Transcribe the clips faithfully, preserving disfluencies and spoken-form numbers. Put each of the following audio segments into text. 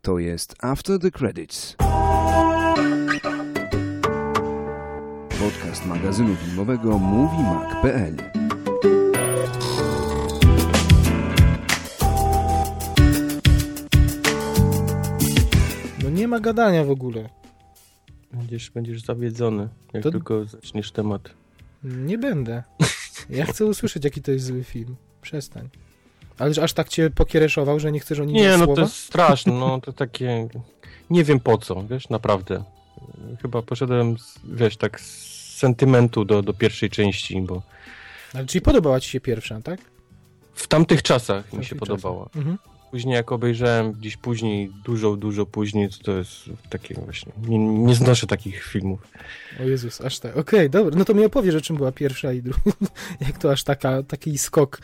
To jest After the Credits. Podcast magazynu filmowego Movie Mag kropka pe el. No nie ma gadania w ogóle. Będziesz, będziesz zawiedzony, jak to... tylko zaczniesz temat. Nie będę. Ja chcę usłyszeć, jaki to jest zły film. Przestań. Ale aż tak cię pokiereszował, że nie chcesz o nim Nie, no słowa? to jest straszne, no to takie... Nie wiem po co, wiesz, naprawdę. Chyba poszedłem, z, wiesz, tak z sentymentu do, do pierwszej części, bo... Ale czyli podobała ci się pierwsza, tak? W tamtych czasach w mi się tamtych podobała. Mhm. Później jak obejrzałem gdzieś później, dużo, dużo później, to, to jest takie właśnie... Nie, nie znoszę takich filmów. O Jezus, aż tak. Okej, okay, dobra. No to mi opowiesz, o czym była pierwsza i druga. Jak to aż taka, taki skok,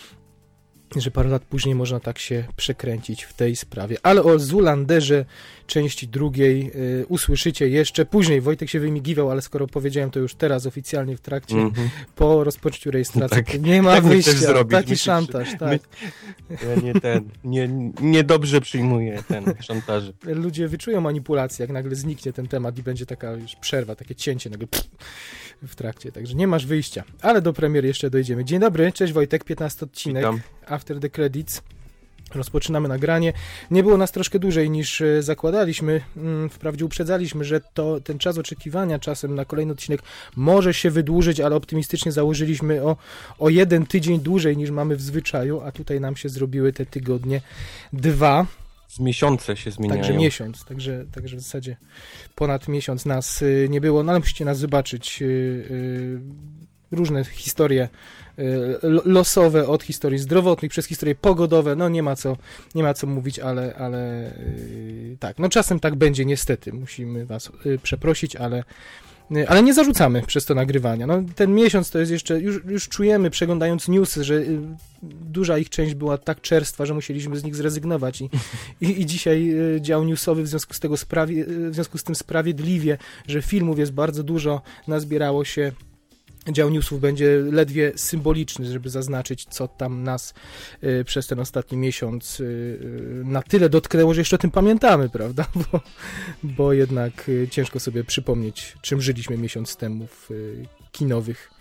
że parę lat później można tak się przekręcić w tej sprawie. Ale o Zoolanderze części drugiej y, usłyszycie jeszcze później. Wojtek się wymigiwał, ale skoro powiedziałem to już teraz oficjalnie w trakcie, mm-hmm. po rozpoczęciu rejestracji. Tak, nie ma tak wyjścia. Zrobić. Taki Myślisz, szantaż, tak. My, ja nie ten, nie, niedobrze przyjmuję ten szantaż. Ludzie wyczują manipulację, jak nagle zniknie ten temat i będzie taka już przerwa, takie cięcie nagle pff, w trakcie. Także nie masz wyjścia. Ale do premiery jeszcze dojdziemy. Dzień dobry, cześć Wojtek, piętnasty odcinek. Witam. After the Credits. Rozpoczynamy nagranie. Nie było nas troszkę dłużej niż zakładaliśmy. Wprawdzie uprzedzaliśmy, że to ten czas oczekiwania czasem na kolejny odcinek może się wydłużyć, ale optymistycznie założyliśmy o, o jeden tydzień dłużej niż mamy w zwyczaju, a tutaj nam się zrobiły te tygodnie dwa. Z miesiące się zmieniają. Także miesiąc, także, także w zasadzie ponad miesiąc nas y, nie było, no ale musicie nas zobaczyć. Y, y, różne historie y, losowe, od historii zdrowotnych, przez historie pogodowe, no nie ma co, nie ma co mówić, ale, ale y, tak, no czasem tak będzie niestety, musimy was y, przeprosić, ale Ale nie zarzucamy przez to nagrywania. No, ten miesiąc to jest jeszcze, już, już czujemy, przeglądając newsy, że y, duża ich część była tak czerstwa, że musieliśmy z nich zrezygnować. I, i, i dzisiaj y, dział newsowy w związku z tego sprawie, y, w związku z tym sprawiedliwie, że filmów jest bardzo dużo, nazbierało się. Dział newsów będzie ledwie symboliczny, żeby zaznaczyć, co tam nas y, przez ten ostatni miesiąc y, y, na tyle dotknęło, że jeszcze o tym pamiętamy, prawda? Bo, bo jednak y, ciężko sobie przypomnieć, czym żyliśmy miesiąc temu w y, kinowych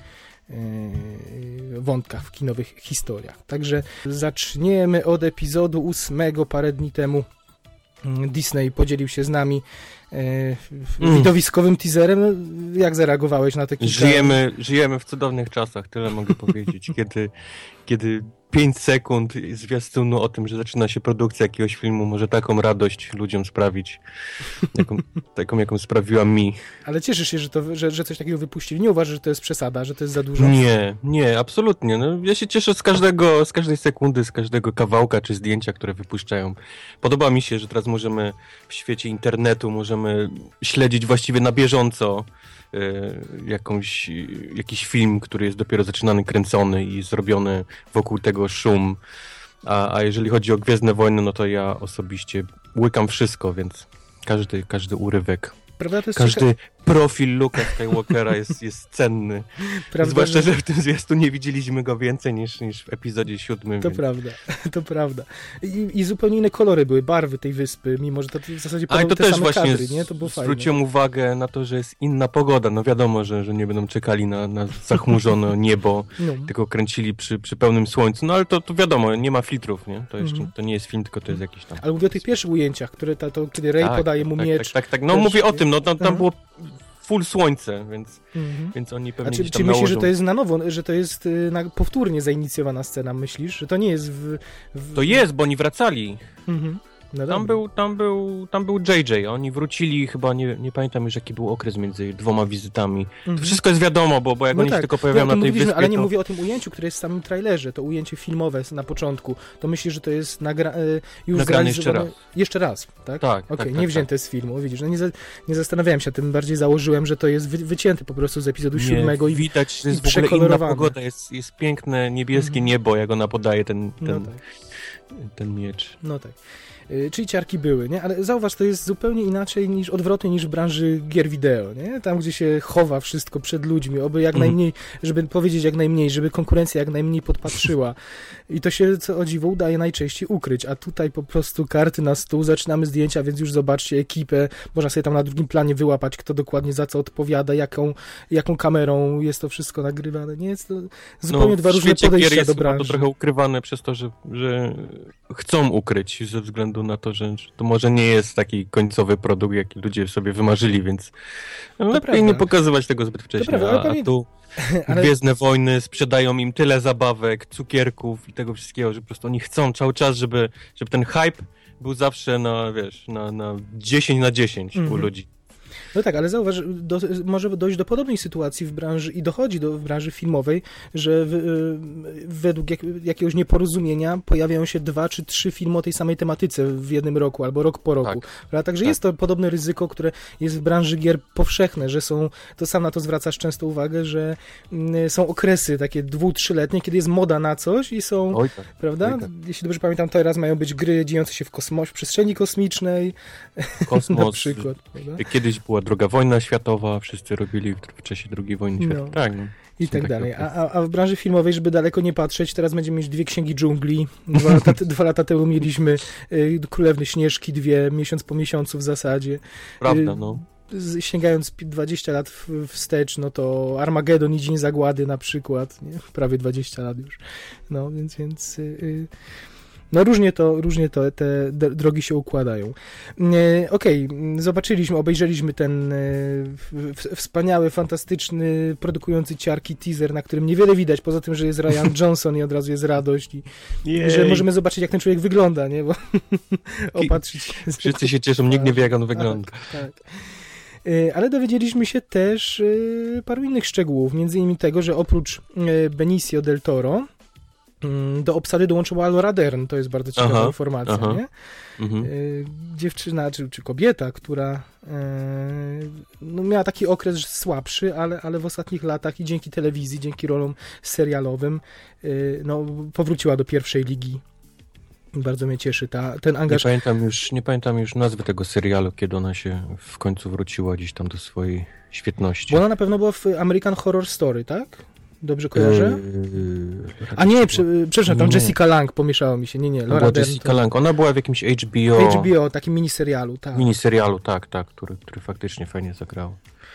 y, wątkach, w kinowych historiach. Także zaczniemy od epizodu ósmego. Parę dni temu Disney podzielił się z nami e, mm. widowiskowym teaserem. Jak zareagowałeś na taki żyjemy, żyjemy w cudownych czasach, tyle mogę powiedzieć. Kiedy, kiedy pięć sekund zwiastunu o tym, że zaczyna się produkcja jakiegoś filmu, może taką radość ludziom sprawić, jaką, taką jaką sprawiła mi. Ale cieszysz się, że, to, że, że coś takiego wypuścili? Nie uważasz, że to jest przesada, że to jest za dużo? Nie, nie, absolutnie. No, ja się cieszę z każdego, z każdej sekundy, z każdego kawałka czy zdjęcia, które wypuszczają. Podoba mi się, że teraz możemy w świecie internetu możemy śledzić właściwie na bieżąco jakąś, jakiś film, który jest dopiero zaczynany, kręcony i zrobiony wokół tego szum. A, a jeżeli chodzi o Gwiezdne Wojny, no to ja osobiście łykam wszystko, więc każdy, każdy urywek, prawda, to jest każdy ciekawe. Profil Luka Skywalkera jest, jest cenny. Prawda, zwłaszcza, że w tym zwiastu nie widzieliśmy go więcej niż, niż w epizodzie siódmym. To więc... prawda, to prawda. I, I zupełnie inne kolory były, barwy tej wyspy, mimo że to w zasadzie Ale to te też same właśnie kadry, nie? To było fajne. Zwróciłem uwagę na to, że jest inna pogoda. No wiadomo, że, że nie będą czekali na, na zachmurzone niebo, no. tylko kręcili przy, przy pełnym słońcu. No ale to, to wiadomo, nie ma filtrów, nie? To jeszcze mm. to nie jest film, tylko to jest jakiś tam... Ale mówię o tych pierwszych ujęciach, które ta, to, kiedy Rey tak, podaje mu tak, miecz. Tak, tak, tak. No też... mówię o tym, no tam, tam było full słońce, więc, mm-hmm. więc oni pewnie A czy, gdzieś tam czy myślisz, nałożą... że to jest na nowo, że to jest y, na, powtórnie zainicjowana scena, myślisz? Że to nie jest w... w... To jest, bo oni wracali. Mm-hmm. No tam, był, tam, był, tam był J J, oni wrócili chyba, nie, nie pamiętam już jaki był okres między dwoma wizytami. Mm-hmm. To wszystko jest wiadomo, bo, bo jak no oni tak. się tylko pojawiają no, na tej wyspie, ale to... nie mówię o tym ujęciu, które jest w samym trailerze, to ujęcie filmowe na początku. To myślisz, że to jest nagra... już nagrane jeszcze raz. Jeszcze raz, tak? Tak. Okej, okay, tak, nie tak, wzięte tak. z filmu, widzisz, no nie, za, nie zastanawiałem się, tym bardziej założyłem, że to jest wy, wycięte po prostu z epizodu nie, siódmego i widać, że jest w ogóle inna pogoda, jest, jest piękne niebieskie mm-hmm. niebo, jak ona podaje ten, ten, no tak. ten miecz. No tak. czyli ciarki były, nie? Ale zauważ, to jest zupełnie inaczej niż odwrotnie niż w branży gier wideo, nie? Tam, gdzie się chowa wszystko przed ludźmi, oby jak mm. najmniej, żeby powiedzieć jak najmniej, żeby konkurencja jak najmniej podpatrzyła. I to się, co o dziwo, udaje najczęściej ukryć, a tutaj po prostu karty na stół, zaczynamy zdjęcia, więc już zobaczcie ekipę, można sobie tam na drugim planie wyłapać, kto dokładnie za co odpowiada, jaką, jaką kamerą jest to wszystko nagrywane, nie? Jest to zupełnie no, dwa różne podejścia jest do branży. To trochę ukrywane przez to, że, że chcą ukryć ze względu na to, że to może nie jest taki końcowy produkt, jaki ludzie sobie wymarzyli, więc lepiej prawda. nie pokazywać tego zbyt wcześnie. Prawda, a, a tu ale... Gwiezdne Wojny sprzedają im tyle zabawek, cukierków i tego wszystkiego, że po prostu oni chcą cały czas, żeby, żeby ten hype był zawsze na, wiesz, na, na dziesięć na dziesięć mm-hmm. u ludzi. No tak, ale zauważ, do, może dojść do podobnej sytuacji w branży i dochodzi do w branży filmowej, że w, według jak, jakiegoś nieporozumienia pojawiają się dwa czy trzy filmy o tej samej tematyce w jednym roku albo rok po roku. Tak. Także tak. Jest to podobne ryzyko, które jest w branży gier powszechne, że są, to sam na to zwracasz często uwagę, że mm, są okresy takie dwu, trzyletnie, kiedy jest moda na coś i są, Oj tak. prawda? Oj tak. Jeśli dobrze pamiętam, teraz mają być gry dziejące się w kosmosie, w przestrzeni kosmicznej. Kosmos. Na przykład. Prawda? Kiedyś była druga wojna światowa, wszyscy robili w czasie drugiej wojny światowej. No. Tak, no. I tak dalej. A, a w branży filmowej, żeby daleko nie patrzeć, teraz będziemy mieć dwie księgi dżungli. Dwa lata, dwa lata temu mieliśmy y, Królewny Śnieżki, dwie, miesiąc po miesiącu w zasadzie. Prawda, no. Y, sięgając dwadzieścia lat w, wstecz, no to Armagedon i Dzień Zagłady na przykład, nie? Prawie dwadzieścia lat już. No, więc, więc y, y, no różnie to, różnie to te drogi się układają. Okej, okay, zobaczyliśmy, obejrzeliśmy ten wspaniały, fantastyczny, produkujący ciarki teaser, na którym niewiele widać, poza tym, że jest Ryan Johnson i od razu jest radość i, i że możemy zobaczyć, jak ten człowiek wygląda, nie? Bo opatrzyć się. Wszyscy się cieszą, nikt nie wie, jak on wygląda. Tak, tak. Ale dowiedzieliśmy się też paru innych szczegółów, między innymi tego, że oprócz Benicio del Toro do obsady dołączyła Laura Dern, to jest bardzo ciekawa aha, informacja, aha. nie? Mhm. Dziewczyna, czy, czy kobieta, która no, miała taki okres słabszy, ale, ale w ostatnich latach i dzięki telewizji, dzięki rolom serialowym no, powróciła do pierwszej ligi. Bardzo mnie cieszy ta, ten angaż. Nie pamiętam, już, nie pamiętam już nazwy tego serialu, kiedy ona się w końcu wróciła gdzieś tam do swojej świetności. Bo ona na pewno była w American Horror Story, tak? Dobrze kojarzę? Yy, A nie, prze, przepraszam, tam nie. Jessica Lange, pomieszało mi się, nie, nie. Laura Dern, Jessica to... Lange, ona była w jakimś H B O. H B O, takim miniserialu, tak. Miniserialu, tak, tak, który, który faktycznie fajnie zagrał.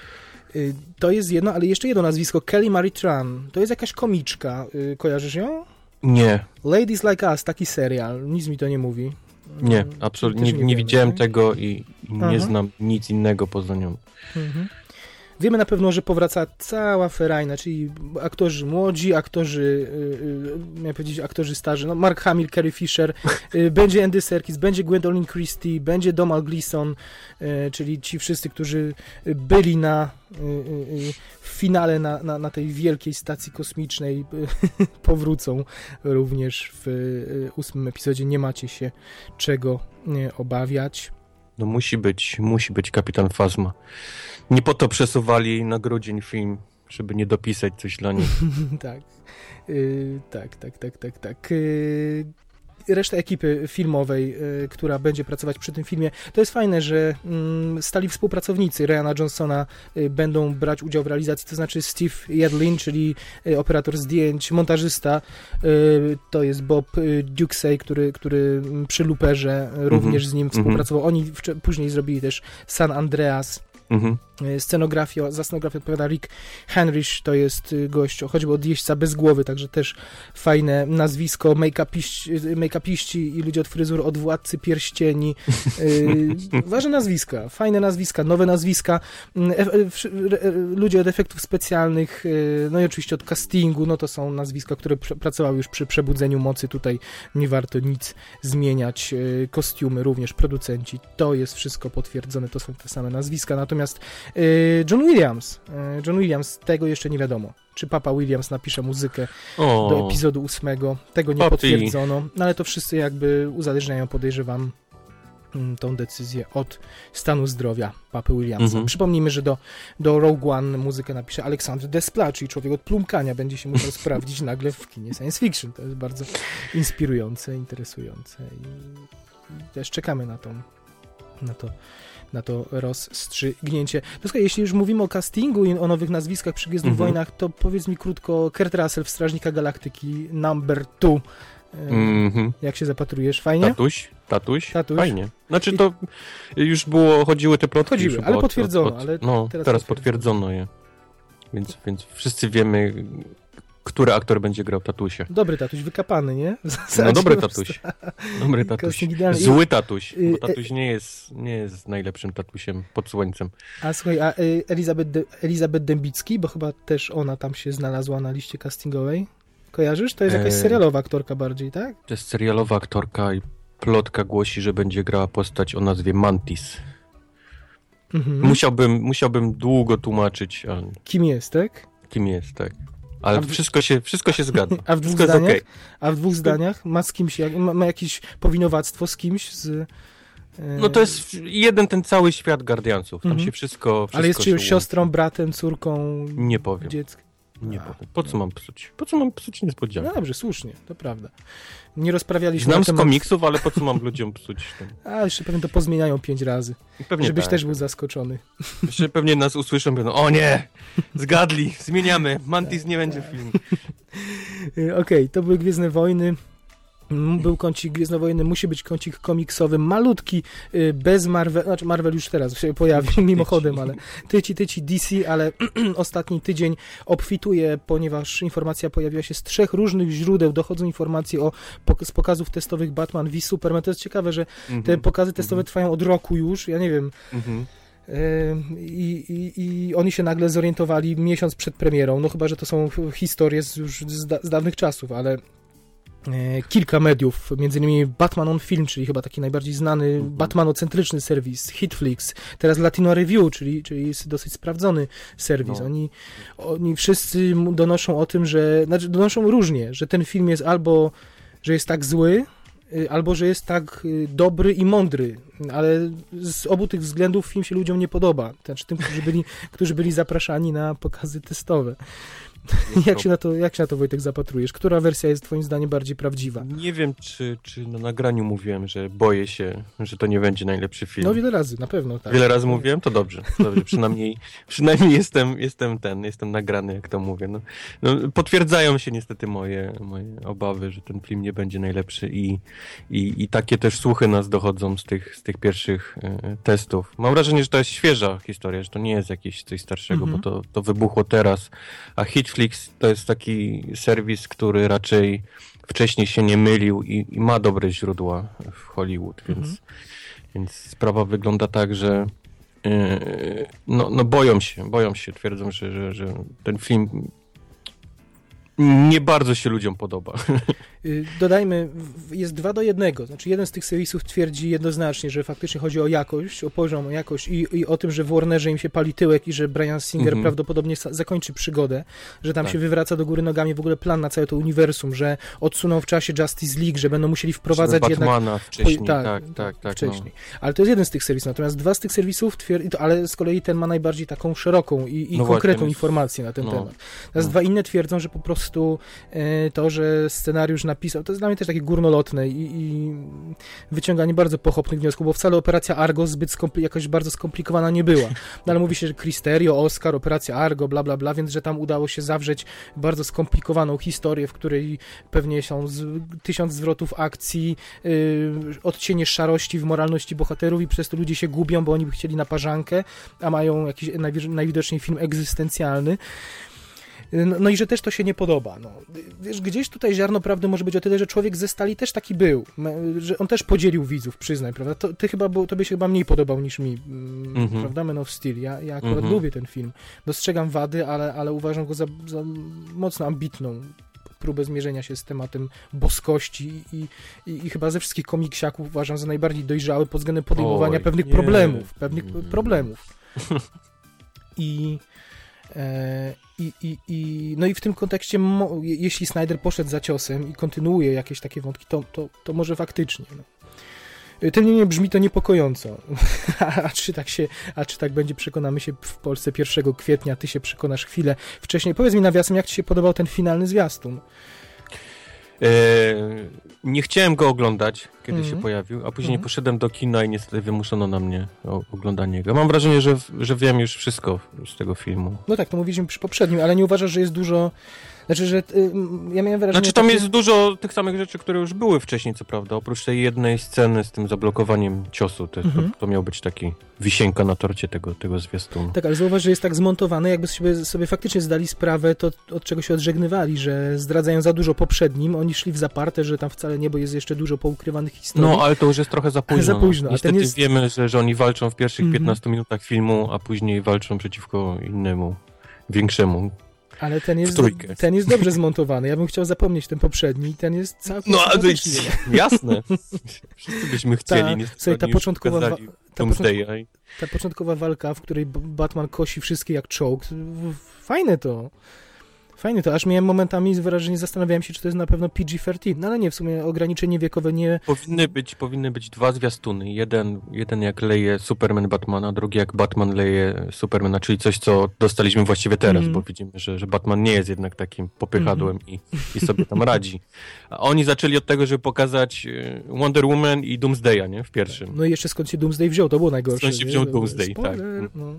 Yy, to jest jedno, ale jeszcze jedno nazwisko, Kelly Marie Tran. To jest jakaś komiczka, yy, kojarzysz ją? Nie. Ladies Like Us, taki serial, nic mi to nie mówi. Nie, absolutnie, nie, nie, nie widziałem nie? tego i, i nie znam nic innego poza nią. Mhm. Wiemy na pewno, że powraca cała ferajna, czyli aktorzy młodzi, aktorzy, yy, miałem powiedzieć, aktorzy starzy, no Mark Hamill, Carrie Fisher, yy, będzie Andy Serkis, będzie Gwendolyn Christie, będzie Domhnall Gleeson, yy, czyli ci wszyscy, którzy byli na yy, yy, w finale na, na, na tej wielkiej stacji kosmicznej, yy, powrócą również w yy, ósmym epizodzie. Nie macie się czego yy, obawiać. No musi być, musi być Kapitan Phasma. Nie po to przesuwali na grudzień film, żeby nie dopisać coś dla nich. tak. Yy, tak, tak, tak, tak, tak. Yy, reszta ekipy filmowej, yy, która będzie pracować przy tym filmie, to jest fajne, że yy, stali współpracownicy Ryana Johnsona yy, będą brać udział w realizacji, to znaczy Steve Yedlin, czyli yy, operator zdjęć, montażysta, yy, to jest Bob yy, Duxey, który, który przy Looperze yy, również mm-hmm. z nim współpracował. Mm-hmm. Oni wcze- później zrobili też San Andreas. Mhm. Scenografię, za scenografię odpowiada Rick Henrich, to jest gość, choćby od Jeźdźca bez głowy, także też fajne nazwisko, make-upiści, make-upiści i ludzie od fryzur, od Władcy Pierścieni. Yy, ważne nazwiska, fajne nazwiska, nowe nazwiska, e, e, ludzie od efektów specjalnych, yy, no i oczywiście od castingu, no to są nazwiska, które pr- pracowały już przy Przebudzeniu Mocy, tutaj nie warto nic zmieniać, yy, kostiumy również, producenci, to jest wszystko potwierdzone, to są te same nazwiska, natomiast John Williams. John Williams, tego jeszcze nie wiadomo. Czy Papa Williams napisze muzykę o, do epizodu ósmego. Tego nie Papi. potwierdzono. No ale to wszyscy jakby uzależniają, podejrzewam, tą decyzję od stanu zdrowia Papy Williamsa. Mm-hmm. Przypomnijmy, że do, do Rogue One muzykę napisze Alexandre Desplat, czyli człowiek od plumkania będzie się musiał sprawdzić nagle w kinie science fiction. To jest bardzo inspirujące, interesujące i też czekamy na tą, na to, na to rozstrzygnięcie. To słuchaj, jeśli już mówimy o castingu i o nowych nazwiskach przy Gwiezdnych Mhm. Wojnach, to powiedz mi krótko, Kurt Russell w Strażnika Galaktyki number two. E, Mhm. Jak się zapatrujesz? Fajnie? Tatuś, tatuś, Tatuś. fajnie. Znaczy to już było, chodziły te plotki. Chodziły, już ale chyba potwierdzono, ale no, teraz teraz, potwierdzono. potwierdzono je. Więc, więc wszyscy wiemy, który aktor będzie grał tatusia. Dobry tatuś, wykapany, nie? W No zasadzie dobry po prostu. tatuś. Dobry tatuś. Casting idealny. Zły tatuś, I- bo tatuś nie jest, nie jest najlepszym tatusiem pod słońcem. A słuchaj, a y, Elizabeth, De- Elizabeth Dębicki, bo chyba też ona tam się znalazła na liście castingowej. Kojarzysz? To jest jakaś E, serialowa aktorka bardziej, tak? To jest serialowa aktorka i plotka głosi, że będzie grała postać o nazwie Mantis. Mhm. Musiałbym, musiałbym długo tłumaczyć, ale Kim jest, tak? kim jest, tak. Ale A w- wszystko się, wszystko się zgadza. A w dwóch Wszystko jest zdaniach? okej. A w dwóch zdaniach ma z kimś, jak, ma, ma jakieś powinowactwo z kimś z... y, No to jest jeden ten cały świat Guardiansów. Tam Mhm. się wszystko, wszystko Ale jest się czyjąś łączy. siostrą, bratem, córką, Nie powiem. dzieckiem. Nie A. powiem. Po co mam psuć? Po co mam psuć niespodziankę? No dobrze, słusznie, to prawda. Nie rozprawialiśmy Znam na z temat... komiksów, ale po co mam ludziom psuć? ten- A, jeszcze pewnie to pozmieniają pięć razy, Pewnie żebyś tak. też był zaskoczony. Jeszcze pewnie nas usłyszą i powiedzą, o nie, zgadli, zmieniamy, Mantis nie będzie w filmie. Y, Okej, to były Gwiezdne Wojny. M, Był kącik Gwiezdne Wojny, musi być kącik komiksowy, malutki, y, bez Marvel, znaczy Marvel już teraz się pojawił mimochodem, ale tyci, tyci D C, ale ostatni tydzień obfituje, ponieważ informacja pojawiła się z trzech różnych źródeł, dochodzą informacje o, pok- z pokazów testowych Batman v Superman. To jest ciekawe, że te Mhm, pokazy testowe trwają od roku już, ja nie wiem, mhm. I, i, i oni się nagle zorientowali miesiąc przed premierą, no chyba, że to są historie z, już z, da, z dawnych czasów, ale e, kilka mediów, między innymi Batman on Film, czyli chyba taki najbardziej znany Mhm. Batmanocentryczny serwis, Hitflix, teraz Latino Review, czyli, czyli jest dosyć sprawdzony serwis. No. Oni, oni wszyscy mu donoszą o tym, że, znaczy donoszą różnie, że ten film jest albo, że jest tak zły, y, albo że jest tak y, dobry i mądry, ale z obu tych względów film się ludziom nie podoba. Znaczy tym, którzy byli, którzy byli zapraszani na pokazy testowe. Jak się na to, jak się na to, Wojtek, zapatrujesz? Która wersja jest twoim zdaniem bardziej prawdziwa? Nie wiem, czy, czy na nagraniu mówiłem, że boję się, że to nie będzie najlepszy film. No wiele razy, na pewno tak. Wiele razy mówiłem? To dobrze. dobrze. Przynajmniej, przynajmniej jestem, jestem ten, jestem nagrany, jak to mówię. No, no, potwierdzają się niestety moje, moje obawy, że ten film nie będzie najlepszy i, i, i takie też słuchy nas dochodzą z tych, z tych pierwszych e, testów. Mam wrażenie, że to jest świeża historia, że to nie jest jakieś coś starszego, Mhm. bo to, to wybuchło teraz. A Hitflix to jest taki serwis, który raczej wcześniej się nie mylił i, i ma dobre źródła w Hollywood, więc, Mhm. więc sprawa wygląda tak, że yy, no, no boją się, boją się, twierdzą, że, że, że ten film nie bardzo się ludziom podoba. Y, Dodajmy, w- jest dwa do jednego. Znaczy jeden z tych serwisów twierdzi jednoznacznie, że faktycznie chodzi o jakość, o poziom, o jakość i, i o tym, że w Warnerze im się pali tyłek i że Bryan Singer Mhm. prawdopodobnie sa- zakończy przygodę, że tam Tak. się wywraca do góry nogami w ogóle plan na całe to uniwersum, że odsuną w czasie Justice League, że będą musieli wprowadzać Żeby jednak... Batmana wcześniej, Po- tak, tak, tak. tak wcześniej. Ale to jest jeden z tych serwisów, natomiast dwa z tych serwisów twierdzi, to, ale z kolei ten ma najbardziej taką szeroką i, i No konkretną właśnie, informację na ten no. temat. Natomiast No. dwa inne twierdzą, że po prostu e, to, że scenariusz napisał, to jest dla mnie też takie górnolotne i, i wyciąganie bardzo pochopnych wniosków, bo wcale operacja Argo zbyt skompli- jakoś bardzo skomplikowana nie była. No, ale mówi się, że Cristerio, Oscar, operacja Argo, bla, bla, bla, więc że tam udało się zawrzeć bardzo skomplikowaną historię, w której pewnie są z, tysiąc zwrotów akcji, yy, odcienie szarości w moralności bohaterów i przez to ludzie się gubią, bo oni by chcieli na parzankę, a mają jakiś najwi- najwidoczniej film egzystencjalny. No, no i że też to się nie podoba. No. Wiesz, gdzieś tutaj ziarno prawdy może być o tyle, że człowiek ze stali też taki był, Me- że on też podzielił widzów, przyznaj, prawda? To, ty chyba, był, tobie się chyba mniej podobał niż mi, mm, Mhm. prawda? Man of Steel. Ja, ja akurat Mhm. lubię ten film. Dostrzegam wady, ale, ale uważam go za, za mocno ambitną próbę zmierzenia się z tematem boskości i, i, i chyba ze wszystkich komiksiaków uważam za najbardziej dojrzały pod względem podejmowania Oj, pewnych nie. problemów, pewnych Mm. problemów. I E, I, i, i, no i w tym kontekście, mo, jeśli Snyder poszedł za ciosem i kontynuuje jakieś takie wątki, to, to, to może faktycznie. No. Tym niemniej brzmi to niepokojąco. A czy tak się, a czy tak będzie, przekonamy się w Polsce pierwszego kwietnia, ty się przekonasz chwilę wcześniej. Powiedz mi nawiasem, jak ci się podobał ten finalny zwiastun? E, nie chciałem go oglądać, kiedy Mhm. się pojawił, a później Mhm. poszedłem do kina i niestety wymuszono na mnie o, oglądanie go. Mam wrażenie, że, że wiem już wszystko z tego filmu. No tak, to mówiliśmy przy poprzednim, ale nie uważasz, że jest dużo... Znaczy, że y, ja miałem wrażenie... Znaczy tam takie- jest dużo tych samych rzeczy, które już były wcześniej, co prawda. Oprócz tej jednej sceny z tym zablokowaniem ciosu. To, Mhm. to, to miał być taki wisienka na torcie tego, tego zwiastunu. Tak, ale zauważ, że jest tak zmontowane, jakby sobie, sobie faktycznie zdali sprawę, to od czego się odżegnywali, że zdradzają za dużo poprzednim, oni szli w zaparte, że tam wcale nie, bo jest jeszcze dużo poukrywanych historii. No, ale to już jest trochę za późno. za późno, No. a Niestety ten jest- wiemy, że, że oni walczą w pierwszych Mhm. piętnastu minutach filmu, a później walczą przeciwko innemu, większemu. Ale ten jest, w trójkę. ten jest dobrze zmontowany. Ja bym chciał zapomnieć ten poprzedni, ten jest całkiem No, a to jest sympatycznie. jasne. Wszyscy byśmy chcieli. Ta- niestety słuchaj, ta oni już początkowa wa- pokazali ta Doomsdaya i- Ta początkowa walka, w której B- Batman kosi wszystkie jak czołg, w- fajne to. Fajne to, aż miałem momentami wrażenie, zastanawiałem się, czy to jest na pewno P G trzynaście, no ale nie, w sumie ograniczenie wiekowe nie... Powinny być, powinny być dwa zwiastuny. Jeden, jeden jak leje Superman Batmana, drugi jak Batman leje Supermana, czyli coś, co dostaliśmy właściwie teraz, Mhm. bo widzimy, że, że Batman nie jest jednak takim popychadłem i, i sobie tam radzi. A oni zaczęli od tego, żeby pokazać e, Wonder Woman i Doomsdaya, nie? W pierwszym. No i jeszcze skąd się Doomsday wziął, to było najgorsze. Skąd się nie? wziął To- Doomsday, spoiler, tak. No.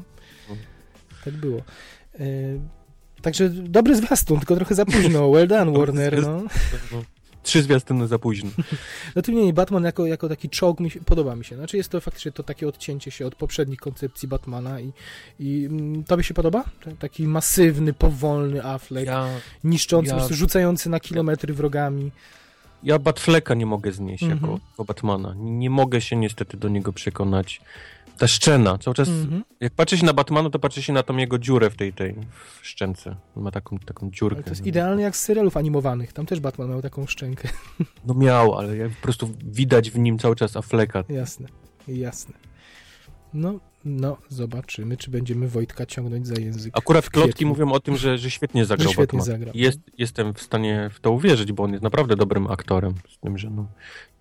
Tak było. E, Także dobry zwiastun, tylko trochę za późno. Well done, Warner, no. No, trzy zwiastuny za późno. No tym niemniej Batman jako, jako taki czołg mi się, podoba mi się. Znaczy jest to faktycznie to takie odcięcie się od poprzednich koncepcji Batmana i, i mm, tobie się podoba? T- Taki masywny, powolny Affleck, Ja, niszczący, ja- po prostu rzucający na kilometry wrogami. ja Batflecka nie mogę znieść Mhm. jako, jako Batmana. Nie, nie mogę się niestety do niego przekonać. Ta szczena, cały czas Mhm. jak patrzy się na Batmana, to patrzy się na tą jego dziurę w tej, tej w szczęce. On ma taką, taką dziurkę. Ale to jest idealnie jak z serialów animowanych. Tam też Batman miał taką szczękę. No miał, ale jak po prostu widać w nim cały czas Afflecka. Jasne, jasne. No, no, zobaczymy, czy będziemy Wojtka ciągnąć za język. Akurat w plotki kwietniu. mówią o tym, że, że świetnie zagrał Że świetnie Batman. zagrał. Jest, jestem w stanie w to uwierzyć, bo on jest naprawdę dobrym aktorem. Z tym, że no,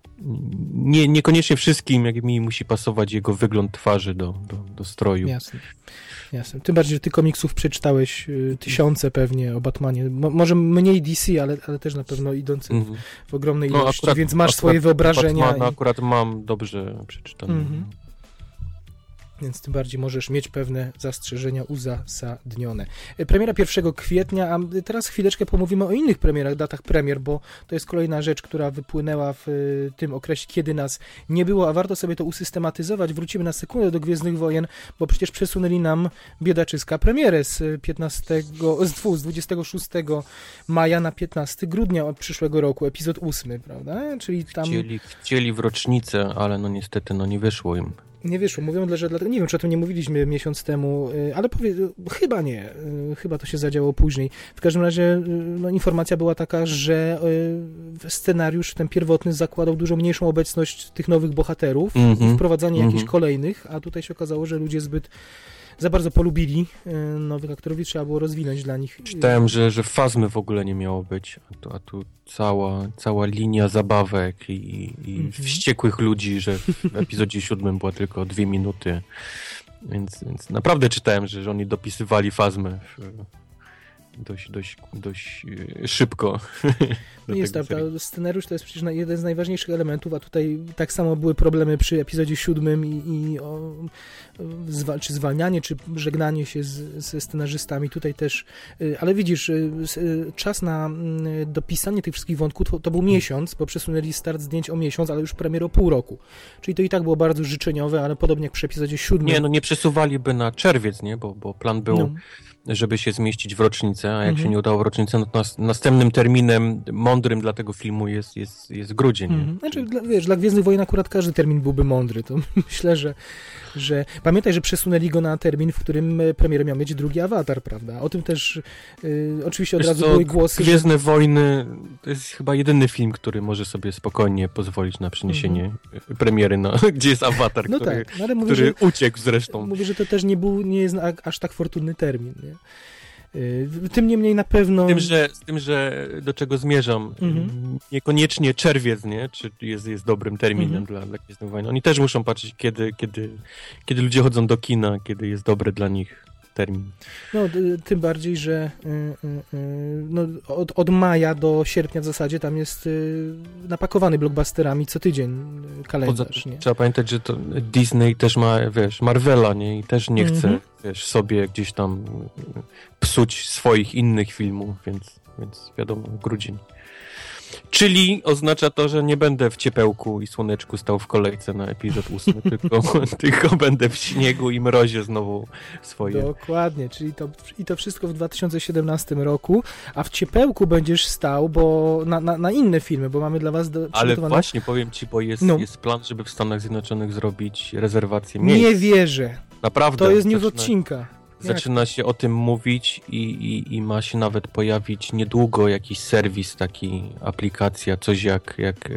nie, niekoniecznie wszystkim, jak mi musi pasować jego wygląd twarzy do, do, do stroju. Jasne, jasne. Tym bardziej, że ty komiksów przeczytałeś y, tysiące pewnie o Batmanie. Mo, może mniej D C, ale, ale też na pewno idące Mhm. w ogromnej No, ilości, akurat- więc masz akurat swoje wyobrażenia. Batmana I, akurat mam dobrze przeczytane. Mhm. Więc tym bardziej możesz mieć pewne zastrzeżenia uzasadnione. E, Premiera pierwszego kwietnia, a teraz chwileczkę pomówimy o innych premierach, datach premier, bo to jest kolejna rzecz, która wypłynęła w y, tym okresie, kiedy nas nie było, a warto sobie to usystematyzować. Wrócimy na sekundę do Gwiezdnych Wojen, bo przecież przesunęli nam biedaczyska premierę z piętnastego, z, tfu, z dwudziestego szóstego maja na piętnastego grudnia od przyszłego roku, epizod ósmy, prawda? Czyli tam... Chcieli, chcieli w rocznicę, ale no niestety no nie wyszło im. Nie wyszło, mówią, że dlatego, nie wiem, czy o tym nie mówiliśmy miesiąc temu, y, ale powie, y, chyba nie, y, chyba to się zadziało później. W każdym razie y, no, informacja była taka, że y, scenariusz ten pierwotny zakładał dużo mniejszą obecność tych nowych bohaterów Mhm. i wprowadzanie Mhm. jakichś kolejnych, a tutaj się okazało, że ludzie zbyt za bardzo polubili y, nowych aktorów i trzeba było rozwinąć dla nich. y, Czytałem, że, że fazmy w ogóle nie miało być, a tu, a tu cała, cała linia zabawek i, i Mhm. wściekłych ludzi, że w epizodzie siódmym była tylko dwie minuty. Więc, więc naprawdę czytałem, że, że oni dopisywali fazmę w, dość, dość, dość e, szybko. do Nie jest tego prawda, serialu. scenariusz to jest przecież na- jeden z najważniejszych elementów, a tutaj tak samo były problemy przy epizodzie siódmym i, i o, zwa, czy zwalnianie, czy żegnanie się z, ze scenarzystami, tutaj też, y, ale widzisz, y, s- y, czas na y, dopisanie tych wszystkich wątków to, to był miesiąc, bo przesunęli start zdjęć o miesiąc, ale już premier o pół roku, czyli to i tak było bardzo życzeniowe, ale podobnie jak przy epizodzie siódmym. Nie, no nie przesuwaliby na czerwiec, nie? Bo, bo plan był, No. żeby się zmieścić w rocznicę, a jak Mhm. się nie udało w rocznicę, no to nas, następnym terminem mądrym dla tego filmu jest, jest, jest grudzień. nie? Mhm. Znaczy, dla, wiesz, dla Gwiezdnych Wojen akurat każdy termin byłby mądry, to myślę, że, że... Pamiętaj, że przesunęli go na termin, w którym e, premierę miał mieć drugi Awatar, prawda? O tym też y, oczywiście od Wiesz razu co, były głosy, że... Gwiezdne Wojny to jest chyba jedyny film, który może sobie spokojnie pozwolić na przeniesienie premiery, na, gdzie jest Awatar, No który, tak, no ale mówię, który że, uciekł zresztą. mówię, że to też nie był, nie jest a- aż tak fortunny termin, nie? Y, Tym niemniej na pewno... Z tym, że, z tym, że do czego zmierzam, Mhm. niekoniecznie czerwiec, nie? Czy jest, jest dobrym terminem Mhm. dla, dla Gwiezdnych Wojen. Oni też muszą patrzeć, kiedy, kiedy, kiedy ludzie chodzą do kina, kiedy jest dobre dla nich termin. No, tym bardziej, że no, od, od maja do sierpnia w zasadzie tam jest napakowany blockbusterami co tydzień kalendarz. Nie? Trzeba pamiętać, że to Disney też ma, wiesz, Marvela, nie? I też nie chce, mm-hmm. wiesz, sobie gdzieś tam psuć swoich innych filmów, więc, więc wiadomo, grudzień. Czyli oznacza to, że nie będę w ciepełku i słoneczku stał w kolejce na epizod ósmy, tylko, tylko będę w śniegu i mrozie znowu swoje. Dokładnie, czyli to, i to wszystko w dwa tysiące siedemnastym roku, a w ciepełku będziesz stał, bo na, na, na inne filmy, bo mamy dla was do, Ale właśnie, powiem ci, bo jest, no. jest plan, żeby w Stanach Zjednoczonych zrobić rezerwację miejsc. Nie wierzę. Naprawdę. To jest news odcinka. Zaczyna Jak? się o tym mówić i, i, i ma się nawet pojawić niedługo jakiś serwis, taki aplikacja, coś jak, jak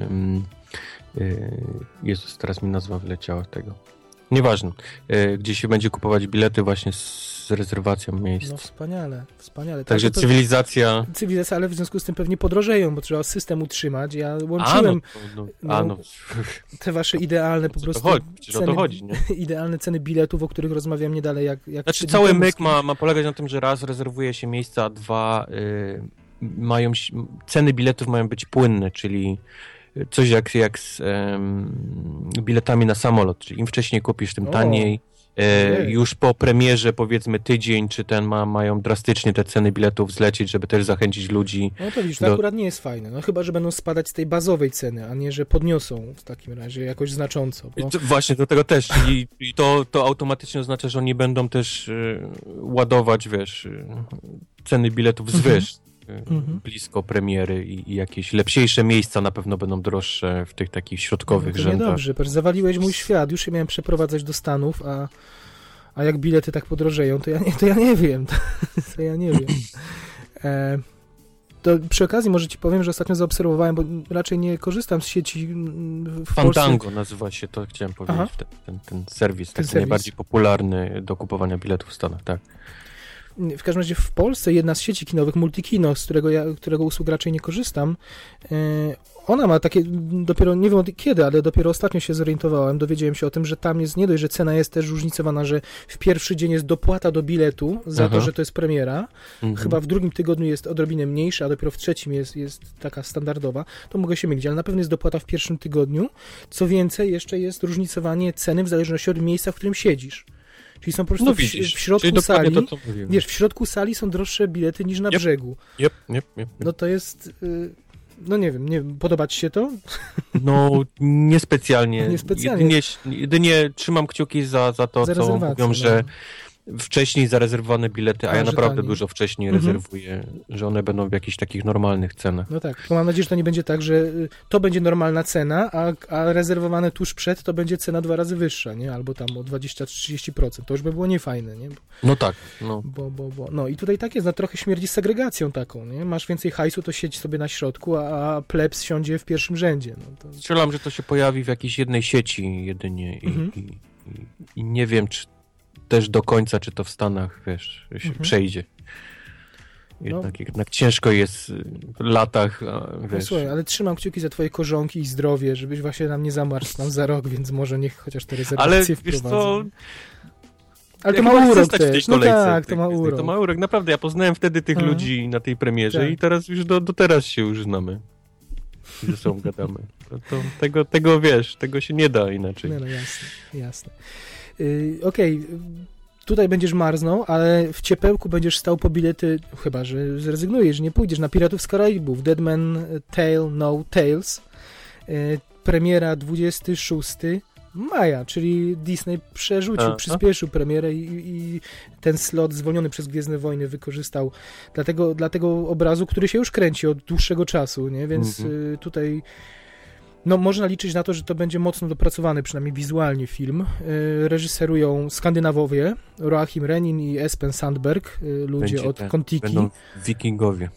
yy, yy, Jezus, teraz mi nazwa wyleciała tego. Nieważne, yy, gdzie się będzie kupować bilety właśnie z rezerwacją miejsc. No wspaniale, wspaniale. Także to, cywilizacja... Cywilizacja, ale w związku z tym pewnie podrożeją, bo trzeba system utrzymać. Ja łączyłem a, no, no, no, a, no. te wasze idealne po prostu chodzi, ceny, o to chodzi, nie? idealne ceny biletów, o których rozmawiam nie dalej jak... jak znaczy cały myk ma, ma polegać na tym, że raz rezerwuje się miejsca, a dwa yy, mają, ceny biletów mają być płynne, czyli coś jak, jak z um, biletami na samolot, czyli im wcześniej kupisz, tym o, taniej. E, już po premierze, powiedzmy tydzień, czy ten ma, mają drastycznie te ceny biletów zlecieć, żeby też zachęcić ludzi. No to widzisz, to do... akurat nie jest fajne. No chyba, że będą spadać z tej bazowej ceny, a nie, że podniosą w takim razie jakoś znacząco. Bo... To, właśnie, do tego też. Czyli to, to automatycznie oznacza, że oni będą też y, ładować, wiesz, y, ceny biletów zwyż. Mhm. blisko premiery i, i jakieś lepsiejsze miejsca na pewno będą droższe w tych takich środkowych no rzędach. Niedobrze, zawaliłeś mój świat, już się miałem przeprowadzać do Stanów, a, a jak bilety tak podrożeją, to ja nie, to ja nie wiem, to, to ja nie wiem. E, to przy okazji może ci powiem, że ostatnio zaobserwowałem, bo raczej nie korzystam z sieci w Fandango Polsce. nazywa się to, chciałem powiedzieć, ten, ten, ten serwis, ten taki serwis. najbardziej popularny do kupowania biletów w Stanach, tak. W każdym razie w Polsce jedna z sieci kinowych, Multikino, z którego ja, którego usług raczej nie korzystam, yy, ona ma takie, dopiero, nie wiem od kiedy, ale dopiero ostatnio się zorientowałem, dowiedziałem się o tym, że tam jest nie dość, że cena jest też różnicowana, że w pierwszy dzień jest dopłata do biletu za Aha. to, że to jest premiera, mhm. chyba w drugim tygodniu jest odrobinę mniejsza, a dopiero w trzecim jest, jest taka standardowa, to mogę się mylić, ale na pewno jest dopłata w pierwszym tygodniu. Co więcej, jeszcze jest różnicowanie ceny w zależności od miejsca, w którym siedzisz. Czyli są po prostu no w, widzisz, w środku sali, to, wiesz, w środku sali są droższe bilety niż na yep. brzegu. Yep, yep, yep. No to jest, y, no nie wiem, nie wiem, podoba ci się to? No niespecjalnie. niespecjalnie. Jedynie, jedynie trzymam kciuki za, za to, za co mówią, że wcześniej zarezerwowane bilety, a, a ja naprawdę taniej. dużo wcześniej mhm. rezerwuję, że one będą w jakichś takich normalnych cenach. No tak, to mam nadzieję, że to nie będzie tak, że to będzie normalna cena, a, a rezerwowane tuż przed to będzie cena dwa razy wyższa, nie? Albo tam o dwadzieścia do trzydziestu procent. To już by było niefajne, nie? Bo, no tak. No. Bo, bo, bo. no i tutaj tak jest, no trochę śmierdzi segregacją taką, nie? Masz więcej hajsu, to siedź sobie na środku, a plebs siądzie w pierwszym rzędzie. No to... Strzelam, że to się pojawi w jakiejś jednej sieci jedynie i, mhm. i, i, i nie wiem, czy też do końca, czy to w Stanach, wiesz, się mhm. przejdzie. Jednak, no. jednak ciężko jest w latach, wiesz. No, słuchaj, ale trzymam kciuki za twoje korzonki i zdrowie, żebyś właśnie nam nie zamarł tam za rok, więc może niech chociaż te rezerwacje wprowadzą. Ale wiesz co... Ale to ma urok też. No tak, to ma urok. To ma urok. Naprawdę, ja poznałem wtedy tych mhm. ludzi na tej premierze tak. i teraz już do, do teraz się już znamy. Ze sobą gadamy. To, to, tego, tego, wiesz, tego się nie da inaczej. No, no jasne, jasne. Yy, Okej, okay. Tutaj będziesz marznął, ale w ciepełku będziesz stał po bilety, chyba że zrezygnujesz, że nie pójdziesz na Piratów z Karaibów, Dead Man Tale No Tales, yy, premiera dwudziestego szóstego maja, czyli Disney przerzucił, a, przyspieszył a? premierę i, i ten slot zwolniony przez Gwiezdne Wojny wykorzystał dla tego, dla tego obrazu, który się już kręci od dłuższego czasu, nie? Więc mm-hmm. yy, tutaj no, można liczyć na to, że to będzie mocno dopracowany, przynajmniej wizualnie film. Yy, reżyserują Skandynawowie, Joachim Renin i Espen Sandberg, yy, ludzie będzie od ten, Kon-Tiki. Będą wikingowie.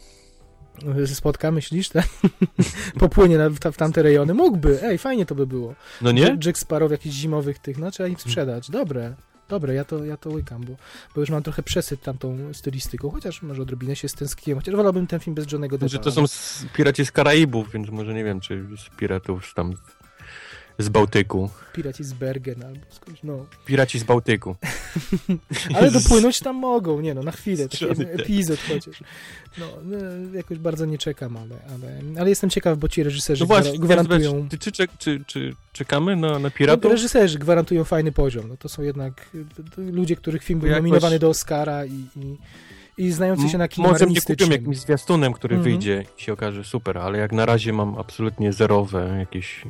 Spotka, myślisz, tak? Popłynie na, w, w tamte rejony. Mógłby, ej, fajnie to by było. No nie? Jack Sparrow w jakichś zimowych tych, no trzeba im sprzedać. Dobre, dobre, ja to, ja to łykam, bo, bo już mam trochę przesyt tamtą stylistyką, chociaż może odrobinę się stęskniłem, chociaż wolałbym ten film bez Johnnego Deppa. Że to są z, piraci z Karaibów, więc może nie wiem, czy z piratów tam z Bałtyku. Piraci z Bergen albo skądś, no. Piraci z Bałtyku. Ale dopłynąć tam mogą, nie no, na chwilę, taki Strony epizod chociaż. No, no, jakoś bardzo nie czekam, ale, ale, ale jestem ciekaw, bo ci reżyserzy No właśnie, gwarantują... Czy, czy, czy, czy, czy czekamy na, na No, piratów? reżyserzy gwarantują fajny poziom. No, to są jednak to, to ludzie, których film był Jakoś... nominowany do Oscara i, i, i znający się na kinie Może mnie artystycznym. kupią jakimś zwiastunem, który Mhm. wyjdzie i się okaże super, ale jak na razie mam absolutnie zerowe jakieś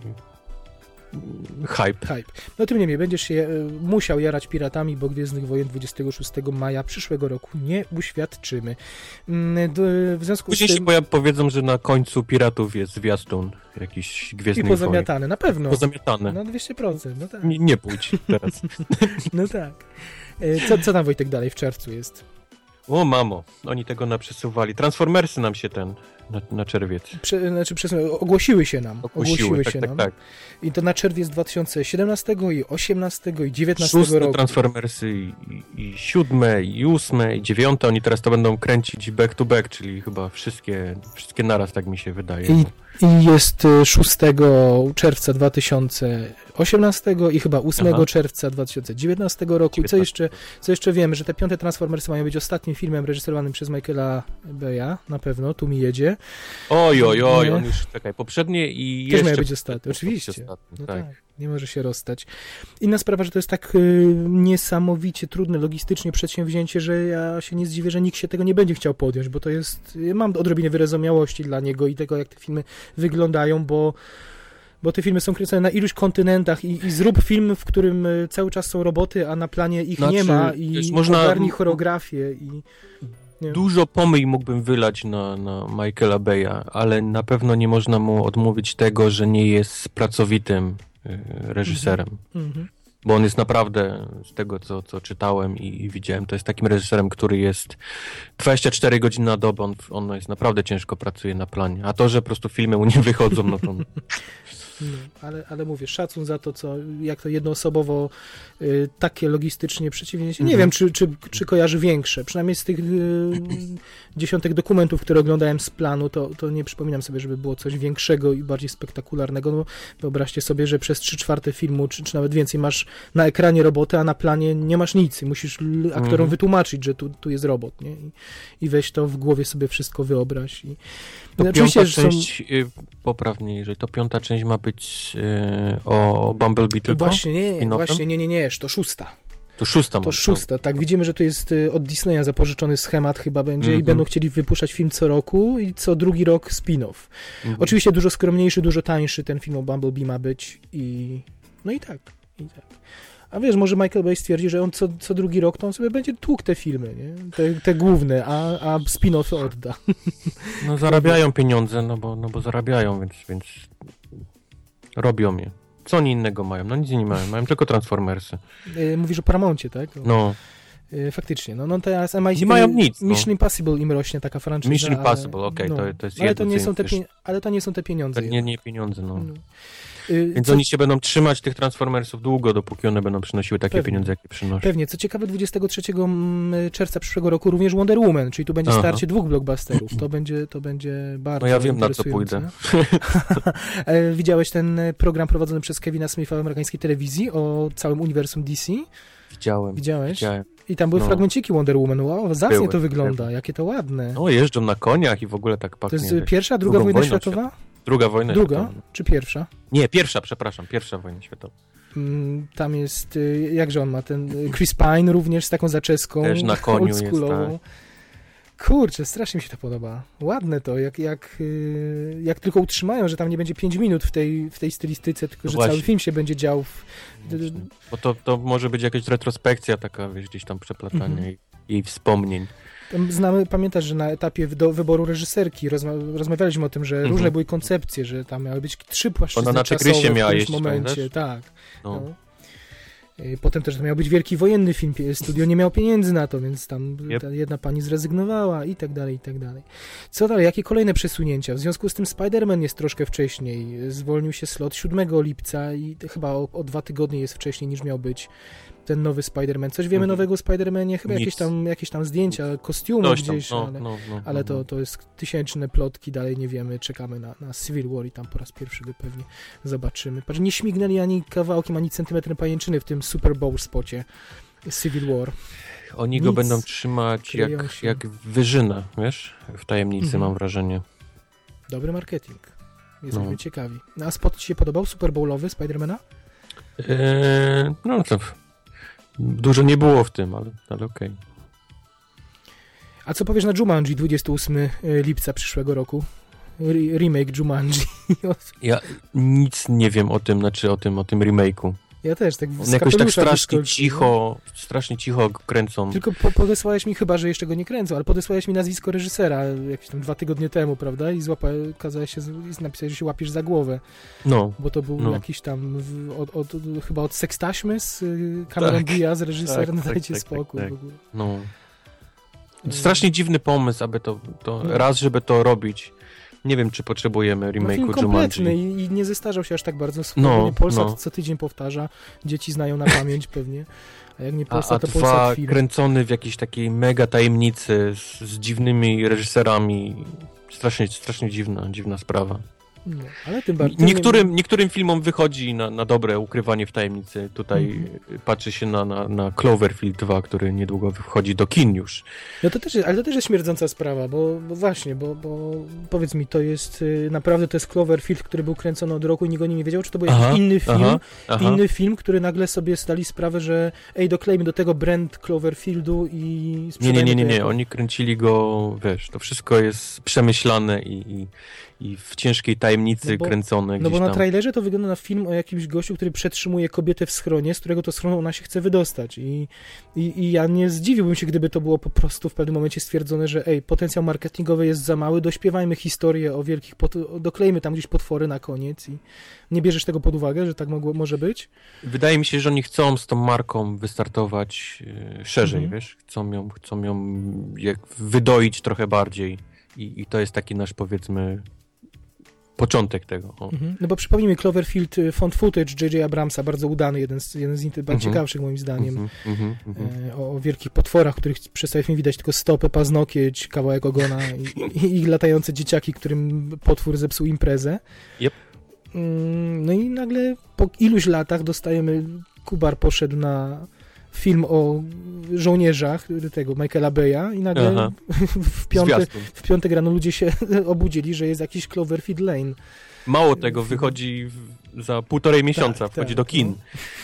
hype. Hype. No tym niemniej, będziesz się e, musiał jarać piratami, bo Gwiezdnych Wojen dwudziestego szóstego maja przyszłego roku nie uświadczymy. Mm, do, w związku Później z się tym... pojawi, powiedzą, że na końcu Piratów jest zwiastun jakiś I Gwiezdnych Wojen. pozamiatane, na pewno. Pozamiatane. No dwieście procent, no tak. Nie, nie pójdź teraz. No tak. E, co, co tam, Wojtek, dalej w czerwcu jest? O mamo, oni tego naprzesuwali. Transformersy nam się ten na, na czerwiec Prze, znaczy, przez, ogłosiły się nam. ogłosiły. Ogłosiły Tak, się tak, nam. tak. I to na czerwiec dwa tysiące siedemnastego i osiemnastego i dziewiętnastego Szóste roku. Transformersy i, i, i siódme, i ósme, i dziewiąte. Oni teraz to będą kręcić back to back, czyli chyba wszystkie, wszystkie naraz, tak mi się wydaje. I, I jest y, szóstego czerwca dwa tysiące osiemnastego i chyba ósmego Aha. czerwca dwa tysiące dziewiętnastego roku. I co jeszcze, co jeszcze wiemy, że te piąte Transformersy mają być ostatnim filmem reżyserowanym przez Michaela Beya, na pewno, tu mi jedzie. Oj, oj, oj, Nie. on już, czekaj, poprzednie i Też jeszcze... miał być ostatni, oczywiście. Ostatni, No tak. tak, nie może się rozstać. Inna sprawa, że to jest tak y, niesamowicie trudne logistycznie przedsięwzięcie, że ja się nie zdziwię, że nikt się tego nie będzie chciał podjąć, bo to jest, ja mam odrobinę wyrozumiałości dla niego i tego, jak te filmy wyglądają, bo bo te filmy są kręcone na iluś kontynentach i, i zrób film, w którym y, cały czas są roboty, a na planie ich Znaczy, nie ma i wiesz, można- ogarnij choreografię i... Nie. Dużo pomyj mógłbym wylać na, na Michaela Beya, ale na pewno nie można mu odmówić tego, że nie jest pracowitym y, reżyserem. Mhm. Bo on jest naprawdę, z tego co, co czytałem i, i widziałem, to jest takim reżyserem, który jest dwadzieścia cztery godziny na dobę, on, on jest naprawdę ciężko pracuje na planie. A to, że po prostu filmy mu nie wychodzą, no to... No, ale, ale mówię, szacun za to, co, jak to jednoosobowo y, takie logistycznie przedsięwzięcie. Nie Mhm. wiem, czy, czy, czy kojarzy większe. Przynajmniej z tych y, dziesiątek dokumentów, które oglądałem z planu, to, to nie przypominam sobie, żeby było coś większego i bardziej spektakularnego. No, wyobraźcie sobie, że przez trzy czwarte filmu, czy, czy nawet więcej, masz na ekranie robotę, a na planie nie masz nic i musisz l- aktorom Mhm. wytłumaczyć, że tu, tu jest robot, nie? I, i weź to w głowie sobie wszystko wyobraź. I, To no, oczywiście, piąta że są... część, y, poprawnie, jeżeli to piąta część ma być y, o Bumblebee tylko? Właśnie nie, Spin-offem? właśnie nie, nie, nie, to szósta. To szósta To ma. szósta, tak. Widzimy, że to jest y, od Disneya zapożyczony schemat chyba będzie i Mhm. będą chcieli wypuszczać film co roku i co drugi rok spin-off. Mhm. Oczywiście dużo skromniejszy, dużo tańszy ten film o Bumblebee ma być i... No i tak, i tak. A wiesz, może Michael Bay stwierdzi, że on co, co drugi rok to on sobie będzie tłukł te filmy, nie? Te, te główne, a, a spin-offy odda. No zarabiają pieniądze, no bo, no bo zarabiają, więc, więc robią je. Co oni innego mają? No nic nie mają, mają tylko Transformersy. Y, Mówisz o Paramouncie, tak? No, Y, Faktycznie, no, no teraz M I C, Nie mają nic, no. Mission Impossible im rośnie taka franczyza. Mission ale- Impossible, okej, no. to, to jest ale jedno, to nie co są im te też- pie... Ale to nie są te pieniądze. to nie, nie pieniądze, no. No. Y, Więc co, oni się będą trzymać tych Transformersów długo, dopóki one będą przynosiły takie Pewnie. pieniądze, jakie przynoszą. Pewnie. Co ciekawe, dwudziestego trzeciego czerwca przyszłego roku również Wonder Woman, czyli tu będzie Aha. starcie dwóch blockbusterów. To będzie, to będzie bardzo No ja wiem, na co interesujące. pójdę. E, Widziałeś ten program prowadzony przez Kevina Smitha w amerykańskiej telewizji o całym uniwersum D C? Widziałem, Widziałeś? widziałem. I tam były No. fragmenciki Wonder Woman. Wow, zacnie Były, to wygląda. Jakie to ładne. No jeżdżą na koniach i w ogóle tak To pachnie. jest wiesz. pierwsza, druga Drugą wojna wojną światowa? Druga wojna Druga? światowa. Czy pierwsza? Nie, pierwsza, przepraszam, pierwsza wojna światowa. Mm, Tam jest, y, jakże on ma, ten y, Chris Pine również z taką zaczeską. Też na koniu jest, oldschoolową. Kurczę, strasznie mi się to podoba. Ładne to, jak, jak, y, jak tylko utrzymają, że tam nie będzie pięć minut w tej, w tej stylistyce, tylko że Właśnie. cały film się będzie dział w... Bo to, to może być jakaś retrospekcja taka, wiesz, gdzieś tam przeplatanie Mhm. jej, jej wspomnień. Tam znamy, pamiętasz, że na etapie w- do wyboru reżyserki rozma- rozmawialiśmy o tym, że Mhm. różne były koncepcje, że tam miały być trzy płaszczyzny Ona na czasowe Tygrysie w miała którymś jeść, momencie. pamiętasz? Tak. No. No. Potem też to miał być wielki wojenny film, studio nie miało pieniędzy na to, więc tam Yep. ta jedna pani zrezygnowała i tak dalej, i tak dalej. Co dalej? Jakie kolejne przesunięcia? W związku z tym Spider-Man jest troszkę wcześniej. Zwolnił się slot siódmego lipca i chyba o, o dwa tygodnie jest wcześniej niż miał być ten nowy Spider-Man. Coś wiemy Mhm. nowego o Spider-Manie? Chyba jakieś tam, jakieś tam zdjęcia, kostiumy Coś tam, gdzieś, no, ale, no, no, ale no, to, no. to jest tysięczne plotki, dalej nie wiemy, czekamy na, na Civil War i tam po raz pierwszy go pewnie zobaczymy. Patrz, nie śmignęli ani kawałkiem, ani centymetrem pajęczyny w tym Super Bowl spocie Civil War. Oni Nic. go będą trzymać Kryją jak, się. jak wyżynę, wiesz? W tajemnicy, Mhm. mam wrażenie. Dobry marketing. Jesteśmy No. ciekawi. No, a spot ci się podobał? Super Bowlowy Spidermana? Eee, no to w- dużo nie było w tym, ale, ale okej. A co powiesz na Jumanji dwudziestego ósmego lipca przyszłego roku? Re- remake Jumanji. Ja nic nie wiem o tym, znaczy o tym, o tym remake'u. Ja też, tak z One jakoś tak kapelusza strasznie wyskoczył, cicho, strasznie cicho go kręcą. Tylko po, podesłałeś mi, chyba że jeszcze go nie kręcą, ale podesłałeś mi nazwisko reżysera jakieś tam dwa tygodnie temu, prawda? I złapa, kazałeś się, z- napisałeś, że się łapiesz za głowę, No, bo to był No. jakiś tam w, od, od, chyba od Sekstaśmy z y, Cameron Tak, Diaz, reżyser, tak, no tak, dajcie tak, spokój tak, w ogóle. no. Strasznie dziwny pomysł, aby to, to No. raz, żeby to robić. Nie wiem, czy potrzebujemy No film remake'u kompletny Jumanji. i, i nie zestarzał się aż tak bardzo. No, No, Polsat no. co tydzień powtarza, dzieci znają na pamięć pewnie, a jak nie A, a Polsat, to dwa Polsat film. kręcony w jakiejś takiej mega tajemnicy z, z dziwnymi reżyserami. Strasznie, strasznie dziwna, dziwna sprawa. No, ale tym bardziej... Niektórym, niektórym filmom wychodzi na, na dobre ukrywanie w tajemnicy. Tutaj Mhm. patrzy się na, na, na Cloverfield dwa, który niedługo wchodzi do kin już. No to też, jest- ale to też jest śmierdząca sprawa, bo, bo właśnie, bo, bo powiedz mi, to jest y, naprawdę to jest Cloverfield, który był kręcony od roku i nikt o nim nie wiedział, czy to był Aha, jakiś inny film, aha, aha. inny film, który nagle sobie zdali sprawę, że ej, doklejmy do tego brand Cloverfieldu i Nie, nie, sprzedajmy nie, nie, to nie. jako- Oni kręcili go, wiesz, to wszystko jest przemyślane i, i, i w ciężkiej tajemnicy No bo- kręcone No gdzieś bo na tam. trailerze to wygląda na film o jakimś gościu, który przetrzymuje kobietę w schronie, z którego to schronu ona się chce wydostać. I, i, I ja nie zdziwiłbym się, gdyby to było po prostu w pewnym momencie stwierdzone, że ej, potencjał marketingowy jest za mały, dośpiewajmy historię o wielkich, pot- doklejmy tam gdzieś potwory na koniec i nie bierzesz tego pod uwagę, że tak mogło, może być? Wydaje mi się, że oni chcą z tą marką wystartować e, szerzej, Mhm. wiesz? Chcą ją, chcą ją jak wydoić trochę bardziej. I, I to jest taki nasz, powiedzmy, początek tego. O. Mhm. No bo przypomnijmy, Cloverfield y, found footage J J Abramsa, bardzo udany, jeden z, jeden z Mhm. ciekawszych moim zdaniem. Mhm, mhm, mhm. E, o, o wielkich potworach, których przez cały film widać tylko stopę, paznokieć, kawałek ogona i, i, i latające dzieciaki, którym potwór zepsuł imprezę. Yep. Mm, No i nagle po iluś latach dostajemy, Kubar poszedł na film o żołnierzach tego Michaela Beya i nagle Aha. w piątek, Zwiastun. w piątek rano ludzie się obudzili, że jest jakiś Cloverfield Lane. Mało tego, wychodzi w, za półtorej miesiąca, Tak, wchodzi tak, do kin. no.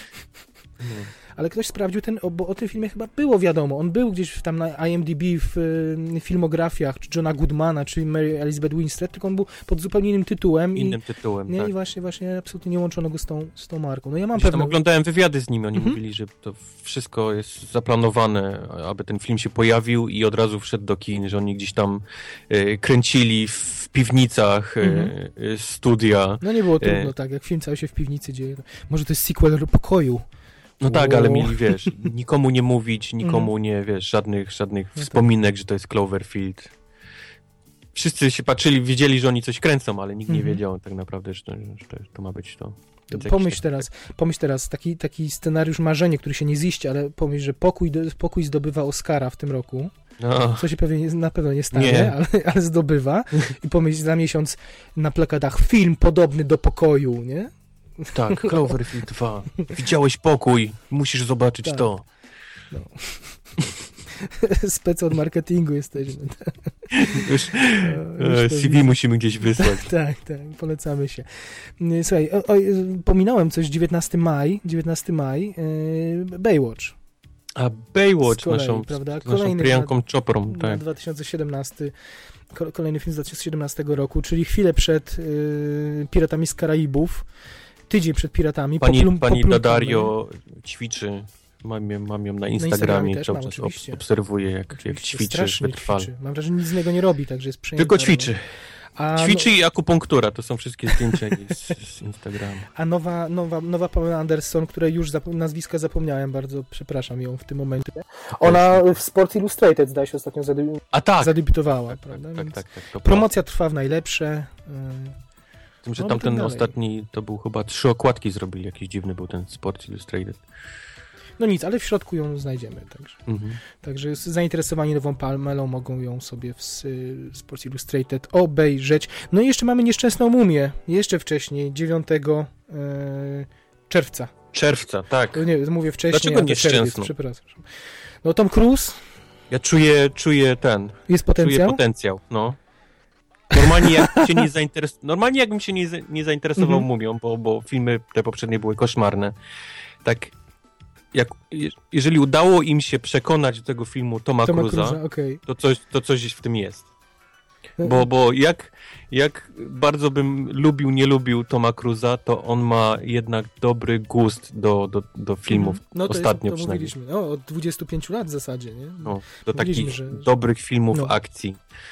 No. Ale ktoś sprawdził ten, o- bo o tym filmie chyba było wiadomo. On był gdzieś w- tam na I M D B w y, filmografiach, czy Johna Goodmana, czy Mary Elizabeth Winstead, tylko on był pod zupełnie innym tytułem Innym i, tytułem, nie, tak. i właśnie, właśnie absolutnie nie łączono go z tą, z tą marką. No ja mam Gdzieś tam pewne... oglądałem wywiady z nimi, oni Mhm. mówili, że to wszystko jest zaplanowane, aby ten film się pojawił i od razu wszedł do kin, że oni gdzieś tam e, kręcili w piwnicach e, Mhm. e, studia. No nie było trudno, E. tak, jak film cały się w piwnicy dzieje. Może to jest sequel Pokoju. No tak, O. ale mieli, wiesz, nikomu nie mówić, nikomu nie, wiesz, żadnych, żadnych tak. wspominek, że to jest Cloverfield. Wszyscy się patrzyli, wiedzieli, że oni coś kręcą, ale nikt nie Mhm. wiedział tak naprawdę, że to, że to, to ma być to. To Więc jakiś pomyśl taki- teraz, pomyśl teraz, taki, taki scenariusz marzenie, który się nie ziści, ale pomyśl, że Pokój, do- Pokój zdobywa Oscara w tym roku. No, Co się pewnie nie, na pewno nie stanie, Nie. ale, ale zdobywa. I pomyśl za miesiąc na plakatach film podobny do Pokoju, nie? tak, Cloverfield dwa. Widziałeś Pokój, musisz zobaczyć Tak. to. Spec od marketingu jesteśmy. Już, No, już e, to C V widzę. musimy gdzieś wysłać. Tak, tak, polecamy się. Nie, Słuchaj, o, o, pominąłem coś, dziewiętnastego maja, dziewiętnastego maja, yy, Baywatch. A Baywatch, Z kolei, naszą, prawda? naszą Kolejny Priyanką Choprą, Na tak. dwa tysiące siedemnasty, ko- kolejny film z dwa tysiące siedemnastego roku, czyli chwilę przed yy, Piratami z Karaibów, tydzień przed Piratami. Pani, poplum- pani poplunkamy. Dadario ćwiczy, mam, ją- mam ją na Instagramie, też cały mam, czas ob, oczywiście. obserwuję, jak, jak Oczywiście, ćwiczy strasznie wytrwale. ćwiczy. Mam wrażenie, że nic innego nie robi, także jest przejęta. Tylko ćwiczy. A Ćwiczy no, i akupunktura, to są wszystkie zdjęcia z, z Instagrama. a nowa, nowa, nowa Pamela Anderson, której już zap- nazwiska zapomniałem, bardzo przepraszam ją w tym momencie. Ona w Sports Illustrated, zdaje się, ostatnio zady- A tak! zadebiutowała, tak, prawda? tak, Więc tak, tak, to promocja trwa w najlepsze. y, Tym, że no, tamten tak dalej. ostatni, to był chyba trzy okładki zrobili, jakiś dziwny był ten Sports Illustrated. No nic, ale w środku ją znajdziemy, także. Mhm. Także zainteresowani nową Pamelą mogą ją sobie w s- Sports Illustrated obejrzeć. No i jeszcze mamy Nieszczęsną mumię, jeszcze wcześniej, dziewiątego e, czerwca. Czerwca, tak. To nie, mówię wcześniej, Dlaczego a to czerwiec, nieszczęsną? przepraszam. No Tom Cruise, Ja czuję, czuję ten, jest czuję potencjał? potencjał, no. Normalnie, jak się nie zainteres... Normalnie jakbym się nie, za- nie zainteresował Mhm. mumią, bo, bo filmy te poprzednie były koszmarne, tak jak, je- jeżeli udało im się przekonać do tego filmu Toma, Toma Cruza, Cruza, okej. to, coś, to coś w tym jest. No, Bo, bo jak, jak bardzo bym lubił, nie lubił Toma Cruza, to on ma jednak dobry gust do, do, do filmów. Mhm. No to Ostatnio jest, to przynajmniej. mówiliśmy, no, od dwudziestu pięciu lat w zasadzie, nie? No, do Mówiliśmy, takich że- dobrych filmów No. akcji.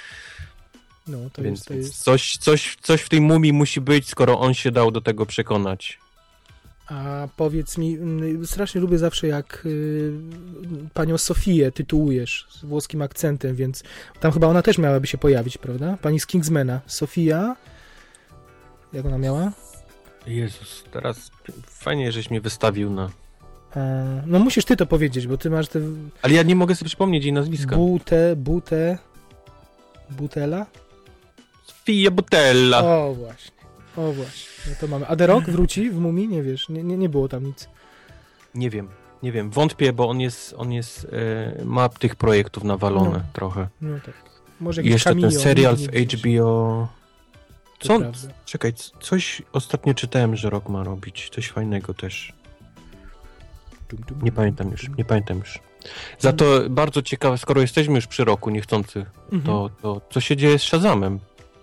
No, to Więc jest, to jest. Coś, coś, coś w tej mumii musi być, skoro on się dał do tego przekonać. A powiedz mi, mm, strasznie lubię zawsze jak y, panią Sofię tytułujesz z włoskim akcentem, więc tam chyba ona też miałaby się pojawić, prawda? Pani z Kingsmana. Sofia, jak ona miała? Jezus, teraz fajnie, żeś mnie wystawił na... A, no musisz ty to powiedzieć, bo ty masz te Ale ja nie mogę sobie przypomnieć jej nazwiska. butę, butę, butela? Sofia Butella. O właśnie, o właśnie. No to mamy. A The Rock wróci w Mumii? Nie wiesz, nie, nie, nie było tam nic. Nie wiem, nie wiem. Wątpię, bo on jest, on jest, e, ma tych projektów nawalone No. trochę. No tak. Może I jakiś jeszcze cameo, ten serial nigdy w nie widzisz. H B O... To Co on... prawda. Czekaj, c- coś ostatnio czytałem, że Rock ma robić. Coś fajnego też. Tum, tum, Nie tum, pamiętam tum, już, tum. nie pamiętam już. Za to bardzo ciekawe, skoro jesteśmy już przy roku niechcący, Mhm. to, to co się dzieje z Shazamem?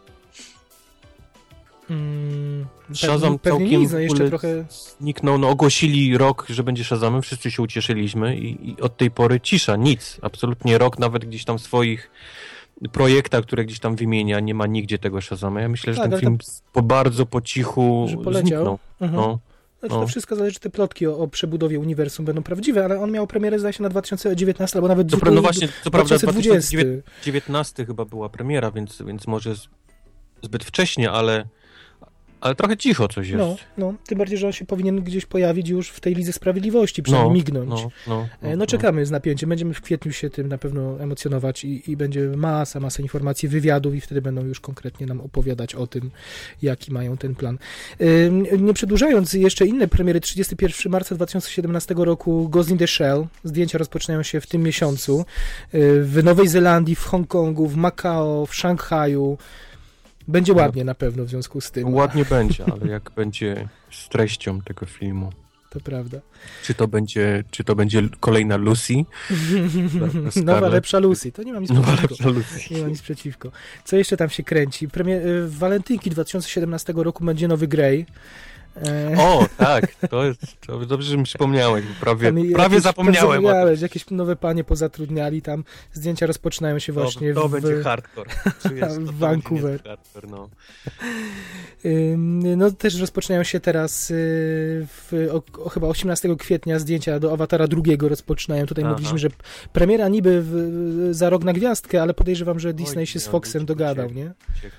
Mm, Shazam pewnie całkiem nic, no w jeszcze ogóle trochę... zniknął, no ogłosili rok, że będzie Shazamem, wszyscy się ucieszyliśmy i, i od tej pory cisza, nic, absolutnie rok, nawet gdzieś tam w swoich projektach, które gdzieś tam wymienia, nie ma nigdzie tego Shazama. Ja myślę, że Tak, ten ale film tam- po bardzo po cichu że poleciał. zniknął. Mhm. No. Znaczy, no. to wszystko zależy, czy te plotki o, o przebudowie uniwersum będą prawdziwe, ale on miał premierę, zdaje się, na dwa tysiące dziewiętnasty, albo nawet Co, pra- no właśnie, co prawda dwa tysiące dwudziesty. dwa tysiące dziewiętnasty chyba była premiera, więc, więc może z- zbyt wcześnie, ale, ale trochę cicho coś jest. No, no, tym bardziej, że on się powinien gdzieś pojawić już w tej Lidze Sprawiedliwości, przynajmniej mignąć. No, no, E, No czekamy z napięciem, będziemy w kwietniu się tym na pewno emocjonować i, i będzie masa, masa informacji, wywiadów i wtedy będą już konkretnie nam opowiadać o tym, jaki mają ten plan. E, Nie przedłużając, jeszcze inne premiery, trzydziestego pierwszego marca dwa tysiące siedemnastego roku Ghost in the Shell, zdjęcia rozpoczynają się w tym miesiącu, e, w Nowej Zelandii, w Hongkongu, w Makao, w Szanghaju. Będzie ładnie na pewno w związku z tym. Ładnie będzie, ale jak będzie z treścią tego filmu. To prawda. Czy to będzie, czy to będzie kolejna Lucy? Nowa, lepsza Lucy. To nie mam nic Nowa, przeciwko. lepsza Lucy. Nie ma nic przeciwko. Co jeszcze tam się kręci? Premier, y, w Walentynki dwa tysiące siedemnastego roku będzie nowy Grey. E, O, tak, to jest, to dobrze, że mi przypomniałeś, bo prawie, tam jakieś- prawie zapomniałem o tym. zapomniałeś, jakieś nowe panie pozatrudniali tam. Zdjęcia rozpoczynają się właśnie to, to w, będzie hardcore. Czujesz, to, w to Vancouver. będzie hardcore, no. Ym, No też rozpoczynają się teraz y, w, o, o, chyba osiemnastego kwietnia zdjęcia do Awatara drugiego rozpoczynają. Tutaj Aha. mówiliśmy, że premiera niby w, za rok na gwiazdkę, ale podejrzewam, że Disney Oj, się z ja Foxem bym dogadał, uciekł. nie? Uciekł.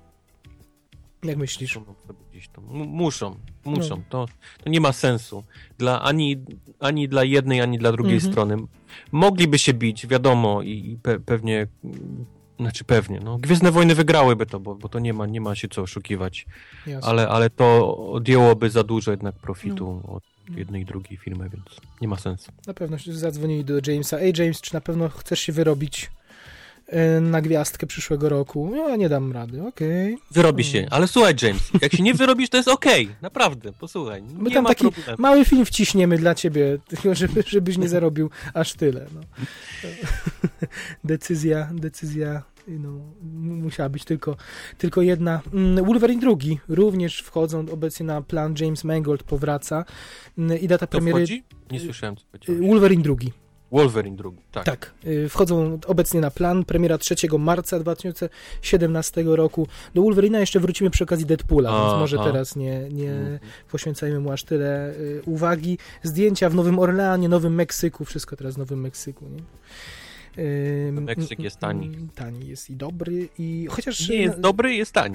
Jak myślisz? Muszą gdzieś to. M- Muszą, muszą. No. To, to nie ma sensu. Dla, ani, ani dla jednej, ani dla drugiej Mhm. strony. Mogliby się bić, wiadomo, i, i pe, pewnie, mm, znaczy pewnie, no. Gwiezdne Wojny wygrałyby to, bo, bo to nie ma, nie ma się co oszukiwać. Jasne. Ale, ale to odjęłoby za dużo jednak profitu No. od jednej i drugiej firmy, więc nie ma sensu. Na pewno się zadzwonili do Jamesa. Ej, James, czy na pewno chcesz się wyrobić y, na gwiazdkę przyszłego roku? Ja nie dam rady, okej. Wyrobi Mm. się, ale słuchaj, James, jak się nie wyrobisz, to jest okej, naprawdę, posłuchaj, My nie tam ma taki problemu. mały film wciśniemy dla ciebie, tylko żeby, żebyś nie zarobił aż tyle. No. Decyzja, decyzja no, musiała być tylko, tylko jedna. Mm, Wolverine drugi również wchodzą obecnie na plan. James Mangold powraca mm, i data To premiery wchodzi? Nie słyszałem, co powiedziałeś. Wolverine drugi. Wolverine drugi, tak. Tak, y, wchodzą obecnie na plan, premiera trzeciego marca dwa tysiące siedemnastego roku. Do Wolverina jeszcze wrócimy przy okazji Deadpoola, A, więc może a. teraz nie, nie Mhm. poświęcajmy mu aż tyle y, uwagi. Zdjęcia w Nowym Orleanie, Nowym Meksyku, wszystko teraz w Nowym Meksyku, nie? Y, Meksyk jest tani. mm, Tani jest i dobry, i chociaż... Nie jest dobry, jest tani.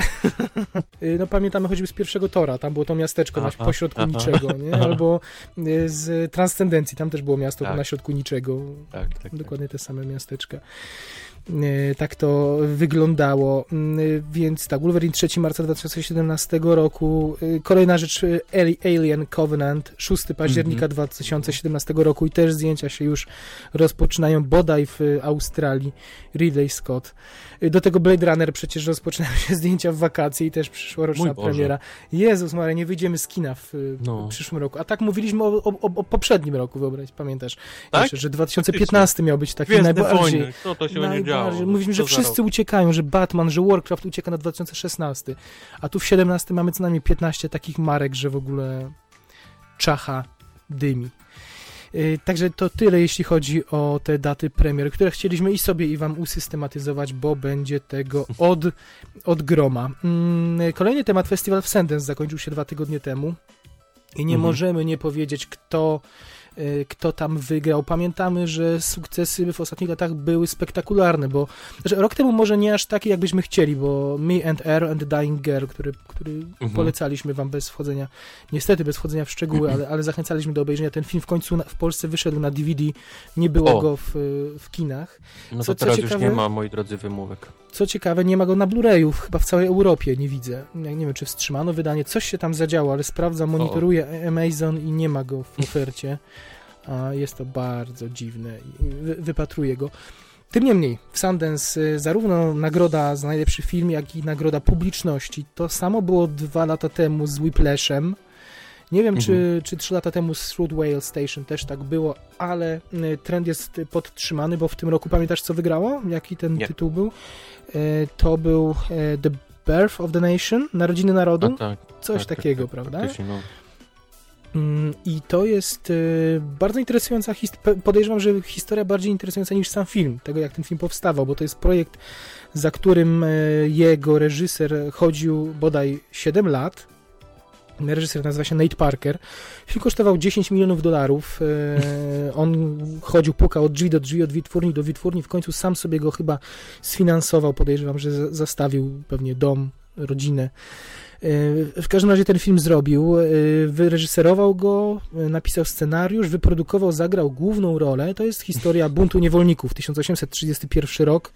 y, No pamiętamy choćby z pierwszego Tora, tam było to miasteczko na Aha, pośrodku aha. niczego, nie? Albo y, z Transcendencji, tam też było miasto Tak. na środku niczego. Tak, tak, tak. Dokładnie te same miasteczka. E, Tak to wyglądało. Mm, Więc tak, Wolverine trzeciego marca dwa tysiące siedemnastego roku. E, Kolejna rzecz, e, Ali- Alien Covenant, szóstego października Mhm. dwa tysiące siedemnastego roku i też zdjęcia się już rozpoczynają bodaj w e, Australii. Ridley Scott. E, Do tego Blade Runner przecież rozpoczynają się zdjęcia w wakacje i też przyszłoroczna Mój Boże. premiera. Jezus Maria, nie wyjdziemy z kina w, e, No. w przyszłym roku. A tak mówiliśmy o, o, o poprzednim roku, wyobraź, pamiętasz? Tak? Jeszcze, że dwa tysiące piętnasty miał być taki Gwiezdne najbardziej... wojny, co to się będzie Najbardziej. działo? Mówiliśmy, że Co za wszyscy rok? uciekają, że Batman, że Warcraft ucieka na dwa tysiące szesnasty, a tu w siedemnastym mamy co najmniej piętnaście takich marek, że w ogóle czacha dymi. Yy, Także to tyle, jeśli chodzi o te daty premier, które chcieliśmy i sobie, i wam usystematyzować, bo będzie tego od, od groma. Yy, Kolejny temat, Festiwal w Sundance zakończył się dwa tygodnie temu i nie Mhm. możemy nie powiedzieć, kto y, kto tam wygrał. Pamiętamy, że sukcesy w ostatnich latach były spektakularne, bo znaczy, rok temu może nie aż taki, jakbyśmy chcieli, bo Me and Air and the Dying Girl, który, który Mhm. polecaliśmy wam bez wchodzenia, niestety bez wchodzenia w szczegóły, ale, ale zachęcaliśmy do obejrzenia. Ten film w końcu na, w Polsce wyszedł na D V D, nie było O. go w, w kinach. No to Co- co teraz ciekawe- już nie ma, moi drodzy, wymówek. Co ciekawe, nie ma go na Blu-rayu, chyba w całej Europie nie widzę. Ja nie wiem, czy wstrzymano wydanie, coś się tam zadziało, ale sprawdzam, monitoruję Amazon i nie ma go w ofercie. A jest to bardzo dziwne i wy, wypatruję go. Tym niemniej, w Sundance y, zarówno nagroda za najlepszy film, jak i nagroda publiczności. To samo było dwa lata temu z Whiplashem. Nie wiem, Mhm. czy, czy trzy lata temu z Fruitvale Station też tak było, ale y, trend jest y, podtrzymany, bo w tym roku pamiętasz, co wygrało? Jaki ten Nie. tytuł był? Y, to był y, The Birth of the Nation, Narodziny Narodu. A tak, Coś tak, takiego, tak, tak, prawda? faktycznie, no. Mm, I to jest y, bardzo interesująca historia. Podejrzewam, że historia bardziej interesująca niż sam film, tego jak ten film powstawał, bo to jest projekt, za którym y, jego reżyser chodził bodaj siedem lat. Reżyser nazywa się Nate Parker. Film kosztował dziesięć milionów dolarów. Y, on chodził, pukał od drzwi do drzwi, od wytwórni do wytwórni. W końcu sam sobie go chyba sfinansował. Podejrzewam, że za- zastawił pewnie dom, rodzinę. W każdym razie ten film zrobił, wyreżyserował go, napisał scenariusz, wyprodukował, zagrał główną rolę. To jest historia buntu niewolników, tysiąc osiemset trzydziesty pierwszy rok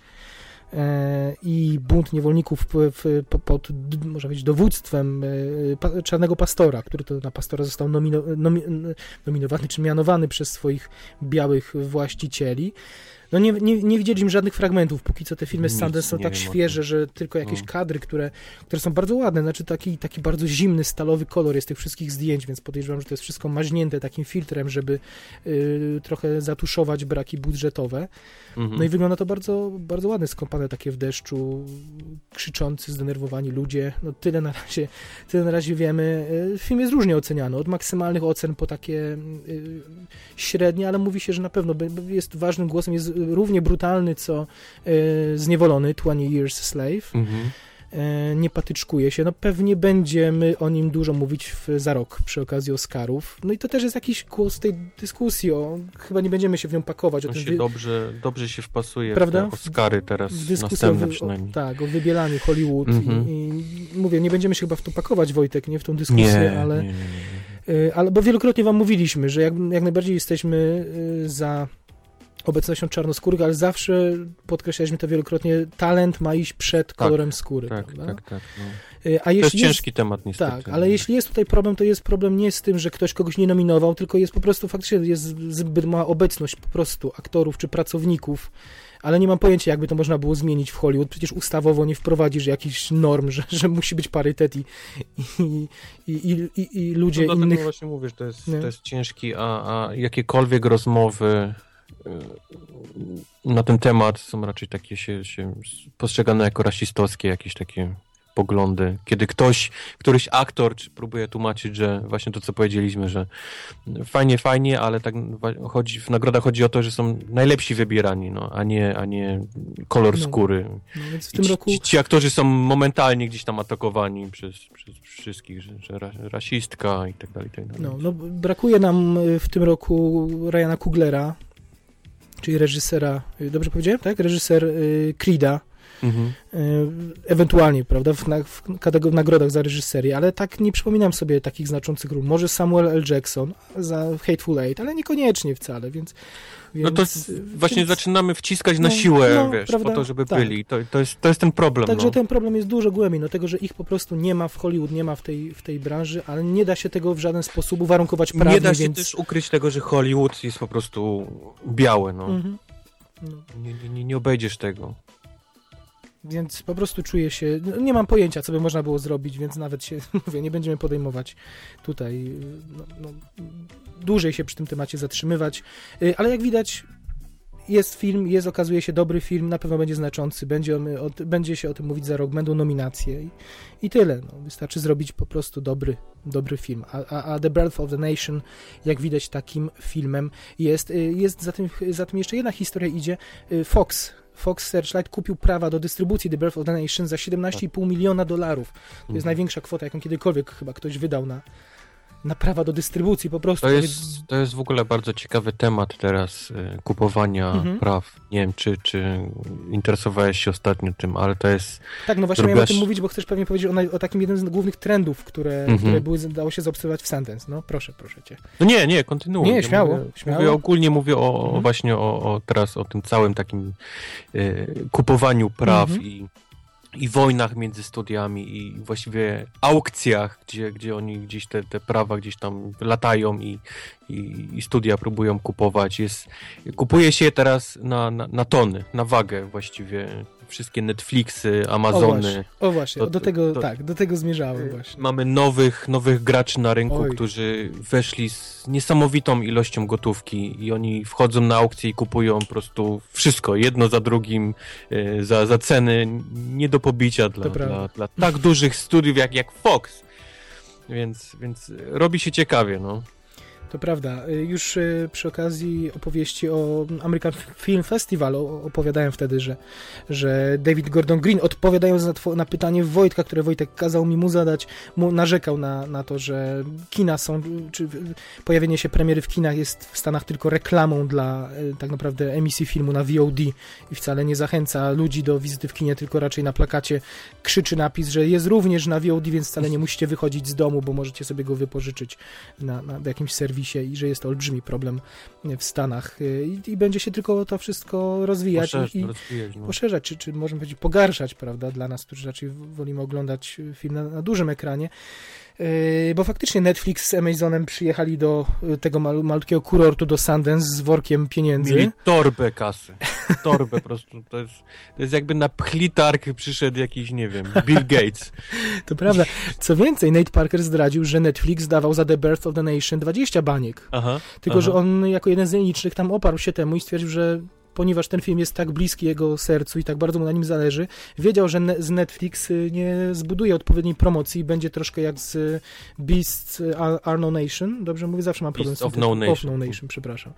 i bunt niewolników w, w, pod, można powiedzieć, dowództwem pa, czarnego pastora, który to na pastora został nomino, nomi, nominowany czy mianowany przez swoich białych właścicieli. No nie, nie, nie widzieliśmy żadnych fragmentów, póki co te filmy z Nic Sundance są nie tak wiem o świeże, tym. że tylko jakieś No. kadry, które, które są bardzo ładne, znaczy taki, taki bardzo zimny, stalowy kolor jest tych wszystkich zdjęć, więc podejrzewam, że to jest wszystko maźnięte takim filtrem, żeby y, trochę zatuszować braki budżetowe. Mhm. No i wygląda to bardzo, bardzo ładnie, skąpane takie w deszczu, krzyczący, zdenerwowani ludzie. No tyle na razie, tyle na razie wiemy. Y, Film jest różnie oceniany, od maksymalnych ocen po takie y, średnie, ale mówi się, że na pewno be- be- jest ważnym głosem, jest równie brutalny, co y, Zniewolony, twenty Years a Slave. Mhm. E, nie patyczkuje się. No pewnie będziemy o nim dużo mówić w, za rok przy okazji Oscarów. No i to też jest jakiś głos tej dyskusji. O, chyba nie będziemy się w nią pakować. O On tym się wy... dobrze, dobrze się wpasuje Prawda? w te Oscary teraz, w dyskusji następne o, wy- przynajmniej. o, tak, o wybielaniu Hollywood. Mhm. I, I mówię, nie będziemy się chyba w to pakować, Wojtek, nie w tą dyskusję, Nie, ale, nie, nie, nie, nie. y, ale bo wielokrotnie wam mówiliśmy, że jak, jak najbardziej jesteśmy y, za obecnością czarnoskórych, ale zawsze podkreślaliśmy to wielokrotnie, talent ma iść przed kolorem skóry. Tak, prawda? tak, tak. No. Y, A To jest jeśli jest, ciężki temat niestety. tak, ale jeśli jest tutaj problem, to jest problem nie z tym, że ktoś kogoś nie nominował, tylko jest po prostu faktycznie jest zbyt mała obecność po prostu aktorów czy pracowników, ale nie mam pojęcia, jakby to można było zmienić w Hollywood. Przecież ustawowo nie wprowadzisz jakichś norm, że, że musi być parytet i, i, i, i, i, i ludzie no, dlatego innych... właśnie mówisz, to jest, Nie. to jest ciężki, a, a jakiekolwiek rozmowy y, na ten temat są raczej takie się, się postrzegane jako rasistowskie, jakieś takie poglądy. Kiedy ktoś, któryś aktor czy próbuje tłumaczyć, że właśnie to, co powiedzieliśmy, że fajnie, fajnie, ale tak chodzi, w nagrodach chodzi o to, że są najlepsi wybierani, no, a nie, a nie kolor No. skóry. No, więc w I tym ci, roku... ci, ci aktorzy są momentalnie gdzieś tam atakowani przez, przez wszystkich, że, że ra, rasistka i tak dalej, i tak dalej. No, no, brakuje nam w tym roku Ryana Cooglera, czyli reżysera, dobrze powiedziałem, tak? Reżyser y, Creed'a, Mhm. y, ewentualnie, prawda, w, na, w kategor- nagrodach za reżyserię, ale tak nie przypominam sobie takich znaczących ról. Może Samuel L. Jackson za Hateful Eight, ale niekoniecznie wcale, więc... No to więc, właśnie więc, zaczynamy wciskać na no, siłę, no, wiesz, prawda? po to, żeby Tak. byli. To, to, jest, to jest ten problem, Także no. ten problem jest dużo głębiej, no tego, że ich po prostu nie ma w Hollywood, nie ma w tej, w tej branży, ale nie da się tego w żaden sposób uwarunkować prawnie, Nie da się więc... też ukryć tego, że Hollywood jest po prostu biały, no. Mhm. No. Nie, nie, nie obejdziesz tego. Więc po prostu czuję się, no, nie mam pojęcia, co by można było zrobić, więc nawet się, mówię, nie będziemy podejmować tutaj, no, no, dłużej się przy tym temacie zatrzymywać, Y, ale jak widać, jest film, jest, okazuje się, dobry film, na pewno będzie znaczący, będzie, on, o, będzie się o tym mówić za rok, będą nominacje i, i tyle, no, wystarczy zrobić po prostu dobry, dobry film, a, a, a The Birth of the Nation, jak widać, takim filmem jest. Y, jest za tym, za tym jeszcze jedna historia idzie, y, Fox, Fox Searchlight kupił prawa do dystrybucji The Birth of the Nation za siedemnaście i pół miliona dolarów. To jest Mhm. największa kwota, jaką kiedykolwiek chyba ktoś wydał na, na prawa do dystrybucji, po prostu. To jest, to jest w ogóle bardzo ciekawy temat teraz, y, kupowania Mhm. praw. Nie wiem, czy, czy interesowałeś się ostatnio tym, ale to jest... Tak, no właśnie miałem o Drobiaż- tym mówić, bo chcesz pewnie powiedzieć o, naj, o takim jednym z głównych trendów, które, Mhm. które były, dało się zaobserwować w Sundance. No proszę, proszę cię. No nie, nie, kontynuuj. Nie, śmiało, Mówię, śmiało. mówię ogólnie, mówię o, Mhm. o właśnie o, o teraz o tym całym takim y, kupowaniu praw Mhm. i, i wojnach między studiami i właściwie aukcjach, gdzie, gdzie oni gdzieś te, te prawa gdzieś tam latają i, i, i studia próbują kupować. Jest, kupuje się je teraz na, na, na tony, na wagę właściwie. Wszystkie Netflixy, O Amazony. właśnie, o właśnie To- do tego, to- tak, do tego zmierzałem właśnie. Mamy nowych, nowych graczy na rynku, Oj. którzy weszli z niesamowitą ilością gotówki i oni wchodzą na aukcję i kupują po prostu wszystko, jedno za drugim, e, za, za ceny nie do pobicia dla, prawda. dla, dla tak dużych studiów jak, jak Fox. Więc, więc robi się ciekawie, no. To prawda. Y, Już y, przy okazji opowieści o American Film Festival o- opowiadałem wtedy, że, że David Gordon Green, odpowiadając na, two, na pytanie Wojtka, które Wojtek kazał mi mu zadać, mu narzekał na, na to, że kina są, czy y, pojawienie się premiery w kinach jest w Stanach tylko reklamą dla y, tak naprawdę emisji filmu na V O D i wcale nie zachęca ludzi do wizyty w kinie, tylko raczej na plakacie krzyczy napis, że jest również na V O D, więc wcale nie musicie wychodzić z domu, bo możecie sobie go wypożyczyć na, na jakimś serwisie i że jest to olbrzymi problem w Stanach i, i będzie się tylko to wszystko rozwijać Poszerz, i, i rozwijać, no. poszerzać, czy, czy możemy powiedzieć pogarszać, prawda, dla nas, którzy raczej wolimy oglądać film na, na dużym ekranie. Yy, bo faktycznie Netflix z Amazonem przyjechali do y, tego mal, malutkiego kurortu, do Sundance z workiem pieniędzy. Mieli torbę kasy. Torbę po prostu. To jest, to jest jakby na pchlitark przyszedł jakiś, nie wiem, Bill Gates. To prawda. Co więcej, Nate Parker zdradził, że Netflix dawał za The Birth of the Nation dwadzieścia baniek. Aha. Tylko, aha. że on jako jeden z nielicznych tam oparł się temu i stwierdził, że ponieważ ten film jest tak bliski jego sercu i tak bardzo mu na nim zależy, wiedział, że ne- z Netflix y, nie zbuduje odpowiedniej promocji i będzie troszkę jak z Beasts Are No Nation. Dobrze mówię? Zawsze mam problem Beasts z tym of tytułem. No Nation. Of No Nation, przepraszam.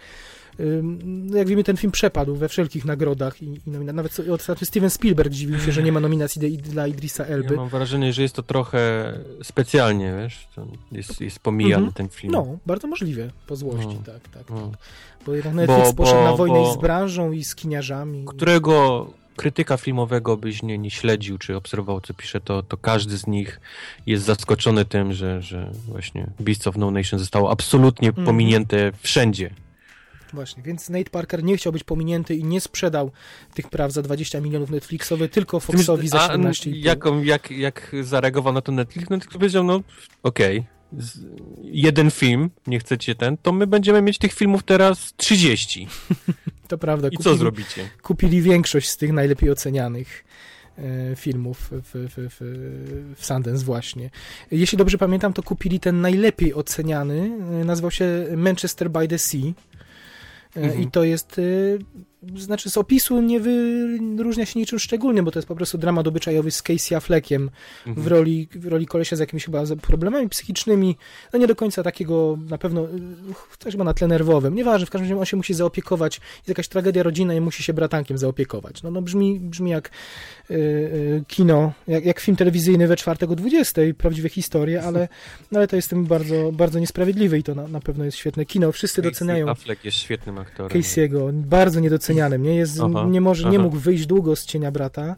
Ym, Jak wiemy, ten film przepadł we wszelkich nagrodach i, i nomina- nawet co- ostatnio Steven Spielberg dziwił się, że nie ma nominacji de- dla Idrisa Elby. Ja mam wrażenie, że jest to trochę specjalnie, wiesz, to jest, jest pomijany Mhm. ten film. No, bardzo możliwe, po złości, No. tak, tak, No. tak. Bo jednak Netflix Bo- poszedł bo- na wojnę bo- i z branżą, i z kiniarzami. Którego krytyka filmowego byś nie, nie śledził, czy obserwował, co pisze, to, to każdy z nich jest zaskoczony tym, że, że właśnie Beasts of No Nation zostało absolutnie Mhm. pominięte wszędzie. Właśnie, więc Nate Parker nie chciał być pominięty i nie sprzedał tych praw za dwadzieścia milionów Netflixowe, tylko Foxowi za A, siedemnaście i pół. jak, on- jak, jak zareagował na to Netflix? Netflix powiedział, no okej, z- jeden film, nie chcecie ten, to my będziemy mieć tych filmów teraz trzydzieści. To prawda, I co kupili, zrobicie? kupili większość z tych najlepiej ocenianych e, filmów w, w, w, w Sundance właśnie. Jeśli dobrze pamiętam, to kupili ten najlepiej oceniany, e, nazywał się Manchester by the Sea. E, Mhm. I to jest e, znaczy z opisu nie wyróżnia się niczym szczególnym, bo to jest po prostu dramat obyczajowy z Casey Affleckiem Mhm. w roli, w roli kolesia z jakimiś chyba problemami psychicznymi, no nie do końca takiego na pewno, y, coś chyba na tle nerwowym, nieważne, w każdym razie on się musi zaopiekować, jest jakaś tragedia rodzinna i musi się bratankiem zaopiekować. No, no brzmi, brzmi jak y, y, kino, jak, jak film telewizyjny we czwartek o dwudziestej, prawdziwe historie, ale, no, ale to jest tym bardzo, bardzo niesprawiedliwe i to na, na pewno jest świetne kino. Wszyscy Casey doceniają Affleck jest świetnym aktorem. Casey'ego, bardzo niedocenianym, nie? Jest, Aha, nie, może, nie aha. mógł wyjść długo z cienia brata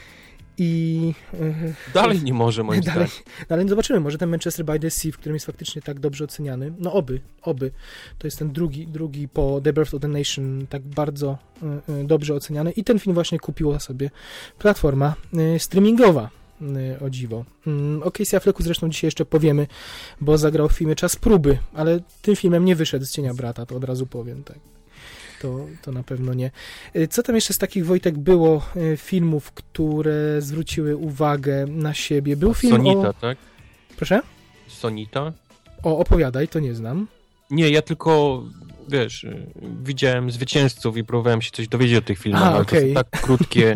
i... y, Dalej nie może, moim Dalej, zdaniem. dalej zobaczymy, może ten Manchester by the Sea, w którym jest faktycznie tak dobrze oceniany, no oby, oby, to jest ten drugi, drugi po The Birth of the Nation tak bardzo y, y, dobrze oceniany i ten film właśnie kupiła sobie platforma y, streamingowa, y, o dziwo. Y, o Casey Afflecku zresztą dzisiaj jeszcze powiemy, bo zagrał w filmie Czas próby, ale tym filmem nie wyszedł z cienia brata, to od razu powiem, tak. To, to na pewno nie. Y, Co tam jeszcze z takich, Wojtek, było y, filmów, które zwróciły uwagę na siebie? Był film Sonita, o... tak? Proszę? Sonita? O, opowiadaj, to nie znam. Nie, ja tylko, wiesz, y, widziałem zwycięzców i próbowałem się coś dowiedzieć o tych filmach, A, ale okej. to są tak krótkie,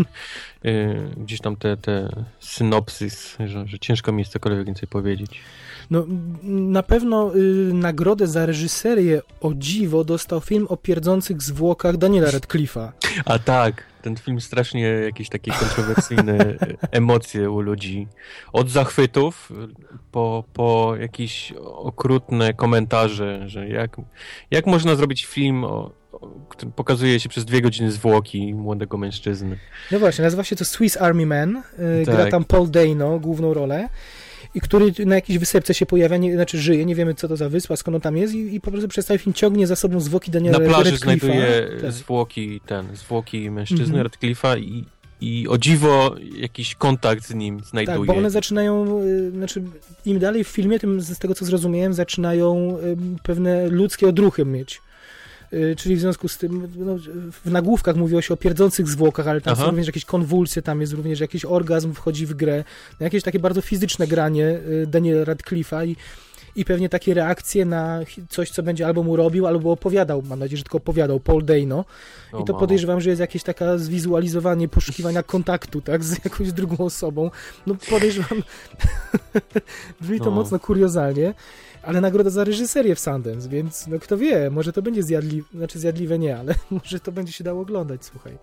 y, gdzieś tam te, te synopsys, że, że ciężko mi jest cokolwiek więcej powiedzieć. No, m, na pewno y, nagrodę za reżyserię, o dziwo, dostał film o pierdzących zwłokach Daniela Radcliffe'a. A tak, ten film strasznie jakieś takie kontrowersyjne emocje u ludzi. Od zachwytów po, po jakieś okrutne komentarze, że jak, jak można zrobić film, o, o, który pokazuje się przez dwie godziny zwłoki młodego mężczyzny. No właśnie, nazywa się to Swiss Army Man. Y, Tak. Gra tam Paul Dano, główną rolę. I który na jakiejś wysepce się pojawia, nie, znaczy żyje, nie wiemy co to za wyspa, skąd on tam jest i, i po prostu przez cały film ciągnie za sobą zwłoki Daniela Na plaży Radcliffe'a. znajduje Tak. zwłoki, ten, zwłoki mężczyzny Mhm. Radcliffe'a i, i o dziwo jakiś kontakt z nim Tak, znajduje. bo one zaczynają, y, znaczy im dalej w filmie, tym z tego co zrozumiałem, zaczynają y, pewne ludzkie odruchy mieć. Y, czyli w związku z tym, no, w nagłówkach mówiło się o pierdzących zwłokach, ale tam Aha. są również jakieś konwulsje, tam jest również jakiś orgazm wchodzi w grę, no, jakieś takie bardzo fizyczne granie y, Daniela Radcliffe'a i i pewnie takie reakcje na hi- coś, co będzie albo mu robił, albo opowiadał, mam nadzieję, że tylko opowiadał, Paul Dano. O, I to mamo. podejrzewam, że jest jakieś taka zwizualizowanie, poszukiwania kontaktu, tak, z jakąś drugą osobą. No podejrzewam, brzmi to No. mocno kuriozalnie, ale nagroda za reżyserię w Sundance, więc no kto wie, może to będzie zjadliwe, znaczy zjadliwe nie, ale może to będzie się dało oglądać, słuchaj.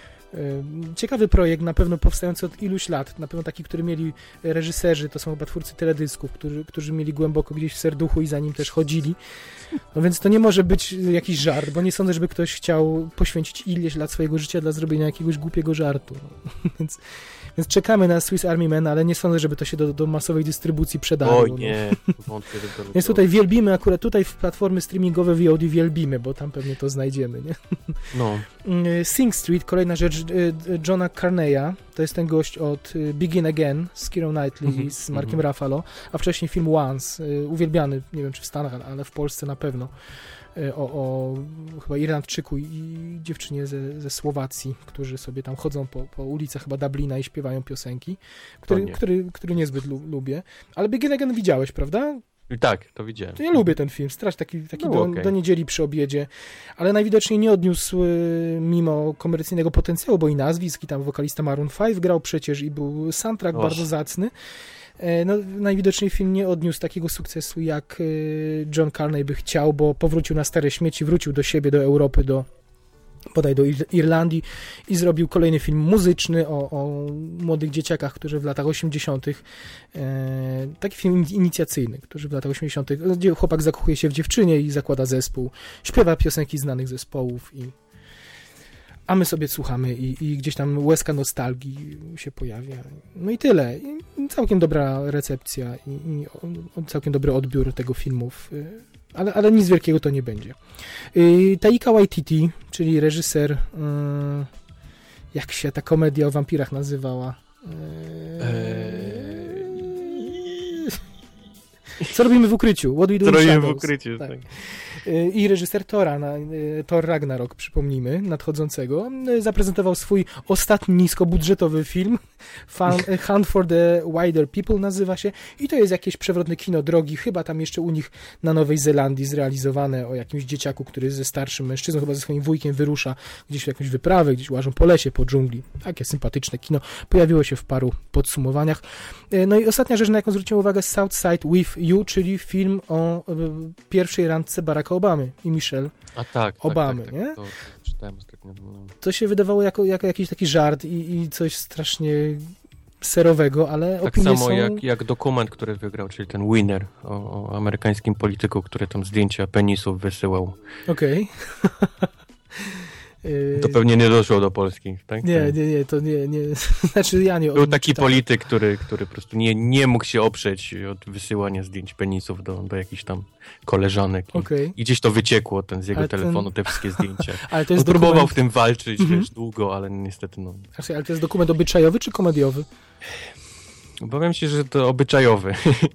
Ym, Ciekawy projekt, na pewno powstający od iluś lat, na pewno taki, który mieli reżyserzy, to są chyba twórcy teledysków, którzy, którzy mieli głęboko gdzieś w serduchu i za nim też chodzili. No więc to nie może być jakiś żart, bo nie sądzę, żeby ktoś chciał poświęcić ileś lat swojego życia dla zrobienia jakiegoś głupiego żartu. No. Więc, więc czekamy na Swiss Army Man, ale nie sądzę, żeby to się do, do masowej dystrybucji przydało. Oj no. nie, wątpię, że to Więc tutaj wielbimy, akurat tutaj w platformy streamingowe V O D wielbimy, bo tam pewnie to znajdziemy, nie? No, Y, Sing Street, kolejna rzecz y, y, Johna Carneya, to jest ten gość od y, Begin Again z Keirą Knightley Mhm, i z Markiem mhm. Ruffalo, a wcześniej film Once, y, uwielbiany, nie wiem czy w Stanach, ale w Polsce na pewno, y, o, o chyba Irlandczyku i dziewczynie ze, ze Słowacji, którzy sobie tam chodzą po, po ulicach chyba Dublina i śpiewają piosenki, który, nie. który, który niezbyt lu, lubię, ale Begin Again widziałeś, prawda? i tak, to widziałem. To ja lubię ten film, strasznie taki, taki No, do, okej. do niedzieli przy obiedzie, ale najwidoczniej nie odniósł y, mimo komercyjnego potencjału, bo i nazwisk, i tam wokalista Maroon pięć grał przecież i był soundtrack Och. bardzo zacny. E, No, najwidoczniej film nie odniósł takiego sukcesu, jak y, John Carney by chciał, bo powrócił na stare śmieci, wrócił do siebie, do Europy, do bodaj do Ir- Irlandii i zrobił kolejny film muzyczny o, o młodych dzieciakach, którzy w latach osiemdziesiątych E, taki film in- inicjacyjny, który w latach osiemdziesiątych gdzie chłopak zakochuje się w dziewczynie i zakłada zespół, śpiewa piosenki znanych zespołów i a my sobie słuchamy i, i gdzieś tam łezka nostalgii się pojawia. No i tyle. I całkiem dobra recepcja i, i o- całkiem dobry odbiór tego filmu. w- Ale, ale nic wielkiego to nie będzie. Yy, Taika Waititi, czyli reżyser, yy, jak się ta komedia o wampirach nazywała? Yy, Co robimy w ukryciu? What we do Co in robimy w shadows. ukryciu, Tak. tak. i reżyser Thora, na, Thor Ragnarok, przypomnijmy, nadchodzącego, zaprezentował swój ostatni niskobudżetowy film, Fun, Hunt for the Wilder People nazywa się, i to jest jakieś przewrotne kino drogi, chyba tam jeszcze u nich na Nowej Zelandii zrealizowane, o jakimś dzieciaku, który ze starszym mężczyzną, chyba ze swoim wujkiem wyrusza gdzieś w jakąś wyprawę, gdzieś łażą po lesie, po dżungli. Takie sympatyczne kino. Pojawiło się w paru podsumowaniach. No i ostatnia rzecz, na jaką zwróciłem uwagę, Southside with You, czyli film o pierwszej randce Baracka Obamy i Michelle A tak, Obamy, tak, tak, nie? tak. To, to czytałem ostatnio. No. To się wydawało jako, jako jakiś taki żart i, i coś strasznie serowego, ale tak opinie samo są... jak, jak dokument, który wygrał, czyli ten Winner o, o amerykańskim polityku, który tam zdjęcia penisów wysyłał. Okej. Okay. To pewnie nie doszło do Polski, tak? Nie, nie, nie, to nie, nie. Znaczy ja nie. Był taki czytałem. polityk, który, który po prostu nie, nie mógł się oprzeć od wysyłania zdjęć penisów do, do jakichś tam koleżanek. I, okay. I gdzieś to wyciekło, ten z jego ale telefonu, ten... te wszystkie zdjęcia. Ale to jest On dokument... próbował w tym walczyć, mhm. wiesz, długo, ale niestety no... Ale to jest dokument obyczajowy czy komediowy? Obawiam się, że to obyczajowy.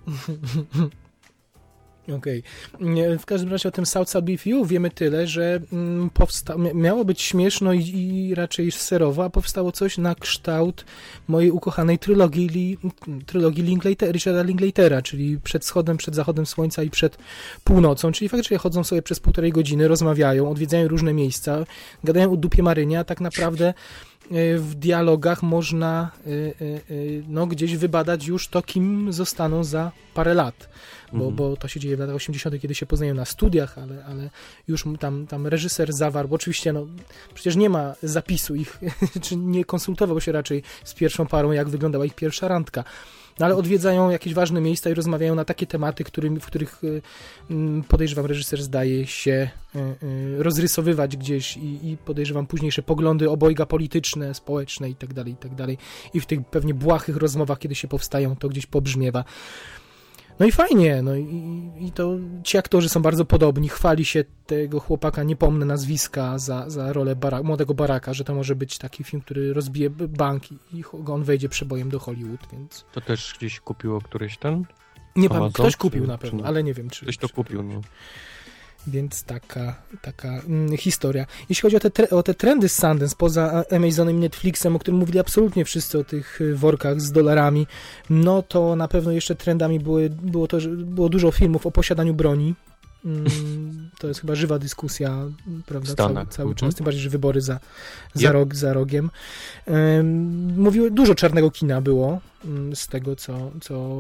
Okej. Okay. W każdym razie o tym Southside with You wiemy tyle, że mm, powsta- miało być śmieszno i, i raczej serowo, a powstało coś na kształt mojej ukochanej trylogii, li, trylogii Linklater, Richarda Linklatera, czyli przed wschodem, przed zachodem słońca i przed północą, czyli faktycznie chodzą sobie przez półtorej godziny, rozmawiają, odwiedzają różne miejsca, gadają o dupie Marynia, a tak naprawdę w dialogach można no, gdzieś wybadać już to, kim zostaną za parę lat, bo, mhm. bo to się dzieje w latach osiemdziesiątych, kiedy się poznają na studiach, ale, ale już tam, tam reżyser zawarł, bo oczywiście no, przecież nie ma zapisu ich, czy nie konsultował się raczej z pierwszą parą, jak wyglądała ich pierwsza randka. No ale odwiedzają jakieś ważne miejsca i rozmawiają na takie tematy, którym, w których podejrzewam reżyser zdaje się rozrysowywać gdzieś i, i podejrzewam późniejsze poglądy obojga polityczne, społeczne i tak dalej, i tak dalej. I w tych pewnie błahych rozmowach, kiedy się powstają, to gdzieś pobrzmiewa. No i fajnie, no i, i to ci aktorzy są bardzo podobni, chwali się tego chłopaka, nie pomnę nazwiska, za, za rolę bara, młodego Baracka, że to może być taki film, który rozbije bank i, i on wejdzie przebojem do Hollywood, więc... To też gdzieś kupiło któryś ten? Nie pamiętam, ktoś kupił czy, na pewno, czy... ale nie wiem, czy... Ktoś to czy, kupił, no. Więc taka, taka mm, historia. Jeśli chodzi o te, tre- o te trendy z Sundance, poza Amazonem i Netflixem, o którym mówili absolutnie wszyscy, o tych workach z dolarami, no to na pewno jeszcze trendami były, było to, że było dużo filmów o posiadaniu broni. Mm, to jest chyba żywa dyskusja, prawda, cały, cały mhm. czas, tym bardziej, że wybory za, za, yep. rog, za rogiem. Um, mówiły, dużo czarnego kina było um, z tego, co, co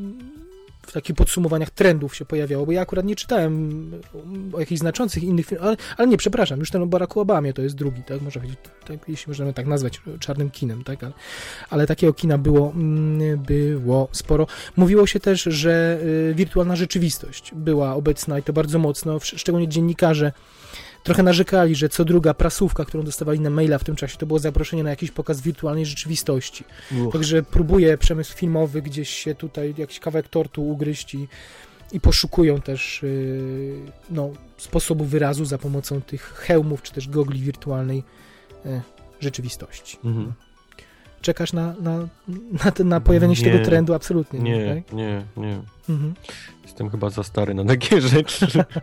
w takich podsumowaniach trendów się pojawiało, bo ja akurat nie czytałem o jakichś znaczących innych filmach, ale, ale nie, przepraszam, już ten o Baracku Obamie to jest drugi, tak, można powiedzieć, tak, jeśli możemy tak nazwać, czarnym kinem, tak, ale, ale takiego kina było, było sporo. Mówiło się też, że y, wirtualna rzeczywistość była obecna i to bardzo mocno, szczególnie dziennikarze trochę narzekali, że co druga prasówka, którą dostawali na maila w tym czasie, to było zaproszenie na jakiś pokaz wirtualnej rzeczywistości. Uch. Także próbuje przemysł filmowy gdzieś się tutaj jakiś kawałek tortu ugryźć i, i poszukują też yy, no, sposobu wyrazu za pomocą tych hełmów, czy też gogli wirtualnej yy, rzeczywistości. Mhm. Czekasz na, na, na, ten, na pojawienie się nie, tego trendu? Absolutnie. Nie, nie, tak? nie. nie. Mhm. Jestem chyba za stary na takie rzeczy.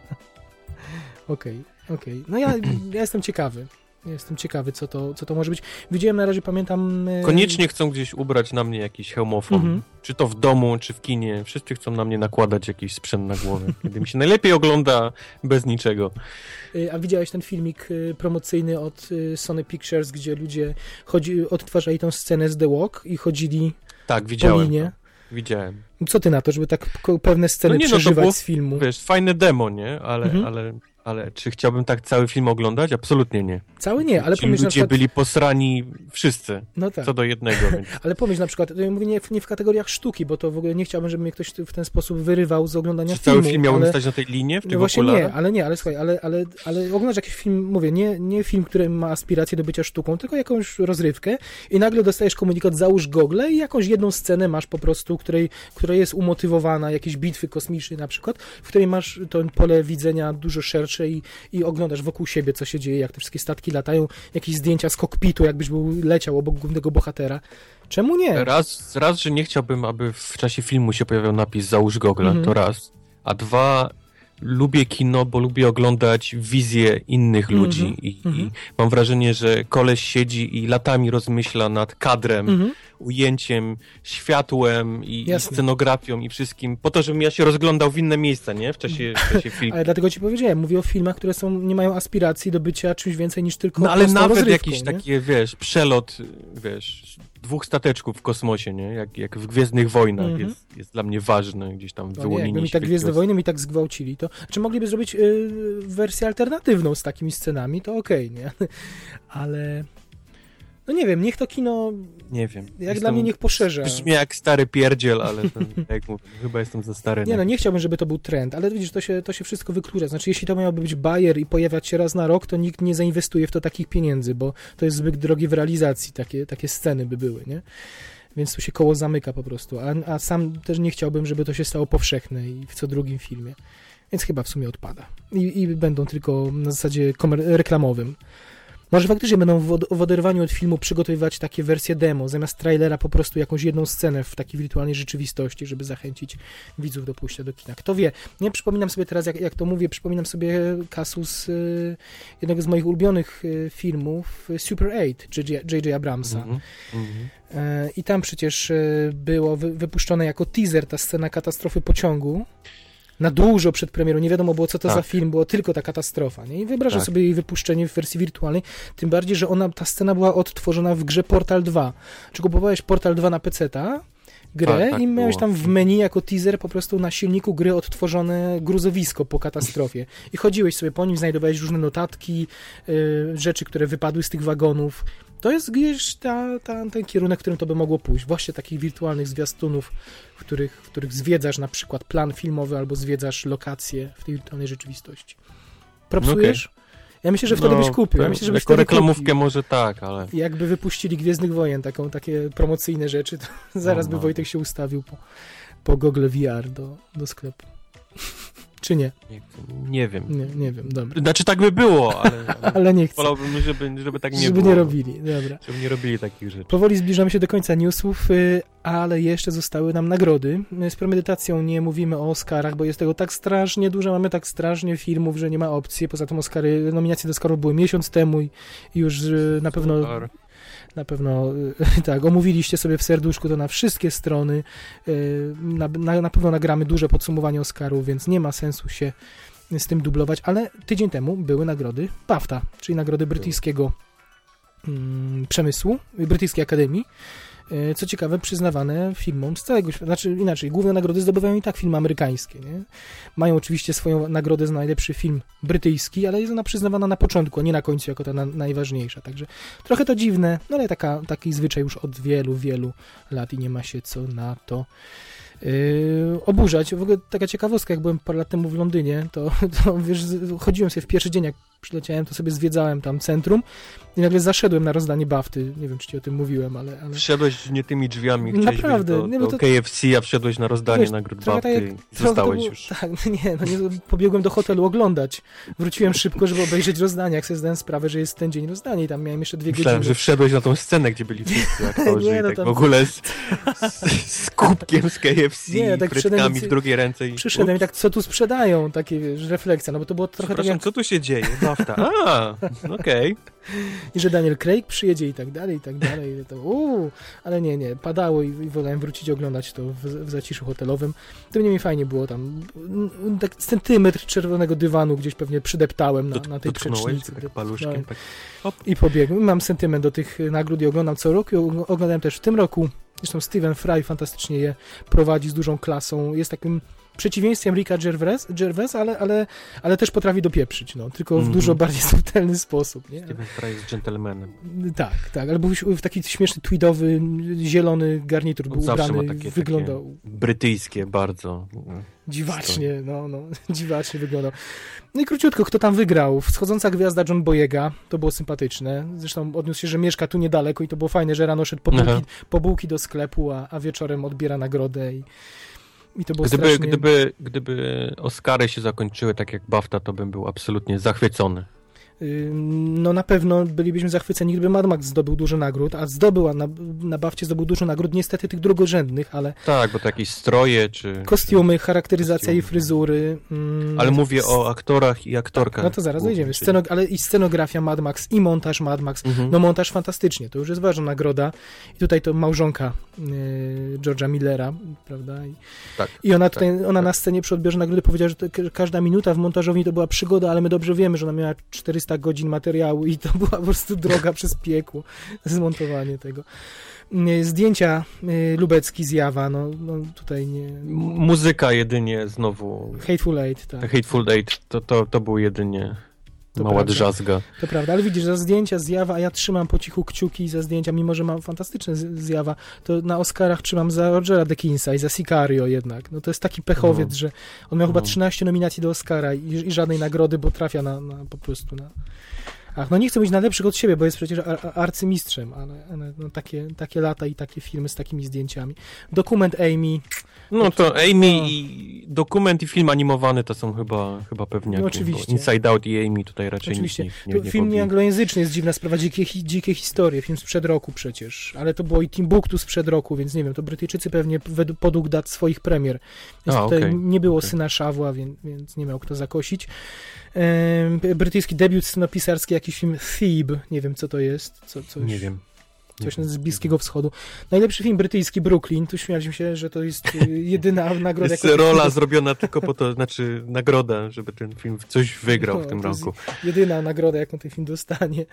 Okej. Okay. Okej, okay. No ja, ja jestem ciekawy. Jestem ciekawy, co to, co to może być. Widziałem na razie, pamiętam... Koniecznie chcą gdzieś ubrać na mnie jakiś hełmofon. Mm-hmm. Czy to w domu, czy w kinie. Wszyscy chcą na mnie nakładać jakiś sprzęt na głowę. Kiedy mi się najlepiej ogląda bez niczego. A widziałeś ten filmik promocyjny od Sony Pictures, gdzie ludzie chodzi, odtwarzali tą scenę z The Walk i chodzili tak, widziałem po linie? To. Widziałem. Co ty na to, żeby tak pewne sceny no nie, przeżywać no było, z filmu? Wiesz, fajne demo, nie? Ale... Mm-hmm. ale... Ale czy chciałbym tak cały film oglądać? Absolutnie nie. Cały nie, ale Ci pomyśl ludzie na przykład... byli posrani wszyscy, no tak. co do jednego. Więc... ale pomyśl na przykład, ja mówię nie w, nie w kategoriach sztuki, bo to w ogóle nie chciałbym, żeby mnie ktoś w ten sposób wyrywał z oglądania czy filmu. Czy cały film miałbym ale... stać na tej linie, w tych no właśnie okularach? nie, ale nie, ale słuchaj, ale, ale, ale oglądasz jakiś film, mówię, nie, nie film, który ma aspiracje do bycia sztuką, tylko jakąś rozrywkę i nagle dostajesz komunikat, załóż gogle i jakąś jedną scenę masz po prostu, której, która jest umotywowana, jakieś bitwy kosmicznej na przykład, w której masz to pole widzenia dużo szersze i, i oglądasz wokół siebie, co się dzieje, jak te wszystkie statki latają, jakieś zdjęcia z kokpitu, jakbyś był leciał obok głównego bohatera. Czemu nie? Raz, raz, że nie chciałbym, aby w czasie filmu się pojawiał napis załóż gogle, mhm. to raz. A dwa, lubię kino, bo lubię oglądać wizje innych Mhm, ludzi i, mhm. i mam wrażenie, że koleś siedzi i latami rozmyśla nad kadrem, Mhm. ujęciem, światłem i, i Jasne. scenografią i wszystkim, po to, żebym ja się rozglądał w inne miejsca, nie? W czasie, w czasie filmu. Ale dlatego ci powiedziałem, mówię o filmach, które są, nie mają aspiracji do bycia czymś więcej niż tylko No ale prostą nawet rozrywką, jakiś nie? taki, wiesz, przelot, wiesz, dwóch stateczków w kosmosie, nie? Jak, jak w Gwiezdnych Wojnach Mhm. jest, jest dla mnie ważne, gdzieś tam No nie, wyłonienie jakby mi tak Gwiezdne świetlosти. Wojny mi tak zgwałcili, to... Czy mogliby zrobić y, wersję alternatywną z takimi scenami, to okej, nie? Ale... No nie wiem, niech to kino, Nie wiem. jak Jestem- dla mnie, niech poszerza. Brzmi jak stary pierdziel, ale to, tak jak mówię, chyba jestem za stary. Nie na- no, nie chciałbym, żeby to był trend, ale widzisz, to się, to się wszystko wyklucza. Znaczy, jeśli to miałoby być bajer i pojawiać się raz na rok, to nikt nie zainwestuje w to takich pieniędzy, bo to jest zbyt drogie w realizacji, takie, takie sceny by były, nie? Więc tu się koło zamyka po prostu, a, a sam też nie chciałbym, żeby to się stało powszechne i w co drugim filmie. Więc chyba w sumie odpada. I, i będą tylko na zasadzie komer- reklamowym. Może faktycznie będą w, od, w oderwaniu od filmu przygotowywać takie wersje demo, zamiast trailera po prostu jakąś jedną scenę w takiej wirtualnej rzeczywistości, żeby zachęcić widzów do pójścia do kina. Kto wie? Nie przypominam sobie teraz, jak, jak to mówię, przypominam sobie kasus y, jednego z moich ulubionych y, filmów, y, Super osiem, J J Abramsa. Mhm, mhm. E, I tam przecież e, było wy, wypuszczone jako teaser ta scena katastrofy pociągu. Na dużo przed premierą. Nie wiadomo było, co to Tak. za film, było tylko ta katastrofa. Nie? I wyobrażam Tak. sobie jej wypuszczenie w wersji wirtualnej. Tym bardziej, że ona, ta scena była odtworzona w grze Portal dwa. Czy kupowałeś Portal dwa na peceta, grę, Tak, tak i miałeś było. tam w menu jako teaser po prostu na silniku gry odtworzone gruzowisko po katastrofie. I chodziłeś sobie po nim, znajdowałeś różne notatki, y, rzeczy, które wypadły z tych wagonów. To jest gdzieś ta, ta, ten kierunek, w którym to by mogło pójść. Właśnie takich wirtualnych zwiastunów, w których, w których zwiedzasz na przykład plan filmowy albo zwiedzasz lokacje w tej wirtualnej rzeczywistości. Propsujesz? Ja myślę, że wtedy No, byś kupił. Ja myślę, że byś jako wtedy reklamówkę kupił. może tak, ale... Jakby wypuścili Gwiezdnych Wojen, taką, takie promocyjne rzeczy, to zaraz No, by no. Wojtek się ustawił po, po Google V R do, do sklepu. Czy nie? Nie, nie wiem. Nie, nie wiem, dobra. Znaczy tak by było, ale, ale Ale nie chcę, wolałbym, żeby, żeby tak nie żeby było. nie robili. Dobra. Żeby nie robili takich rzeczy. Powoli zbliżamy się do końca newsów, y, ale jeszcze zostały nam nagrody. My z premedytacją nie mówimy o Oscarach, bo jest tego tak strasznie dużo, mamy tak strasznie filmów, że nie ma opcji. Poza tym Oscary, nominacje do Oscarów były miesiąc temu i i już y, na pewno Super. na pewno y, tak, omówiliście sobie w serduszku to na wszystkie strony. Y, Na, na, na pewno nagramy duże podsumowanie Oscarów, więc nie ma sensu się z tym dublować, ale tydzień temu były nagrody BAFTA, czyli nagrody brytyjskiego mm, przemysłu, brytyjskiej akademii. Y, Co ciekawe, przyznawane filmom z całego świata. Znaczy inaczej, główne nagrody zdobywają i tak filmy amerykańskie. Nie? Mają oczywiście swoją nagrodę za najlepszy film brytyjski, ale jest ona przyznawana na początku, a nie na końcu jako ta na, najważniejsza. Także trochę to dziwne, no ale taka, taki zwyczaj już od wielu, wielu lat i nie ma się co na to Yy, oburzać. W ogóle taka ciekawostka, jak byłem parę lat temu w Londynie, to, to wiesz, chodziłem sobie w pierwszy dzień, jak przyleciałem, to sobie zwiedzałem tam centrum i nagle zaszedłem na rozdanie BAFTY. Nie wiem, czy ci o tym mówiłem, ale... ale... Wszedłeś nie tymi drzwiami, chciałeś Naprawdę, wyjść do, nie, bo do to- K F C, a wszedłeś na rozdanie Wiesz, nagród trochę tak BAFTY jak- i trochę to zostałeś było- już. Tak, no nie, no nie, pobiegłem do hotelu oglądać. Wróciłem szybko, żeby obejrzeć rozdanie, jak sobie zdałem sprawę, że jest ten dzień rozdania i tam miałem jeszcze dwie Myślałem, godziny. że wszedłeś na tą scenę, gdzie byli wszyscy aktorzy Nie, no i tak tam- w ogóle z, z, z kubkiem z K F C, Nie, ja tak frytkami przyszedłem w drugiej ręce i... Przyszedłem i tak, co tu sprzedają? Takie, wiesz, refleksja, no bo to było trochę tak Przepraszam, jak, co tu się dzieje? BAFTA. A, okej. i że Daniel Craig przyjedzie i tak dalej, i tak dalej. To, uu, ale nie, nie, padało i, i wolałem wrócić oglądać to w, w zaciszu hotelowym. Tym niemniej fajnie było tam. mm, Tak centymetr czerwonego dywanu gdzieś pewnie przydeptałem na, Dot- na tej Dotknąłeś przecznicy. tak paluszkiem, No, tak. I pobiegłem. Mam sentyment do tych nagród i oglądam co roku. I oglądałem też w tym roku. Zresztą Stephen Fry fantastycznie je prowadzi z dużą klasą. Jest takim przeciwieństwem Ricka Gervais, Gervais ale, ale, ale też potrafi dopieprzyć, no, tylko w Mhm. dużo bardziej subtelny sposób. Nie? Steven Fry jest dżentelmenem. Tak, tak, ale był w taki śmieszny tweedowy, zielony garnitur, był On zawsze ubrany, ma takie- wyglądał Brytyjskie bardzo. dziwacznie, no, no, dziwacznie wyglądał. No i króciutko, kto tam wygrał? Wschodząca gwiazda John Boyega, to było sympatyczne. Zresztą odniósł się, że mieszka tu niedaleko i to było fajne, że rano szedł po bułki, Aha. po bułki do sklepu, a, a wieczorem odbiera nagrodę i, i to było Gdyby, strasznie... gdyby, gdyby Oscary się zakończyły tak jak BAFTA, to bym był absolutnie zachwycony. no na pewno bylibyśmy zachwyceni, gdyby Mad Max zdobył dużo nagród, a zdobył, a na, na Bafcie zdobył dużo nagród, niestety tych drugorzędnych, ale... Tak, bo to jakieś stroje, czy... Kostiumy, charakteryzacja kostiumy. i fryzury. Mm, ale mówię o aktorach i aktorkach. No to zaraz dojdziemy. Sceno, ale i scenografia Mad Max, i montaż Mad Max. Mhm. No montaż fantastycznie, to już jest ważna nagroda. I tutaj to małżonka y, George'a Millera, prawda? I, tak, i ona tutaj, tak, ona tak. na scenie przy odbiorze nagrody powiedziała, że to, każda minuta w montażowni to była przygoda, ale my dobrze wiemy, że ona miała czterysta godzin materiału i to była po prostu droga przez piekło, zmontowanie tego. Zdjęcia y, Lubecki, Zjawa, no, no tutaj nie... M- muzyka jedynie znowu... Hateful Eight, tak. Hateful Eight, to, to, to był jedynie To mała prawda. drzazga. To prawda, ale widzisz, za zdjęcia Zjawa, a ja trzymam po cichu kciuki za zdjęcia, mimo że mam fantastyczne z- Zjawa, to na Oscarach trzymam za Rogera Deakinsa i za Sicario jednak. No to jest taki pechowiec, No. że on miał chyba No. trzynaście nominacji do Oscara i, i żadnej nagrody, bo trafia na, na po prostu na... Ach, no nie chcę być najlepszych od siebie, bo jest przecież ar- ar- arcymistrzem, ale, ale no takie, takie lata i takie filmy z takimi zdjęciami. Dokument Amy. No to Amy No. i dokument i film animowany to są chyba, chyba pewniaki. No oczywiście. bo Inside Out i Amy tutaj raczej Oczywiście. nikt nie, To nie, nie film pobi- nieanglojęzyczny jest dziwna sprawa, dzikie, hi- dzikie historie, film sprzed roku przecież, ale to było i Timbuktu sprzed roku, więc nie wiem, to Brytyjczycy pewnie według, podług dat swoich premier. Więc A, tutaj okej. nie było Okej. syna Szawła, więc, więc nie miał kto zakosić. Ehm, brytyjski debiut scenopisarski, jakiś film Thebe, nie wiem co to jest. Co, coś, Nie wiem. Nie Coś wiem. z Bliskiego Wschodu. Najlepszy film brytyjski Brooklyn, tu śmialiśmy się, że to jest y, jedyna nagroda. Jest jaka- rola zrobiona tylko po to, znaczy nagroda, żeby ten film coś wygrał No, w tym to jest roku. Jedyna nagroda, jaką ten film dostanie.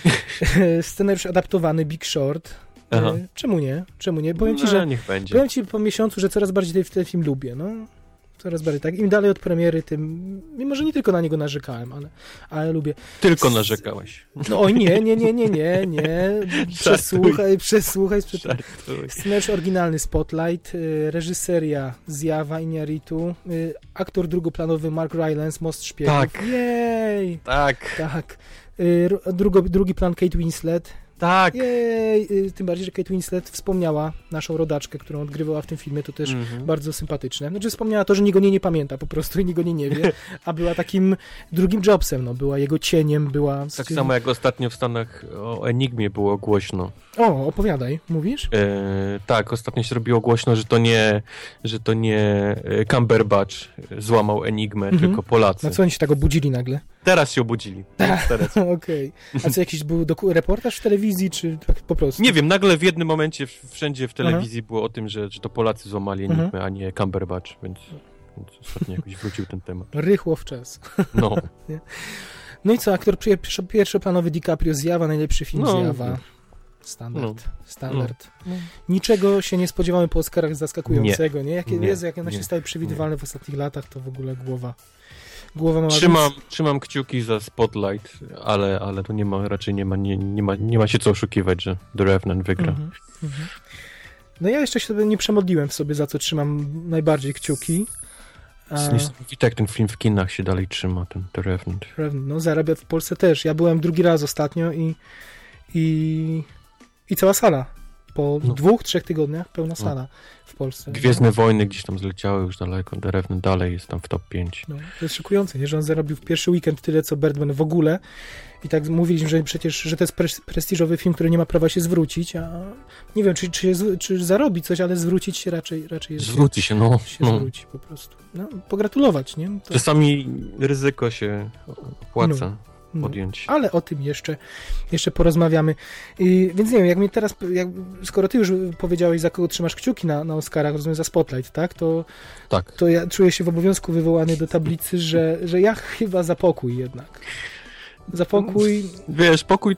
Scenariusz adaptowany, Big Short. Aha. E, Czemu nie? Czemu nie? Powiem ci, No, że niech będzie. powiem ci po miesiącu, że coraz bardziej ten, ten film lubię, no. Coraz bardziej tak. Im dalej od premiery, tym... Mimo, że nie tylko na niego narzekałem, ale, ale lubię. Tylko narzekałeś. No oj, nie, nie, nie, nie, nie, nie. Przesłuchaj, przesłuchaj. przesłuchaj. Żartuj. Scenariusz oryginalny Spotlight, y, reżyseria Zjawa Iñárritu, y, aktor drugoplanowy Mark Rylance, Most Szpiegów. Tak. Jej! Tak, Tak. Y, ru- drugo, drugi plan Kate Winslet. tak. Jej! Y, tym bardziej, że Kate Winslet wspomniała naszą rodaczkę, którą odgrywała w tym filmie, to też Mhm. bardzo sympatyczne. Znaczy wspomniała to, że nikt go nie, nie pamięta po prostu i nikt go nie, nie wie, a była takim drugim Jobsem, no. Była jego cieniem, była... Tak samo jak ostatnio w Stanach o Enigmie było głośno. O, opowiadaj, mówisz? E, tak, ostatnio się robiło głośno, że to nie, że to nie e, Cumberbatch złamał Enigmę, Mhm. tylko Polacy. Na co oni się tak obudzili nagle? Teraz się obudzili. Teraz. Okej. A co, jakiś był doku- reportaż w telewizji, czy tak po prostu? Nie wiem, nagle w jednym momencie w- wszędzie w telewizji było o tym, że, że to Polacy złamali Enigmę, Mhm. a nie Cumberbatch, więc, więc ostatnio jakoś wrócił ten temat. Rychło w czas. No. No i co, aktor pier- pierwszoplanowy DiCaprio, Zjawa, najlepszy film No. Zjawa. Standard. No. Standard. No. Niczego się nie spodziewamy po Oscarach zaskakującego, nie? Jakie, Nie. Jezu, jak one się Nie. stały przewidywalne w ostatnich latach, to w ogóle głowa. Głowa mała. Trzymam, trzymam kciuki za Spotlight, ale, ale tu nie ma, raczej nie ma, nie, nie, ma, nie ma się co oszukiwać, że The Revenant wygra. Mhm, mhm. No ja jeszcze się sobie nie przemodliłem w sobie, za co trzymam najbardziej kciuki. A, Jest niesamowite, jak ten film w kinach się dalej trzyma, ten The Revenant. no zarabia w Polsce też. Ja byłem drugi raz ostatnio i i, i cała sala. Po No. dwóch, trzech tygodniach pełna sala w Polsce. Gwiezdne Wojny gdzieś tam zleciały już daleko, The Revenant dalej jest tam w top pięć. No, to jest szokujące, nie? Że on zarobił w pierwszy weekend tyle, co Birdman w ogóle. I tak mówiliśmy, że przecież, że to jest pres- prestiżowy film, który nie ma prawa się zwrócić, a nie wiem, czy, czy, się, z- czy zarobi coś, ale zwrócić się raczej, raczej jest, Zwróci się, no. się no. zwróci po prostu. No, pogratulować, nie? To, Czasami ryzyko się opłaca no. podjąć. Ale o tym jeszcze, jeszcze porozmawiamy. I, więc nie wiem, jak mnie teraz, jak, skoro ty już powiedziałeś, za kogo trzymasz kciuki na, na Oscarach, rozumiem, za Spotlight, tak? To, Tak. to ja czuję się w obowiązku wywołany do tablicy, że, że ja chyba za pokój jednak. Za pokój... Wiesz, pokój...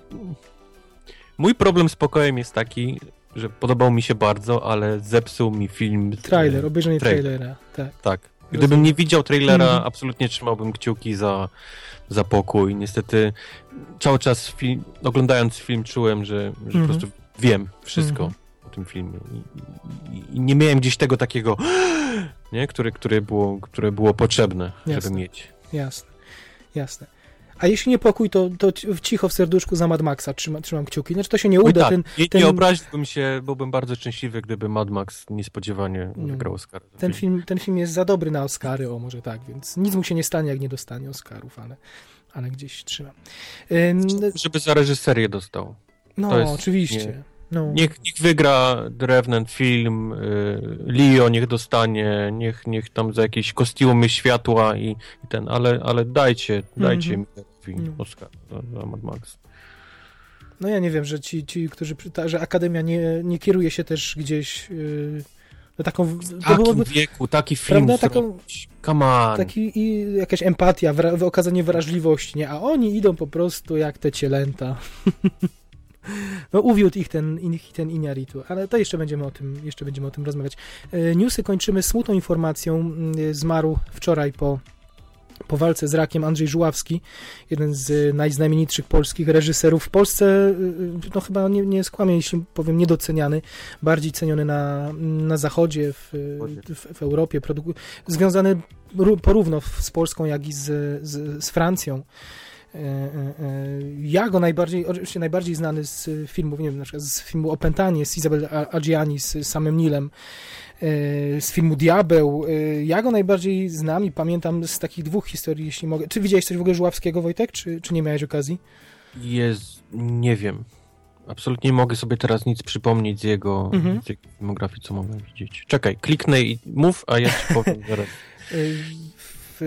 Mój problem z pokojem jest taki, że podobał mi się bardzo, ale zepsuł mi film... Trailer, obejrzenie Trailer. trailera, tak. Tak. Gdybym Rozumiem. nie widział trailera, Mhm. absolutnie trzymałbym kciuki za, za pokój. Niestety cały czas film, oglądając film czułem, że, że Mhm. po prostu wiem wszystko Mhm. o tym filmie. I, i, I nie miałem gdzieś tego takiego, nie? Które, które, było, które było potrzebne, Jasne. żeby mieć. Jasne, jasne. A jeśli nie pokój, to, to w cicho w serduszku za Mad Maxa trzyma, trzymam kciuki. Znaczy to się nie Oj, uda. tak, Ten, nie, ten, nie obraziłbym się, byłbym bardzo szczęśliwy, gdyby Mad Max niespodziewanie No. wygrał Oscar. za ten, film. film, ten film jest za dobry na Oscary, o może tak, więc nic mu się nie stanie, jak nie dostanie Oscarów, ale, ale gdzieś trzymam. Żeby za reżyserię dostał. No, jest, oczywiście. Nie, no. Niech, niech wygra The Revenant film, y, Leo niech dostanie, niech, niech tam za jakieś kostiumy, światła i, i ten, ale, ale dajcie, dajcie mi mm-hmm. Oscar za, za Mad Max. No ja nie wiem, że ci, ci którzy, ta, że Akademia nie, nie kieruje się też gdzieś yy, na taką... W takim byłoby, wieku, taki film prawda, taką, come on. Taki, i jakaś empatia, wra, okazanie wrażliwości, nie? A oni idą po prostu jak te cielęta. No uwiódł ich ten, ich ten Iñárritu, ale to jeszcze będziemy o tym, jeszcze będziemy o tym rozmawiać. Newsy kończymy smutną informacją. Zmarł wczoraj po po walce z rakiem Andrzej Żuławski, jeden z najznamienitszych polskich reżyserów. W Polsce, no chyba nie, nie skłamię, jeśli powiem niedoceniany, bardziej ceniony na, na zachodzie, w, w, w Europie, produku- związany porówno z Polską, jak i z, z, z Francją. Ja go najbardziej, oczywiście najbardziej znany z filmów, nie wiem, na przykład z filmu Opętanie z Isabel Adjiani, z samym Nilem, z filmu Diabeł. Ja go najbardziej znam i pamiętam z takich dwóch historii, jeśli mogę. Czy widziałeś coś w ogóle Żuławskiego, Wojtek, czy, czy nie miałeś okazji? Jest, nie wiem. Absolutnie nie mogę sobie teraz nic przypomnieć z jego, mhm. z jego filmografii, co mogę widzieć. Czekaj, kliknę i mów, a ja ci powiem zaraz. w,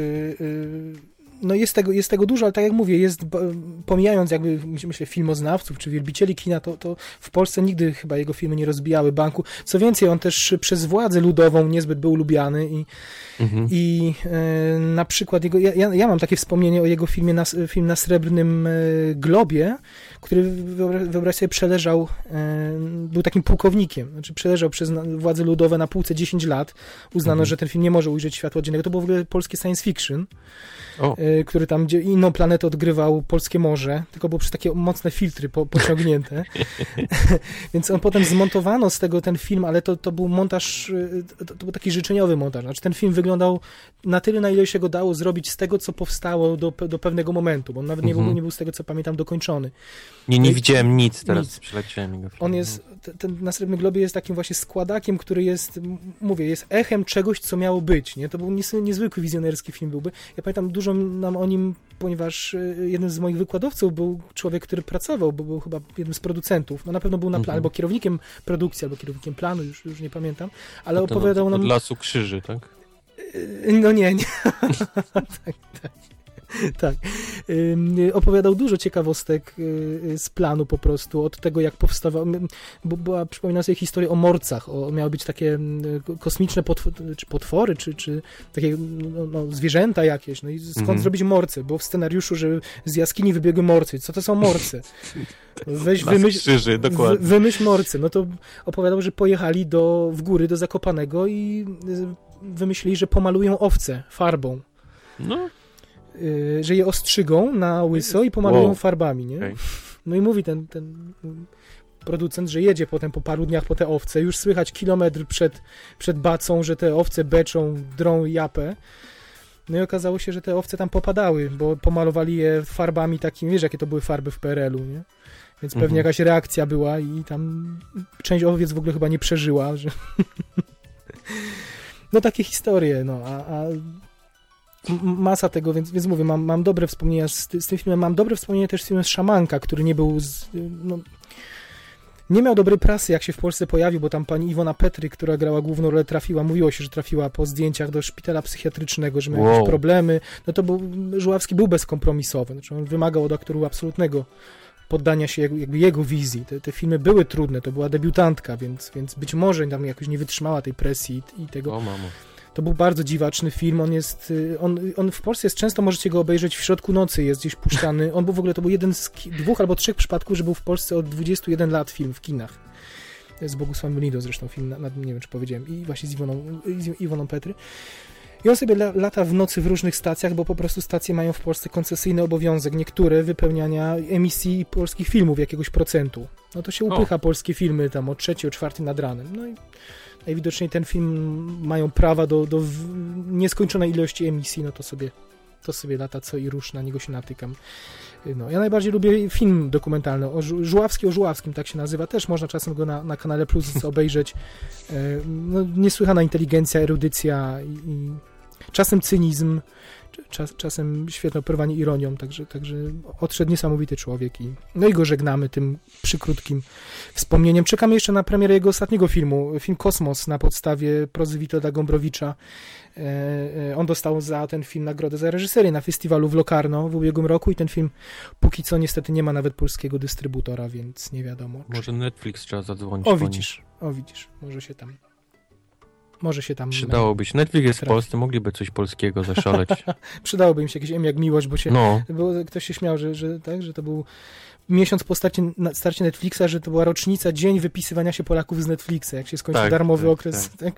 y, No jest tego, jest tego dużo, ale tak jak mówię, jest, pomijając jakby, myślę, filmoznawców czy wielbicieli kina, to, to w Polsce nigdy chyba jego filmy nie rozbijały banku. Co więcej, on też przez władzę ludową niezbyt był lubiany i, mhm. i e, na przykład jego, ja, ja mam takie wspomnienie o jego filmie, na, film na Srebrnym Globie, który, wyobraź sobie, przeleżał, e, był takim pułkownikiem, znaczy przeleżał przez władze ludowe na półce dziesięć lat. Uznano, mhm. że ten film nie może ujrzeć światła dziennego. To było w ogóle polskie science fiction. O. Który tam, gdzie inną planetę odgrywał polskie morze, tylko było przez takie mocne filtry po, pociągnięte. Więc on potem zmontowano z tego ten film, ale to, to był montaż, to, to był taki życzeniowy montaż. Znaczy ten film wyglądał na tyle, na ile się go dało zrobić z tego, co powstało do, do pewnego momentu, bo on nawet mhm. nie, był, nie był z tego, co pamiętam, dokończony. Nie, nie widziałem nic, teraz nic. Przeleciałem jego film. On jest, ten na Srebrnym Globie jest takim właśnie składakiem, który jest, mówię, jest echem czegoś, co miało być, nie? To był niezwykły wizjonerski film byłby. Ja pamiętam dużo nam o nim, ponieważ jeden z moich wykładowców był człowiek, który pracował, bo był chyba jednym z producentów. No na pewno był na planie, mhm. albo kierownikiem produkcji, albo kierownikiem planu, już, już nie pamiętam, ale to opowiadał od, nam... Od Lasu Krzyży, tak? No nie, nie. tak, tak. Tak. Opowiadał dużo ciekawostek z planu po prostu, od tego jak powstawał, bo była, przypominam sobie historię o morcach, o, miały być takie kosmiczne potwory, czy, potwory, czy, czy takie no, no, zwierzęta jakieś, no i skąd mhm. zrobić morce, bo w scenariuszu, że z jaskini wybiegły morce, co to są morce? Weź wymyśl, krzyży, dokładnie. W, wymyśl morce, no to opowiadał, że pojechali do, w góry do Zakopanego i wymyślili, że pomalują owce farbą. No. Że je ostrzygą na łyso i pomalują wow. farbami, nie? Okay. No i mówi ten, ten producent, że jedzie potem po paru dniach po te owce, już słychać kilometr przed, przed bacą, że te owce beczą, drą japę. No i okazało się, że te owce tam popadały, bo pomalowali je farbami takimi, wiesz, jakie to były farby w P R L u, nie? Więc pewnie mhm. jakaś reakcja była i tam część owiec w ogóle chyba nie przeżyła, że... No takie historie, no, a... a... masa tego, więc, więc mówię, mam, mam dobre wspomnienia z, z tym filmem, mam dobre wspomnienia też z filmem Szamanka, który nie był, z, no, nie miał dobrej prasy, jak się w Polsce pojawił, bo tam pani Iwona Petry, która grała główną rolę, trafiła, mówiło się, że trafiła po zdjęciach do szpitala psychiatrycznego, że miał wow. jakieś problemy, no to był, Żuławski był bezkompromisowy, znaczy on wymagał od aktorów absolutnego poddania się jego, jakby jego wizji. Te, te filmy były trudne, to była debiutantka, więc, więc być może tam jakoś nie wytrzymała tej presji i, i tego. O mamo. To był bardzo dziwaczny film, on jest, on, on w Polsce jest często, możecie go obejrzeć w środku nocy, jest gdzieś puszczany, on był w ogóle, to był jeden z ki- dwóch albo trzech przypadków, że był w Polsce od dwudziestu jeden lat film w kinach. Z Bogusławem Lido zresztą film, na, na, nie wiem czy powiedziałem, i właśnie z Iwoną, z Iwoną Petry. I on sobie lata w nocy w różnych stacjach, bo po prostu stacje mają w Polsce koncesyjny obowiązek, niektóre, wypełniania emisji polskich filmów jakiegoś procentu. No to się upycha o. polskie filmy tam o trzeciej, o czwartej nad ranem. No i najwidoczniej ten film mają prawa do, do nieskończonej ilości emisji, no to sobie, to sobie lata co i rusz, na niego się natykam. No, ja najbardziej lubię film dokumentalny, o Żu- Żuławski o Żuławskim, tak się nazywa, też można czasem go na, na kanale Plus obejrzeć. No, niesłychana inteligencja, erudycja i, i czasem cynizm, czas, czasem świetne operowanie ironią, także, także odszedł niesamowity człowiek i no i go żegnamy tym przykrótkim wspomnieniem. Czekamy jeszcze na premierę jego ostatniego filmu, film Kosmos na podstawie prozy Witolda Gombrowicza. On dostał za ten film nagrodę za reżyserię na festiwalu w Locarno w ubiegłym roku i ten film póki co niestety nie ma nawet polskiego dystrybutora, więc nie wiadomo. Może Netflix trzeba zadzwonić. O widzisz, o widzisz, może się tam może się tam... Przydałoby się. Netflix jest w Polsce, mogliby coś polskiego zaszaleć. Przydałoby im się jakieś M jak Miłość, bo się... No. Bo ktoś się śmiał, że, że, tak, że to był miesiąc po starcie, na, starcie Netflixa, że to była rocznica, dzień wypisywania się Polaków z Netflixa, jak się skończył tak, darmowy tak, okres tak.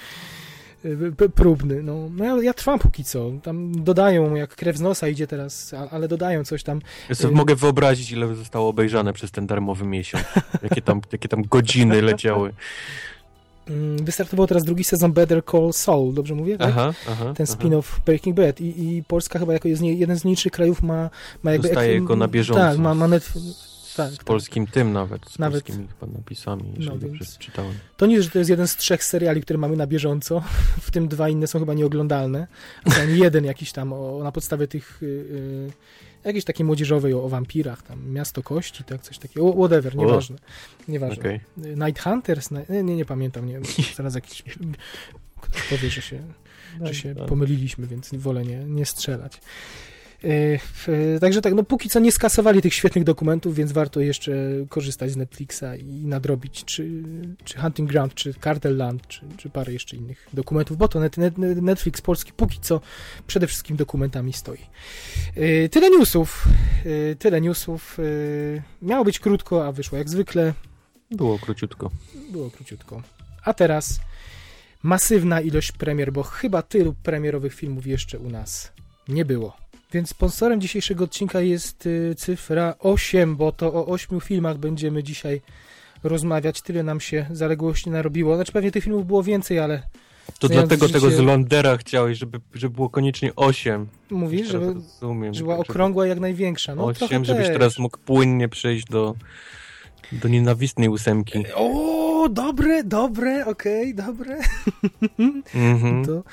Tak, próbny. No, no ja, ja trwam póki co. Tam dodają, jak krew z nosa idzie teraz, ale dodają coś tam. Ja sobie mogę wyobrazić, ile zostało obejrzane przez ten darmowy miesiąc. Jakie tam, jakie tam godziny leciały. Wystartował teraz drugi sezon Better Call Saul, dobrze mówię? Tak? Aha, aha, ten spin-off aha. Breaking Bad I, i Polska chyba jako jest nie, jeden z mniejszych krajów ma, ma jakby... Dostaje go na bieżąco. Tak, ma, ma net... tak, z polskim tak. tym nawet, z nawet. polskimi chyba napisami, jeżeli no, dobrze czytałem. To nie, że to jest jeden z trzech seriali, które mamy na bieżąco, w tym dwa inne są chyba nieoglądalne, a ani jeden jakiś tam o, na podstawie tych yy, jakiejś takiej młodzieżowej o, o wampirach, tam Miasto Kości, tak, coś takiego, whatever, nieważne. Nieważne. Okay. Night Hunters, nie, nie, nie pamiętam, nie, zaraz jakiś ktoś powie, że się, że się pomyliliśmy, więc wolę nie, nie strzelać. Yy, także tak, no póki co nie skasowali tych świetnych dokumentów, więc warto jeszcze korzystać z Netflixa i nadrobić czy, czy Hunting Ground, czy Cartel Land, czy, czy parę jeszcze innych dokumentów, bo to net, net, Netflix polski póki co przede wszystkim dokumentami stoi. Yy, tyle newsów, yy, tyle newsów. Yy, miało być krótko, a wyszło jak zwykle. Było króciutko. Było króciutko. A teraz masywna ilość premier, bo chyba tylu premierowych filmów jeszcze u nas nie było. Więc sponsorem dzisiejszego odcinka jest y, cyfra osiem, bo to o ośmiu filmach będziemy dzisiaj rozmawiać. Tyle nam się zaległości narobiło. Znaczy pewnie tych filmów było więcej, ale... To dlatego życie... tego Zolandera chciałeś, żeby, żeby było koniecznie osiem. Mówisz, żeby, rozumiem, że była okrągła jak największa. No, osiem, żebyś też. teraz mógł płynnie przejść do, do nienawistnej ósemki. O, dobre, dobre, okej, okay, dobre. Mhm. To...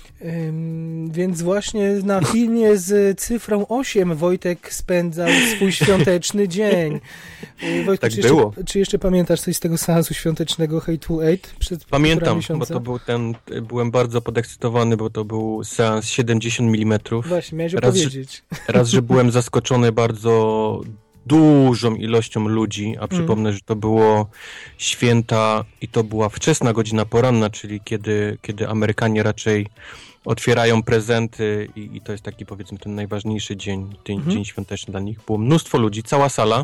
Ym, więc właśnie na filmie z cyfrą osiem Wojtek spędzał swój świąteczny dzień. Wojtek, tak czy, było. Jeszcze, czy jeszcze pamiętasz coś z tego seansu świątecznego Hateful Eight? Przed Pamiętam, bo to był ten, byłem bardzo podekscytowany, bo to był seans siedemdziesiąt milimetrów. Właśnie, miałeś raz, opowiedzieć. Że, raz, że byłem zaskoczony bardzo dużą ilością ludzi, a przypomnę, mm. że to było święta i to była wczesna godzina poranna, czyli kiedy, kiedy Amerykanie raczej otwierają prezenty i, i to jest taki, powiedzmy, ten najważniejszy dzień, dzień, mm. dzień świąteczny dla nich. Było mnóstwo ludzi, cała sala,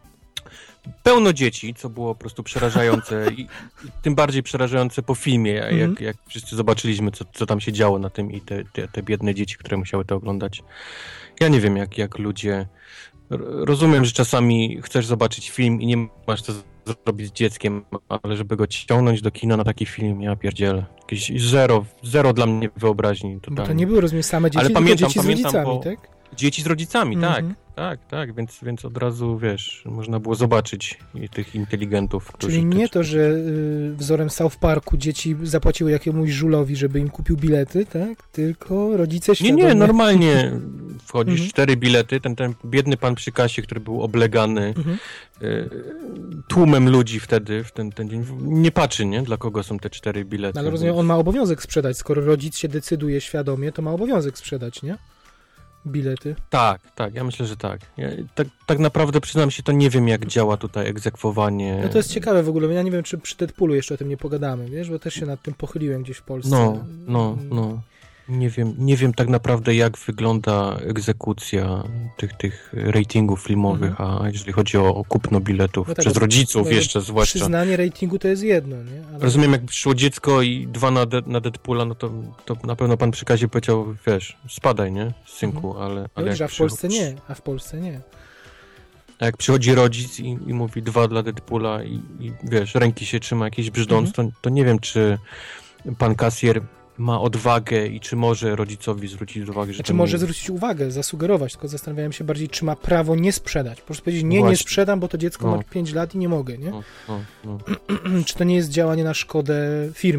pełno dzieci, co było po prostu przerażające i, i tym bardziej przerażające po filmie, mm. jak, jak wszyscy zobaczyliśmy, co, co tam się działo na tym i te, te, te biedne dzieci, które musiały to oglądać. Ja nie wiem, jak, jak ludzie... Rozumiem, że czasami chcesz zobaczyć film i nie masz co zrobić z dzieckiem, ale żeby go ciągnąć do kina na taki film, ja pierdzielę. Jakieś zero, zero dla mnie wyobraźni. Totalnie. Bo to nie były, rozumiem, same dzieci, ale tylko pamiętam, dzieci z pamiętam, rodzicami, bo... tak? Dzieci z rodzicami, mm-hmm. tak, tak, tak, więc, więc od razu, wiesz, można było zobaczyć tych inteligentów, którzy... Czyli nie to, że y, wzorem South Parku dzieci zapłaciły jakiemuś żulowi, żeby im kupił bilety, tak? Tylko rodzice świadomie... Nie, nie, normalnie wchodzisz, mm-hmm. cztery bilety, ten, ten biedny pan przy kasie, który był oblegany mm-hmm. y, tłumem ludzi wtedy, w ten, ten dzień, nie patrzy, nie? Dla kogo są te cztery bilety. Ale rozumiem, on ma obowiązek sprzedać, skoro rodzic się decyduje świadomie, to ma obowiązek sprzedać, nie? Bilety. Tak, tak, ja myślę, że tak. Ja, tak. Tak naprawdę przyznam się, to nie wiem, jak działa tutaj egzekwowanie. No to jest ciekawe w ogóle, ja nie wiem, czy przy Deadpoolu jeszcze o tym nie pogadamy, wiesz, bo też się nad tym pochyliłem gdzieś w Polsce. No, no, no. Nie wiem, nie wiem tak naprawdę, jak wygląda egzekucja tych, tych ratingów filmowych, mhm. a jeżeli chodzi o, o kupno biletów no tak, przez rodziców no, jeszcze zwłaszcza. Przyznanie ratingu to jest jedno, nie? Ale... Rozumiem, jak przyszło dziecko i dwa na, de, na Deadpoola, no to, to na pewno pan przy kasie powiedział, wiesz, spadaj, nie, synku, mhm. ale... ale Dobrze, a w Polsce przychodzi... nie, a w Polsce nie. A jak przychodzi rodzic i, i mówi dwa dla Deadpoola i, i wiesz, ręki się trzyma jakiś brzdąc, mhm. to, to nie wiem, czy pan kasjer ma odwagę i czy może rodzicowi zwrócić uwagę, że znaczy może nie... zwrócić uwagę, zasugerować, tylko zastanawiałem się bardziej, czy ma prawo nie sprzedać. Po prostu powiedzieć, nie, Właśnie. nie sprzedam, bo to dziecko no. ma pięć lat i nie mogę, nie? No, no, no. Czy to nie jest działanie na szkodę firmy?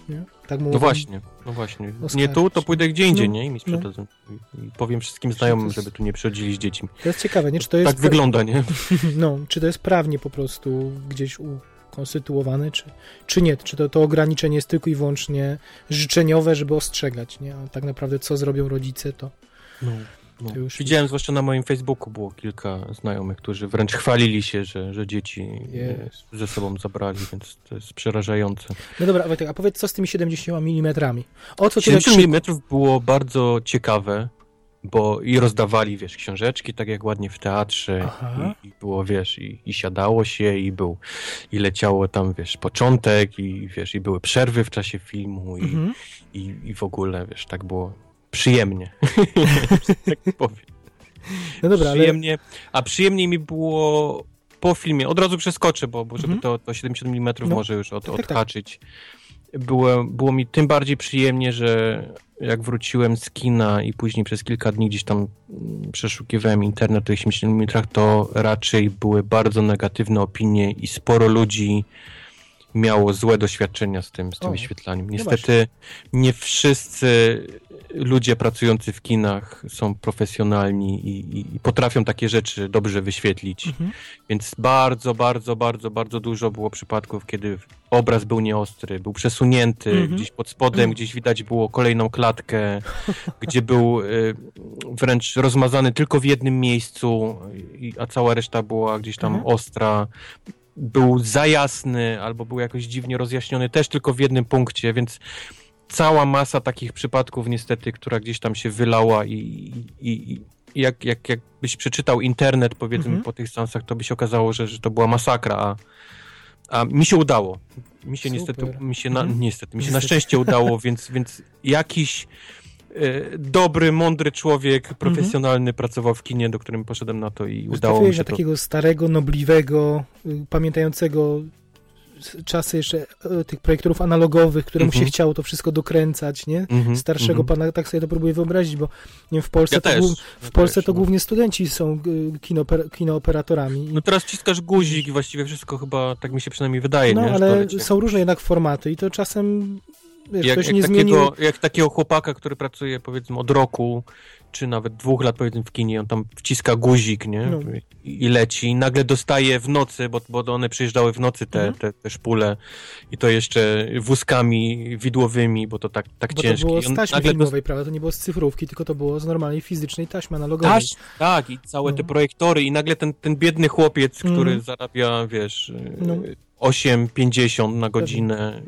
nie? Tak mówią. No właśnie, no właśnie. Oskarżyć. Nie tu, to pójdę gdzie indziej, No, nie? I mi no. sprzedadzą. I i powiem wszystkim znajomym, jest- żeby tu nie przychodzili z dziećmi. To jest ciekawe, nie? Czy to jest Tak wygląda, nie? No, czy to jest prawnie po prostu gdzieś ukonstytuowane, czy, czy nie? Czy to, to ograniczenie jest tylko i wyłącznie życzeniowe, żeby ostrzegać, nie? A tak naprawdę co zrobią rodzice, to... No, no. To już- Widziałem, zwłaszcza na moim Facebooku było kilka znajomych, którzy wręcz chwalili się, że, że dzieci e, Jest. ze sobą zabrali, więc to jest przerażające. No dobra, Wojtek, a powiedz, co z tymi siedemdziesięcioma milimetrami? O co tyle siedemdziesiąt krzyku? milimetrów było bardzo ciekawe, bo i rozdawali, wiesz, książeczki, tak jak ładnie w teatrze, Aha. i, i było, wiesz, i, i siadało się, i był, i leciało tam, wiesz, początek, i wiesz, i były przerwy w czasie filmu, i, Mhm. i, i w ogóle, wiesz, tak było przyjemnie, tak powiem. No dobra, ale... Przyjemnie, a przyjemniej mi było po filmie, od razu przeskoczę, bo, bo żeby Mhm. to, to siedemdziesiąt milimetrów No, może już od, tak, tak, tak. odhaczyć. Było, było mi tym bardziej przyjemnie, że jak wróciłem z kina i później przez kilka dni gdzieś tam mm, przeszukiwałem internet o tych siedemdziesięciu milimetrach, to raczej były bardzo negatywne opinie i sporo ludzi miało złe doświadczenia z tym, z tym O, wyświetlaniem. no Niestety nie wszyscy ludzie pracujący w kinach są profesjonalni i, i, i potrafią takie rzeczy dobrze wyświetlić. Mhm. Więc bardzo, bardzo, bardzo, bardzo dużo było przypadków, kiedy obraz był nieostry, był przesunięty, Mhm. gdzieś pod spodem, Mhm. gdzieś widać było kolejną klatkę, gdzie był y, wręcz rozmazany tylko w jednym miejscu, i, a cała reszta była gdzieś tam Mhm. ostra. Był za jasny, albo był jakoś dziwnie rozjaśniony, też tylko w jednym punkcie, więc cała masa takich przypadków niestety, która gdzieś tam się wylała i, i, i jak, jak, jakbyś przeczytał internet, powiedzmy, Mhm. po tych seansach, to by się okazało, że, że to była masakra, a, a mi się udało. Mi się Super. niestety, mi się na, Mhm. niestety, mi się na Niestety. szczęście udało, więc, więc jakiś e, dobry, mądry człowiek, profesjonalny pracował w kinie, do którym poszedłem na to i udało mi Trafiłeś się na to. takiego starego, nobliwego, y, pamiętającego s- czasy jeszcze y, tych projektorów analogowych, któremu Mhm. się chciało to wszystko dokręcać, nie? Mhm, Starszego mhm. pana, tak sobie to próbuję wyobrazić, bo nie wiem, w Polsce, Ja to, też. głów- w ja Polsce też, to no. głównie studenci są y, kinooper, kinooperatorami. I- No teraz wciskasz guzik i właściwie wszystko chyba, tak mi się przynajmniej wydaje, no, nie? Że to ale leci. są różne jednak formaty i to czasem, wiesz, jak, ktoś jak, nie zmienił... takiego, jak takiego chłopaka, który pracuje powiedzmy od roku, czy nawet dwóch lat powiedzmy w kinie, on tam wciska guzik, nie? No. I, I leci i nagle dostaje w nocy, bo, bo one przyjeżdżały w nocy, te, Mhm. te, te szpule i to jeszcze wózkami widłowymi, bo to tak, tak Bo to ciężkie. było I z on taśmy nagle filmowej, prawda? To nie było z cyfrówki, tylko to było z normalnej fizycznej taśmy analogowej. Taś, tak, i całe No. te projektory i nagle ten, ten biedny chłopiec, który Mhm. zarabia, wiesz, No. osiem pięćdziesiąt na godzinę,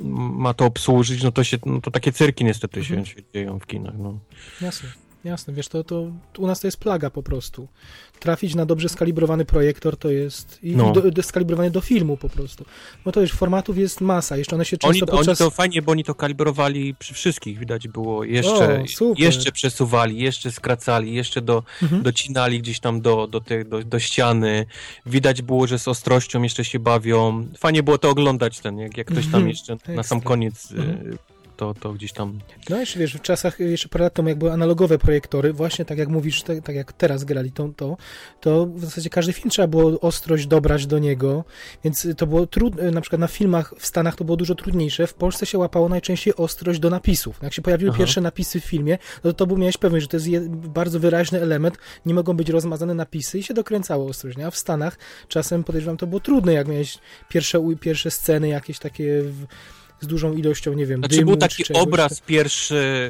ma to obsłużyć, no to się, no to takie cyrki niestety Mhm. się, się dzieją w kinach, no. Jasne, jasne, wiesz, to, to u nas to jest plaga po prostu. Trafić na dobrze skalibrowany projektor to jest... I No. do, do, skalibrowany do filmu po prostu. Bo to już formatów jest masa, jeszcze one się Oni, często oni podczas... to fajnie, bo oni to kalibrowali przy wszystkich, widać było, jeszcze, O, super. jeszcze przesuwali, jeszcze skracali, jeszcze do, Mhm. docinali gdzieś tam do, do, tej, do, do ściany, widać było, że z ostrością jeszcze się bawią, fajnie było to oglądać, ten, jak, jak ktoś tam Mhm. jeszcze na Ekstra. sam koniec Mhm. y, to, to gdzieś tam... No jeszcze wiesz, w czasach, jeszcze parę lat temu, jak były analogowe projektory, właśnie tak jak mówisz, tak, tak jak teraz grali to, to, to w zasadzie każdy film trzeba było ostrość dobrać do niego, więc to było trudne, na przykład na filmach w Stanach to było dużo trudniejsze, w Polsce się łapało najczęściej ostrość do napisów. Jak się pojawiły Aha. pierwsze napisy w filmie, no to, to był, miałeś pewność, że to jest je, bardzo wyraźny element, nie mogą być rozmazane napisy i się dokręcało ostrość, nie? A w Stanach czasem, podejrzewam, to było trudne, jak miałeś pierwsze, u- pierwsze sceny jakieś takie w, z dużą ilością, nie wiem, Znaczy dymu, był taki czy czegoś, obraz pierwszy,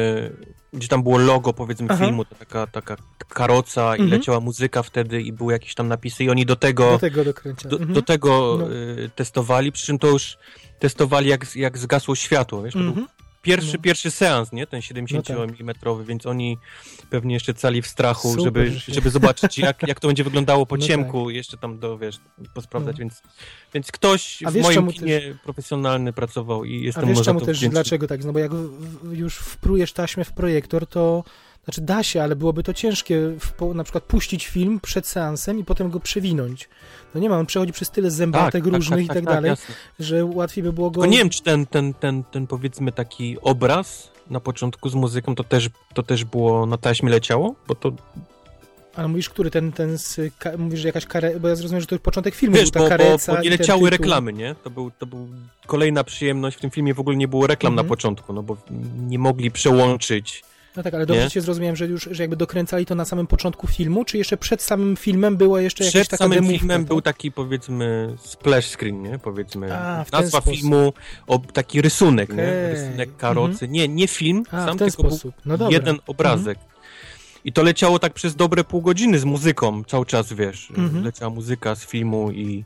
y, gdzie tam było logo, powiedzmy, Aha. filmu, to taka, taka karoca i Mhm. leciała muzyka wtedy i były jakieś tam napisy i oni do tego, do tego dokręcia. do, Mhm. do tego No. y, testowali, przy czym to już testowali jak, jak zgasło światło, wiesz, to był Mhm. pierwszy, No. pierwszy seans, nie, ten siedemdziesięciomilimetrowy, więc oni pewnie jeszcze cali w strachu, Super. żeby, żeby zobaczyć jak, jak to będzie wyglądało po No ciemku, jeszcze tam do, wiesz, posprawdzać, No. więc, więc ktoś A w wiesz, moim czemu kinie profesjonalny pracował i A jestem wiesz może czemu to też, wdzięczny. dlaczego tak? No bo jak w, w, już wprujesz taśmę w projektor, to znaczy da się, ale byłoby to ciężkie w, po, na przykład puścić film przed seansem i potem go przewinąć. No nie ma, on przechodzi przez tyle zębatek różnych i tak, dalej, jasne. że łatwiej by było go... Tylko nie wiem, czy ten, ten, ten, ten powiedzmy taki obraz na początku z muzyką, to też, to też było na taśmie leciało, bo to Ale mówisz, który ten, ten z, ka, mówisz, że jakaś kare, bo ja zrozumiem, że to początek filmu Wiesz, był ta bo, kareca bo, bo nie i ten leciały tytuł. reklamy, nie? To był, to był kolejna przyjemność. W tym filmie w ogóle nie było reklam Mhm. na początku, no bo nie mogli przełączyć. No tak, ale dobrze Nie? cię zrozumiałem, że już że jakby dokręcali to na samym początku filmu, czy jeszcze przed samym filmem była jeszcze jakaś Przed taka samym demówka, filmem tak? był taki, powiedzmy, splash screen, nie? Powiedzmy, A, w ten nazwa sposób. filmu, o, taki rysunek, nie? Okej. Rysunek karocy. Nie, nie film, A, sam w ten tylko sposób. No był dobra. jeden obrazek. I to leciało tak przez dobre pół godziny z muzyką, cały czas, wiesz, Mhm. leciała muzyka z filmu i,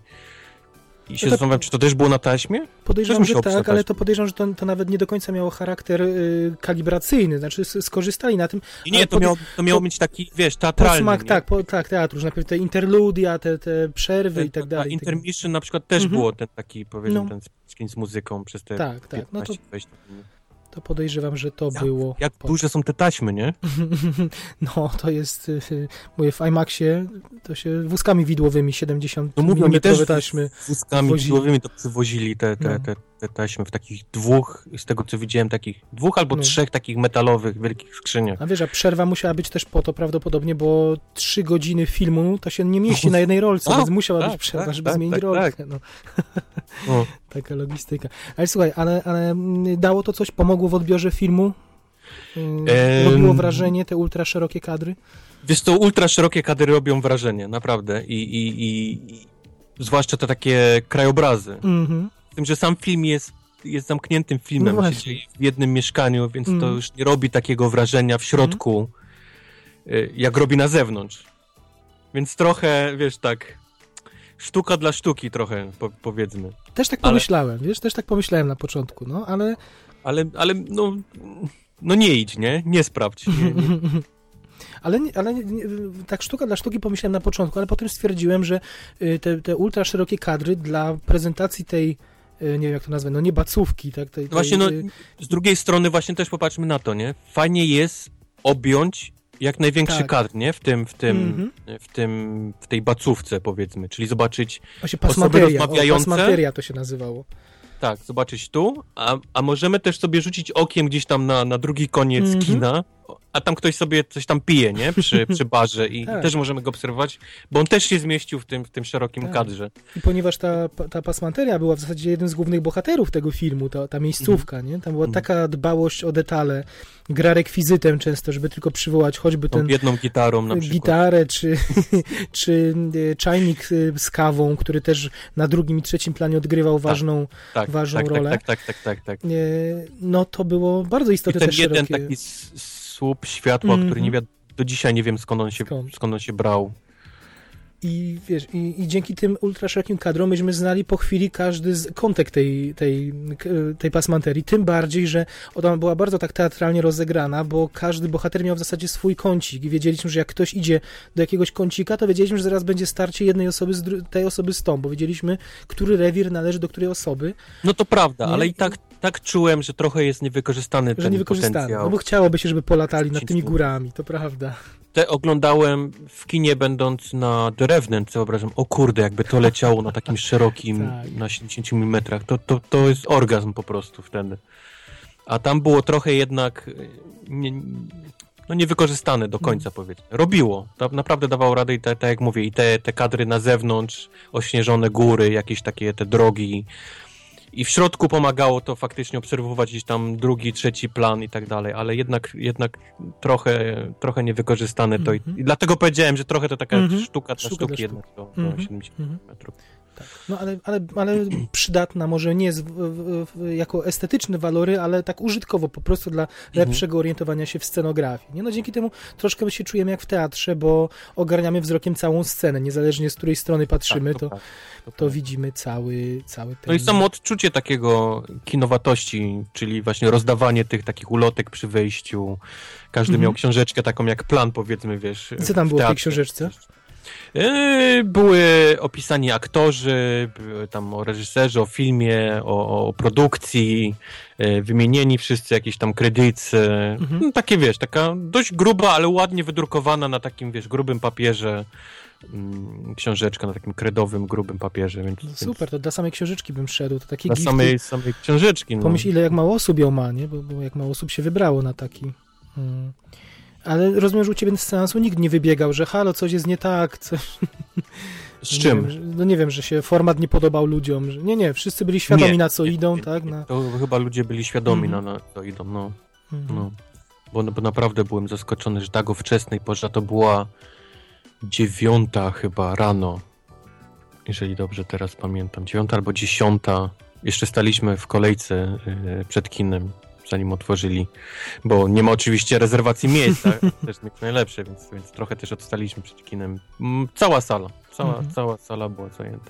i się to- zastanawiam, czy to też było na taśmie? Podejrzewam, Też że musiało tak, być na ale taśmie. to podejrzewam, że to, to nawet nie do końca miało charakter y, kalibracyjny, znaczy s- skorzystali na tym. I nie, ale to pod- miało, to miało po- mieć taki, wiesz, teatralny, Posmak, nie? tak, po, tak, teatr, że najpierw te interludia, te, te przerwy Ten, i tak ta dalej. intermission na przykład też Mhm. było ten taki, powiedzmy, No. ten screen z muzyką przez te Tak, tak, no to, piętnaście dwadzieścia minut. to podejrzewam, że to Jak- było. Jak po- duże są te taśmy, nie? No, to jest, y, mówię, w IMAXie to się wózkami widłowymi siedemdziesiąt No mówią, oni też milimetrowe taśmy. wózkami wozili. widłowymi to przywozili te, te, No. te, te taśmy w takich dwóch, z tego co widziałem, takich dwóch albo No. trzech takich metalowych, wielkich skrzyniach. A wiesz, a przerwa musiała być też po to prawdopodobnie, bo trzy godziny filmu to się nie mieści na jednej rolce, A, więc musiała tak, być przerwa, tak, żeby tak, zmienić tak, rolkę. tak. No, No. taka logistyka. Ale słuchaj, ale, ale mm, dało to coś, pomogło w odbiorze filmu? Ym, Em. Robiło wrażenie te ultra szerokie kadry? Wiesz, to ultra szerokie kadry robią wrażenie, naprawdę. I, i, i, i zwłaszcza te takie krajobrazy. Mhm. Z tym, że sam film jest, jest zamkniętym filmem, No się właśnie. dzieje w jednym mieszkaniu, więc Mm. to już nie robi takiego wrażenia w środku, y, jak robi na zewnątrz. Więc trochę, wiesz, tak, sztuka dla sztuki trochę, po, powiedzmy. Też tak Ale- pomyślałem, wiesz, też tak pomyślałem na początku, no, ale Ale, ale no, no nie idź, nie? Nie sprawdź. Nie, nie. Ale, nie, ale nie, nie, tak sztuka dla sztuki pomyślałem na początku, ale potem stwierdziłem, że y, te, te ultra szerokie kadry dla prezentacji tej, y, nie wiem jak to nazwę, no nie bacówki, tak? Tej, tej, Właśnie, no, y, z drugiej strony właśnie też popatrzmy na to, nie? Fajnie jest objąć jak największy Tak. kadr, nie? W tym, w tym, Mhm. w tym, w tej bacówce, powiedzmy, czyli zobaczyć, Właśnie osoby pasmateria, o, rozmawiające. pasmateria to się nazywało. tak, zobaczyć tu, a, a możemy też sobie rzucić okiem gdzieś tam na, na drugi koniec Mhm. kina, a tam ktoś sobie coś tam pije, nie? Przy, przy barze i, Tak. i też możemy go obserwować, bo on też się zmieścił w tym, w tym szerokim Tak. kadrze. I ponieważ ta, ta pasmateria była w zasadzie jednym z głównych bohaterów tego filmu, ta, ta miejscówka, nie? Tam była Mhm. taka dbałość o detale, gra rekwizytem często, żeby tylko przywołać choćby Tą ten jedną gitarą na przykład. gitarę, czy, czy y, czajnik y, z kawą, który też na drugim i trzecim planie odgrywał ważną, tak, ważną tak, rolę. Tak, tak, tak, tak, tak. tak. y, no to było bardzo I istotne ten też jeden szerokie. taki s- słup światła, Mhm. który nie wiadomo, do dzisiaj nie wiem skąd on się, Skąd? skąd on się brał. I wiesz, i, i dzięki tym ultraszerokim kadrom myśmy znali po chwili każdy z kontekst tej, tej, k- tej pasmanterii, tym bardziej, że ona była bardzo tak teatralnie rozegrana, bo każdy bohater miał w zasadzie swój kącik i wiedzieliśmy, że jak ktoś idzie do jakiegoś kącika, to wiedzieliśmy, że zaraz będzie starcie jednej osoby z dru- tej osoby z tą, bo wiedzieliśmy, który rewir należy do której osoby, No to prawda, Nie? ale i tak, tak czułem, że trochę jest niewykorzystany że ten nie wykorzystano. potencjał. No bo chciałoby się, żeby polatali nad tymi Dzieciństwo. górami, to prawda. Te oglądałem w kinie, będąc na The Revenant, co wyobrażam, o kurde, jakby to leciało na takim szerokim, Tak. na siedemdziesięciu milimetrach, to, to, to jest orgazm po prostu wtedy. A tam było trochę jednak y, nie, no niewykorzystane do końca, powiedzmy. Robiło, to naprawdę dawało radę i tak te, jak mówię, i te, te kadry na zewnątrz, ośnieżone góry, jakieś takie te drogi. I w środku pomagało to faktycznie obserwować gdzieś tam drugi, trzeci plan i tak dalej, ale jednak, jednak trochę, trochę niewykorzystane to i, Mhm. i dlatego powiedziałem, że trochę to taka Mhm. sztuka dla Sztuka sztuki dla jednak do, do Mhm. siedemdziesięciu Mhm. metrów. No ale, ale, ale przydatna, może nie z, w, w, w, jako estetyczne walory, ale tak użytkowo, po prostu dla lepszego orientowania się w scenografii. Nie? No dzięki temu troszkę się czujemy jak w teatrze, bo ogarniamy wzrokiem całą scenę, niezależnie z której strony patrzymy, Tak, to, prawda, to to prawda. widzimy cały, cały ten... No i samo odczucie takiego kinowatości, czyli właśnie rozdawanie tych takich ulotek przy wejściu. Każdy Mhm. miał książeczkę taką jak plan, powiedzmy, wiesz. Co tam było w tej teatrze. książeczce? Yy, Były opisani aktorzy, były tam o reżyserze, o filmie, o, o produkcji, yy, wymienieni wszyscy jakieś tam kredyty. Mhm. No, takie wiesz, taka dość gruba, ale ładnie wydrukowana na takim, wiesz, grubym papierze. mm, Książeczka na takim kredowym, grubym papierze. Więc, No więc super, to dla samej książeczki bym szedł, to takie dla gifty. samej, samej książeczki. No. Pomyśl, ile jak mało osób ją ma, nie? Bo, bo jak mało osób się wybrało na taki... Mm. Ale rozumiem, że u ciebie z seansu nikt nie wybiegał, że halo, coś jest nie tak, coś... Z czym? Nie wiem, że, no nie wiem, że się format nie podobał ludziom. Że, nie, nie, wszyscy byli świadomi, nie, na co nie, idą, nie, tak? Nie. Na... To chyba ludzie byli świadomi, Mhm. na, na co idą, no. Mhm. no. Bo, bo naprawdę byłem zaskoczony, że tak o wczesnej porze, to była dziewiąta chyba rano, jeżeli dobrze teraz pamiętam, dziewiąta albo dziesiąta. Jeszcze staliśmy w kolejce yy, przed kinem, zanim otworzyli, bo nie ma oczywiście rezerwacji miejsc, tak? Też mieć najlepsze, więc, więc trochę też odstaliśmy przed kinem. Mm, Cała sala, cała, Mhm. cała sala była zajęta.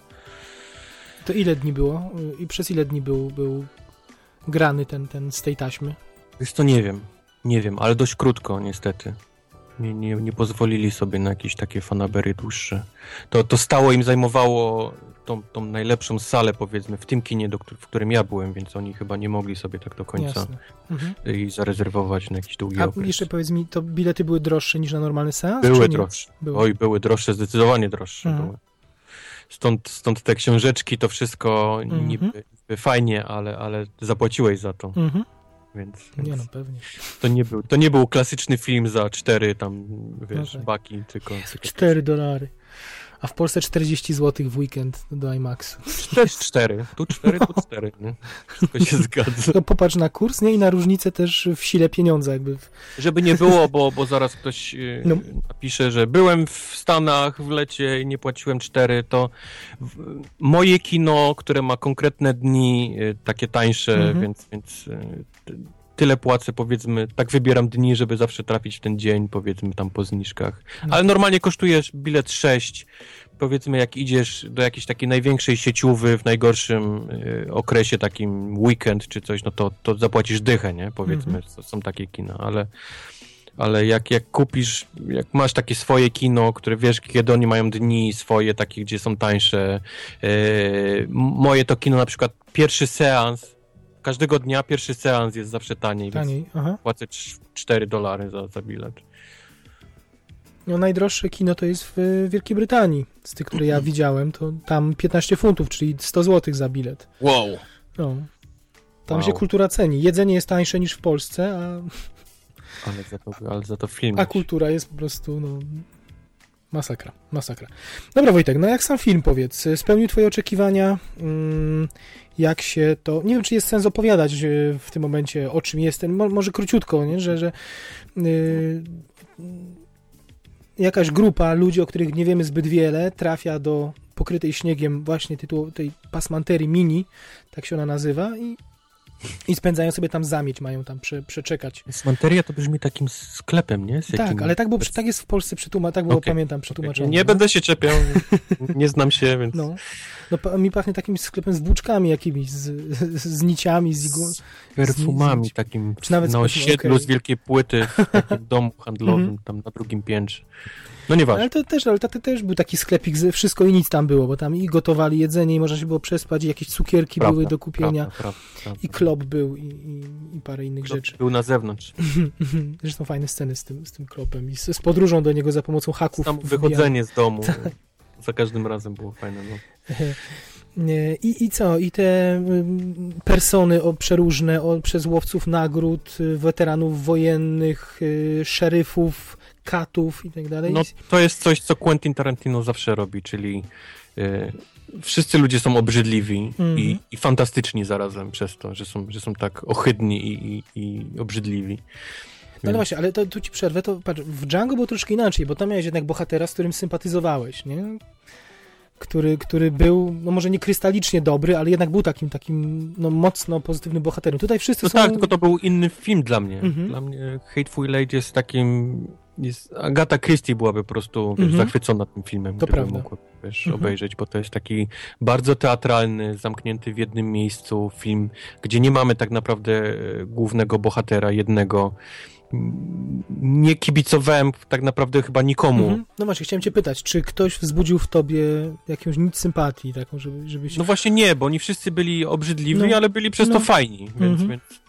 To ile dni było? I przez ile dni był, był grany ten, ten z tej taśmy? Wiesz co, nie wiem, nie wiem, ale dość krótko niestety. Nie, nie, nie pozwolili sobie na jakieś takie fanabery dłuższe. To, to stało im zajmowało tą, tą najlepszą salę, powiedzmy, w tym kinie, do, w którym ja byłem, więc oni chyba nie mogli sobie tak do końca Jasne. Mhm. i zarezerwować na jakiś długi A okres. jeszcze powiedz mi, to bilety były droższe niż na normalny seans? Były czy nie? droższe. Były. Oj, były droższe, zdecydowanie droższe Mhm. były. Stąd, stąd te książeczki, to wszystko Mhm. niby, niby fajnie, ale, ale zapłaciłeś za to, Mhm. więc, Nie więc no, pewnie. to, nie był, to nie był klasyczny film za cztery tam, wiesz, No tak. baki, tylko... tylko cztery dolary. A w Polsce czterdzieści złotych w weekend do IMAXu. Też cztery. Tu cztery, tu cztery, nie? Wszystko się zgadza. To popatrz na kurs, nie? I na różnicę też w sile pieniądza jakby. W... Żeby nie było, bo, bo zaraz ktoś yy, No. napisze, że byłem w Stanach w lecie i nie płaciłem cztery, to w, moje kino, które ma konkretne dni, yy, takie tańsze, Mhm. więc, więc yy, tyle płacę, powiedzmy, tak wybieram dni, żeby zawsze trafić w ten dzień, powiedzmy tam po zniżkach. No. Ale normalnie kosztuje bilet sześć. Powiedzmy, jak idziesz do jakiejś takiej największej sieciówy w najgorszym y, okresie, takim weekend czy coś, no to, to zapłacisz dychę, nie? Powiedzmy, Mhm. to są takie kina, ale, ale jak, jak kupisz, jak masz takie swoje kino, które wiesz, kiedy oni mają dni swoje, takie, gdzie są tańsze. Y, moje to kino na przykład pierwszy seans, każdego dnia pierwszy seans jest zawsze taniej, Taniej, więc aha. płacę cztery dolary za, za bilet. No najdroższe kino to jest w Wielkiej Brytanii. Z tych, które ja widziałem, to tam piętnaście funtów, czyli sto złotych za bilet. Wow! No. Tam Wow. się kultura ceni. Jedzenie jest tańsze niż w Polsce, a, Ale za to, ale za to film. a kultura jest po prostu, no... Masakra, masakra. Dobra, Wojtek, no jak sam film, powiedz, spełnił twoje oczekiwania? Mm, jak się to... Nie wiem, czy jest sens opowiadać y, w tym momencie, o czym jest ten... Mo, może króciutko, nie? Że... że y, jakaś grupa ludzi, o których nie wiemy zbyt wiele, trafia do pokrytej śniegiem właśnie tytułu tej pasmanterii mini, tak się ona nazywa, i, i spędzają sobie tam zamieć, mają tam prze, przeczekać. Smanteria to brzmi takim sklepem, nie? Z Tak, jakim... ale tak, było, tak jest w Polsce przetłumaczone, tak było, Okay. pamiętam, przetłumaczone. Nie no. będę się czepiał, nie znam się, więc... No, no pa, mi pachnie takim sklepem z włóczkami jakimiś, z, z, z niciami, z igłą. Z perfumami z- takim czy nawet z na perfum- osiedlu okej. z wielkiej płyty w takim domu handlowym, Mhm. tam na drugim piętrze. No nieważne. Ale to też, ale to, to też był taki sklepik, z wszystko i nic tam było, bo tam i gotowali jedzenie, i można się było przespać, i jakieś cukierki Prawda, były do kupienia, prawda, prawda, prawda. i klop był, i, i, i parę innych Klop rzeczy. Był na zewnątrz. Zresztą fajne sceny z tym, z tym klopem i z, z podróżą do niego za pomocą haków. Tam wbijania. wychodzenie z domu. Za każdym razem było fajne, no. I, I co? I te ym, persony o, przeróżne o, przez łowców nagród, y, weteranów wojennych, y, szeryfów, katów i tak dalej. No to jest coś, co Quentin Tarantino zawsze robi, czyli y, wszyscy ludzie są obrzydliwi Mhm. i, i fantastyczni zarazem przez to, że są, że są tak ohydni i, i, i obrzydliwi. No, no właśnie, ale to, tu ci przerwę, to patrz, w Django było troszkę inaczej, bo tam miałeś jednak bohatera, z którym sympatyzowałeś, nie? Który, który był, no może nie krystalicznie dobry, ale jednak był takim, takim no mocno pozytywnym bohaterem. Tutaj wszyscy No są... tak, tylko to był inny film dla mnie. Mhm. Dla mnie Hateful Eight jest takim... Jest, Agata Christie byłaby po prostu wiesz, Mhm. zachwycona tym filmem, To gdyby prawda. mogła wiesz, Mhm. obejrzeć, bo to jest taki bardzo teatralny, zamknięty w jednym miejscu film, gdzie nie mamy tak naprawdę e, głównego bohatera, jednego. Nie kibicowałem tak naprawdę chyba nikomu. Mhm. No właśnie, chciałem cię pytać, czy ktoś wzbudził w tobie jakąś nic sympatii taką, żeby, żebyś... No właśnie nie, bo oni wszyscy byli obrzydliwi, No. ale byli przez to No. fajni, więc, Mhm. więc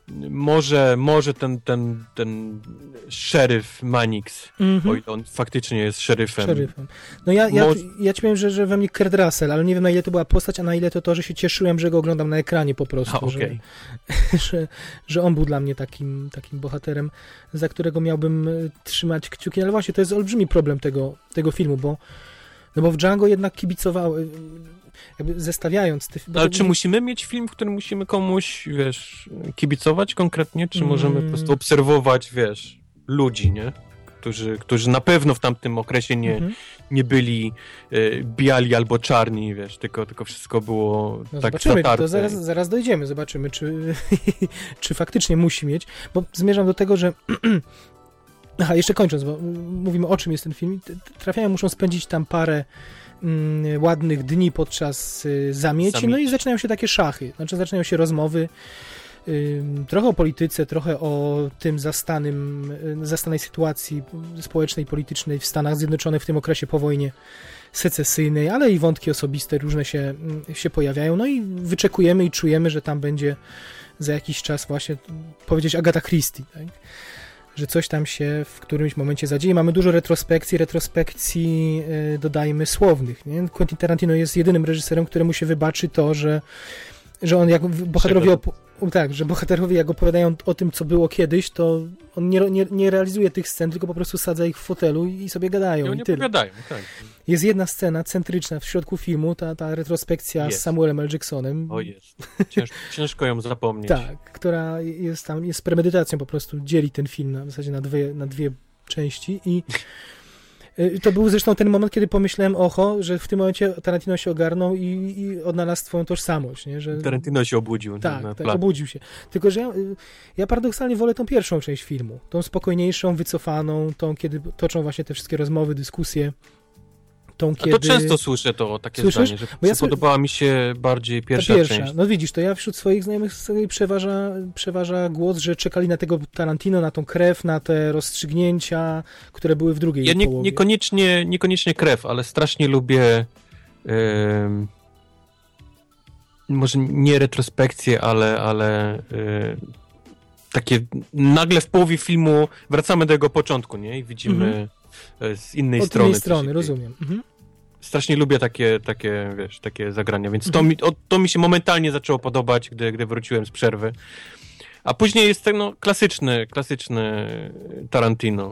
może, może ten, ten, ten szeryf Mannix, Mhm. o ile on faktycznie jest szeryfem. Szeryfem. No ja, ja, Moż- ja ci powiem, że, że we mnie Kurt Russell, ale nie wiem na ile to była postać, a na ile to to, że się cieszyłem, że go oglądam na ekranie po prostu. A, okej. że, że, że on był dla mnie takim, takim bohaterem, za którego miałbym e, trzymać kciuki. Ale właśnie to jest olbrzymi problem tego, tego filmu, bo, no bo w Django jednak kibicowały, jakby zestawiając... Te, Ale czy musimy mieć film, w którym musimy komuś, wiesz, kibicować konkretnie, czy możemy Mm. po prostu obserwować, wiesz, ludzi, nie? Którzy, którzy na pewno w tamtym okresie nie, Mhm. nie byli y, biali albo czarni, wiesz, tylko, tylko wszystko było No tak zobaczymy, zatarte. to zaraz, zaraz dojdziemy, zobaczymy, czy, czy faktycznie musi mieć, bo zmierzam do tego, że aha, jeszcze kończąc, bo mówimy o czym jest ten film, trafiają, muszą spędzić tam parę mm, ładnych dni podczas y, zamieci, Zamieci. no i zaczynają się takie szachy, znaczy zaczynają się rozmowy, y, trochę o polityce, trochę o tym zastanym, y, zastanej sytuacji społecznej, politycznej w Stanach Zjednoczonych w tym okresie po wojnie secesyjnej, ale i wątki osobiste różne się, mm, się pojawiają, no i wyczekujemy i czujemy, że tam będzie za jakiś czas właśnie powiedzieć Agatha Christie, tak? Że coś tam się w którymś momencie zadzieje. Mamy dużo retrospekcji, retrospekcji e, dodajmy słownych. Nie? Quentin Tarantino jest jedynym reżyserem, któremu się wybaczy to, że, że on jak bohaterowie op- tak, że bohaterowie jak opowiadają o tym, co było kiedyś, to on nie, nie, nie realizuje tych scen, tylko po prostu sadza ich w fotelu i, i sobie gadają. I I oni tyle. opowiadają, tak. Jest jedna scena centryczna w środku filmu, ta, ta retrospekcja Jest. z Samuelem L. Jacksonem. O jest. Ciężko, ciężko ją zapomnieć. Tak, która jest tam, jest z premedytacją po prostu, dzieli ten film na, w zasadzie na dwie, na dwie części i y, to był zresztą ten moment, kiedy pomyślałem, oho, że w tym momencie Tarantino się ogarnął i, i odnalazł swoją tożsamość, nie? Że, Tarantino się obudził. tak, na tak, plan. obudził się. Tylko, że ja, y, ja paradoksalnie wolę tą pierwszą część filmu, tą spokojniejszą, wycofaną, tą, kiedy toczą właśnie te wszystkie rozmowy, dyskusje, tą, A kiedy... to często słyszę to takie Słyszysz? zdanie, że Bo ja sły- podobała mi się bardziej pierwsza, Ta pierwsza. część. No widzisz, to ja wśród swoich znajomych sobie przeważa, przeważa głos, że czekali na tego Tarantino, na tą krew, na te rozstrzygnięcia, które były w drugiej Ja nie, połowie. niekoniecznie, niekoniecznie krew, ale strasznie lubię em, może nie retrospekcje, ale, ale e, takie nagle w połowie filmu wracamy do jego początku, nie? I widzimy Mhm. e, z innej Od strony. innej co się strony, dzieje. rozumiem. Mhm. Strasznie lubię takie, takie, wiesz, takie zagrania, więc to, Mhm. mi, o, to mi się momentalnie zaczęło podobać, gdy, gdy wróciłem z przerwy. A później jest ten no, klasyczny, klasyczny Tarantino.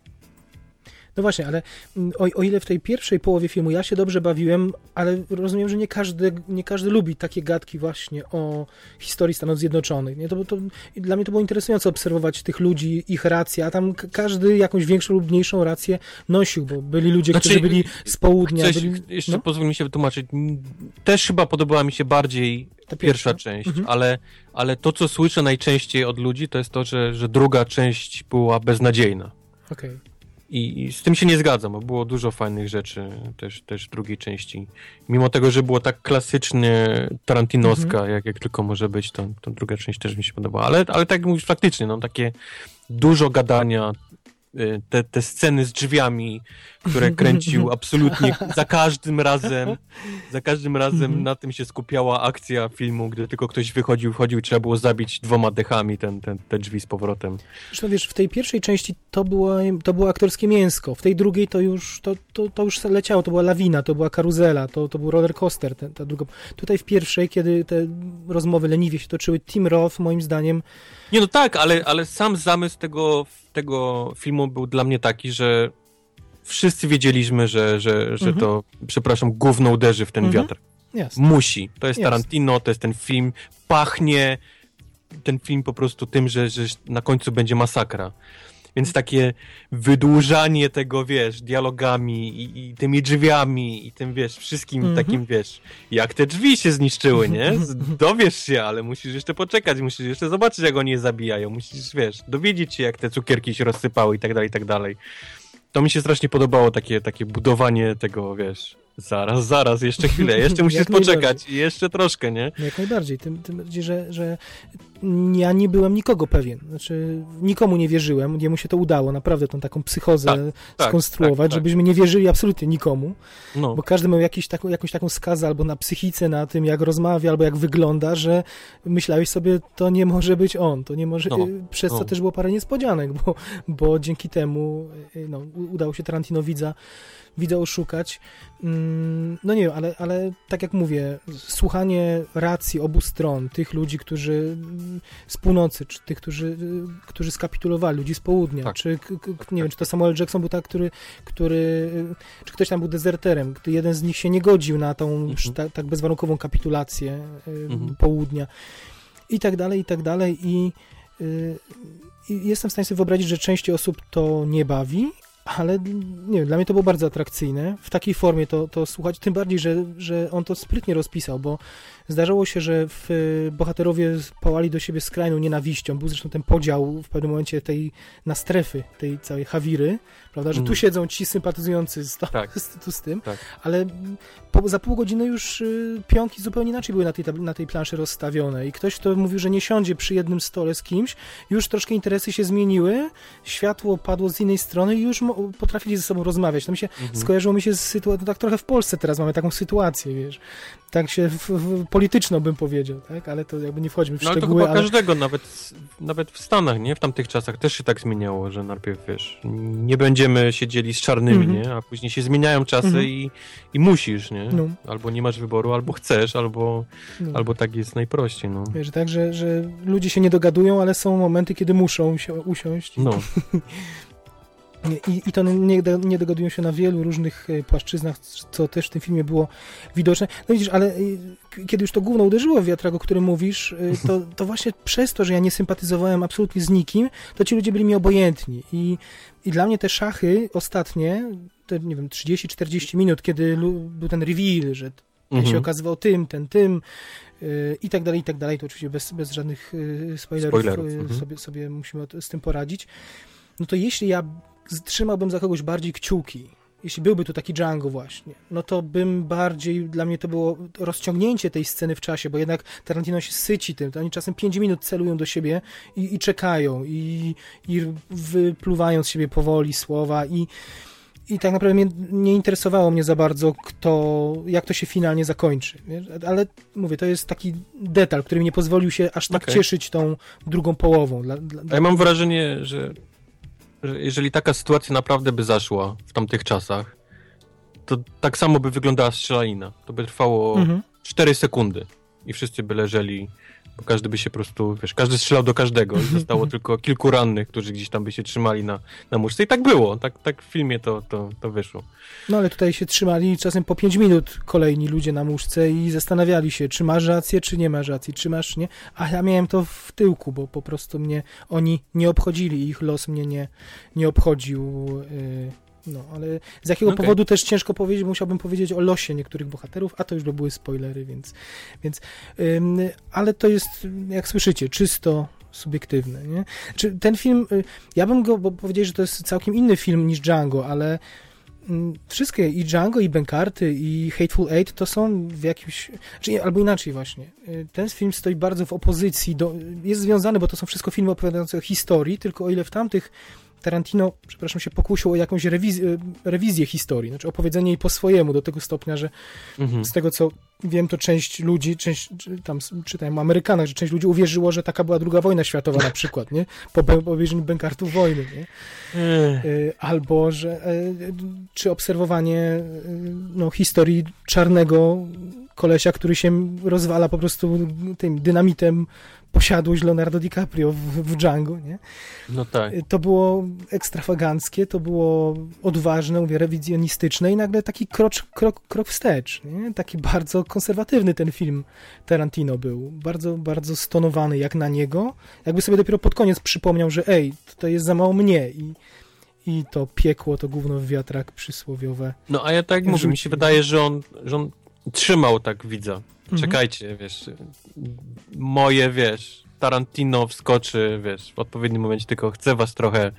No właśnie, ale mm, o, o ile w tej pierwszej połowie filmu ja się dobrze bawiłem, ale rozumiem, że nie każdy, nie każdy lubi takie gadki właśnie o historii Stanów Zjednoczonych. Nie? To, to, i dla mnie to było interesujące obserwować tych ludzi, ich racje, a tam k- każdy jakąś większą lub mniejszą rację nosił, bo byli ludzie, Znaczy, którzy byli z południa. Coś, byli, jeszcze no, pozwól mi się wytłumaczyć. Też chyba podobała mi się bardziej ta pierwsza część, Mhm. ale, ale to, co słyszę najczęściej od ludzi, to jest to, że, że druga część była beznadziejna. Okej. I, I z tym się nie zgadzam, bo było dużo fajnych rzeczy też, też w drugiej części. Mimo tego, że było tak klasycznie tarantinowska, Mhm. jak, jak tylko może być, to, to druga część też mi się podobała. Ale, ale tak jak mówisz, faktycznie, no takie dużo gadania, y, te, te sceny z drzwiami, które kręcił absolutnie za każdym razem, za każdym razem Mhm. na tym się skupiała akcja filmu, gdy tylko ktoś wychodził, wchodził, trzeba było zabić dwoma dechami ten, ten, te drzwi z powrotem. Zresztą wiesz, w tej pierwszej części to było, to było aktorskie mięsko, w tej drugiej to już, to, to, to już leciało, to była lawina, to była karuzela, to, to był roller coaster, ten, ta druga. Tutaj w pierwszej, kiedy te rozmowy leniwie się toczyły, Tim Roth moim zdaniem... Nie no tak, ale, ale sam zamysł tego, tego filmu był dla mnie taki, że wszyscy wiedzieliśmy, że, że, że Mhm. to, przepraszam, gówno uderzy w ten Mhm. wiatr. Jasne. Musi. To jest Jasne. Tarantino, to jest ten film. Pachnie ten film po prostu tym, że, że na końcu będzie masakra. Więc takie wydłużanie tego, wiesz, dialogami i, i tymi drzwiami i tym, wiesz, wszystkim Mhm. takim, wiesz, jak te drzwi się zniszczyły, nie? Dowiesz się, ale musisz jeszcze poczekać, musisz jeszcze zobaczyć, jak oni je zabijają, musisz, wiesz, dowiedzieć się, jak te cukierki się rozsypały i tak dalej, i tak dalej. To mi się strasznie podobało, takie, takie budowanie tego, wiesz, Zaraz, zaraz, jeszcze chwilę, jeszcze musisz poczekać, jeszcze troszkę, nie? Jak najbardziej, tym, tym bardziej, że, że ja nie byłem nikogo pewien, znaczy nikomu nie wierzyłem, jemu się to udało, naprawdę tą taką psychozę tak, skonstruować, tak, tak, żebyśmy nie wierzyli absolutnie nikomu, no. Bo każdy miał jakiś taką, jakąś taką skazę albo na psychice, na tym jak rozmawia, albo jak wygląda, że myślałeś sobie, to nie może być on, to nie może, no. Przez co no. też było parę niespodzianek, bo, bo dzięki temu no, udało się Tarantino widza widza oszukać. No nie wiem, ale, ale tak jak mówię, słuchanie racji obu stron, tych ludzi, którzy z północy, czy tych, którzy, którzy skapitulowali, ludzi z południa, tak. czy k- k- nie wiem, czy to Samuel Jackson był tak, który, który czy ktoś tam był dezerterem, gdy jeden z nich się nie godził na tą mhm. ta, tak bezwarunkową kapitulację mhm. południa i tak dalej, i tak dalej i, i jestem w stanie sobie wyobrazić, że części osób to nie bawi, ale nie wiem, dla mnie to było bardzo atrakcyjne w takiej formie to, to słuchać, tym bardziej, że, że on to sprytnie rozpisał, bo zdarzało się, że w, bohaterowie pałali do siebie skrajną nienawiścią, był zresztą ten podział w pewnym momencie tej, na strefy tej całej Hawiry, prawda, że mm. tu siedzą ci sympatyzujący z, to, tak. z, tu z tym, tak. ale po, za pół godziny już y, pionki zupełnie inaczej były na tej, na tej planszy rozstawione i ktoś, kto mówił, że nie siądzie przy jednym stole z kimś, już troszkę interesy się zmieniły, światło padło z innej strony i już mo- potrafili ze sobą rozmawiać. To mi się mm-hmm. skojarzyło mi się z sytuacją, tak trochę w Polsce teraz mamy taką sytuację, wiesz, tak się w, w, polityczną bym powiedział, tak, ale to jakby nie wchodźmy w no, szczegóły. No to chyba ale... każdego, nawet, nawet w Stanach, nie? W tamtych czasach też się tak zmieniało, że najpierw, wiesz, nie będziemy siedzieli z czarnymi, mm-hmm. nie? A później się zmieniają czasy mm-hmm. i, i musisz, nie? No. Albo nie masz wyboru, albo chcesz, albo, no. albo tak jest najprościej, no. Wiesz, tak, że, że ludzie się nie dogadują, ale są momenty, kiedy muszą się usiąść. No. I, I to nie, nie dogadują się na wielu różnych płaszczyznach, co też w tym filmie było widoczne. No widzisz, ale kiedy już to gówno uderzyło w wiatrak, o którym mówisz, to, to właśnie przez to, że ja nie sympatyzowałem absolutnie z nikim, to ci ludzie byli mi obojętni. I, i dla mnie te szachy ostatnie, te nie wiem, trzydzieści czterdzieści minut, kiedy był ten reveal, że ten mhm. się okazywał tym, ten, tym, yy, i tak dalej, i tak dalej, to oczywiście bez, bez żadnych yy, spoilerów, spoilerów. Yy, mhm. sobie, sobie musimy z tym poradzić. No to jeśli ja trzymałbym za kogoś bardziej kciuki, jeśli byłby tu taki Django właśnie, no to bym bardziej, dla mnie to było rozciągnięcie tej sceny w czasie, bo jednak Tarantino się syci tym, to oni czasem pięć minut celują do siebie i, i czekają i, i wypluwają z siebie powoli słowa i, i tak naprawdę mnie, nie interesowało mnie za bardzo, kto, jak to się finalnie zakończy, wiesz? Ale mówię, to jest taki detal, który mi nie pozwolił się aż tak okay. cieszyć tą drugą połową. Dla, dla, A ja mam wrażenie, że jeżeli taka sytuacja naprawdę by zaszła w tamtych czasach, to tak samo by wyglądała strzelanina. To by trwało mhm. cztery sekundy i wszyscy by leżeli, bo każdy by się po prostu, wiesz, każdy strzelał do każdego i zostało tylko kilku rannych, którzy gdzieś tam by się trzymali na, na muszce. I tak było, tak, tak w filmie to, to, to wyszło. No ale tutaj się trzymali czasem po pięć minut kolejni ludzie na muszce i zastanawiali się, czy masz rację, czy nie masz racji, czy masz, nie. A ja miałem to w tyłku, bo po prostu mnie oni nie obchodzili, ich los mnie nie, nie obchodził. Yy, no, ale z jakiego okay. powodu też ciężko powiedzieć, musiałbym powiedzieć o losie niektórych bohaterów, a to już by były spoilery, więc, więc yy, ale to jest, jak słyszycie, czysto subiektywne, nie? Czy ten film, yy, ja bym go, bo powiedzieli, że to jest całkiem inny film niż Django, ale wszystkie, i Django, i Bankarty, i Hateful Eight to są w jakimś, czy, albo inaczej właśnie, ten film stoi bardzo w opozycji, do, jest związany, bo to są wszystko filmy opowiadające o historii, tylko o ile w tamtych Tarantino, przepraszam, się pokusił o jakąś rewiz- rewizję historii, znaczy opowiedzenie jej po swojemu, do tego stopnia, że mhm. z tego, co wiem, to część ludzi, część, tam czytałem o Amerykanach, że część ludzi uwierzyło, że taka była druga wojna światowa na przykład, nie? Po, po obejrzeniu Bankartów wojny, nie? Y, albo, że y, czy obserwowanie y, no, historii czarnego kolesia, który się rozwala po prostu tym dynamitem posiadłość Leonardo DiCaprio w, w Django, nie? No tak. To było ekstrawaganckie, to było odważne, mówię, rewizjonistyczne i nagle taki krocz, krok, krok wstecz, nie? Taki bardzo konserwatywny ten film Tarantino był. Bardzo, bardzo stonowany jak na niego. Jakby sobie dopiero pod koniec przypomniał, że ej, to jest za mało mnie i, i to piekło, to gówno w wiatrak przysłowiowe. No a ja tak mówię, mi się wydaje, że on, że on trzymał tak widza. Czekajcie, wiesz, moje, wiesz, Tarantino wskoczy, wiesz, w odpowiednim momencie, tylko chcę was trochę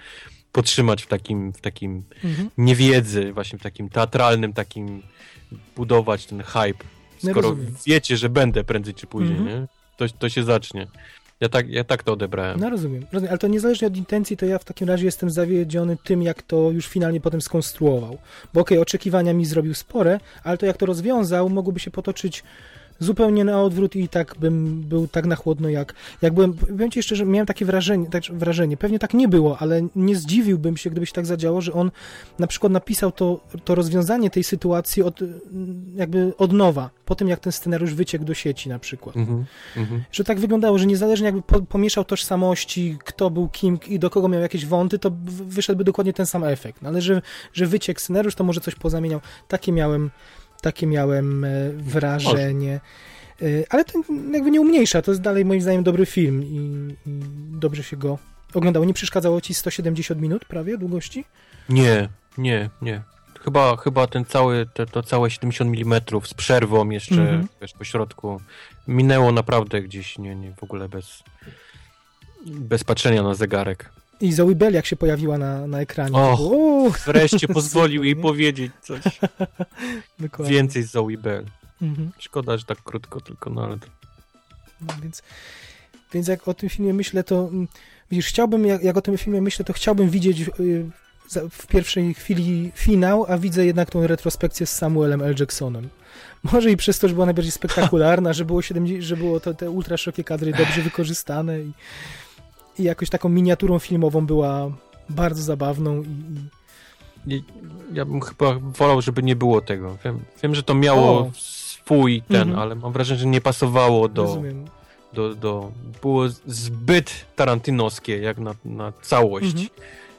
podtrzymać w takim, w takim Mhm. niewiedzy, właśnie w takim teatralnym, takim budować ten hype, No skoro rozumiem. wiecie, że będę prędzej czy później, Mhm. nie? To, to się zacznie. Ja tak, ja tak to odebrałem. No rozumiem, rozumiem, ale to niezależnie od intencji, to ja w takim razie jestem zawiedziony tym, jak to już finalnie potem skonstruował. Bo okej, oczekiwania mi zrobił spore, ale to jak to rozwiązał, mogłoby się potoczyć zupełnie na odwrót i tak bym był tak na chłodno, jak, jak byłem, powiem ci jeszcze, że miałem takie wrażenie, tak, wrażenie, pewnie tak nie było, ale nie zdziwiłbym się, gdyby się tak zadziało, że on na przykład napisał to, to rozwiązanie tej sytuacji od, jakby od nowa, po tym jak ten scenariusz wyciekł do sieci na przykład. Mhm, mhm. Że tak wyglądało, że niezależnie jakby po, pomieszał tożsamości, kto był kim i do kogo miał jakieś wąty, to w- wyszedłby dokładnie ten sam efekt. No, ale że, że wyciekł scenariusz, to może coś pozamieniał. Takie miałem, takie miałem e, wrażenie. E, ale to jakby nie umniejsza. To jest dalej moim zdaniem dobry film i, i dobrze się go oglądało. Nie przeszkadzało ci sto siedemdziesiąt minut prawie długości? Nie, nie, nie. Chyba, chyba ten cały, te, to całe siedemdziesiąt milimetrów z przerwą jeszcze, Mhm. wiesz, po środku minęło naprawdę gdzieś, nie, nie, w ogóle bez, bez patrzenia na zegarek. I Zoe Bell jak się pojawiła na, na ekranie. Och, to było, uuu, Wreszcie pozwolił jej nie? powiedzieć coś dokładnie. więcej z Zoe Bell. Mhm. Szkoda, że tak krótko tylko, no ale to... No, więc, więc jak o tym filmie myślę, to mm, widzisz, chciałbym, jak, jak o tym filmie myślę, to chciałbym widzieć y, za, w pierwszej chwili finał, a widzę jednak tą retrospekcję z Samuelem L. Jacksonem. Może i przez to, że była najbardziej spektakularna, że było, siedemdziesiąt, że było to, te ultra szerokie kadry dobrze wykorzystane i, i jakoś taką miniaturą filmową była bardzo zabawną i, i Nie, ja bym chyba wolał, żeby nie było tego. Wiem, wiem że to miało O. swój ten, Mhm. ale mam wrażenie, że nie pasowało do, rozumiem. do, do... Było zbyt tarantinowskie, jak na, na całość. Mhm.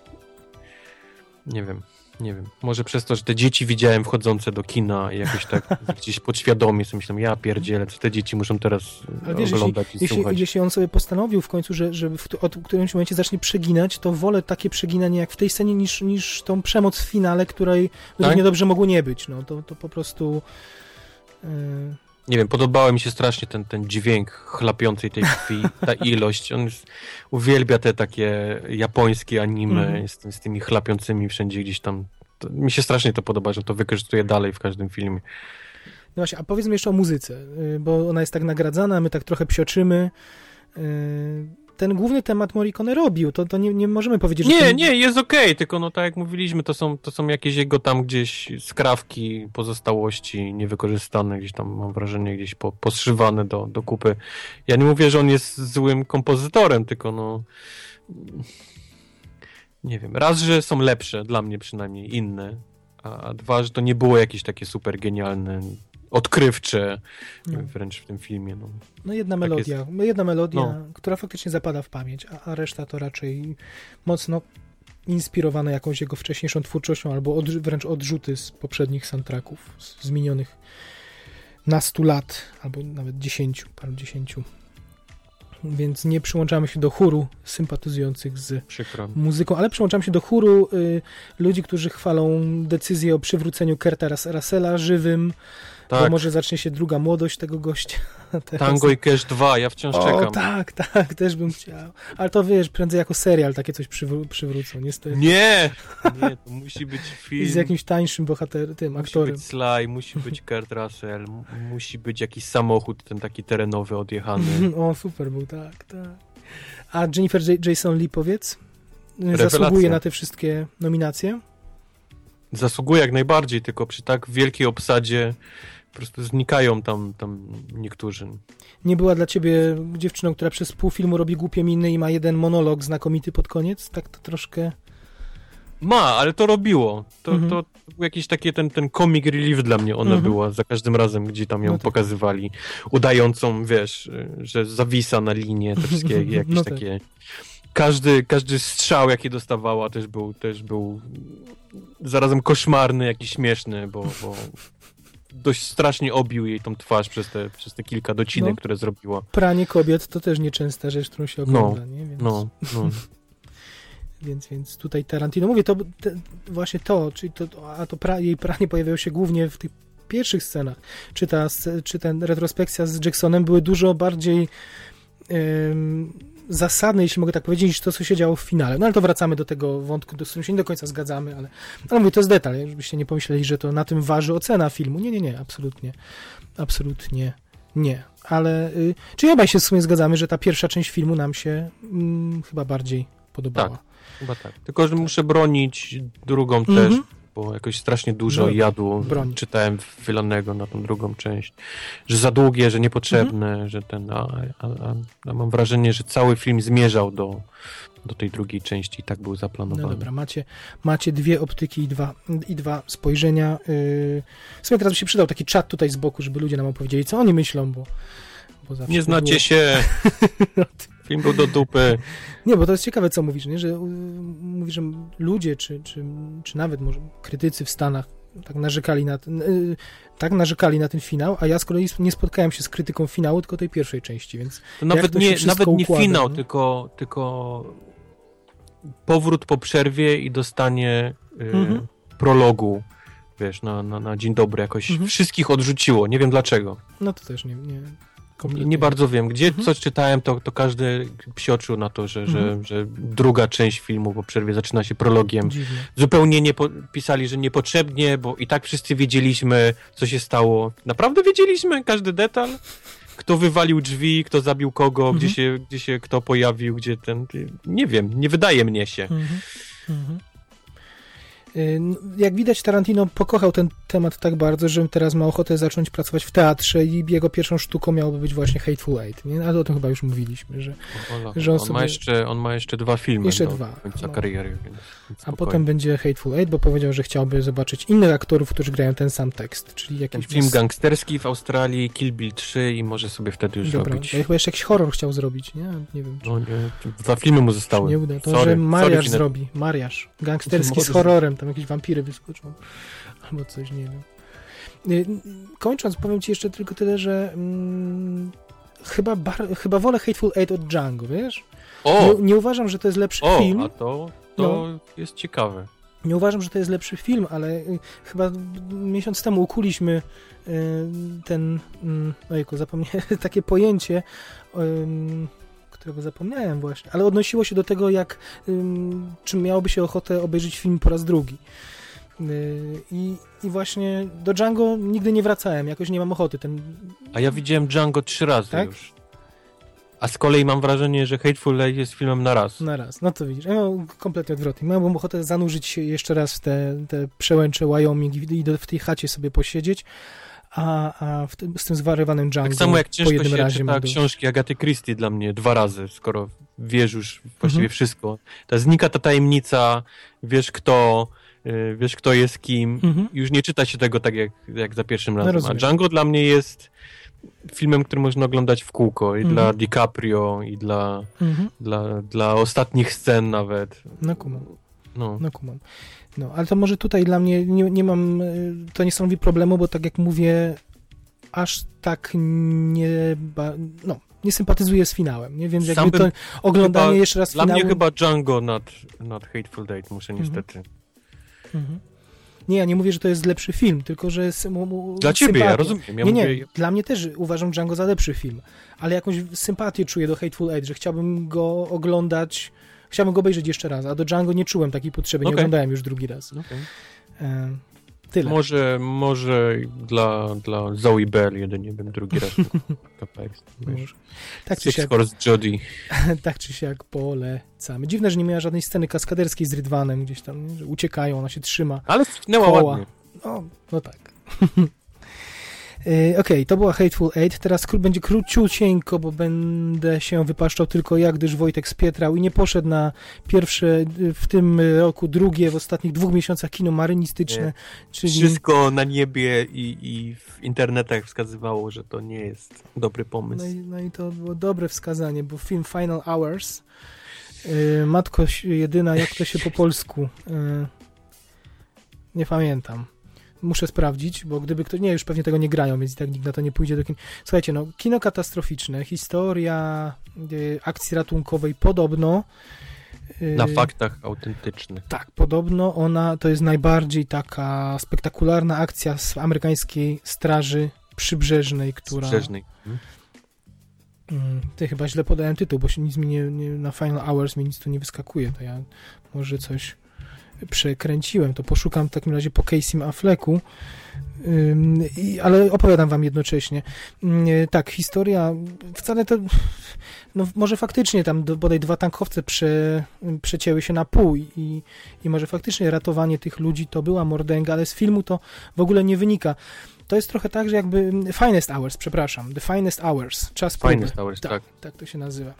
Nie wiem, nie wiem. Może przez to, że te dzieci widziałem wchodzące do kina i jakoś tak gdzieś podświadomie sobie myślę, ja pierdzielę, co te dzieci muszą teraz Ale wiesz, oglądać i Jeśli, słuchać. jeśli on sobie postanowił w końcu, że, że w, od w którymś momencie zacznie przeginać, to wolę takie przeginanie jak w tej scenie niż, niż tą przemoc w finale, której Tak? równie dobrze mogło nie być. No, to, to po prostu... Yy, Nie wiem, podobał mi się strasznie ten, ten dźwięk chlapiącej tej krwi, ta ilość. On jest, uwielbia te takie japońskie anime Mhm. z, z tymi chlapiącymi wszędzie gdzieś tam. To, mi się strasznie to podoba, że to wykorzystuje dalej w każdym filmie. no właśnie, a powiedzmy jeszcze o muzyce, yy, bo ona jest tak nagradzana, my tak trochę psioczymy. Yy, ten główny temat Morricone robił, to, to nie, nie możemy powiedzieć, że... Nie, ten... nie, jest okej, tylko no tak jak mówiliśmy, to są, to są jakieś jego tam gdzieś skrawki, pozostałości niewykorzystane, gdzieś tam mam wrażenie gdzieś po, poszywane do, do kupy. Ja nie mówię, że on jest złym kompozytorem, tylko no nie wiem, raz, że są lepsze, dla mnie przynajmniej inne, a, a dwa, że to nie było jakieś takie super genialne, odkrywcze No. wręcz w tym filmie. No. No jedna Tak melodia, jedna melodia, No. która faktycznie zapada w pamięć, a, a reszta to raczej mocno inspirowane jakąś jego wcześniejszą twórczością, albo od, wręcz odrzuty z poprzednich soundtracków, z, z minionych nastu lat, albo nawet dziesięciu, paru dziesięciu. Więc nie przyłączamy się do chóru sympatyzujących z Przykro mi. muzyką, ale przyłączamy się do chóru y, ludzi, którzy chwalą decyzję o przywróceniu Kurta Rus- Russella żywym, bo Tak, może zacznie się druga młodość tego gościa. Teraz. Tango i Cash dwa, ja wciąż O, czekam. tak, tak, też bym chciał. Ale to wiesz, prędzej jako serial takie coś przywró- przywrócą, niestety. Nie! Nie, to musi być film. I z jakimś tańszym bohaterem, tym Musi aktorem. być Sly, musi być Kurt Russell, m- musi być jakiś samochód, ten taki terenowy odjechany. O, super był, tak, tak. A Jennifer J- Jason Leigh, powiedz, Rewelacja. zasługuje na te wszystkie nominacje? Zasługuje jak najbardziej, tylko przy tak wielkiej obsadzie po prostu znikają tam, tam niektórzy. Nie była dla ciebie dziewczyną, która przez pół filmu robi głupie miny i ma jeden monolog znakomity pod koniec? Tak to troszkę... Ma, ale to robiło. To, Mhm. to, to był jakiś taki ten, ten comic relief dla mnie ona Mhm. była za każdym razem, gdzie tam ją No tak. pokazywali. Udającą, wiesz, y, że zawisa na linię, te wszystkie jakieś No tak. takie... Każdy, każdy strzał, jaki dostawała, też był, też był zarazem koszmarny, jakiś śmieszny, bo, bo dość strasznie obił jej tą twarz przez te, przez te kilka docinek, No. które zrobiła. Pranie kobiet to też nieczęsta rzecz, którą się ogląda, nie? Więc... No, no. Więc, więc tutaj Tarantino, mówię, to te, właśnie to, czyli to, a to pra, jej pranie pojawiało się głównie w tych pierwszych scenach, czy ta, czy ten retrospekcja z Jacksonem były dużo bardziej ym, zasadne, jeśli mogę tak powiedzieć, niż to, co się działo w finale. No ale to wracamy do tego wątku, do którym się nie do końca zgadzamy, ale, ale mówię, to jest detal, żebyście nie pomyśleli, że to na tym waży ocena filmu. Nie, nie, nie, absolutnie. Absolutnie nie. Ale y, czy obaj się w sumie zgadzamy, że ta pierwsza część filmu nam się mm, chyba bardziej podobała? Tak, chyba tak. Tylko, że muszę bronić drugą też, Mhm. bo jakoś strasznie dużo No, jadu broń. czytałem wylanego na tą drugą część. Że za długie, że niepotrzebne, Mhm. że ten... A, a, a, a mam wrażenie, że cały film zmierzał do, do tej drugiej części i tak był zaplanowany. No dobra, macie, macie dwie optyki i dwa, i dwa spojrzenia. Yy, w sumie teraz by się przydał taki czat tutaj z boku, żeby ludzie nam opowiedzieli, co oni myślą, bo, bo zawsze Nie to znacie było... się! Film był do dupy. Nie, bo to jest ciekawe, co mówisz, nie? Że yy, mówisz, że ludzie, czy, czy, czy nawet może krytycy w Stanach tak narzekali na ten, yy, tak narzekali na ten finał, a ja z kolei nie spotkałem się z krytyką finału, tylko tej pierwszej części, więc To nawet to nie, się wszystko nawet nie układa, finał, nie? tylko, tylko powrót po przerwie i dostanie y, Mhm. prologu, wiesz, na, na, na dzień dobry jakoś Mhm. wszystkich odrzuciło. Nie wiem dlaczego. No to też nie, nie Nie, kompletnie. nie bardzo wiem. Gdzie Mhm. coś czytałem, to, to każdy psioczył na to, że, Mhm. że, że druga część filmu po przerwie zaczyna się prologiem. Dziwnie. Zupełnie nie po, pisali, że niepotrzebnie, bo i tak wszyscy wiedzieliśmy, co się stało. Naprawdę wiedzieliśmy każdy detal? Kto wywalił drzwi, kto zabił kogo, Mhm. gdzie, się, gdzie się kto pojawił, gdzie ten... Nie wiem, nie wydaje mnie się. Mhm. Mhm. Y, no, Jak widać, Tarantino pokochał ten temat tak bardzo, że teraz ma ochotę zacząć pracować w teatrze i jego pierwszą sztuką miałoby być właśnie Hateful Eight, nie? Ale o tym chyba już mówiliśmy, że... Ola, Że on on, sobie- ma jeszcze, on ma jeszcze dwa filmy Jeszcze do dwa, końca no. kariery. Więc, więc A spokojnie. potem będzie Hateful Eight, bo powiedział, że chciałby zobaczyć innych aktorów, którzy grają ten sam tekst, czyli Ten jakiś... film gangsterski w Australii, Kill Bill trzy i może sobie wtedy już Dobra, robić. ja chyba jeszcze jakiś horror chciał zrobić, nie? Nie wiem, czy No, nie, dwa filmy mu czy zostały. nie uda. To, Sorry, że sorry, mariaż Ginet. zrobi. Mariaż. Gangsterski z Może- horrorem, tam jakieś wampiry wyskoczą. Albo coś, nie wiem. Y, Kończąc, powiem ci jeszcze tylko tyle, że mm, chyba, bar, chyba wolę Hateful Eight od Django, wiesz? O! Nie, nie uważam, że to jest lepszy O, film. a to, to No. jest ciekawe. Nie uważam, że to jest lepszy film, ale y, chyba miesiąc temu ukuliśmy y, ten, y, ojku, zapomniałem, takie pojęcie, y, którego zapomniałem właśnie, ale odnosiło się do tego, jak, y, czy miałoby się ochotę obejrzeć film po raz drugi. Y, I, I właśnie do Django nigdy nie wracałem, jakoś nie mam ochoty. Ten... A ja widziałem Django trzy razy Tak? już. A z kolei mam wrażenie, że Hateful Eight jest filmem na raz. Na raz, no to widzisz. Ja mam kompletnie odwrotnie. Miałbym ochotę zanurzyć się jeszcze raz w te, te przełęcze Wyoming i, i do, w tej chacie sobie posiedzieć, a, a w tym, z tym zwarywanym Django Tak samo jak po ciężko jednym się razie czyta mam dość. książki Agaty Christie dla mnie dwa razy, skoro wiesz już właściwie Mhm. wszystko. Ta znika ta tajemnica, wiesz kto, y, wiesz kto jest kim. Mhm. Już nie czyta się tego tak jak, jak za pierwszym No razem. A rozumiem. Django dla mnie jest filmem, który można oglądać w kółko. I Mhm. dla DiCaprio, i dla, Mhm. dla, dla ostatnich scen nawet. No kumam, No. no kumam. No, ale to może tutaj dla mnie nie, nie mam, y, to nie stanowi problemu, bo tak jak mówię, aż tak nie, ba, no, nie sympatyzuję z finałem, nie? Więc Sam jakby to bym oglądanie chyba- jeszcze raz Dla finału... mnie chyba Django nad, nad Hateful Eight, muszę Mhm. niestety. Mhm. Nie, ja nie mówię, że to jest lepszy film, tylko że jest mu, mu, Dla ciebie, sympatia. ja rozumiem. Ja nie, mówię, nie, dla mnie też uważam Django za lepszy film, ale jakąś sympatię czuję do Hateful Eight, że chciałbym go oglądać, chciałbym go obejrzeć jeszcze raz, a do Django nie czułem takiej potrzeby, nie Okej. oglądałem już drugi raz. Okej. E, tyle. Może, może dla, dla Zoe Bell jedynie bym drugi raz kapelst. Może. Tak czy, Six siak, Horse Jody. tak czy siak polecamy. Dziwne, że nie miała żadnej sceny kaskaderskiej z Rydwanem gdzieś tam, nie? Że uciekają, ona się trzyma. Ale spnęła Koła. ładnie. No, no tak. Yy, Okej, to była Hateful Eight. Teraz kró- będzie króciusieńko, bo będę się wypaszczał tylko ja, gdyż Wojtek spietrał i nie poszedł na pierwsze y, w tym roku, drugie w ostatnich dwóch miesiącach kino marynistyczne, Nie. czyli Wszystko na niebie i, i w internetach wskazywało, że to nie jest dobry pomysł. no i, no i to było dobre wskazanie, bo film Final Hours, yy, Matko jedyna, jak to się po polsku, yy, nie pamiętam. Muszę sprawdzić, bo gdyby ktoś... Nie, już pewnie tego nie grają, więc i tak nikt na to nie pójdzie do kin. Słuchajcie, no, kino katastroficzne, historia y, akcji ratunkowej podobno... y, Na faktach autentycznych. Tak, podobno ona to jest najbardziej taka spektakularna akcja z amerykańskiej Straży Przybrzeżnej, która... Sprzeżnej. Hmm? Ty chyba źle podałem tytuł, bo się nic mi nie, nie, na Final Hours mi nic tu nie wyskakuje, to ja może coś przekręciłem, to poszukam w takim razie po Caseym Afflecku, ym, i, ale opowiadam wam jednocześnie. Ym, tak, historia wcale to, no może faktycznie tam do, bodaj dwa tankowce prze, przecięły się na pół i, i może faktycznie ratowanie tych ludzi to była mordęga, ale z filmu to w ogóle nie wynika. To jest trochę tak, że jakby Finest Hours, przepraszam, The Finest Hours, czas próby. Finest Hours, tak, tak. Tak to się nazywa.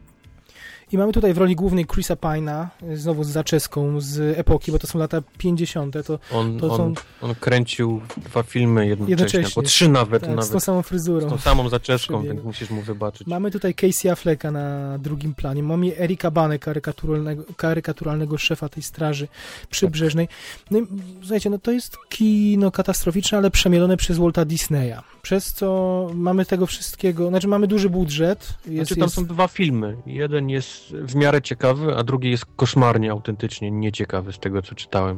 I mamy tutaj w roli głównej Chrisa Pine'a, znowu z zaczeską z epoki, bo to są lata pięćdziesiąte. To, on, to on, są... on kręcił dwa filmy jednocześnie, jednocześnie. bo trzy nawet. Tak, nawet. z tą samą fryzurą. Z tą samą zaczeską, więc musisz mu wybaczyć. Mamy tutaj Casey Afflecka na drugim planie. Mamy Erika Banę, karykaturalnego, karykaturalnego szefa tej straży przybrzeżnej. No i słuchajcie, no to jest kino katastroficzne, ale przemielone przez Walta Disneya. Przez co mamy tego wszystkiego, znaczy mamy duży budżet. Jest, znaczy tam jest... są dwa filmy. Jeden jest w miarę ciekawy, a drugi jest koszmarnie, autentycznie nieciekawy z tego, co czytałem.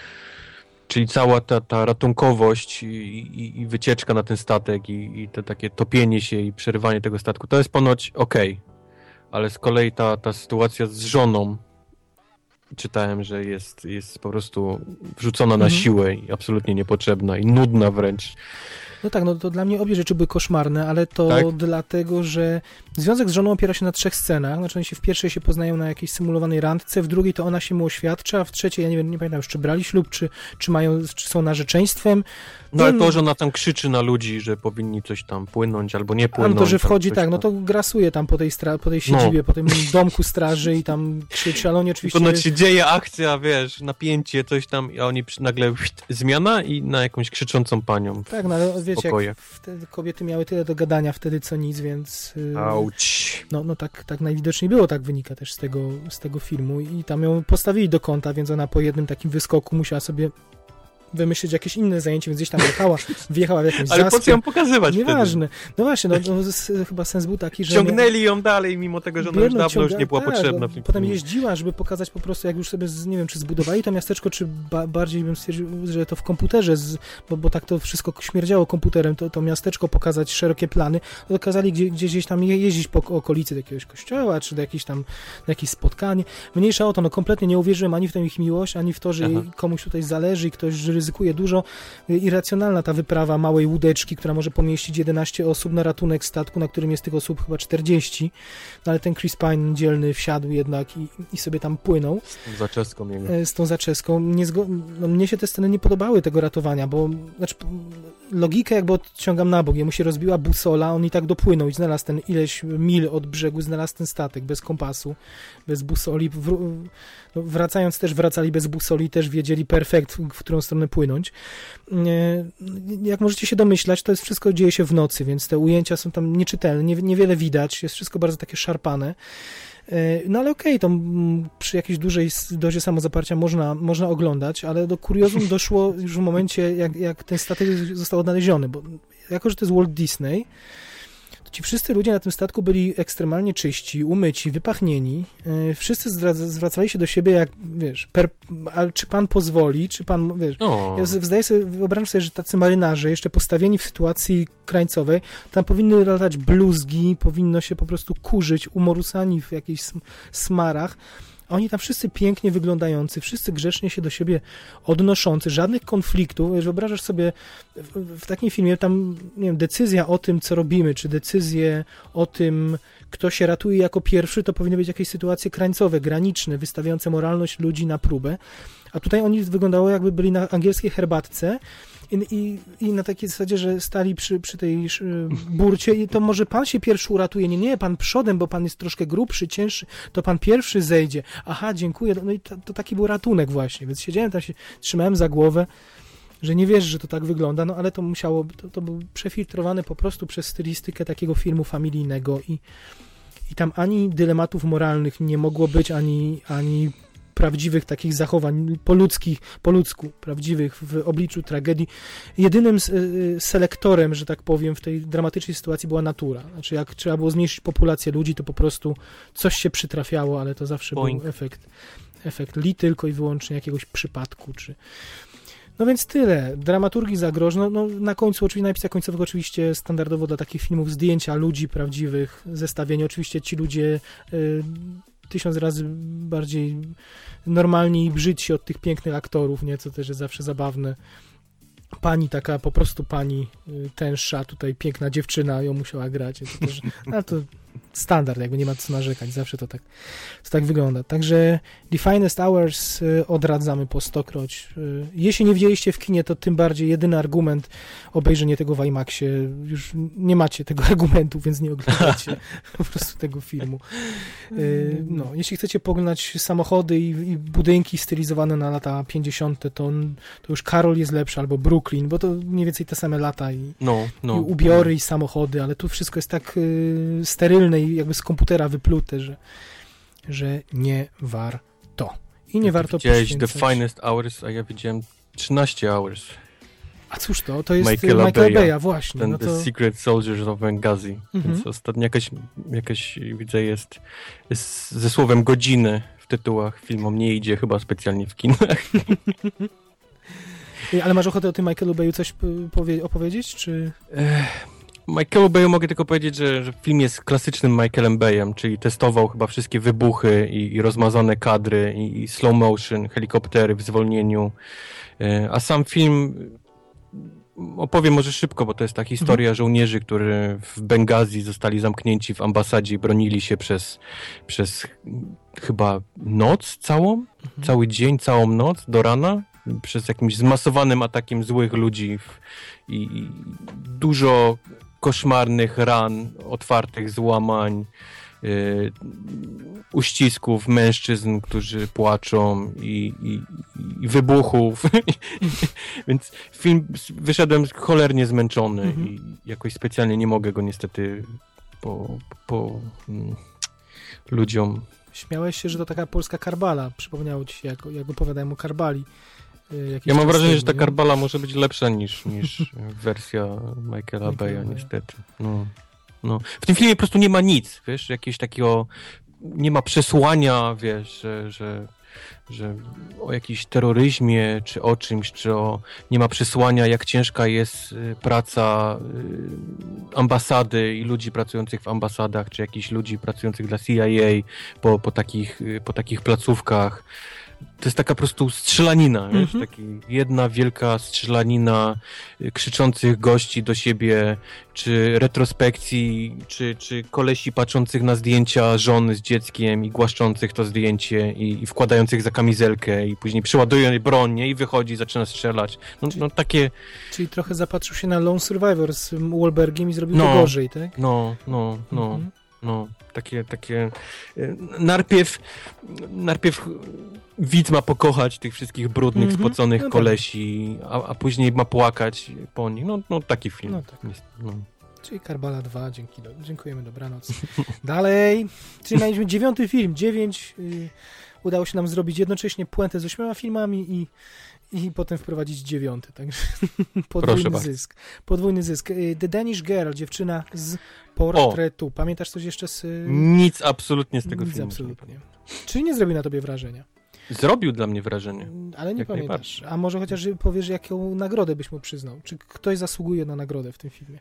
Czyli cała ta, ta ratunkowość i, i, i wycieczka na ten statek i, i to takie topienie się i przerywanie tego statku, to jest ponoć okej. Okay. Ale z kolei ta, ta sytuacja z żoną, czytałem, że jest, jest po prostu wrzucona na mhm. siłę i absolutnie niepotrzebna i nudna wręcz. No tak, no to dla mnie obie rzeczy były koszmarne, ale to tak? dlatego, że związek z żoną opiera się na trzech scenach. Znaczy oni się w pierwszej się poznają na jakiejś symulowanej randce, w drugiej to ona się mu oświadcza, a w trzeciej, ja nie wiem, nie pamiętam już, czy brali ślub, czy, czy mają, czy są narzeczeństwem. No ale to, że ona tam krzyczy na ludzi, że powinni coś tam płynąć albo nie płynąć. A to, że wchodzi tak, no to grasuje tam po tej, stra- po tej siedzibie, no. po tym domku straży i tam krzyczy, ale oni oczywiście... Ponoć się dzieje akcja, wiesz, napięcie, coś tam, a oni nagle zmiana i na jakąś krzyczącą panią. Tak, no ale wiecie, jak wtedy kobiety miały tyle do gadania wtedy co nic, więc... Auć. No, no tak, tak najwidoczniej było, tak wynika też z tego, z tego filmu i tam ją postawili do kąta, więc ona po jednym takim wyskoku musiała sobie wymyślić jakieś inne zajęcie, więc gdzieś tam jechała, wjechała w jakąś ale zaspę. po co ją pokazywać Nieważne. wtedy? No właśnie, no, no z, chyba sens był taki, że... Ciągnęli ją dalej, mimo tego, że ona już dawno ciąga... już nie była tak, potrzebna. W tym potem filmie. jeździła, żeby pokazać po prostu, jak już sobie, z, nie wiem, czy zbudowali to miasteczko, czy ba bardziej bym stwierdził, że to w komputerze, z, bo, bo tak to wszystko śmierdziało komputerem, to, to miasteczko pokazać, szerokie plany, to kazali gdzie, gdzieś, gdzieś tam je, jeździć po okolicy do jakiegoś kościoła, czy do jakiegoś tam, na jakieś spotkanie. Mniejsza o to, no kompletnie nie uwierzyłem ani w tę ich miłość, ani w to, że Aha. komuś tutaj zależy i ktoś że ryzykuje dużo. Irracjonalna ta wyprawa małej łódeczki, która może pomieścić jedenaście osób na ratunek statku, na którym jest tych osób chyba czterdzieści, no ale ten Chris Pine dzielny wsiadł jednak i, i sobie tam płynął. Z tą zaczeską jego. Z tą zaczeską. Nie zgo- no, mnie się te sceny nie podobały tego ratowania, bo znaczy, logikę jakby odciągam na bok. Jemu się rozbiła busola, on i tak dopłynął i znalazł ten ileś mil od brzegu, znalazł ten statek bez kompasu, bez busoli. Wr- no, wracając też wracali bez busoli, też wiedzieli perfekt, w którą stronę płynąć. Jak możecie się domyślać, to jest wszystko dzieje się w nocy, więc te ujęcia są tam nieczytelne, nie, niewiele widać, jest wszystko bardzo takie szarpane. No ale okej, okay, to przy jakiejś dużej dozie samozaparcia można, można oglądać, ale do kuriozum doszło już w momencie, jak, jak ten statek został odnaleziony, bo jako, że to jest Walt Disney, ci wszyscy ludzie na tym statku byli ekstremalnie czyści, umyci, wypachnieni. Wszyscy zwracali się do siebie jak, wiesz, per, ale czy pan pozwoli, czy pan, wiesz... O. Ja zdaję sobie, wyobrażam sobie, że tacy marynarze, jeszcze postawieni w sytuacji krańcowej, tam powinny latać bluzgi, powinno się po prostu kurzyć, umorusani w jakichś smarach. Oni tam wszyscy pięknie wyglądający, wszyscy grzecznie się do siebie odnoszący, żadnych konfliktów. Wyobrażasz sobie w, w takim filmie tam, nie wiem, decyzja o tym, co robimy, czy decyzje o tym, kto się ratuje jako pierwszy, to powinny być jakieś sytuacje krańcowe, graniczne, wystawiające moralność ludzi na próbę. A tutaj oni wyglądało, jakby byli na angielskiej herbatce i, i, i na takiej zasadzie, że stali przy, przy tej burcie i to może pan się pierwszy uratuje. Nie, nie, pan przodem, bo pan jest troszkę grubszy, cięższy, to pan pierwszy zejdzie. Aha, dziękuję. No i to, to taki był ratunek właśnie, więc siedziałem tam, się trzymałem za głowę, że nie wiesz, że to tak wygląda, no ale to musiało, to, to był przefiltrowany po prostu przez stylistykę takiego filmu familijnego i, i tam ani dylematów moralnych nie mogło być, ani, ani prawdziwych takich zachowań po, ludzkich, po ludzku, prawdziwych w obliczu tragedii. Jedynym selektorem, że tak powiem, w tej dramatycznej sytuacji była natura. Znaczy jak trzeba było zmniejszyć populację ludzi, to po prostu coś się przytrafiało, ale to zawsze Boing. był efekt, efekt li tylko i wyłącznie jakiegoś przypadku, czy No więc tyle. Dramaturgii zagroż. No, no, na końcu, oczywiście napisach końcowych oczywiście standardowo dla takich filmów zdjęcia ludzi prawdziwych, zestawienie. Oczywiście ci ludzie y, tysiąc razy bardziej normalni i brzydsi od tych pięknych aktorów, nie? Co też jest zawsze zabawne. Pani taka, po prostu pani y, tęższa, tutaj piękna dziewczyna ją musiała grać. To też, ale to standard, jakby nie ma co narzekać, zawsze to tak, to tak wygląda. Także The Finest Hours y, odradzamy po stokroć. Y, jeśli nie widzieliście w kinie, to tym bardziej jedyny argument obejrzenie tego w IMAXie. Już nie macie tego argumentu, więc nie oglądacie po prostu tego filmu. Y, no, jeśli chcecie poglądać samochody i, i budynki stylizowane na lata pięćdziesiąte, to, to już Karol jest lepszy, albo Brooklyn, bo to mniej więcej te same lata i, no, no, i ubiory, no. i samochody, ale tu wszystko jest tak y, sterylne i jakby z komputera wyplute, że, że nie warto. I nie Ty warto widziałeś poświęcać. The Finest Hours, a ja widziałem trzynaście Hours. A cóż to? To jest Michaela Michaela Bay'a. Bay'a, właśnie. Ten No to... The Secret Soldiers of Benghazi. Mhm. Więc ostatnio jakaś, jakaś widzę, jest, jest ze słowem godziny w tytułach filmu. Nie idzie chyba specjalnie w kinach. Ale masz ochotę o tym Michaelu Bayu coś powie- opowiedzieć, czy... Ech, Michaelu Bayu mogę tylko powiedzieć, że, że film jest klasycznym Michaelem Bayem, czyli testował chyba wszystkie wybuchy i, i rozmazane kadry i, i slow motion, helikoptery w zwolnieniu. A sam film opowiem może szybko, bo to jest ta historia mhm. żołnierzy, którzy w Bengazji zostali zamknięci w ambasadzie i bronili się przez, przez chyba noc całą, mhm. cały dzień, całą noc do rana, przez jakimś zmasowanym atakiem złych ludzi w, i, i dużo koszmarnych ran, otwartych złamań, yy, uścisków mężczyzn, którzy płaczą i, i, i wybuchów. Więc film wyszedłem cholernie zmęczony mm-hmm. i jakoś specjalnie nie mogę go niestety po, po mm, ludziom. Śmiałeś się, że to taka polska Karbala. Przypomniało ci się, jak, jak opowiadałem o Karbali. Ja mam wrażenie, że ta Karbala może być lepsza niż, niż wersja Michaela Bay'a, niestety. No, no. W tym filmie po prostu nie ma nic, wiesz, jakiegoś takiego, nie ma przesłania, wiesz, że, że, że o jakimś terroryzmie, czy o czymś, czy o, nie ma przesłania, jak ciężka jest praca ambasady i ludzi pracujących w ambasadach, czy jakichś ludzi pracujących dla C I A po, po, takich, po takich placówkach. To jest taka po prostu strzelanina, mm-hmm. wiesz, taki jedna wielka strzelanina krzyczących gości do siebie, czy retrospekcji, czy, czy kolesi patrzących na zdjęcia żony z dzieckiem i głaszczących to zdjęcie i, i wkładających za kamizelkę i później przyładuje broń, nie? I wychodzi i zaczyna strzelać. No, czyli, no takie... Czyli trochę zapatrzył się na Lone Survivor z Wahlbergiem i zrobił no, to gorzej, tak? No, no, no, mm-hmm. no. Takie, takie... Najpierw, najpierw widz ma pokochać tych wszystkich brudnych, mm-hmm. spoconych no kolesi, a, a później ma płakać po nich. No, no taki film. No tak. No. Czyli Karbala dwa, dzięki, dziękujemy, dobranoc. Dalej, czyli mieliśmy dziewiąty film, dziewięć. Y, udało się nam zrobić jednocześnie puentę z ośmioma filmami i, i potem wprowadzić dziewiąty, także podwójny zysk. Podwójny zysk. The Danish Girl, dziewczyna z portretu. O. Pamiętasz coś jeszcze z... Nic absolutnie z tego Nic filmu. absolutnie. Czyli nie zrobił na tobie wrażenia? Zrobił dla mnie wrażenie. Ale nie jak pamiętasz. A może chociaż powiesz, jaką nagrodę byś mu przyznał? Czy ktoś zasługuje na nagrodę w tym filmie?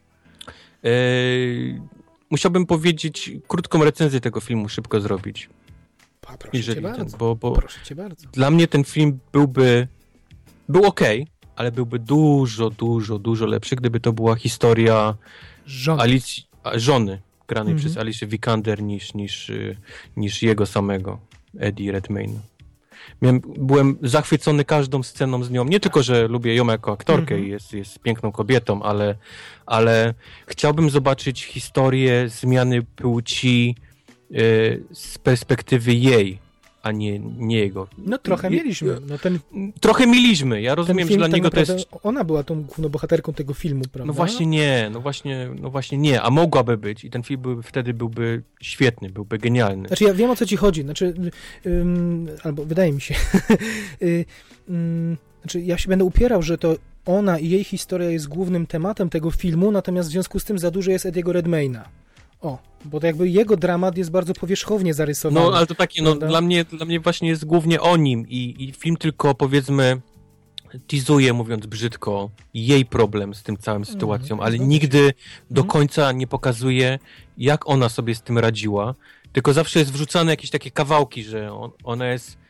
Eee, musiałbym powiedzieć, krótką recenzję tego filmu szybko zrobić. Pa, proszę Jeżeli cię bardzo. Ten, bo, bo proszę cię bardzo. Dla mnie ten film byłby był okej, okay, ale byłby dużo, dużo, dużo lepszy, gdyby to była historia żony, Alicji, żony granej mm-hmm. przez Alicia Vikander niż, niż, niż jego samego, Eddie Redmayne. Miałem, byłem zachwycony każdą sceną z nią. Nie tylko, że lubię ją jako aktorkę i mm-hmm. jest, jest piękną kobietą, ale, ale chciałbym zobaczyć historię zmiany płci y, z perspektywy jej, a nie, nie jego. No trochę mieliśmy. No, ten, trochę mieliśmy. Ja rozumiem, że dla tak niego to jest... Ona była tą główną bohaterką tego filmu, prawda? No właśnie nie, no właśnie, no właśnie nie, a mogłaby być i ten film byłby, wtedy byłby świetny, byłby genialny. Znaczy ja wiem, o co ci chodzi, znaczy, ym, albo wydaje mi się, y, ym, znaczy ja się będę upierał, że to ona i jej historia jest głównym tematem tego filmu, natomiast w związku z tym za dużo jest Ediego Redmayna. O, bo to jakby jego dramat jest bardzo powierzchownie zarysowany. No, ale to takie, no, dla mnie, dla mnie właśnie jest głównie o nim i, i film tylko, powiedzmy, teasuje, mówiąc brzydko, jej problem z tym całą sytuacją, Mm, ale zgadza nigdy do Mhm. końca nie pokazuje, jak ona sobie z tym radziła, tylko zawsze jest wrzucane jakieś takie kawałki, że on, ona jest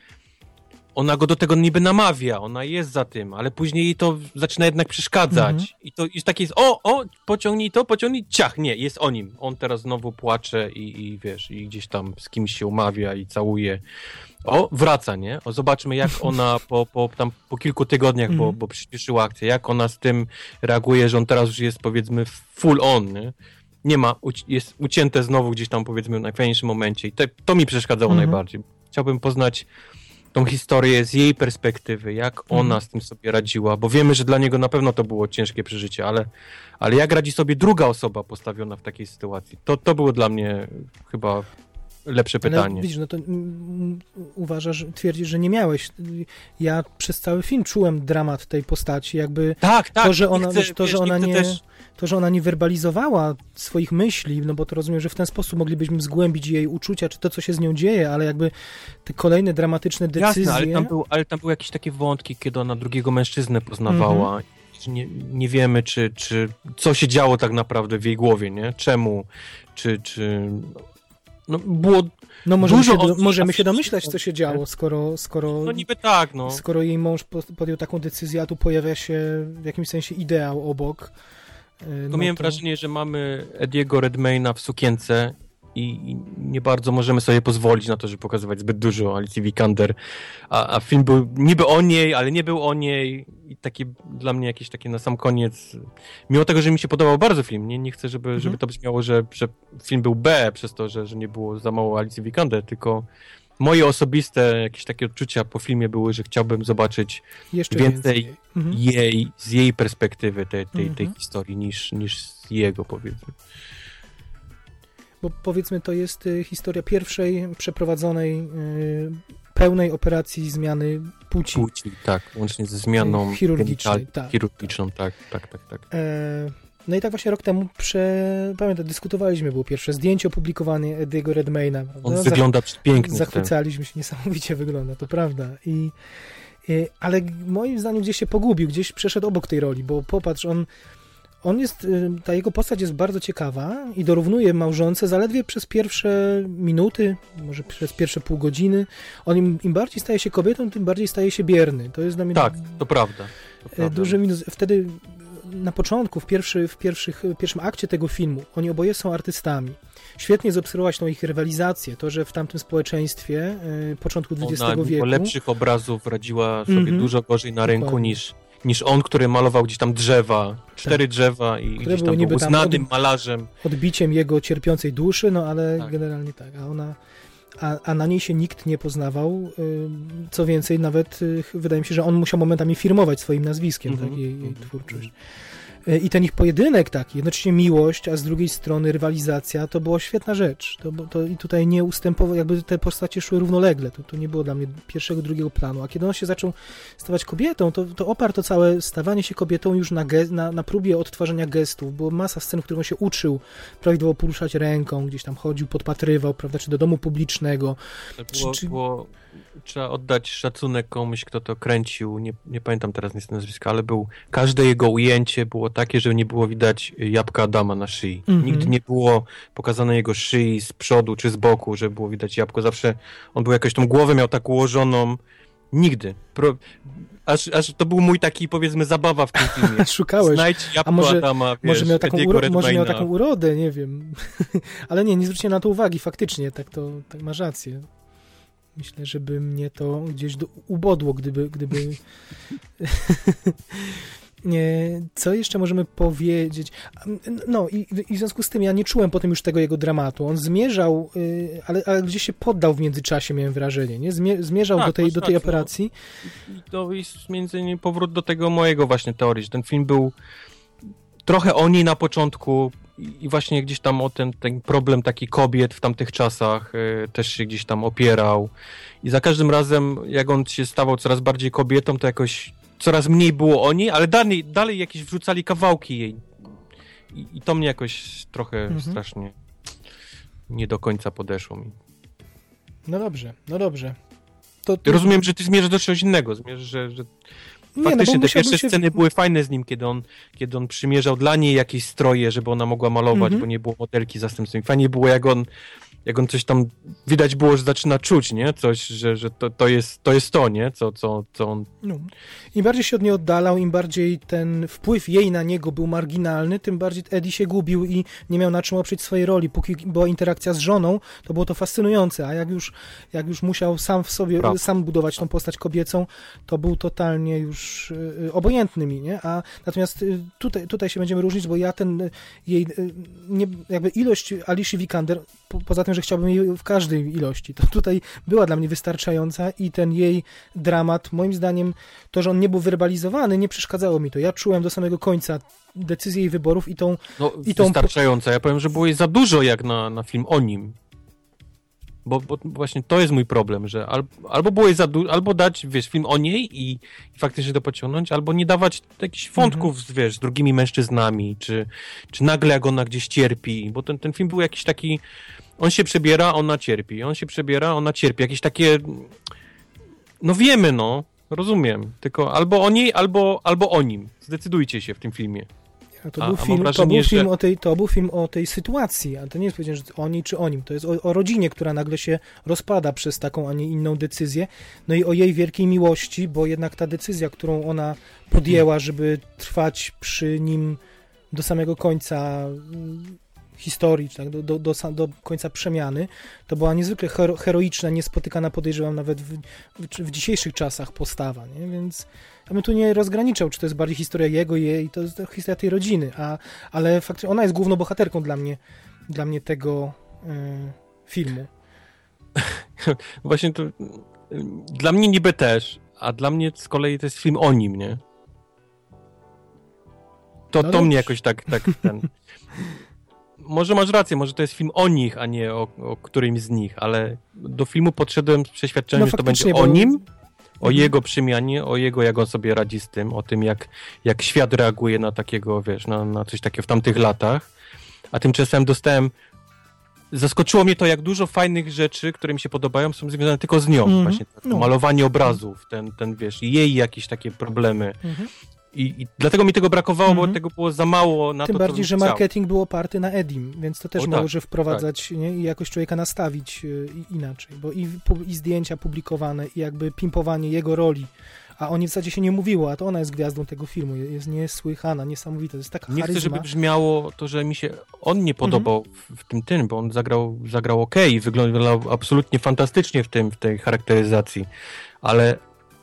ona go do tego niby namawia, ona jest za tym, ale później jej to zaczyna jednak przeszkadzać. Mhm. I to już takie jest, o, o, pociągnij to, pociągnij, ciach, nie, jest o nim. On teraz znowu płacze i, i wiesz, i gdzieś tam z kimś się umawia i całuje. O, wraca, nie? O, zobaczmy, jak ona po, po, tam, po kilku tygodniach, bo, Mhm. bo przyspieszyła akcję, jak ona z tym reaguje, że on teraz już jest, powiedzmy, full on, nie? Nie ma, uci- jest ucięte znowu gdzieś tam, powiedzmy, w najfajniejszym momencie i te, to mi przeszkadzało Mhm. najbardziej. Chciałbym poznać tą historię z jej perspektywy, jak ona Mhm. z tym sobie radziła, bo wiemy, że dla niego na pewno to było ciężkie przeżycie, ale, ale jak radzi sobie druga osoba postawiona w takiej sytuacji? To, to było dla mnie chyba lepsze pytanie. Ale widzisz, no to mm, uważasz, twierdzisz, że nie miałeś. Ja przez cały film czułem dramat tej postaci, jakby Tak, tak. to, że nie ona, chcę, wiesz, to, wiesz, że ona chcę nie, też... to, że ona nie werbalizowała swoich myśli, no bo to rozumiem, że w ten sposób moglibyśmy zgłębić jej uczucia, czy to, co się z nią dzieje, ale jakby te kolejne dramatyczne decyzje... Jasne, ale tam, był, ale tam były jakieś takie wątki, kiedy ona drugiego mężczyznę poznawała. Mhm. Nie, nie wiemy, czy, czy co się działo tak naprawdę w jej głowie, nie? Czemu? Czy, czy... No, było... No możemy, Dużo się, do, osób- możemy się domyślać, co się działo, Nie? skoro, skoro, No niby tak, no. skoro jej mąż po- podjął taką decyzję, a tu pojawia się w jakimś sensie ideał obok. y, Tylko no miałem to- wrażenie, że mamy Ediego Redmayna w sukience i, i nie bardzo możemy sobie pozwolić na to, żeby pokazywać zbyt dużo Alicji Vikander, a, a film był niby o niej, ale nie był o niej i taki dla mnie jakieś takie na sam koniec, mimo tego, że mi się podobał bardzo film, nie, nie chcę, żeby, Mhm. żeby to brzmiało, że, że film był B przez to, że, że nie było za mało Alicji Vikander, tylko moje osobiste jakieś takie odczucia po filmie były, że chciałbym zobaczyć Jeszcze więcej więcej. Mhm. jej, z jej perspektywy tej, tej, tej Mhm. historii niż, niż z jego, powiedzmy. Bo powiedzmy, to jest y, historia pierwszej przeprowadzonej y, pełnej operacji zmiany płci. Płci, tak, łącznie ze zmianą Chirurgicznej, genital- tak, chirurgiczną, tak, tak, tak, tak. E, no i tak właśnie rok temu, prze... pamiętam, dyskutowaliśmy, było pierwsze zdjęcie opublikowane Ediego Redmayna. On No, wygląda pięknie. Zachwycaliśmy się, niesamowicie wygląda, to prawda. I, i, ale moim zdaniem gdzieś się pogubił, gdzieś przeszedł obok tej roli, bo popatrz, on, on jest, y, ta jego postać jest bardzo ciekawa i dorównuje małżonce zaledwie przez pierwsze minuty, może przez pierwsze pół godziny. On im, im bardziej staje się kobietą, tym bardziej staje się bierny. To jest dla mnie Tak, to prawda. To e, prawda. duży minus. Wtedy na początku, w, pierwszy, w pierwszych, w pierwszym akcie tego filmu, oni oboje są artystami. Świetnie zobserwować tą ich rywalizację, to, że w tamtym społeczeństwie y, początku dwudziestego Ona wieku... mimo lepszych obrazów radziła sobie Mhm. dużo gorzej na rynku Dokładnie. niż, niż on, który malował gdzieś tam drzewa, cztery drzewa i Które gdzieś były tam niby był tam uznanym od- malarzem. odbiciem jego cierpiącej duszy, no ale Tak. generalnie tak, a ona, a, a na niej się nikt nie poznawał, y, co więcej, nawet y, wydaje mi się, że on musiał momentami firmować swoim nazwiskiem, Mhm. tak, jej, jej Mhm. twórczość. Y, I ten ich pojedynek taki, jednocześnie miłość, a z drugiej strony rywalizacja, to była świetna rzecz. To, bo- to i tutaj nie ustępowało, jakby te postacie szły równolegle. To, to nie było dla mnie pierwszego, drugiego planu. A kiedy on się zaczął stawać kobietą, to, to oparł to całe stawanie się kobietą już na, ge- na, na próbie odtwarzania gestów. Było masa scen, w których on się uczył prawidłowo poruszać ręką, gdzieś tam chodził, podpatrywał, prawda, czy do domu publicznego. To Czy- było, czy- było, trzeba oddać szacunek komuś, kto to kręcił, nie, nie pamiętam teraz niestety nazwiska, ale był, każde jego ujęcie było takie, że nie było widać jabłka Adama na szyi. Mhm. Nigdy nie było pokazane jego szyi z przodu czy z boku, że było widać jabłko. Zawsze on był jakoś tą głowę miał tak ułożoną. Nigdy. Pro, aż, aż to był mój taki, powiedzmy, zabawa w tym filmie. Szukałeś. Znajdź jabłko A może- Adama, wiesz, Może miał, taką Ediego uro- może miał Redmayna. taką urodę, nie wiem. Ale nie, nie zwróciłem na to uwagi, faktycznie, tak to tak masz rację. Myślę, żeby mnie to gdzieś do, ubodło, gdyby... gdyby... Nie, co jeszcze możemy powiedzieć? No i, i w związku z tym ja nie czułem potem już tego jego dramatu. On zmierzał, y, ale, ale gdzieś się poddał w międzyczasie, miałem wrażenie, nie? Zmie- zmierzał Tak, do tej, masz do tej rację, no. operacji. I to jest między innymi powrót do tego mojego właśnie teorii, że ten film był trochę o niej na początku i właśnie gdzieś tam o ten, ten problem taki kobiet w tamtych czasach y, też się gdzieś tam opierał i za każdym razem jak on się stawał coraz bardziej kobietą, to jakoś coraz mniej było o niej, ale dalej, dalej jakieś wrzucali kawałki jej i, i to mnie jakoś trochę Mhm. strasznie nie do końca podeszło mi. No dobrze, no dobrze. To, to... Rozumiem, że ty zmierzasz do czegoś innego, zmierzasz, że, że faktycznie no, te pierwsze się... sceny były fajne z nim, kiedy on, kiedy on przymierzał dla niej jakieś stroje, żeby ona mogła malować, mm-hmm. bo nie było modelki zastępstwa. Fajnie było, jak on jak on coś tam, widać było, że zaczyna czuć, nie? Coś, że, że to, to, jest, to jest to, nie? Co, co, co on... No. Im bardziej się od niej oddalał, im bardziej ten wpływ jej na niego był marginalny, tym bardziej Eddie się gubił i nie miał na czym oprzeć swojej roli. Póki była interakcja z żoną, to było to fascynujące, a jak już, jak już musiał sam w sobie, Prawda. sam budować tą postać kobiecą, to był totalnie już y, obojętny mi, nie? A natomiast y, tutaj, tutaj się będziemy różnić, bo ja ten y, jej, y, nie, jakby ilość Alicia Vikander, po, poza tym, że chciałbym jej w każdej ilości, to tutaj była dla mnie wystarczająca i ten jej dramat, moim zdaniem, to, że on nie był werbalizowany, nie przeszkadzało mi to. Ja czułem do samego końca decyzję jej wyborów i tą... No, i tą... wystarczająca. Ja powiem, że było jej za dużo jak na, na film o nim. Bo, bo właśnie to jest mój problem, że al, albo było jej za dużo, albo dać, wiesz, film o niej i, i faktycznie to pociągnąć, albo nie dawać jakichś wątków, mm-hmm. wiesz, z drugimi mężczyznami, czy, czy nagle jak ona gdzieś cierpi, bo ten, ten film był jakiś taki, on się przebiera, ona cierpi, on się przebiera, ona cierpi, jakieś takie, no wiemy, no, rozumiem, tylko albo o niej, albo, albo o nim, zdecydujcie się w tym filmie. A to, a, był film, wrażenie, to, był film że... o tej, to był film o tej sytuacji, a to nie jest powiedziane, że o niej czy o nim. To jest o, o rodzinie, która nagle się rozpada przez taką, a nie inną decyzję. No i o jej wielkiej miłości, bo jednak ta decyzja, którą ona podjęła, żeby trwać przy nim do samego końca historii, tak, do, do, do, do końca przemiany, to była niezwykle hero, heroiczna, niespotykana, podejrzewam, nawet w, w, w dzisiejszych czasach postawa, nie? Więc ja bym tu nie rozgraniczał, czy to jest bardziej historia jego i jej, to jest to historia tej rodziny, a, ale faktycznie ona jest główną bohaterką dla mnie, dla mnie tego y, filmu. Właśnie to dla mnie niby też, a dla mnie z kolei to jest film o nim, nie? To, no to mnie jakoś tak, tak ten... Może masz rację, może to jest film o nich, a nie o, o którymś z nich, ale do filmu podszedłem z przeświadczeniem, no że to będzie bo... o nim, o mhm. jego przemianie, o jego, jak on sobie radzi z tym, o tym, jak, jak świat reaguje na takiego, wiesz, na, na coś takiego w tamtych latach. A tymczasem dostałem... Zaskoczyło mnie to, jak dużo fajnych rzeczy, które mi się podobają, są związane tylko z nią. Mhm. Właśnie to no. malowanie obrazów, ten, ten, wiesz, jej jakieś takie problemy. Mhm. I, I dlatego mi tego brakowało, mm-hmm. bo tego było za mało na Tym to, bardziej, co że chciał. Marketing był oparty na Edim, więc to też o, może tak, wprowadzać tak. Nie? I jakoś człowieka nastawić y, inaczej, bo i, i zdjęcia publikowane, i jakby pimpowanie jego roli, a o niej w zasadzie się nie mówiło, a to ona jest gwiazdą tego filmu, jest niesłychana, niesamowita, to jest taka Nie charyzma. chcę, żeby brzmiało to, że mi się on nie podobał mm-hmm. w, w tym tym, bo on zagrał, zagrał okej, okay, wyglądał absolutnie fantastycznie w tym, w tej charakteryzacji, ale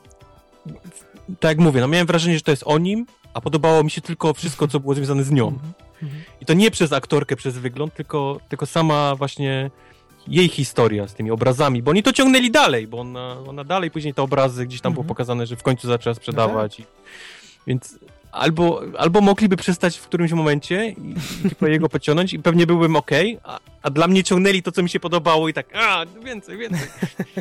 tak jak mówię, no miałem wrażenie, że to jest o nim, a podobało mi się tylko wszystko, co było związane z nią. Mm-hmm. I to nie przez aktorkę, przez wygląd, tylko, tylko sama właśnie jej historia z tymi obrazami, bo oni to ciągnęli dalej, bo ona, ona dalej później te obrazy gdzieś tam mm-hmm. było pokazane, że w końcu zaczęła sprzedawać. Okay. I, więc albo, albo mogliby przestać w którymś momencie i, i tylko jego pociągnąć i pewnie byłbym okej, okay, a, a dla mnie ciągnęli to, co mi się podobało i tak, a, więcej, więcej.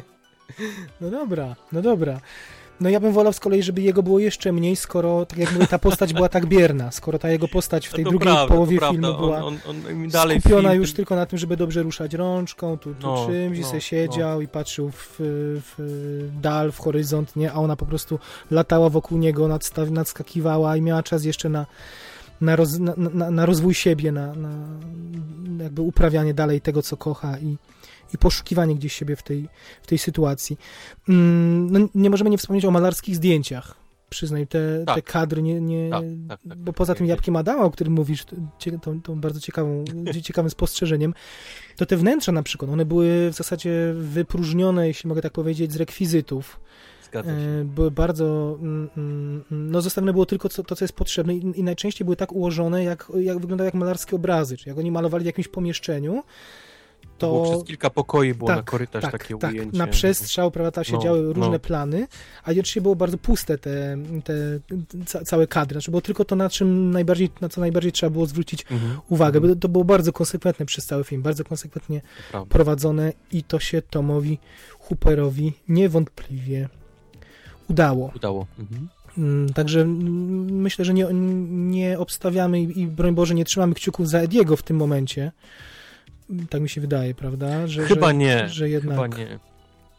No dobra, no dobra. No ja bym wolał z kolei, żeby jego było jeszcze mniej, skoro, tak jak mówię, ta postać była tak bierna, skoro ta jego postać w tej no drugiej prawda, połowie filmu była on, on, on dalej skupiona film, już ten... tylko na tym, żeby dobrze ruszać rączką, tu, tu no, czymś, no, i se siedział no. i patrzył w, w dal, w horyzont, nie, a ona po prostu latała wokół niego, nadstaw, nadskakiwała i miała czas jeszcze na, na, roz, na, na, na rozwój siebie, na, na jakby uprawianie dalej tego, co kocha i i poszukiwanie gdzieś siebie w tej, w tej sytuacji. No, nie możemy nie wspomnieć o malarskich zdjęciach. Przyznaj, te, tak. te kadry, nie, nie, tak, tak, tak, bo poza tym Jabłkiem Adama, o którym mówisz, tą, tą bardzo ciekawą, ciekawym spostrzeżeniem, to te wnętrza na przykład, one były w zasadzie wypróżnione, jeśli mogę tak powiedzieć, z rekwizytów. Zgadza się. Były bardzo, no zostawione było tylko to, co jest potrzebne i, i najczęściej były tak ułożone, jak, jak wyglądały jak malarskie obrazy, czyli jak oni malowali w jakimś pomieszczeniu, to... Było przez kilka pokoi było tak, na korytarz tak, takie tak, ujęcie. Na przestrzał, prawda, tam się no, działy różne no. plany, a jednocześnie było bardzo puste te, te ca, całe kadry. Znaczy było tylko to, na czym najbardziej, na co najbardziej trzeba było zwrócić mhm. uwagę, bo to było bardzo konsekwentne przez cały film, bardzo konsekwentnie prowadzone i to się Tomowi Hooperowi niewątpliwie udało. Udało. Mhm. Także myślę, że nie, nie obstawiamy i, i broń Boże nie trzymamy kciuków za Ediego w tym momencie. Tak mi się wydaje, prawda? Że, chyba że, nie. Że jednak, chyba nie.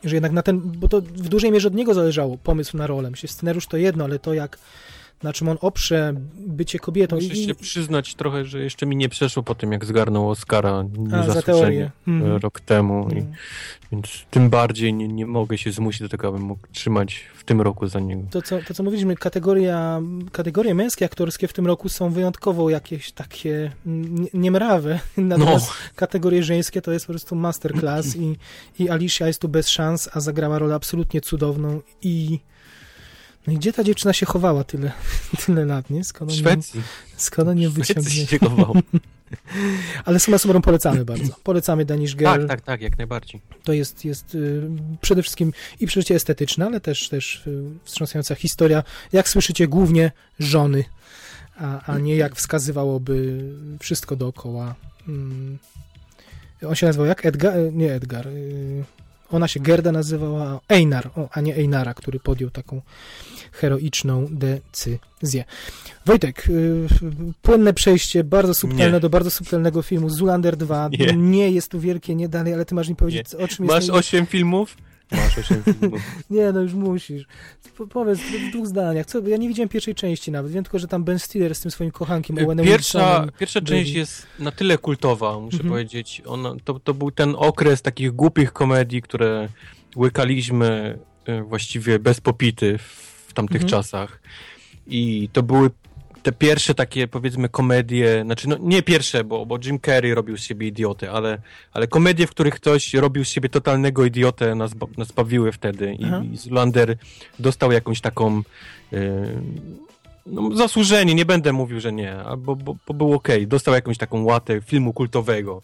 że jednak na ten, bo to w dużej mierze od niego zależało pomysł na rolę. Myślę, scenariusz to jedno, ale to jak, na czym on oprze bycie kobietą. Muszę i, się przyznać trochę, że jeszcze mi nie przeszło po tym, jak zgarnął Oscara za teorię mm. rok temu. Mm. I, więc tym bardziej nie, nie mogę się zmusić do tego, abym mógł trzymać w tym roku za niego. To, co, to, co mówiliśmy, kategoria, kategorie męskie, aktorskie w tym roku są wyjątkowo jakieś takie nie, niemrawe. Natomiast no. kategorie żeńskie to jest po prostu masterclass i, i Alicia jest tu bez szans, a zagrała rolę absolutnie cudowną i no i gdzie ta dziewczyna się chowała tyle, tyle lat, nie? Skąd w Szwecji. Nie, skąd nie wyciągnie. się chowało. Ale summa summarum polecamy bardzo. Polecamy Danish Girl. Tak, tak, tak, jak najbardziej. To jest, jest y, przede wszystkim i przeżycie estetyczne, ale też, też y, wstrząsająca historia. Jak słyszycie, głównie żony, a, a nie jak wskazywałoby wszystko dookoła. Mm. On się nazywał jak? Edgar? Nie Edgar. Y, ona się Gerda nazywała Einar, o, a nie Einara, który podjął taką heroiczną decyzję. Wojtek, yy, płynne przejście, bardzo subtelne nie. do bardzo subtelnego filmu. Zoolander dwa. Nie. nie jest tu wielkie, nie dalej, ale ty masz mi powiedzieć, nie. o czym masz jest... Masz osiem filmów? Masz osiem filmów. Nie, no już musisz. Po, powiedz w dwóch zdaniach. Co, ja nie widziałem pierwszej części nawet. Wiem tylko, że tam Ben Stiller z tym swoim kochankiem Owenem Pierwsza, Wilsonem pierwsza byli. część jest na tyle kultowa, muszę mhm. powiedzieć. Ona, to, to był ten okres takich głupich komedii, które łykaliśmy właściwie bez popity w tamtych mhm. czasach. I to były te pierwsze takie, powiedzmy, komedie, znaczy no nie pierwsze, bo, bo Jim Carrey robił z siebie idiotę, ale, ale komedie, w których ktoś robił z siebie totalnego idiotę, nas, nas bawiły wtedy i, i Zoolander dostał jakąś taką yy, no, zasłużenie, nie będę mówił, że nie, bo, bo, bo był okej, okay. Dostał jakąś taką łatę filmu kultowego.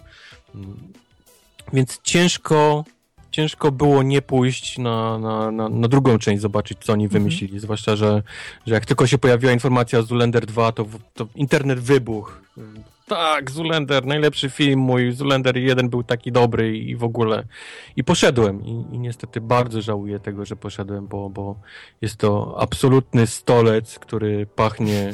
Więc ciężko ciężko było nie pójść na, na, na, na drugą część, zobaczyć, co oni wymyślili. Mhm. Zwłaszcza, że, że jak tylko się pojawiła informacja o Zoolander dwa, to, to internet wybuchł. Tak, Zoolander, najlepszy film mój, Zoolander jeden był taki dobry i w ogóle. I poszedłem. I, i niestety bardzo żałuję tego, że poszedłem, bo, bo jest to absolutny stolec, który pachnie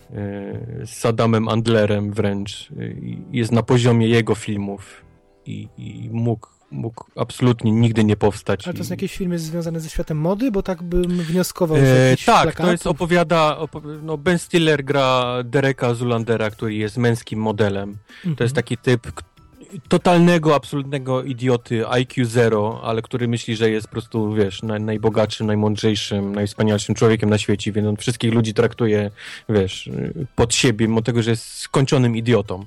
e, Saddamem Andlerem wręcz. I jest na poziomie jego filmów. I, i mógł mógł absolutnie nigdy nie powstać. Ale to i... są jakieś filmy związane ze światem mody? Bo tak bym wnioskował z e, jakichś Tak, plakatów. to jest opowiada, opowi- no Ben Stiller gra Dereka Zoolandera, który jest męskim modelem. Mhm. To jest taki typ k- totalnego, absolutnego idioty, I Q zero, ale który myśli, że jest po prostu, wiesz, naj, najbogatszym, najmądrzejszym, najwspanialszym człowiekiem na świecie, więc on wszystkich ludzi traktuje, wiesz, pod siebie, mimo tego, że jest skończonym idiotą.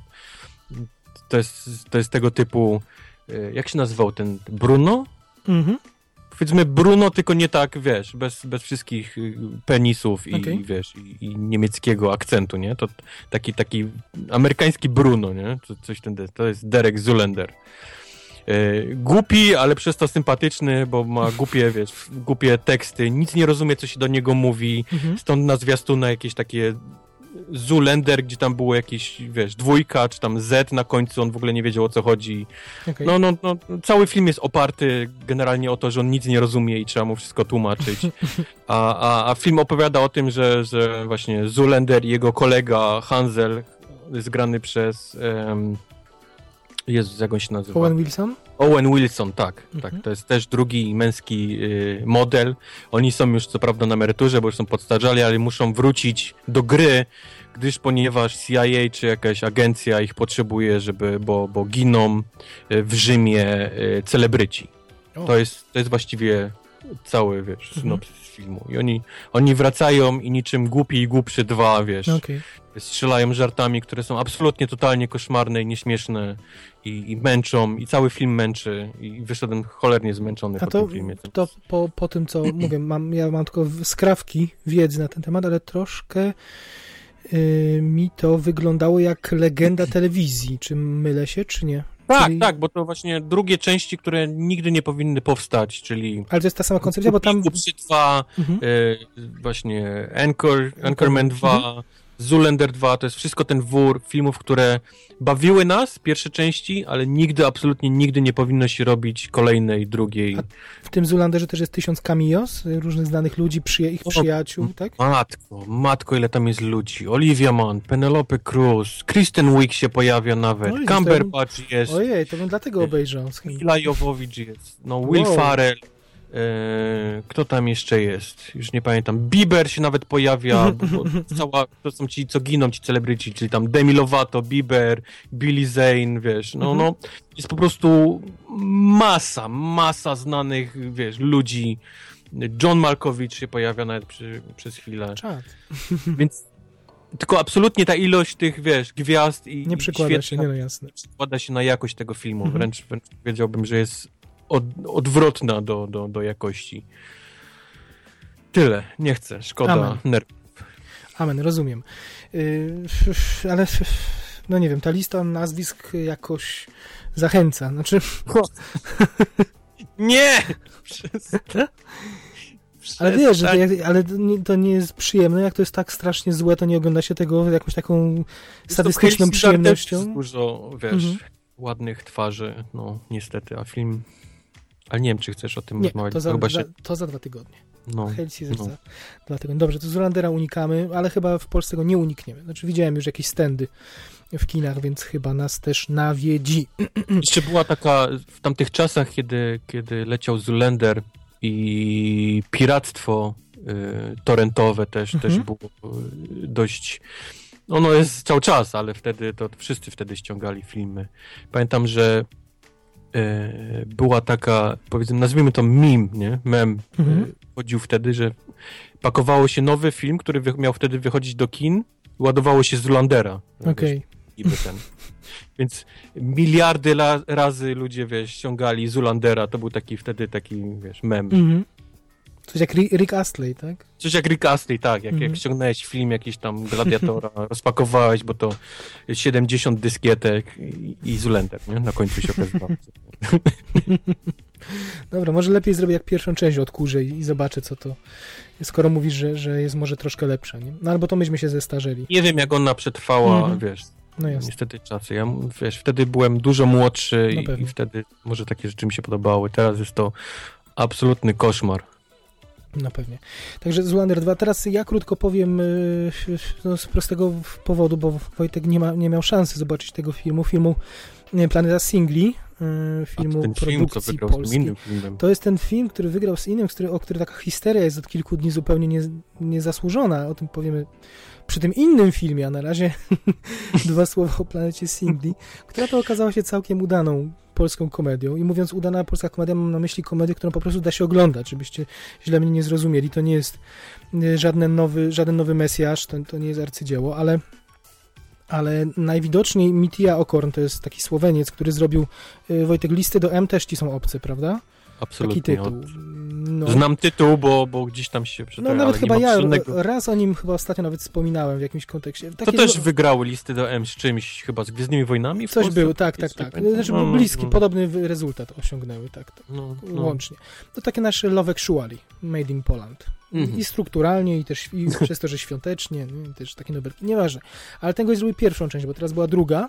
To jest, to jest tego typu. Jak się nazywał ten Bruno? Mhm. Powiedzmy Bruno, tylko nie tak, wiesz, bez, bez wszystkich penisów i, okay. i wiesz, i, i niemieckiego akcentu, nie? To taki, taki amerykański Bruno, nie? To, coś ten, to jest Derek Zoolander. E, głupi, ale przez to sympatyczny, bo ma głupie, wiesz, głupie teksty, nic nie rozumie, co się do niego mówi, mhm. stąd na zwiastuna jakieś takie Zoolander, gdzie tam było jakieś, wiesz, dwójka, czy tam Z na końcu, on w ogóle nie wiedział, o co chodzi. Okay. No, no, no, cały film jest oparty generalnie o to, że on nic nie rozumie i trzeba mu wszystko tłumaczyć. A, a, a film opowiada o tym, że, że właśnie Zoolander i jego kolega Hansel jest grany przez um, Jezus, jak on się nazywa? Owen Wilson? Owen Wilson, tak. Mhm. tak. To jest też drugi męski y, model. Oni są już co prawda na emeryturze, bo już są podstarzali, ale muszą wrócić do gry, gdyż ponieważ C I A czy jakaś agencja ich potrzebuje, żeby, bo, bo giną y, w Rzymie y, celebryci. To jest, to jest właściwie cały, wiesz, synopsis mhm. filmu. I oni, oni wracają i niczym głupi i głupszy dwa, wiesz, okay. strzelają żartami, które są absolutnie totalnie koszmarne i nieśmieszne i, i męczą, i cały film męczy i wyszedłem cholernie zmęczony A po to, tym filmie. to po, po tym, co mówię, mam, ja mam tylko skrawki wiedzy na ten temat, ale troszkę yy, mi to wyglądało jak legenda telewizji. Czy mylę się, czy nie? Tak, czyli... tak, bo to właśnie drugie części, które nigdy nie powinny powstać, czyli... Ale to jest ta sama koncepcja, bo tam... Głupcy dwa, mhm. y, właśnie Anchor, Anchorman dwa, mhm. Zoolander dwa, to jest wszystko ten wór filmów, które bawiły nas, pierwsze części, ale nigdy, absolutnie nigdy nie powinno się robić kolejnej, drugiej. A w tym Zoolanderze też jest tysiąc cameos, różnych znanych ludzi, przyja- ich przyjaciół, o, tak? Matko, matko, ile tam jest ludzi. Olivia Munn, Penelope Cruz, Kristen Wiig się pojawia nawet, Cumberbatch jest. Ojej, to bym dlatego obejrzał. Mila Jovovich jest, no Will wow. Ferrell. E, kto tam jeszcze jest? Już nie pamiętam. Bieber się nawet pojawia, bo, bo cała, to są ci, co giną, ci celebryci, czyli tam Demi Lovato, Bieber, Billy Zane, wiesz, no, no, jest po prostu masa, masa znanych, wiesz, ludzi. John Malkovich się pojawia nawet przy, przez chwilę. Czad. Więc tylko absolutnie ta ilość tych, wiesz, gwiazd i nie przykłada świetna, się, nie no jasne. przykłada się na jakość tego filmu. Mhm. Wręcz, wręcz powiedziałbym, że jest od, odwrotna do, do, do jakości. Tyle. Nie chcę. Szkoda Amen. nerwów. Amen, rozumiem. Yy, ale no nie wiem, ta lista nazwisk jakoś zachęca. Znaczy... Nie! Ale wiesz, że to, jak, ale to nie, to nie jest przyjemne, jak to jest tak strasznie złe, to nie ogląda się tego jakąś taką sadystyczną przyjemnością. Jest dużo, wiesz, mhm. ładnych twarzy, no niestety, a film... Ale nie wiem, czy chcesz o tym nie, rozmawiać. To za, chyba za, się... to za dwa tygodnie. No, Hellseeker no. za dwa tygodnie. Dobrze, to Zoolandera unikamy, ale chyba w Polsce go nie unikniemy. Znaczy widziałem już jakieś stędy w kinach, więc chyba nas też nawiedzi. Jeszcze była taka, w tamtych czasach, kiedy, kiedy leciał Zoolander i piractwo y, torrentowe też, mhm. też było y, dość... Ono jest cały czas, ale wtedy to wszyscy wtedy ściągali filmy. Pamiętam, że y, była taka, powiedzmy, nazwijmy to meme, nie? Mem mhm. y, chodził wtedy, że pakowało się nowy film, który wy, miał wtedy wychodzić do kin, ładowało się z Zoolandera. Okej. Okay. Ten. Więc miliardy la, razy ludzie, wiesz, ściągali Zoolandera, to był taki wtedy taki, wiesz, mem. Mm-hmm. Coś jak Rick Astley, tak? Coś jak Rick Astley, tak. Jak, mm-hmm. jak ściągnąłeś film jakiś tam Gladiatora, rozpakowałeś, bo to siedemdziesiąt dyskietek i, i Zoolander, nie? Na końcu się okazało. Dobra, może lepiej zrobię jak pierwszą część odkurzę i, i zobaczę, co to... Skoro mówisz, że, że jest może troszkę lepsza, nie? No albo to myśmy się zestarzeli. Nie wiem, jak ona przetrwała, mm-hmm. wiesz... No jasne. Niestety czasy. Ja, wiesz, wtedy byłem dużo młodszy no i, i wtedy może takie rzeczy mi się podobały. Teraz jest to absolutny koszmar. No pewnie. Także Zoolander dwa. Teraz ja krótko powiem no, z prostego powodu, bo Wojtek nie, ma, nie miał szansy zobaczyć tego filmu. Filmu Planeta Singli. Filmu ten produkcji film, polskiej. To jest ten film, który wygrał z innym, który, o który taka histeria jest od kilku dni zupełnie nie, niezasłużona. O tym powiemy przy tym innym filmie, a na razie dwa słowa o Planecie Singli, która to okazała się całkiem udaną polską komedią. I mówiąc udana polska komedia, mam na myśli komedię, którą po prostu da się oglądać, żebyście źle mnie nie zrozumieli. To nie jest żaden nowy, żaden nowy Mesjasz, to, to nie jest arcydzieło, ale ale najwidoczniej Mitja Okorn, to jest taki Słoweniec, który zrobił, Wojtek, listy do M też ci są obce, prawda? Absolutnie. Taki tytuł. No. Znam tytuł, bo, bo gdzieś tam się przeczytałem. No nawet chyba ja żadnego... raz o nim chyba ostatnio nawet wspominałem w jakimś kontekście. Takie to też było... wygrały listy do M z czymś, chyba z Gwiezdnymi Wojnami? W Coś Polsce? było, tak, tak, tak. Znaczy no, był bliski, no. podobny rezultat osiągnęły, tak, tak no, no. łącznie. To takie nasze Love Actually, Made in Poland. Mhm. I strukturalnie, i też i przez to, że świątecznie, nie? Też takie nobelki, nieważne. Ale tego zrobił pierwszą część, bo teraz była druga.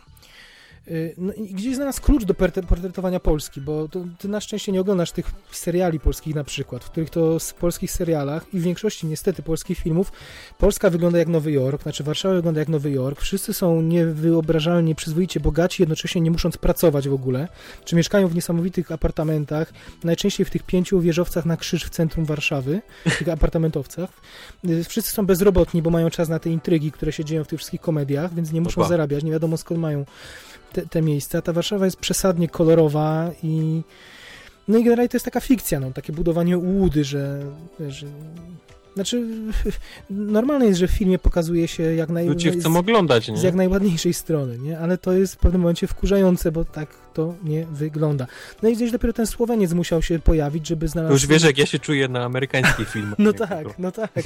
No i gdzieś znalazł klucz do portretowania Polski, bo to, ty na szczęście nie oglądasz tych seriali polskich na przykład, w których to w polskich serialach i w większości niestety polskich filmów Polska wygląda jak Nowy Jork, znaczy Warszawa wygląda jak Nowy Jork, wszyscy są niewyobrażalnie przyzwoicie bogaci, jednocześnie nie musząc pracować w ogóle, czy mieszkają w niesamowitych apartamentach, najczęściej w tych pięciu wieżowcach na krzyż w centrum Warszawy, w tych apartamentowcach. Wszyscy są bezrobotni, bo mają czas na te intrygi, które się dzieją w tych wszystkich komediach, więc nie muszą Opa. zarabiać, nie wiadomo skąd mają Te, te miejsca. Ta Warszawa jest przesadnie kolorowa i no i generalnie to jest taka fikcja, no, takie budowanie ułudy, że, że znaczy normalne jest, że w filmie pokazuje się jak, naj, Ludzie chcą oglądać, nie? z jak najładniejszej strony, nie? Ale to jest w pewnym momencie wkurzające, bo tak to nie wygląda. No i gdzieś dopiero ten Słoweniec musiał się pojawić, żeby znaleźć... To już wiesz, jak ja się czuję na amerykańskich filmach. No tak, tego. no tak.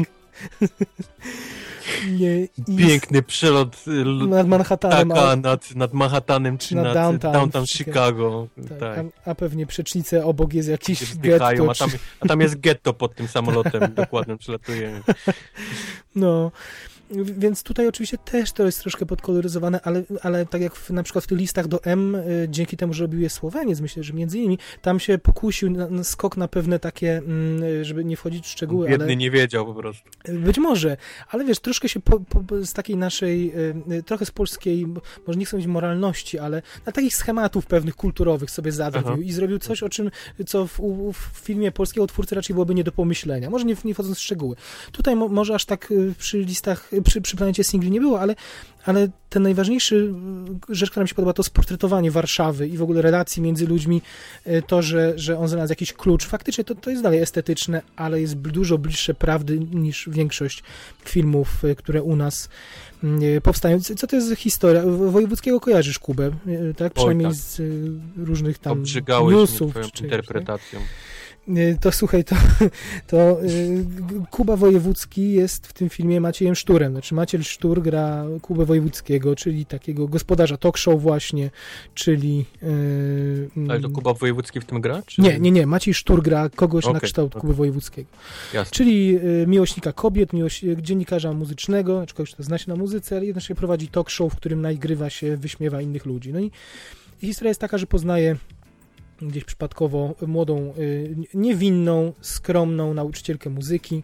Nie, i piękny przelot nad Manhattanem, taka, a, nad, nad Manhattanem czy nad, nad downtown, downtown Chicago. Tak, tak. A, a pewnie przecznicę obok jest jakiś getto. A tam, a tam jest getto pod tym samolotem, dokładnie przylatuje. No, Więc tutaj oczywiście też to jest troszkę podkoloryzowane, ale, ale tak jak w, na przykład w tych listach do M, y, dzięki temu, że robił je Słoweniec, myślę, że między innymi tam się pokusił na, na skok na pewne takie, y, żeby nie wchodzić w szczegóły. Biedny ale... nie wiedział po prostu. Być może, ale wiesz, troszkę się po, po, z takiej naszej, y, trochę z polskiej, może nie chcę mówić moralności, ale na takich schematów pewnych kulturowych sobie zadrwił i zrobił coś, o czym, co w, u, w filmie polskiego twórcy raczej byłoby nie do pomyślenia. Może nie, nie wchodząc w szczegóły. Tutaj mo, może aż tak y, przy listach, y, przy, przy planecie singli nie było, ale, ale ten najważniejszy rzecz, która mi się podoba, to sportretowanie Warszawy i w ogóle relacji między ludźmi, y, to, że, że on znalazł jakiś klucz. Faktycznie to, to jest dalej estetyczne, ale jest dużo bliższe prawdy niż większość filmów, y, które u nas y, powstają. Co to jest za historia? Wojewódzkiego kojarzysz Kubę, y, tak? Przynajmniej Oj, tak. z y, różnych tam Obrzygałeś newsów. twoją czy, interpretacją. tak? To słuchaj, to, to y, Kuba Wojewódzki jest w tym filmie Maciejem Szturem. Znaczy Maciej Sztur gra Kubę Wojewódzkiego, czyli takiego gospodarza talk show właśnie, czyli... Y, Ale to Kuba Wojewódzki w tym gra? Czy... Nie, nie, nie. Maciej Sztur gra kogoś okay, na kształt okay. Kuby Wojewódzkiego. Jasne. Czyli y, miłośnika kobiet, miłoś, dziennikarza muzycznego, znaczy kogoś, kto zna się na muzyce, ale jednocześnie prowadzi talk show, w którym nagrywa się, wyśmiewa innych ludzi. No i, i historia jest taka, że poznaje gdzieś przypadkowo młodą, y, niewinną, skromną nauczycielkę muzyki.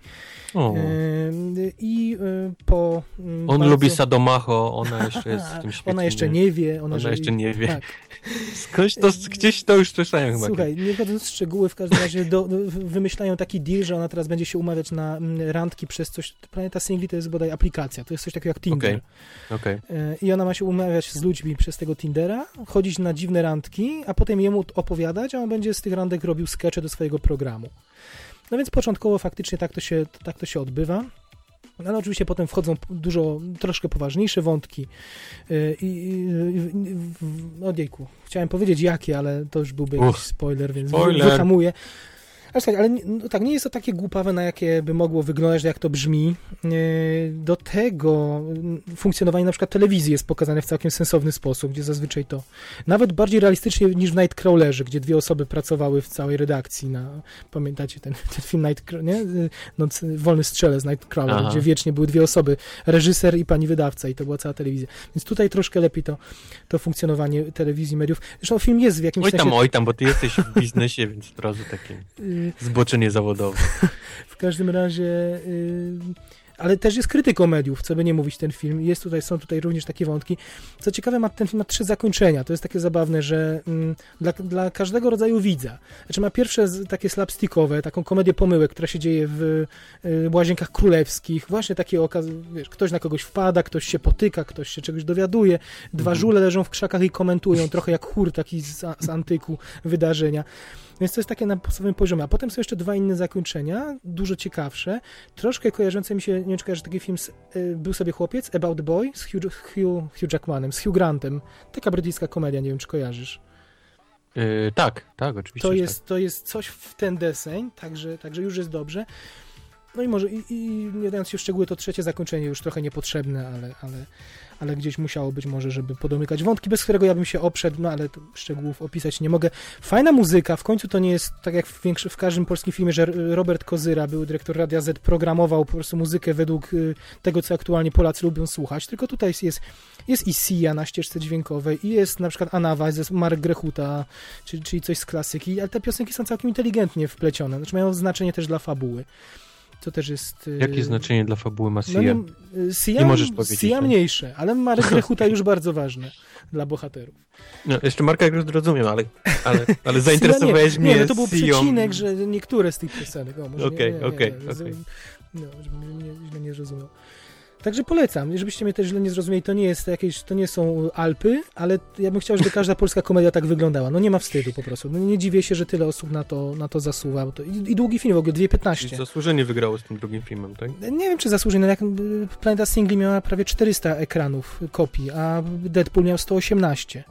Y, I y, po... Y, On bardzo... lubi sadomacho, ona jeszcze jest w tym świecie. Ona jeszcze nie wie. Ona, ona że... jeszcze nie wie. Tak. Skądś to, gdzieś to już słyszałem chyba. Słuchaj, nie wchodząc w szczegóły, w każdym razie do, do, wymyślają taki deal, że ona teraz będzie się umawiać na randki przez coś. Planeta Singli to jest bodaj aplikacja, to jest coś takiego jak Tinder. Okay. Okay. I ona ma się umawiać z ludźmi przez tego Tindera, chodzić na dziwne randki, a potem jemu opowiadać, a on będzie z tych randek robił skecze do swojego programu. No więc początkowo faktycznie tak to się, tak to się odbywa. Ale oczywiście potem wchodzą dużo, troszkę poważniejsze wątki. I, i, i odjejku, chciałem powiedzieć jakie, ale to już byłby jakiś spoiler, więc spoiler. wyhamuję. Ale, słuchaj, ale no tak, nie jest to takie głupawe, na jakie by mogło wyglądać, jak to brzmi. Do tego funkcjonowanie na przykład telewizji jest pokazane w całkiem sensowny sposób, gdzie zazwyczaj to nawet bardziej realistycznie niż w Nightcrawlerze, gdzie dwie osoby pracowały w całej redakcji na, pamiętacie ten, ten film Nightcrawler, nie? Noc, Wolny strzelec Nightcrawler, Aha. gdzie wiecznie były dwie osoby, reżyser i pani wydawca i to była cała telewizja. Więc tutaj troszkę lepiej to, to funkcjonowanie telewizji, mediów. Zresztą film jest w jakimś oj sensie... Oj tam, oj tam, bo ty jesteś w biznesie, więc od razu takie... Zboczenie zawodowe. W każdym razie, yy, ale też jest krytyką mediów, co by nie mówić ten film. Jest tutaj, są tutaj również takie wątki. Co ciekawe, ma, ten film ma trzy zakończenia. To jest takie zabawne, że yy, dla, dla każdego rodzaju widza. Znaczy ma pierwsze z, takie slapstickowe, taką komedię pomyłek, która się dzieje w yy, Łazienkach Królewskich. Właśnie takie okazy, wiesz, ktoś na kogoś wpada, ktoś się potyka, ktoś się czegoś dowiaduje. Dwa żule leżą w krzakach i komentują, trochę jak chór taki z, z antyku wydarzenia. Więc to jest takie na podstawowym poziomie. A potem są jeszcze dwa inne zakończenia, dużo ciekawsze, troszkę kojarzące mi się, nie wiem czy kojarzysz taki film, z, y, Był sobie chłopiec, About the Boy, z Hugh, Hugh, Hugh Jackmanem, z Hugh Grantem. Taka brytyjska komedia, nie wiem czy kojarzysz. Yy, tak, tak, oczywiście. To jest, tak. to jest coś w ten deseń, także, także już jest dobrze. No i może, i, i nie dając się w szczegóły, to trzecie zakończenie już trochę niepotrzebne, ale, ale, ale gdzieś musiało być może, żeby podomykać wątki, bez którego ja bym się obszedł, no ale szczegółów opisać nie mogę. Fajna muzyka, w końcu to nie jest tak jak w, większy, w każdym polskim filmie, że Robert Kozyra, był dyrektor Radia Z, programował po prostu muzykę według tego, co aktualnie Polacy lubią słuchać, tylko tutaj jest, jest i Sia na ścieżce dźwiękowej i jest na przykład Anawa, jest Marek Grechuta, czyli, czyli coś z klasyki, ale te piosenki są całkiem inteligentnie wplecione, znaczy mają znaczenie też dla fabuły. To też jest... Jakie znaczenie dla fabuły ma Sia? No nie, Sia, nie możesz powiedzieć. Sia mniejsze, ale Marek Grechuta już bardzo ważne dla bohaterów. No, jeszcze Marka rozumiem, ale, ale, ale zainteresowałeś mnie. Nie, no to był Sią. przecinek, że niektóre z tych piosenek. Okej, okej. No, żebym mnie źle nie zrozumiał. Także polecam, żebyście mnie też źle nie zrozumieli, to nie jest jakieś, to nie są Alpy, ale ja bym chciał, żeby każda polska komedia tak wyglądała. No nie ma wstydu po prostu. No nie dziwię się, że tyle osób na to, na to zasuwa. Bo to, i, I długi film w ogóle, dwie piętnaście. Zasłużenie wygrało z tym drugim filmem, tak? Nie wiem, czy zasłużenie. No jak Planeta Singli miała prawie czterysta ekranów, kopii, a Deadpool miał sto osiemnaście.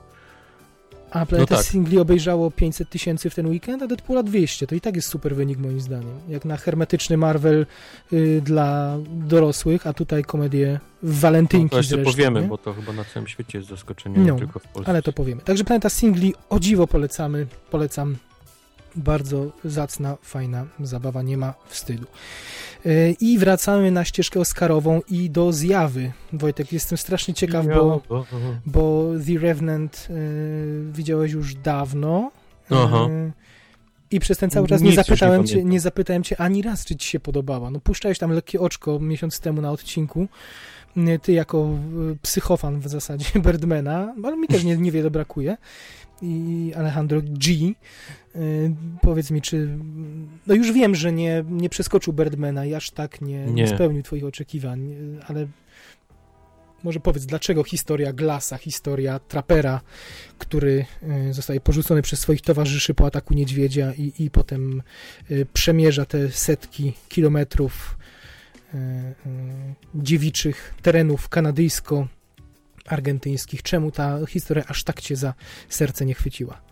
A Planeta no tak. Singli obejrzało pięćset tysięcy w ten weekend, a Deadpoola dwieście. To i tak jest super wynik moim zdaniem. Jak na hermetyczny Marvel y, dla dorosłych, a tutaj komedię walentynki no to jeszcze zresztą. powiemy, nie? bo to chyba na całym świecie jest zaskoczenie, no, nie tylko w Polsce. Ale to powiemy. Także Planeta Singli o dziwo polecamy. Polecam bardzo zacna, fajna zabawa, nie ma wstydu. I wracamy na ścieżkę oscarową i do Zjawy. Wojtek, jestem strasznie ciekaw, bo, bo The Revenant y, widziałeś już dawno. Aha. Y, I przez ten cały czas nie zapytałem, nie, cię, nie zapytałem cię ani raz, czy ci się podobała. No puszczałeś tam lekkie oczko miesiąc temu na odcinku. Ty jako psychofan w zasadzie Birdmana, ale mi też nie, niewiele brakuje. I Alejandro G. Yy, powiedz mi, czy... No już wiem, że nie, nie przeskoczył Birdmana i aż tak nie, nie. nie spełnił twoich oczekiwań, ale może powiedz, dlaczego historia Glassa, historia trapera, który yy, zostaje porzucony przez swoich towarzyszy po ataku niedźwiedzia i, i potem yy, przemierza te setki kilometrów yy, yy, dziewiczych terenów kanadyjsko-argentyńskich. Czemu ta historia aż tak cię za serce nie chwyciła?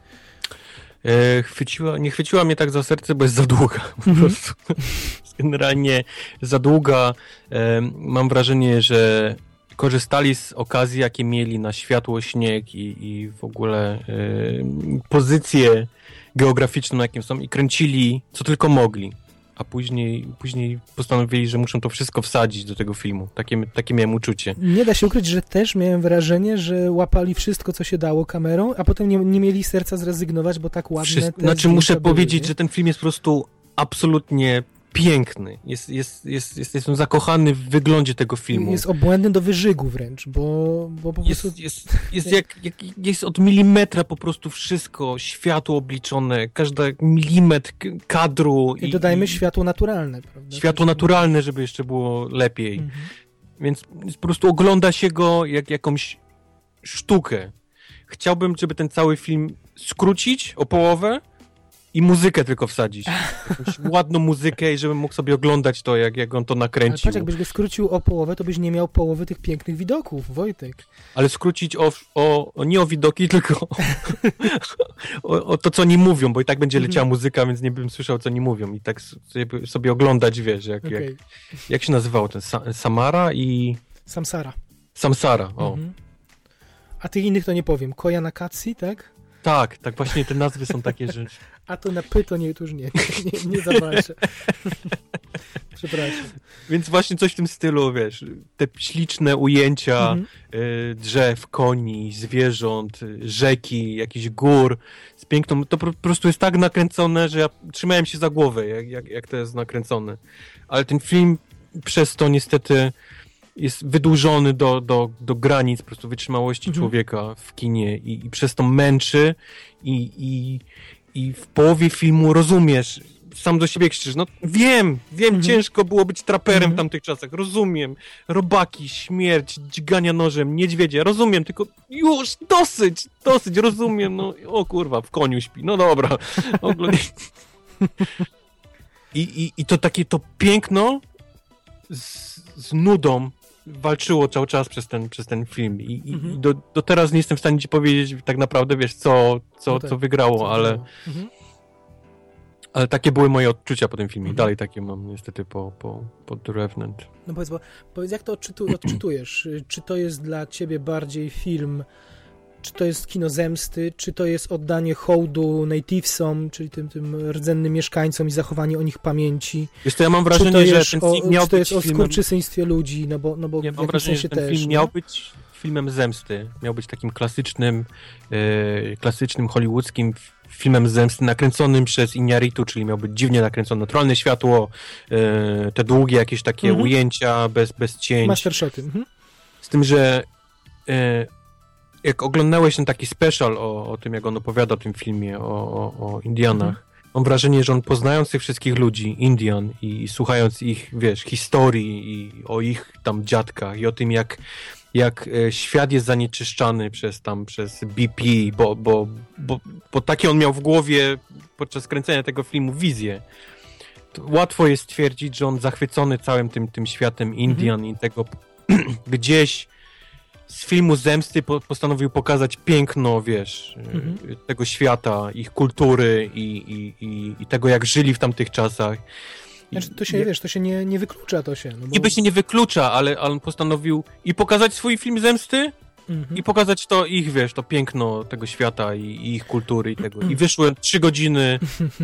E, chwyciła, nie chwyciła mnie tak za serce, bo jest za długa. Po prostu. Generalnie za długa. E, mam wrażenie, że korzystali z okazji, jakie mieli na światło, śnieg i, i w ogóle e, pozycję geograficzną, na jakim są, i kręcili co tylko mogli. A później, później postanowili, że muszą to wszystko wsadzić do tego filmu. Takie, takie miałem uczucie. Nie da się ukryć, że też miałem wrażenie, że łapali wszystko, co się dało kamerą, a potem nie, nie mieli serca zrezygnować, bo tak ładne Wszystko, te Znaczy muszę były, powiedzieć, nie? że ten film jest po prostu absolutnie piękny. Jest, jest, jest, jest, jestem zakochany w wyglądzie tego filmu. Jest obłędny do wyżygu wręcz, bo, bo po jest, prostu... Jest, jest, jak, jak, jest od milimetra po prostu wszystko, światło obliczone, każdy milimetr kadru. I, I dodajmy i, światło naturalne, prawda? Światło naturalne, żeby jeszcze było lepiej. Mhm. Więc po prostu ogląda się go jak jakąś sztukę. Chciałbym, żeby ten cały film skrócić o połowę i muzykę tylko wsadzić. Jakąś ładną muzykę i żebym mógł sobie oglądać to, jak, jak on to nakręcił. Ale patrz, jakbyś go skrócił o połowę, to byś nie miał połowy tych pięknych widoków, Wojtek. Ale skrócić o, o, o nie o widoki, tylko o, o to, co oni mówią, bo i tak będzie leciała muzyka, więc nie bym słyszał, co oni mówią. I tak sobie, sobie oglądać, wiesz, jak, okay. jak, jak się nazywało ten Sa- Samara i... Samsara. Samsara, o. Mhm. A tych innych to nie powiem. Koja na Katsi, tak? Tak, tak właśnie te nazwy są takie, że... A to na py to nie, to już nie, nie, nie, nie zawalczę. Przepraszam. Więc właśnie coś w tym stylu, wiesz, te śliczne ujęcia mhm. y, drzew, koni, zwierząt, rzeki, jakichś gór z piękną, to po prostu jest tak nakręcone, że ja trzymałem się za głowę, jak, jak, jak to jest nakręcone. Ale ten film przez to niestety jest wydłużony do, do, do granic po prostu wytrzymałości mhm. człowieka w kinie i, i przez to męczy i, i, i w połowie filmu rozumiesz, sam do siebie krzyczysz, no wiem, wiem, mhm. ciężko było być traperem mhm. w tamtych czasach, rozumiem, robaki, śmierć, dźgania nożem, niedźwiedzie, rozumiem, tylko już, dosyć, dosyć, rozumiem, no, o kurwa, w koniu śpi, no dobra. I, i, i to takie, to piękno z, z nudą walczyło cały czas przez ten, przez ten film i, mhm. i do, do teraz nie jestem w stanie ci powiedzieć tak naprawdę, wiesz, co, co, no tak, co wygrało, co ale mhm. ale takie były moje odczucia po tym filmie. Mhm. Dalej takie mam niestety po, po, po The Revenant. No powiedz, bo, powiedz jak to odczytu, odczytujesz? Czy to jest dla ciebie bardziej film, czy to jest kino zemsty, czy to jest oddanie hołdu nativesom, czyli tym, tym rdzennym mieszkańcom i zachowanie o nich pamięci? Wiesz to ja mam wrażenie, że ten o, film miał czy to jest być o filmem... skurczysyństwie ludzi, no bo, no bo ja w mam wrażenie, że ten też, film nie? miał być filmem zemsty. Miał być takim klasycznym e, klasycznym hollywoodzkim filmem zemsty, nakręconym przez Iñárritu, czyli miał być dziwnie nakręcone naturalne światło, e, te długie jakieś takie mhm. ujęcia bez, bez cięć. Mastershoty. Mhm. Z tym, że e, jak oglądałeś ten taki special o, o tym, jak on opowiada o tym filmie, o, o, o Indianach, mhm. mam wrażenie, że on poznając tych wszystkich ludzi, Indian, i, i słuchając ich, wiesz, historii i o ich tam dziadkach i o tym, jak, jak e, świat jest zanieczyszczany przez tam, przez B P, bo, bo, bo, bo takie on miał w głowie podczas kręcenia tego filmu wizję. To łatwo jest stwierdzić, że on zachwycony całym tym, tym światem Indian mhm. i tego gdzieś z filmu Zemsty po, postanowił pokazać piękno, wiesz, mhm. tego świata, ich kultury i, i, i, i tego, jak żyli w tamtych czasach. Znaczy, to się, I, wiesz, to się nie, nie wyklucza, to się. No bo... Niby się nie wyklucza, ale, ale on postanowił i pokazać swój film Zemsty Mhm. i pokazać to ich, wiesz, to piękno tego świata i, i ich kultury i tego. I wyszły trzy godziny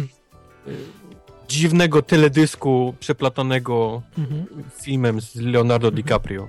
dziwnego teledysku przeplatanego Mhm. filmem z Leonardo Mhm. DiCaprio.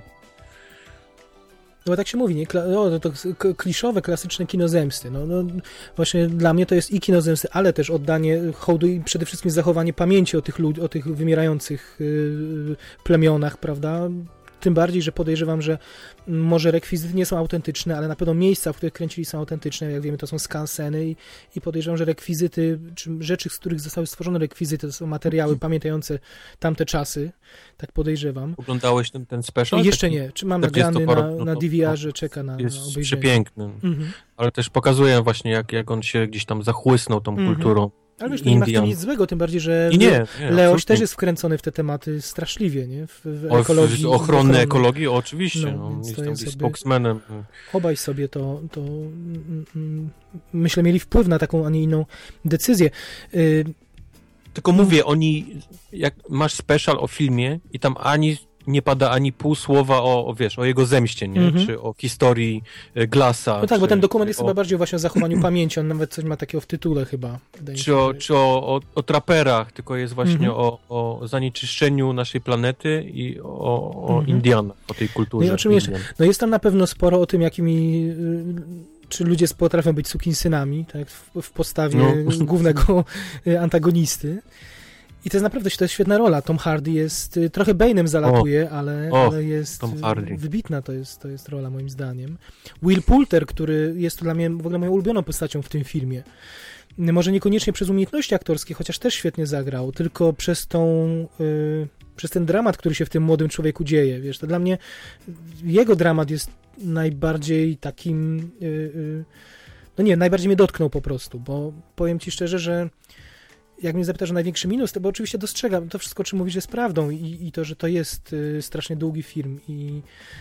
No bo tak się mówi, nie? Kla- o, to, to k- kliszowe, klasyczne kino zemsty. No, no, właśnie dla mnie to jest i kino zemsty, ale też oddanie hołdu i przede wszystkim zachowanie pamięci o tych ludzi, o tych wymierających yy, plemionach, prawda? Tym bardziej, że podejrzewam, że może rekwizyty nie są autentyczne, ale na pewno miejsca, w których kręcili, są autentyczne. Jak wiemy, to są skanseny i, i podejrzewam, że rekwizyty, czy rzeczy, z których zostały stworzone rekwizyty, to są materiały pamiętające tamte czasy. Tak podejrzewam. Oglądałeś ten, ten special? Jeszcze Taki nie. Czy mam nagrany na, czterdziestoparu- no na to- D V R-ze, czeka na, na Jest obejrzenie. przepiękny. Mhm. Ale też pokazuje właśnie, jak, jak on się gdzieś tam zachłysnął tą Mhm. kulturą. Ale wiesz, to nie ma w tym Indian. nic złego, tym bardziej, że I nie, nie Leoś absolutnie. też jest wkręcony w te tematy straszliwie, nie? W, w O, ekologii. w, w ochrony ochronie. ekologii, oczywiście. No, No, więc jest to tam jest gdzieś jakby- spokesmanem. Obaj sobie to, to mm, mm, myślę, mieli wpływ na taką, a nie inną decyzję. Y, Tylko mówię, oni, jak masz special o filmie i tam ani nie pada ani pół słowa o, o wiesz, o jego zemście, nie? Mhm. Czy o historii e, Glassa. no tak, bo czy, ten dokument jest o, chyba bardziej właśnie o zachowaniu pamięci, on nawet coś ma takiego w tytule chyba. Wydaje mi Czy się, o, że- czy o, o, o traperach, tylko jest właśnie Mhm. o, o zanieczyszczeniu naszej planety i o, o Mhm. Indianach, o tej kulturze. No i o czym jeszcze? Indian. No jest tam na pewno sporo o tym, jakimi y, czy ludzie potrafią być sukinsynami, tak, w, w postawie No. głównego y, antagonisty. I to jest naprawdę, to jest świetna rola. Tom Hardy jest, y, trochę Bane'em zalatuje, ale, O, ale jest Tom Hardy. y, wybitna to jest, to jest rola moim zdaniem. Will Poulter, który jest dla mnie w ogóle moją ulubioną postacią w tym filmie. Może niekoniecznie przez umiejętności aktorskie, chociaż też świetnie zagrał, tylko przez tą... Y, przez ten dramat, który się w tym młodym człowieku dzieje, wiesz, to dla mnie jego dramat jest najbardziej takim, yy, yy, no nie, najbardziej mnie dotknął po prostu, bo powiem ci szczerze, że jak mnie zapytasz o największy minus, to bo oczywiście dostrzegam, to wszystko, o czym mówisz, jest prawdą i, i to, że to jest yy, strasznie długi film i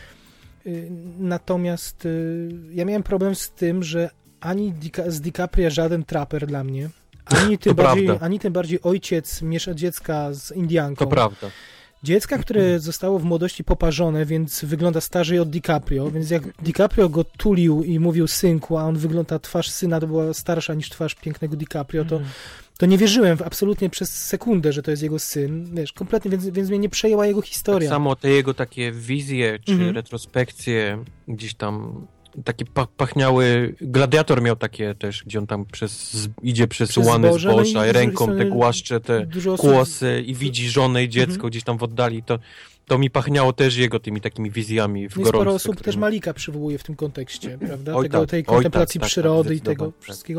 yy, natomiast yy, ja miałem problem z tym, że ani Dica- z DiCaprio żaden traper dla mnie, ani tym, To bardziej, prawda. ani tym bardziej ojciec miesza dziecka z Indianką. To prawda. Dziecka, które zostało w młodości poparzone, więc wygląda starzej od DiCaprio, więc jak DiCaprio go tulił i mówił synku, a on wygląda, twarz syna to była starsza niż twarz pięknego DiCaprio, to, to nie wierzyłem w absolutnie przez sekundę, że to jest jego syn, wiesz, kompletnie, więc, więc mnie nie przejęła jego historia. Tak samo te jego takie wizje, czy Mhm. retrospekcje gdzieś tam takie pa- pachniały, Gladiator miał takie też, gdzie on tam przez, z- idzie przez, Przez łany zboże, no i zboża z i drugiej ręką te strony głaszcze te Dużo osób- kłosy i widzi żonę i dziecko Mhm. gdzieś tam w oddali, to, to mi pachniało też jego tymi takimi wizjami w No i sporo gorączce. osób też Malika przywołuje w tym kontekście, prawda? Oj Tego, tak, tej oj kontemplacji tak, tak, przyrody tak, i tego zdecydowanie, wszystkiego.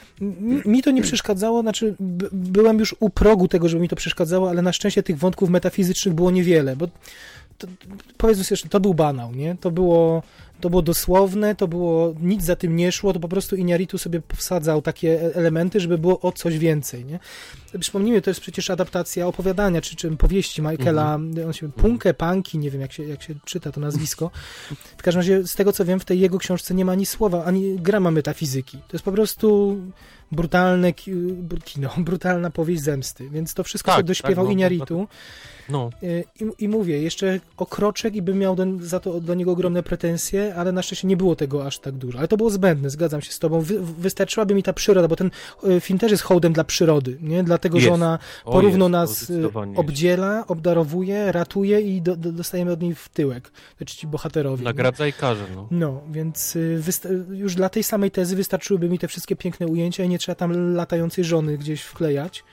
Mi, mi to nie przeszkadzało, znaczy b- byłem już u progu tego, żeby mi to przeszkadzało, ale na szczęście tych wątków metafizycznych było niewiele, bo to, powiedzmy sobie, że to był banał, nie? To było, to było dosłowne, to było, nic za tym nie szło, to po prostu Iñárritu sobie wsadzał takie e- elementy, żeby było o coś więcej, nie? Przypomnijmy, to jest przecież adaptacja opowiadania, czy, czy powieści Michaela, on się, Punke, Punki, nie wiem jak się, jak się czyta to nazwisko. W każdym razie, z tego co wiem, w tej jego książce nie ma ani słowa, ani grama metafizyki. To jest po prostu brutalne ki- br- kino, brutalna powieść zemsty, więc to wszystko Tak, sobie dośpiewał tak, no, Iñárritu. No, I, I mówię, jeszcze o kroczek i bym miał do, za to do niego ogromne pretensje, ale na szczęście nie było tego aż tak dużo. Ale to było zbędne, zgadzam się z tobą. Wy, wystarczyłaby mi ta przyroda, bo ten y, film też jest hołdem dla przyrody, nie? Dlatego, że Jest. ona O, porówno jest, nas to y, zdecydowanie jest. obdziela, obdarowuje, ratuje i do, do, dostajemy od niej w tyłek. Znaczy ci bohaterowie. nie? Nagradza i karze, no. No, więc y, wysta- już dla tej samej tezy wystarczyłyby mi te wszystkie piękne ujęcia i nie trzeba tam latającej żony gdzieś wklejać.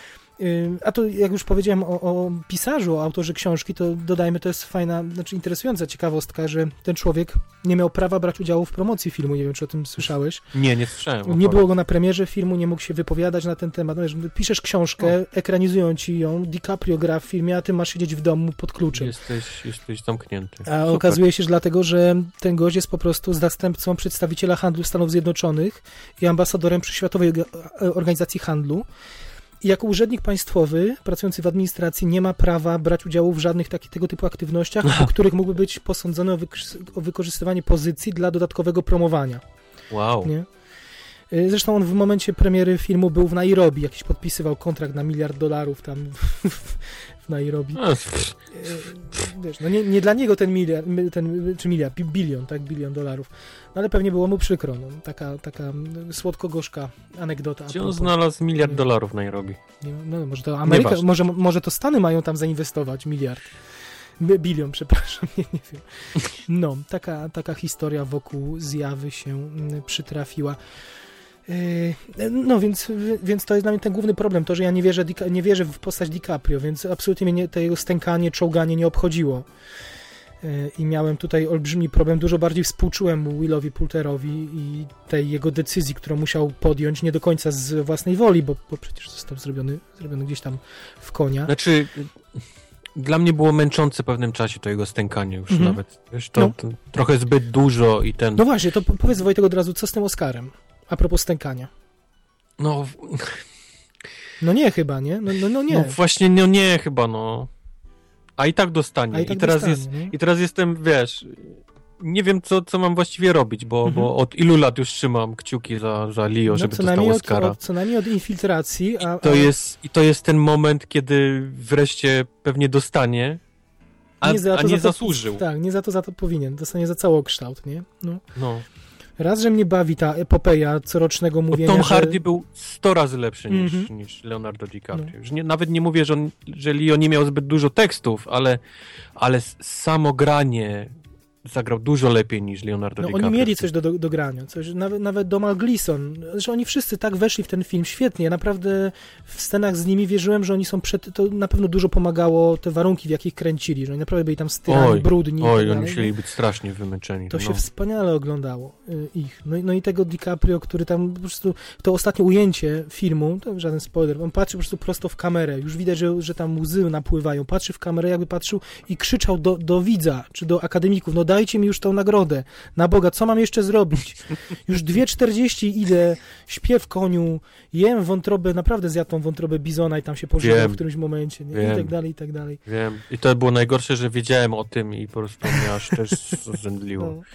Y, A to jak już powiedziałem o, o pisarzu, o autorze książki, to dodajmy, to jest fajna, znaczy interesująca ciekawostka, że ten człowiek nie miał prawa brać udziału w promocji filmu, nie wiem, czy o tym słyszałeś. Nie, nie słyszałem. Nie było go na premierze filmu, nie mógł się wypowiadać na ten temat. No, wiesz, piszesz książkę, O. ekranizują ci ją, DiCaprio gra w filmie, a ty masz siedzieć w domu pod kluczem. Jesteś, jesteś zamknięty. A Super. okazuje się, że dlatego, że ten gość jest po prostu zastępcą przedstawiciela handlu Stanów Zjednoczonych i ambasadorem przy Światowej Organizacji Handlu. I jako urzędnik państwowy, pracujący w administracji, nie ma prawa brać udziału w żadnych takich tego typu aktywnościach, po których mógłby być posądzony o, wyk- o wykorzystywanie pozycji dla dodatkowego promowania. Wow. Nie? Zresztą on w momencie premiery filmu był w Nairobi, jakiś podpisywał kontrakt na miliard dolarów tam w Nairobi. Wiesz, no nie, nie dla niego ten miliard, ten, czy miliard, bilion, tak, bilion dolarów. No ale pewnie było mu przykro, no. Taka, taka słodko-gorzka anegdota. Gdzie on znalazł miliard dolarów w Nairobi? No może to Ameryka, może, może to Stany mają tam zainwestować miliard. Bilion, przepraszam, nie, nie wiem. No, taka, taka historia wokół zjawy się przytrafiła. No, więc, więc to jest dla mnie ten główny problem, to, że ja nie wierzę, nie wierzę w postać DiCaprio, więc absolutnie mnie nie, to jego stękanie, czołganie nie obchodziło. I miałem tutaj olbrzymi problem, dużo bardziej współczułem mu Willowi Poulterowi i tej jego decyzji, którą musiał podjąć nie do końca z własnej woli, bo, bo przecież został zrobiony, zrobiony gdzieś tam w konia. Znaczy... Dla mnie było męczące w pewnym czasie to jego stękanie już mhm. nawet. Wiesz, to, no. to trochę zbyt dużo i ten... No właśnie, to powiedz Wojtek od razu, co z tym Oscarem? A propos stękania. No... No nie chyba, nie? No, no, no nie. No właśnie, no nie chyba, no. A i tak dostanie. A i, tak I, teraz dostanie, jest, nie? I teraz jestem, wiesz... Nie wiem, co, co mam właściwie robić, bo, mhm. bo od ilu lat już trzymam kciuki za, za Leo, no, żeby dostał Oscara. Od, co najmniej od infiltracji. A, a... I, to jest, I to jest ten moment, kiedy wreszcie pewnie dostanie, a nie, za to, a nie za to, zasłużył. Tak, nie za to, za to powinien. Dostanie za całokształt, nie? No. no. Raz, że mnie bawi ta epopeja corocznego mówienia, Tom że... Hardy był sto razy lepszy niż, mm-hmm. niż Leonardo DiCaprio. No. Już nie, nawet nie mówię, że, on, że Leo nie miał zbyt dużo tekstów, ale, ale samo granie... zagrał dużo lepiej niż Leonardo no, DiCaprio. Oni mieli coś do, do, do grania, coś, nawet, nawet Domhnall Gleeson, że oni wszyscy tak weszli w ten film świetnie, naprawdę w scenach z nimi wierzyłem, że oni są przed, to na pewno dużo pomagało te warunki, w jakich kręcili, że oni naprawdę byli tam styrani, oj, brudni. Oj, oni musieli być strasznie wymęczeni. To no. się wspaniale oglądało y, ich. No, no i tego DiCaprio, który tam po prostu, to ostatnie ujęcie filmu, to żaden spoiler, on patrzy po prostu prosto w kamerę, już widać, że, że tam łzy napływają, patrzy w kamerę, jakby patrzył i krzyczał do, do widza, czy do akademików, no dajcie mi już tą nagrodę, na Boga, co mam jeszcze zrobić? Już dwie czterdzieści idę, śpię w koniu, jem wątrobę, naprawdę zjadł tą wątrobę bizona i tam się pożygał w którymś momencie, nie? I tak dalej, i tak dalej. Wiem. I to było najgorsze, że wiedziałem o tym i po prostu mnie aż też zrzędliło. No.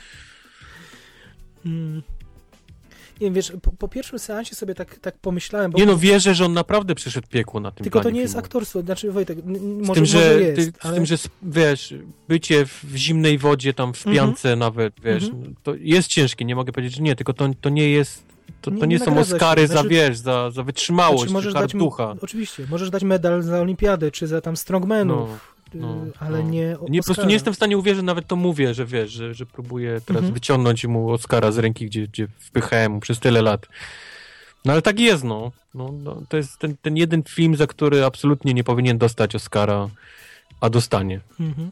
Mm. Nie wiem, wiesz, po, po pierwszym seansie sobie tak, tak pomyślałem... Bo nie no, wierzę, że on naprawdę przeszedł piekło na tym Tylko to nie filmu. jest aktorstwo, znaczy Wojtek, n- z może, tym, że, może jest, ty, ale... Z tym, że wiesz, bycie w zimnej wodzie, tam w piance mm-hmm. nawet, wiesz, mm-hmm. to jest ciężkie, nie mogę powiedzieć, że nie, tylko to, to nie jest, to, to nie, nie są Oscary za, znaczy, wiesz, za, za wytrzymałość, znaczy, możesz dać ducha. Oczywiście, możesz dać medal za olimpiadę, czy za tam strongmanów. No. No, ale no. nie nie, po prostu nie jestem w stanie uwierzyć, nawet to mówię, że wiesz, że, że próbuję teraz mm-hmm. wyciągnąć mu Oscara z ręki, gdzie, gdzie wpychałem mu przez tyle lat. No ale tak jest, no. no, no to jest ten, ten jeden film, za który absolutnie nie powinien dostać Oscara, a dostanie. Mhm.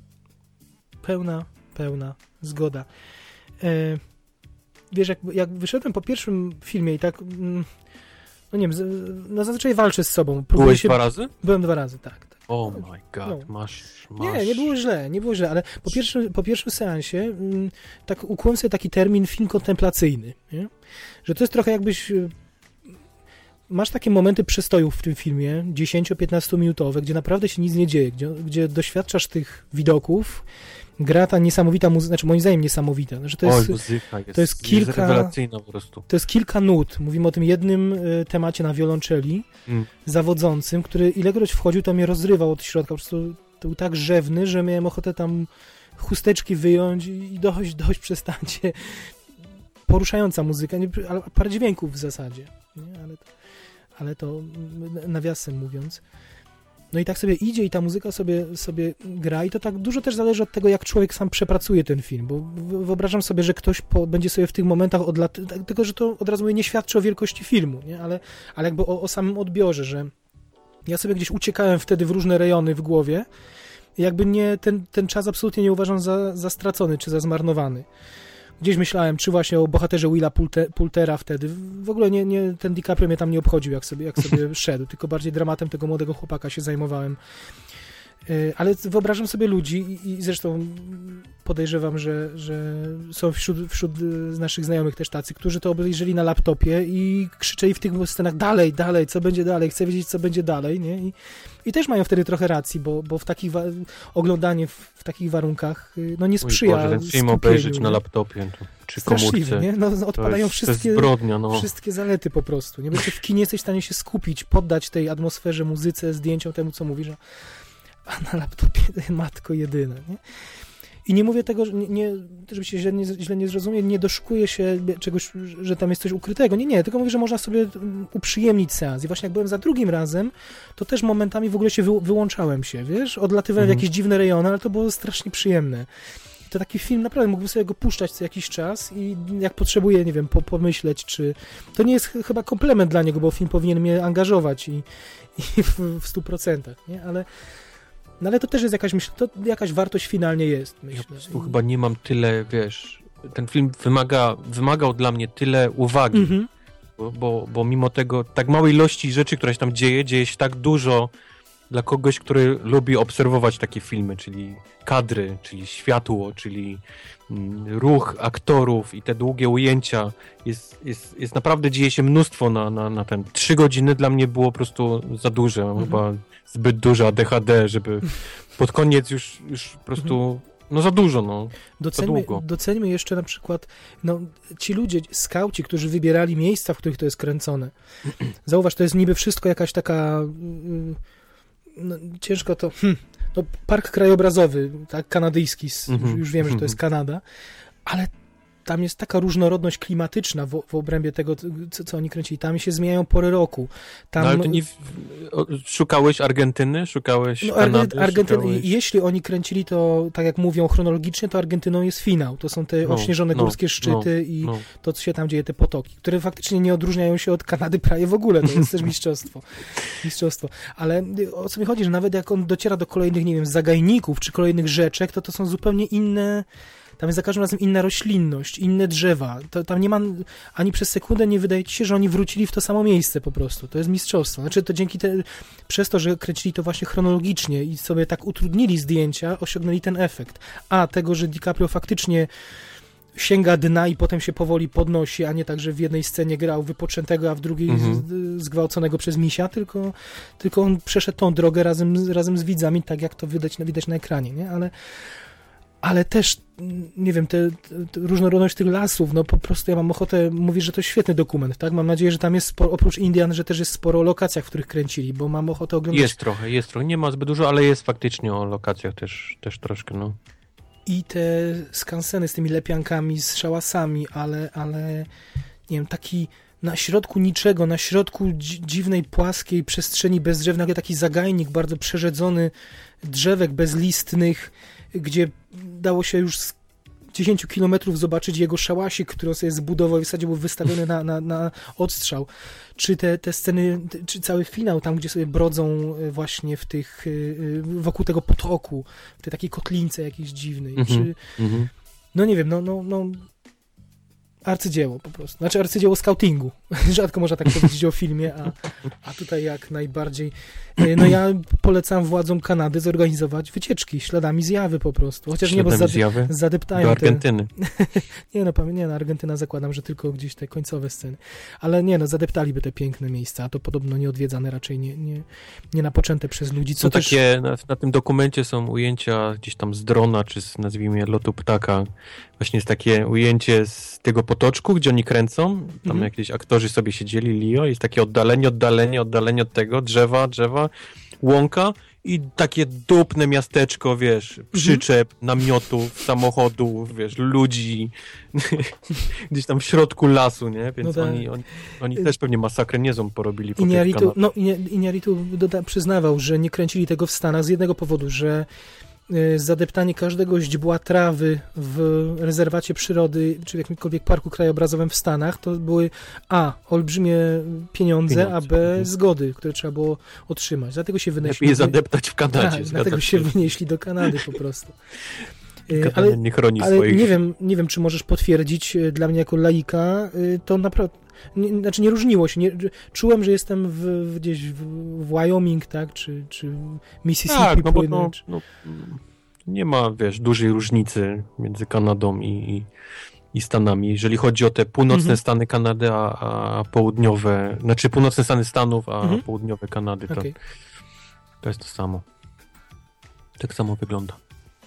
Pełna, pełna zgoda. E, wiesz, jak, jak wyszedłem po pierwszym filmie i tak, mm, no nie wiem, z, no zazwyczaj walczę z sobą. Próbuję Byłeś się... dwa razy? Byłem dwa razy, tak. tak. Oh my god, no. masz, masz... Nie, nie było źle, nie było źle, ale po pierwszym, po pierwszym seansie mm, tak ukułem sobie taki termin film kontemplacyjny, nie? Że to jest trochę jakbyś... Masz takie momenty przestojów w tym filmie, dziesięcio-piętnasto minutowe, gdzie naprawdę się nic nie dzieje, gdzie, gdzie doświadczasz tych widoków, gra ta niesamowita muzyka, znaczy moim zdaniem niesamowita. Znaczy to jest, Oj, muzyka jest, to jest kilka, jest rewelacyjna po prostu. To jest kilka nut. Mówimy o tym jednym y, temacie na wiolonczeli, mm. zawodzącym, który ilekroć wchodził, to mnie rozrywał od środka. Po prostu to był tak rzewny, że miałem ochotę tam chusteczki wyjąć i dość, dość przestańcie. Poruszająca muzyka, nie, ale parę dźwięków w zasadzie. Nie? Ale, to, ale to nawiasem mówiąc. No i tak sobie idzie i ta muzyka sobie, sobie gra i to tak dużo też zależy od tego, jak człowiek sam przepracuje ten film, bo wyobrażam sobie, że ktoś po, będzie sobie w tych momentach odlat... tylko że to od razu mówię, nie świadczy o wielkości filmu, nie? Ale, ale jakby o, o samym odbiorze, że ja sobie gdzieś uciekałem wtedy w różne rejony w głowie i jakby nie, ten, ten czas absolutnie nie uważam za, za stracony czy za zmarnowany. Gdzieś myślałem, czy właśnie o bohaterze Willa Pulte, Poultera wtedy. W ogóle nie, nie, ten DiCaprio mnie tam nie obchodził, jak sobie, jak sobie szedł, tylko bardziej dramatem tego młodego chłopaka się zajmowałem. Ale wyobrażam sobie ludzi i, i zresztą podejrzewam, że, że są wśród, wśród naszych znajomych też tacy, którzy to obejrzeli na laptopie i krzyczeli w tych scenach dalej, dalej, co będzie dalej, chcę wiedzieć, co będzie dalej, nie? I, i też mają wtedy trochę racji, bo, bo w takich wa- oglądanie w, w takich warunkach no nie sprzyja Boże, ten film obejrzeć na laptopie czy komórce. Nie? No, odpadają jest, wszystkie, zbrodnia, no. wszystkie zalety po prostu. Nie? Bo w kinie jesteś w stanie się skupić, poddać tej atmosferze, muzyce, zdjęciom, temu, co mówisz, a na laptopie matko jedyne, nie? I nie mówię tego, że nie, nie, żeby się źle nie, źle nie zrozumie, nie doszukuje się czegoś, że tam jest coś ukrytego. Nie, nie, tylko mówię, że można sobie uprzyjemnić seans. I właśnie jak byłem za drugim razem, to też momentami w ogóle się wy, wyłączałem się, wiesz? Odlatywałem mhm. w jakieś dziwne rejony, ale to było strasznie przyjemne. I to taki film, naprawdę mógłbym sobie go puszczać co jakiś czas i jak potrzebuję, nie wiem, po, pomyśleć, czy... To nie jest ch- chyba komplement dla niego, bo film powinien mnie angażować i, i w, w stu procentach, nie? Ale... No ale to też jest jakaś, myśl, to jakaś wartość finalnie jest, myślę. Ja po chyba nie mam tyle, wiesz, ten film wymaga, wymagał dla mnie tyle uwagi, mm-hmm. bo, bo, bo mimo tego tak małej ilości rzeczy, która się tam dzieje, dzieje się tak dużo dla kogoś, który lubi obserwować takie filmy, czyli kadry, czyli światło, czyli mm, ruch aktorów i te długie ujęcia. Jest, jest, jest naprawdę, dzieje się mnóstwo na, na, na ten. Trzy godziny dla mnie było po prostu za duże, mm-hmm. chyba zbyt duża D H D, żeby pod koniec już, już po prostu, no za dużo, no, doceńmy, za długo. Doceńmy jeszcze na przykład, no, ci ludzie, skauci, którzy wybierali miejsca, w których to jest kręcone. Zauważ, to jest niby wszystko jakaś taka, no, ciężko to, hmm, no, park krajobrazowy, tak, kanadyjski, mm-hmm. już wiemy, że to jest Kanada, ale tam jest taka różnorodność klimatyczna w, w obrębie tego, co, co oni kręcili. Tam się zmieniają pory roku. Tam... No ale to nie... Szukałeś Argentyny? Szukałeś no, Kanady? Argentyny, szukałeś... Jeśli oni kręcili to, tak jak mówią chronologicznie, to Argentyną jest finał. To są te no, ośnieżone no, górskie szczyty no, i no. to, co się tam dzieje, te potoki, które faktycznie nie odróżniają się od Kanady prawie w ogóle. To jest też mistrzostwo. mistrzostwo. Ale o co mi chodzi, że nawet jak on dociera do kolejnych, nie wiem, zagajników czy kolejnych rzeczek, to to są zupełnie inne... Tam jest za każdym razem inna roślinność, inne drzewa. To, tam nie ma, ani przez sekundę nie wydaje ci się, że oni wrócili w to samo miejsce po prostu. To jest mistrzostwo. Znaczy to dzięki te, przez to, że kręcili to właśnie chronologicznie i sobie tak utrudnili zdjęcia, osiągnęli ten efekt. A tego, że DiCaprio faktycznie sięga dna i potem się powoli podnosi, a nie tak, że w jednej scenie grał wypoczętego, a w drugiej mhm. z, zgwałconego przez misia, tylko, tylko on przeszedł tą drogę razem, razem z widzami, tak jak to widać, widać na ekranie, nie? Ale ale też, nie wiem, te, te różnorodność tych lasów, no po prostu ja mam ochotę mówić, że to świetny dokument, tak? Mam nadzieję, że tam jest, sporo, oprócz Indian, że też jest sporo o lokacjach, w których kręcili, bo mam ochotę oglądać... Jest trochę, jest trochę, nie ma zbyt dużo, ale jest faktycznie o lokacjach też, też troszkę, no. I te skanseny z tymi lepiankami, z szałasami, ale, ale nie wiem, taki na środku niczego, na środku dzi- dziwnej, płaskiej przestrzeni bezdrzewnej, taki zagajnik bardzo przerzedzony drzewek bezlistnych, gdzie dało się już z dziesięciu kilometrów zobaczyć jego szałasik, który on sobie zbudował i w zasadzie był wystawiony na, na, na odstrzał. Czy te, te sceny, czy cały finał, tam gdzie sobie brodzą właśnie w tych, wokół tego potoku, w tej takiej kotlince jakiejś dziwnej. Mm-hmm. Czy, mm-hmm. No nie wiem, no, no, no arcydzieło po prostu. Znaczy arcydzieło scoutingu. Rzadko można tak powiedzieć o filmie, a, a tutaj jak najbardziej. No ja polecam władzom Kanady zorganizować wycieczki śladami zjawy po prostu. Chociaż śladami nie, bo zjawy? zadeptają do Argentyny. Te... nie, no, nie, no, Argentyna zakładam, że tylko gdzieś te końcowe sceny. Ale nie, no, zadeptaliby te piękne miejsca, a to podobno nieodwiedzane raczej, nie, nie, nie napoczęte przez ludzi. Co są też... takie, na, na tym dokumencie są ujęcia gdzieś tam z drona, czy z, nazwijmy je, lotu ptaka. Właśnie jest takie ujęcie z tego potoczku, gdzie oni kręcą. Tam mhm. jakieś aktorzy sobie siedzieli, Leo, jest takie oddalenie, oddalenie, oddalenie od tego, drzewa, drzewa, łąka i takie dupne miasteczko, wiesz, przyczep, mhm. namiotów, samochodów, wiesz, ludzi, gdzieś tam w środku lasu, nie? Więc no tak. oni, oni, oni też pewnie masakrę niezłą porobili. Po Iñárritu, no, Iñárritu przyznawał, że nie kręcili tego w Stanach z jednego powodu, że zadeptanie każdego źdźbła trawy w rezerwacie przyrody, czy w jakimkolwiek parku krajobrazowym w Stanach, to były a. olbrzymie pieniądze, pieniądze. a b. zgody, które trzeba było otrzymać. Dlatego się wynieśli... Lepiej je zadeptać w Kanadzie. Tak, dlatego się wynieśli do Kanady po prostu. Ale, nie, chroni ale swoich... nie wiem, nie wiem, czy możesz potwierdzić, dla mnie jako laika, to naprawdę nie, znaczy nie różniło się. Nie, czułem, że jestem w, w, gdzieś w, w Wyoming, tak, czy, czy Mississippi tak, no płynę. Bo no, czy... no, nie ma, wiesz, dużej różnicy między Kanadą i, i, i Stanami. Jeżeli chodzi o te północne Mhm. Stany Kanady, a, a południowe, znaczy północne Stany Stanów, a Mhm. południowe Kanady, to, Okej. to jest to samo. Tak samo wygląda.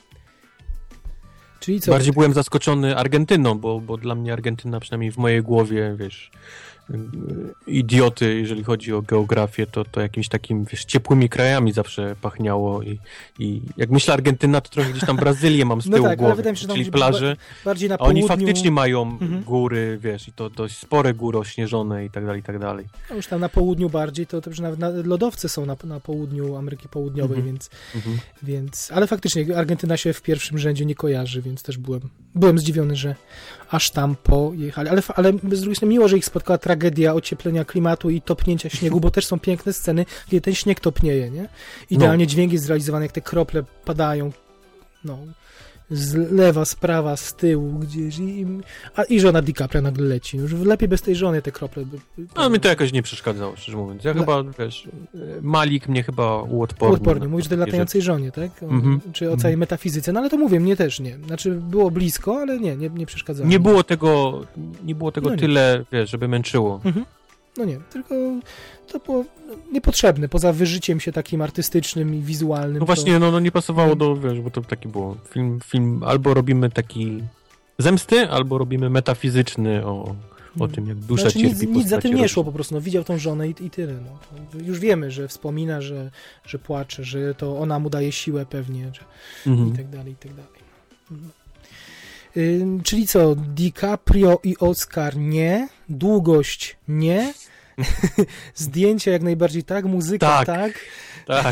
Czyli co? Bardziej byłem zaskoczony Argentyną, bo, bo dla mnie Argentyna, przynajmniej w mojej głowie, wiesz, idioty, jeżeli chodzi o geografię, to, to jakimiś takim, wiesz, ciepłymi krajami zawsze pachniało i, i jak myślę Argentyna, to trochę gdzieś tam Brazylię mam z No tyłu tak, ale głowy, wydaje mi się, że tam czyli gdzie plaże, bardziej na a oni południu. faktycznie mają Mhm. góry, wiesz, i to dość spore góry ośnieżone i tak dalej, i tak dalej. No już tam na południu bardziej, to też nawet na, lodowce są na, na południu Ameryki Południowej, Mhm. więc, Mhm. więc... Ale faktycznie Argentyna się w pierwszym rzędzie nie kojarzy, więc też byłem, byłem zdziwiony, że aż tam pojechali. Ale, ale z drugiej strony miło, że ich spotkała tragedia ocieplenia klimatu i topnięcia śniegu, bo też są piękne sceny, gdzie ten śnieg topnieje, nie? Idealnie No. dźwięk jest zrealizowany, jak te krople padają, no... z lewa, z prawa, z tyłu gdzieś i, a, i żona DiCaprio nagle leci. Już lepiej bez tej żony te krople. By, by, No mi to jakoś nie przeszkadzało, szczerze mówiąc. Ja Dla- chyba, wiesz, Malik mnie chyba uodpornił. Uodpornie. na Mówisz o tej takie latającej żonie, tak? O, Mhm. Czy o całej metafizyce. No ale to mówię, mnie też nie. Znaczy było blisko, ale nie, nie, nie przeszkadzało. Nie było tego, nie było tego No nie. tyle, wiesz, żeby męczyło. Mhm. No nie, tylko to było niepotrzebne, poza wyżyciem się takim artystycznym i wizualnym. No właśnie, no, no nie pasowało Mhm. do, wiesz, bo to taki było. Film, film albo robimy taki zemsty, albo robimy metafizyczny o, o Mhm. tym, jak dusza Znaczy, cierpi. nic, nic za postaci tym nie rodzin. szło po prostu. No, widział tą żonę i, i tyle. No. To już wiemy, że wspomina, że, że płacze, że to ona mu daje siłę pewnie, że Mhm. i tak dalej, i tak dalej. Mhm. Ym, czyli co, DiCaprio i Oscar nie, długość nie, zdjęcia jak najbardziej tak, muzyka Tak. tak. Tak.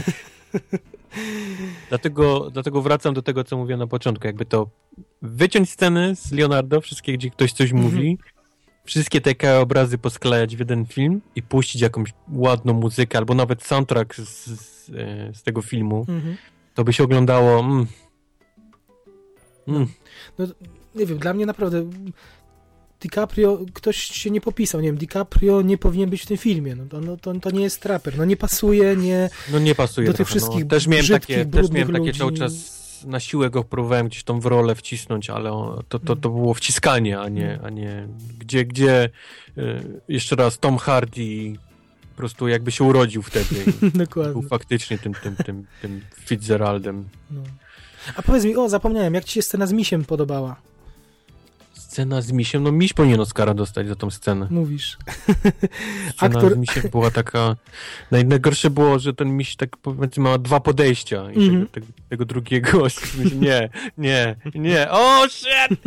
dlatego, dlatego wracam do tego, co mówiłem na początku. Jakby to wyciąć sceny z Leonardo, wszystkie, gdzie ktoś coś Mhm. mówi, wszystkie te krajobrazy posklejać w jeden film i puścić jakąś ładną muzykę, albo nawet soundtrack z, z, e, z tego filmu, Mhm. to by się oglądało... Mm, mm, No, nie wiem, dla mnie naprawdę DiCaprio, ktoś się nie popisał, nie wiem, DiCaprio nie powinien być w tym filmie, no to, no, to, to nie jest raper, no nie pasuje, nie... no nie pasuje Do tych trochę, wszystkich no. Też miałem brzydkich, takie, też brudnych miałem takie ludzi. cały czas na siłę go próbowałem gdzieś tą w rolę wcisnąć, ale on, to, to, to było wciskanie, a nie, a nie gdzie, gdzie y, jeszcze raz Tom Hardy po prostu jakby się urodził wtedy. Dokładnie. Był faktycznie tym, tym, tym, tym Fitzgeraldem. No. A powiedz mi, o, zapomniałem, jak ci się scena z misiem podobała? Scena z misiem, no miś powinien Oscara dostać za tą scenę. Mówisz. Scena Aktor- z misiem była taka... Naj- Najgorsze było, że ten miś tak powiedzmy ma dwa podejścia i Mhm. tego, tego, tego drugiego nie, nie, nie, o shit!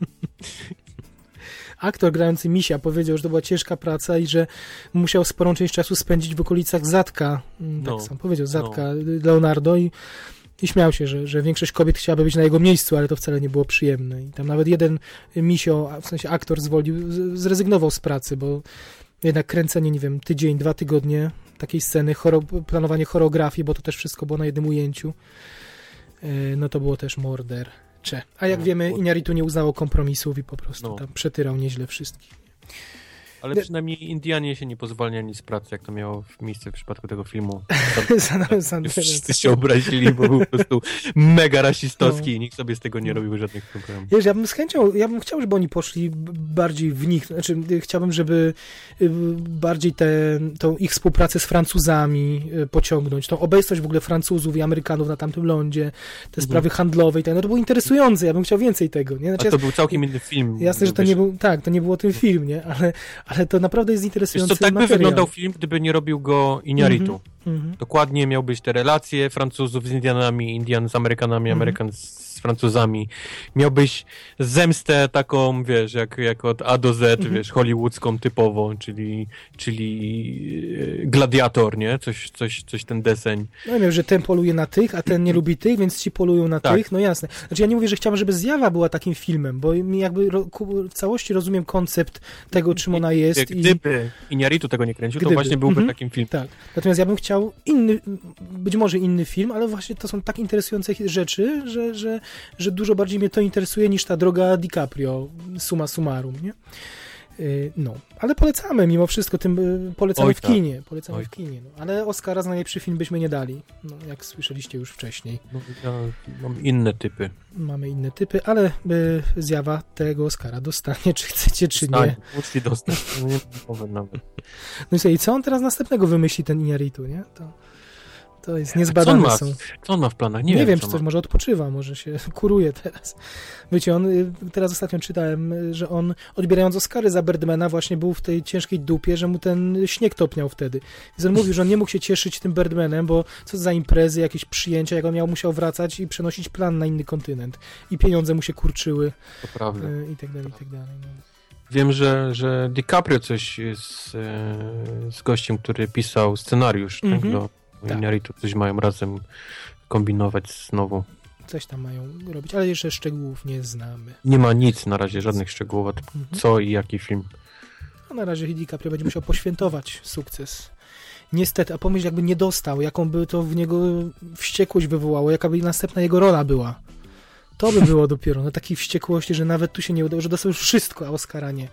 Aktor grający misia powiedział, że to była ciężka praca i że musiał sporą część czasu spędzić w okolicach zatka. Mm, Tak No. sam powiedział, zatka Leonardo i, i śmiał się, że, że większość kobiet chciałaby być na jego miejscu, ale to wcale nie było przyjemne. I tam nawet jeden misio, a w sensie aktor zwolił, z- zrezygnował z pracy, bo jednak kręcenie, nie wiem, tydzień, dwa tygodnie takiej sceny, choro, planowanie choreografii, bo to też wszystko było na jednym ujęciu, e, no to było też mordercze. A jak No, wiemy, było- Iñárritu nie uznało kompromisów i po prostu No. tam przetyrał nieźle wszystkich. Ale Nie- przynajmniej Indianie się nie pozwalniali z pracy, jak to miało miejsce w przypadku tego filmu. San- San- Wszyscy się obrazili, bo był po prostu mega rasistowski i nikt sobie z tego nie robił żadnych problemów. Wiesz, ja bym z chęcią, ja bym chciał, żeby oni poszli b- bardziej w nich, znaczy y, chciałbym, żeby y, bardziej tę tą ich współpracę z Francuzami y, pociągnąć, tą obecność w ogóle Francuzów i Amerykanów na tamtym lądzie, te sprawy handlowe i tak, no to było interesujące, ja bym chciał więcej tego, nie? A Znaczy, to był całkiem inny film. jasne, że to Wiesz, nie był, tak, to nie było ten film, nie? Ale, ale to naprawdę jest Wiesz interesujący co, tak by materiał. wyglądał film, gdyby nie robił go Iñárritu. Mhm. Dokładnie miał być te relacje Francuzów z Indianami, Indian z Amerykanami, Mhm. Amerykan z z Francuzami. Miałbyś zemstę taką, wiesz, jak, jak od A do Z, Mhm. wiesz, hollywoodzką typową, czyli, czyli e, gladiator, nie? Coś, coś, coś ten deseń. No wiem, że ten poluje na tych, a ten nie lubi tych, więc ci polują na Tak. tych, no jasne. Znaczy ja nie mówię, że chciałbym, żeby Zjawa była takim filmem, bo mi jakby ro, ku, w całości rozumiem koncept tego, czym ona jest i... Gdyby Iñárritu tego nie kręcił, Gdyby. to właśnie byłby Mhm. takim film. Tak. Natomiast ja bym chciał inny, być może inny film, ale właśnie to są tak interesujące rzeczy, że, że, że dużo bardziej mnie to interesuje niż ta droga DiCaprio, summa summarum, nie? No, ale polecamy mimo wszystko, tym polecamy Oj, w kinie, tak. polecamy Oj. w kinie, no. Ale Oscara za najlepszy film byśmy nie dali, no, jak słyszeliście już wcześniej. No, ja mam inne typy. Mamy inne typy, ale y, zjawa tego Oscara dostanie, czy chcecie, czy Stanie, nie. musi dostać, no nie mam mowy nawet. No i co, i co on teraz następnego wymyśli, ten Iñárritu, nie? To, to jest Co on, niezbadane ma, są. co on ma w planach? Nie, Nie, wiem, wiem, co czy coś ma. może odpoczywa, może się kuruje teraz. Wiecie, on, y, teraz ostatnio czytałem, y, że on odbierając Oscary za Birdmana właśnie był w tej ciężkiej dupie, że mu ten śnieg topniał wtedy. Więc on mówił, że on nie mógł się cieszyć tym Birdmanem, bo co za imprezy, jakieś przyjęcia, jak on miał, musiał wracać i przenosić plan na inny kontynent. I pieniądze mu się kurczyły To prawda. y, i tak dalej, i tak dalej. No. Wiem, że, że DiCaprio coś z, e, z gościem, który pisał scenariusz Mhm. tak, do Tak. Iñárritu, coś mają razem kombinować znowu. Coś tam mają robić, ale jeszcze szczegółów nie znamy. Nie ma nic na razie, żadnych szczegółów, typu Mhm. co i jaki film. No na razie DiCaprio będzie musiał poświętować sukces. Niestety, a pomyśl, jakby nie dostał, jaką by to w niego wściekłość wywołało, jaka by następna jego rola była. To by było dopiero, no takiej wściekłości, że nawet tu się nie udało, że dostał już wszystko, a Oscara nie.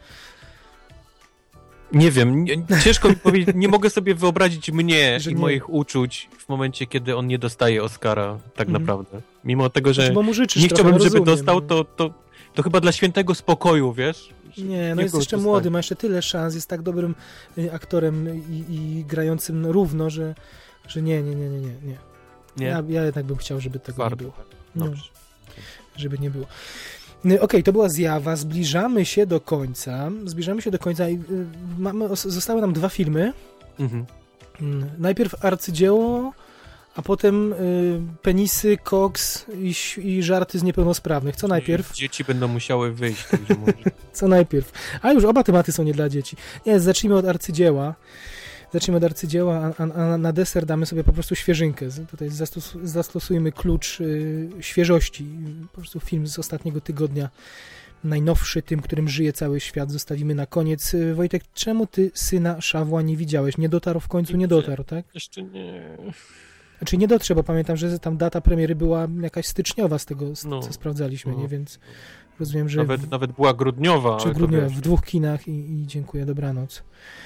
Nie wiem, nie, ciężko mi powiedzieć, nie mogę sobie wyobrazić mnie Że i nie. moich uczuć w momencie, kiedy on nie dostaje Oscara, tak Mhm. naprawdę. Mimo tego, że Znaczy, bo mu życzysz nie trochę, chciałbym, no żeby rozumiem, dostał, no. to, to, to chyba dla świętego spokoju, wiesz? Że Nie, no niech jest go jeszcze dostaje. młody, ma jeszcze tyle szans, jest tak dobrym y, aktorem i, i grającym równo, że, że nie, nie, nie, nie, nie. nie. Nie? Ja, ja jednak bym chciał, żeby tego Warto. nie było. No, Dobrze. żeby nie było. No, Okej, to była zjawa, zbliżamy się do końca, zbliżamy się do końca i y, mamy, os- zostały nam dwa filmy. Mhm. Mm, Najpierw arcydzieło, a potem y, penisy, koks i, ś- i żarty z niepełnosprawnych. Co najpierw? Dzieci będą musiały wyjść. Także może... Co najpierw? A już oba tematy są nie dla dzieci. Nie, zacznijmy od arcydzieła. Zacznijmy od arcydzieła, a, a, a na deser damy sobie po prostu świeżynkę. Z- Tutaj zastos, zastosujmy klucz y, świeżości. Po prostu film z ostatniego tygodnia, najnowszy, tym, którym żyje cały świat, zostawimy na koniec. Y, Wojtek, czemu ty Syna Szawła nie widziałeś? Nie dotarł w końcu, nie dotarł, tak? Jeszcze nie... Znaczy nie dotrze, bo pamiętam, że tam data premiery była jakaś styczniowa z tego, z, No. co sprawdzaliśmy, No. nie? Więc rozumiem, że Nawet, w, nawet była grudniowa. czy ale to grudniowa, wiesz. w dwóch kinach i, i dziękuję, dobranoc.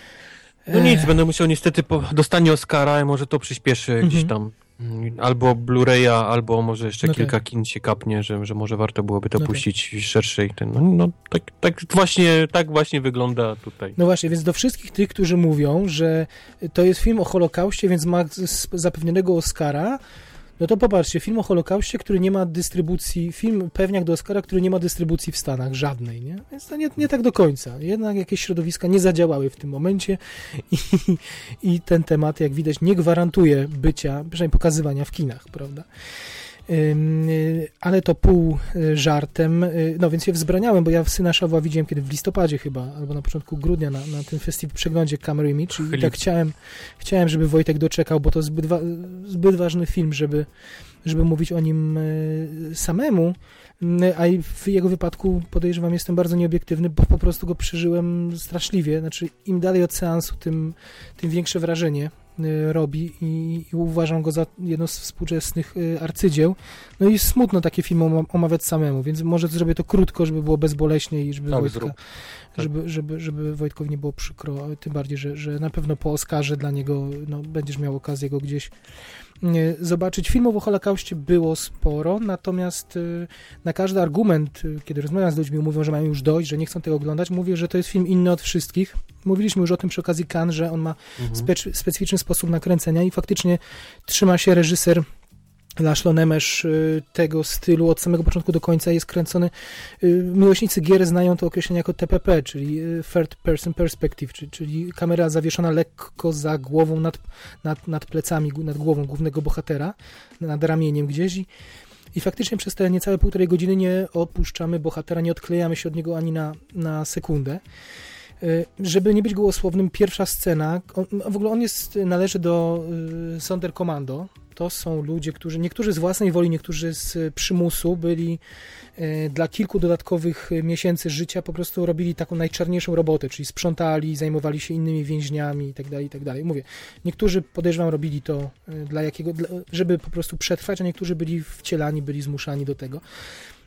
No nic, Ech. będę musiał niestety po dostanie Oscara i może to przyspieszy Mhm. gdzieś tam mm, albo Blu-raya, albo może jeszcze No kilka tak. kin się kapnie, że, że może warto byłoby to No tak. puścić szerszej. Ten, no no tak, tak właśnie tak właśnie wygląda tutaj. No właśnie, więc do wszystkich tych, którzy mówią, że to jest film o Holokauście, więc ma z- zapewnionego Oscara, no to popatrzcie, film o Holokauście, który nie ma dystrybucji, film pewniak do Oscara, który nie ma dystrybucji w Stanach, żadnej, nie? Więc to nie, nie tak do końca. Jednak jakieś środowiska nie zadziałały w tym momencie i, i ten temat, jak widać, nie gwarantuje bycia, przynajmniej pokazywania w kinach, prawda? Ym, y, ale to pół y, żartem, y, no więc się wzbraniałem, bo ja Syna Szawła widziałem kiedy w listopadzie chyba, albo na początku grudnia na, na tym festiwalu przeglądzie Camera Image i Chyli. tak chciałem, chciałem, żeby Wojtek doczekał, bo to zbyt, wa- zbyt ważny film, żeby, żeby mówić o nim y, samemu, y, a i w jego wypadku podejrzewam jestem bardzo nieobiektywny, bo po prostu go przeżyłem straszliwie, znaczy im dalej od seansu, tym, tym większe wrażenie y, robi i, i uważam go za jedno z współczesnych y, arcydzieł. No i smutno takie filmy oma- omawiać samemu, więc może zrobię to krótko, żeby było bezboleśnie i żeby, Tak, Wojtka, zrób. Tak. żeby, żeby, żeby Wojtkowi nie było przykro, tym bardziej, że, że na pewno po Oscarze dla niego no, będziesz miał okazję go gdzieś y, zobaczyć. Filmów o Holokauście było sporo, natomiast y, na każdy argument, y, kiedy rozmawiam z ludźmi, mówią, że mają już dość, że nie chcą tego oglądać, mówię, że to jest film inny od wszystkich. Mówiliśmy już o tym przy okazji Cannes, że on ma Mhm. specz- specyficzny sposób nakręcenia i faktycznie trzyma się reżyser Laszlo Nemes y, tego stylu od samego początku do końca, jest kręcony. y, Miłośnicy gier znają to określenie jako T P P, czyli y, Third Person Perspective, czyli, czyli kamera zawieszona lekko za głową, nad, nad, nad plecami, gó- nad głową głównego bohatera, nad ramieniem gdzieś i i faktycznie przez te niecałe półtorej godziny nie opuszczamy bohatera, nie odklejamy się od niego ani na, na sekundę. Y, Żeby nie być gołosłownym, pierwsza scena, on, w ogóle on jest, należy do y, Sonderkommando. To są ludzie, którzy, niektórzy z własnej woli, niektórzy z przymusu byli y, dla kilku dodatkowych miesięcy życia po prostu robili taką najczarniejszą robotę, czyli sprzątali, zajmowali się innymi więźniami itd., itd. Mówię, niektórzy podejrzewam robili to y, dla jakiego, dla, żeby po prostu przetrwać, a niektórzy byli wcielani, byli zmuszani do tego.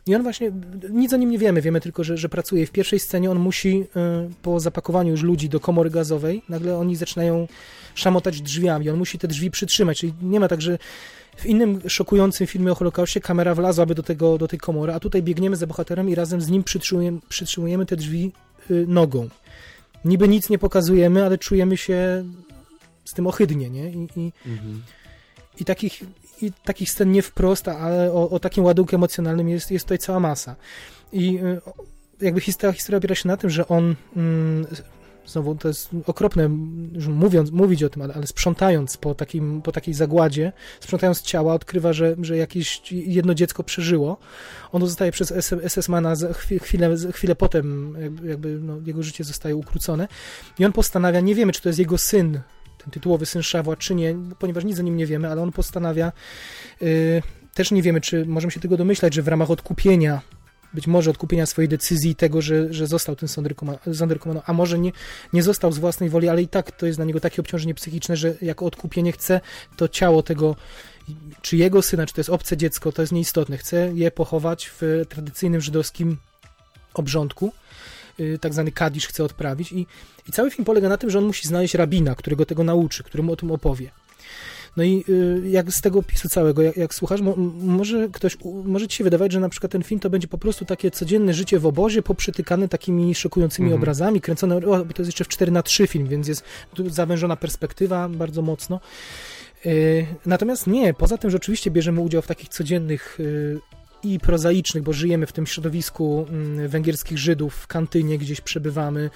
I on właśnie, nic o nim nie wiemy, wiemy tylko, że, że pracuje. W pierwszej scenie on musi, po zapakowaniu już ludzi do komory gazowej, nagle oni zaczynają szamotać drzwiami, on musi te drzwi przytrzymać, czyli nie ma tak, że w innym szokującym filmie o Holokauście kamera wlazłaby do, tego, do tej komory, a tutaj biegniemy za bohaterem i razem z nim przytrzymujemy, przytrzymujemy te drzwi y, nogą. Niby nic nie pokazujemy, ale czujemy się z tym ohydnie, nie? I, i, mhm. i, takich, i takich scen nie wprost, ale o, o takim ładunku emocjonalnym jest, jest tutaj cała masa. I y, jakby historia, historia opiera się na tym, że on... Y, Znowu to jest okropne, już mówiąc, mówić o tym, ale, ale sprzątając po, takim, po takiej zagładzie, sprzątając ciała, odkrywa, że, że jakieś jedno dziecko przeżyło. Ono zostaje przez es es mana chwilę, chwilę potem, jakby, jakby no, jego życie zostaje ukrócone. I on postanawia, nie wiemy, czy to jest jego syn, ten tytułowy syn Szawła, czy nie, ponieważ nic o nim nie wiemy, ale on postanawia, yy, też nie wiemy, czy możemy się tego domyślać, że w ramach odkupienia być może odkupienia swojej decyzji tego, że, że został tym Sonderkommandą, a może nie, nie został z własnej woli, ale i tak to jest dla niego takie obciążenie psychiczne, że jako odkupienie chce to ciało tego, czy jego syna, czy to jest obce dziecko, to jest nieistotne. Chce je pochować w tradycyjnym żydowskim obrządku, tak zwany kadisz chce odprawić i, i cały film polega na tym, że on musi znaleźć rabina, który go tego nauczy, który mu o tym opowie. No i jak z tego opisu całego, jak, jak słuchasz, mo, może ktoś, może ci się wydawać, że na przykład ten film to będzie po prostu takie codzienne życie w obozie, poprzytykane takimi szokującymi mm-hmm. obrazami, kręcone, o, to jest jeszcze w cztery na trzy film, więc jest zawężona perspektywa bardzo mocno. Yy, natomiast nie, poza tym, że oczywiście bierzemy udział w takich codziennych yy, i prozaicznych, bo żyjemy w tym środowisku węgierskich Żydów, w kantynie gdzieś przebywamy,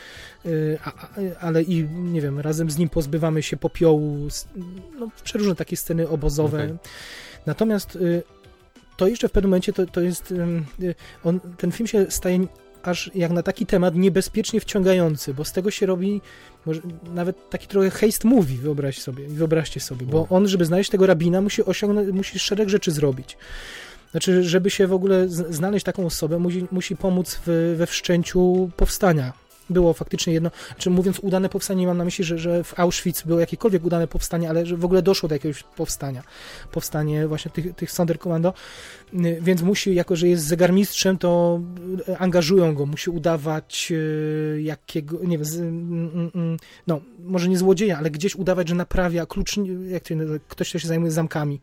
ale i, nie wiem, razem z nim pozbywamy się popiołu, no, przeróżne takie sceny obozowe. Okay. Natomiast to jeszcze w pewnym momencie to, to jest, on, ten film się staje aż jak na taki temat niebezpiecznie wciągający, bo z tego się robi może nawet taki trochę heist movie, wyobraź sobie, wyobraźcie sobie, bo on, żeby znaleźć tego rabina, musi osiągnąć, musi szereg rzeczy zrobić. Znaczy, żeby się w ogóle znaleźć taką osobę, musi, musi pomóc w, we wszczęciu powstania. Było faktycznie jedno, znaczy mówiąc udane powstanie, nie mam na myśli, że, że w Auschwitz było jakiekolwiek udane powstanie, ale że w ogóle doszło do jakiegoś powstania. Powstanie właśnie tych, tych Sonderkommando. Więc musi, jako że jest zegarmistrzem, to angażują go, musi udawać jakiego, nie wiem, no, może nie złodzieja, ale gdzieś udawać, że naprawia klucz, jak to, ktoś, kto się zajmuje zamkami.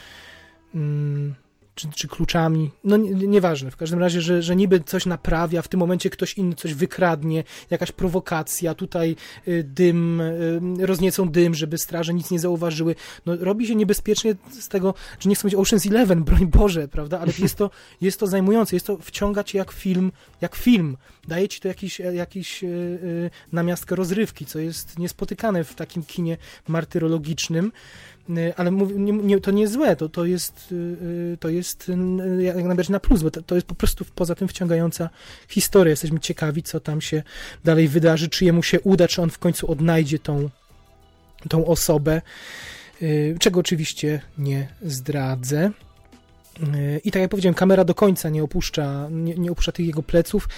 Czy, czy kluczami, no nie, nieważne, w każdym razie, że, że niby coś naprawia, w tym momencie ktoś inny coś wykradnie, jakaś prowokacja, tutaj y, dym, y, rozniecą dym, żeby straże nic nie zauważyły, no robi się niebezpiecznie z tego, że nie chcę mówić Ocean's Eleven, broń Boże, prawda, ale jest to, jest to zajmujące, jest to, wciąga cię jak film, jak film, daje ci to jakiś, jakiś y, y, namiastkę rozrywki, co jest niespotykane w takim kinie martyrologicznym, ale mówię, nie, nie, to nie jest złe, to, to jest, to jest jak najbardziej na plus, bo to, to jest po prostu poza tym wciągająca historia. Jesteśmy ciekawi, co tam się dalej wydarzy, czy jemu się uda, czy on w końcu odnajdzie tą, tą osobę, czego oczywiście nie zdradzę. I tak jak powiedziałem, kamera do końca nie opuszcza, nie, nie opuszcza tych jego pleców.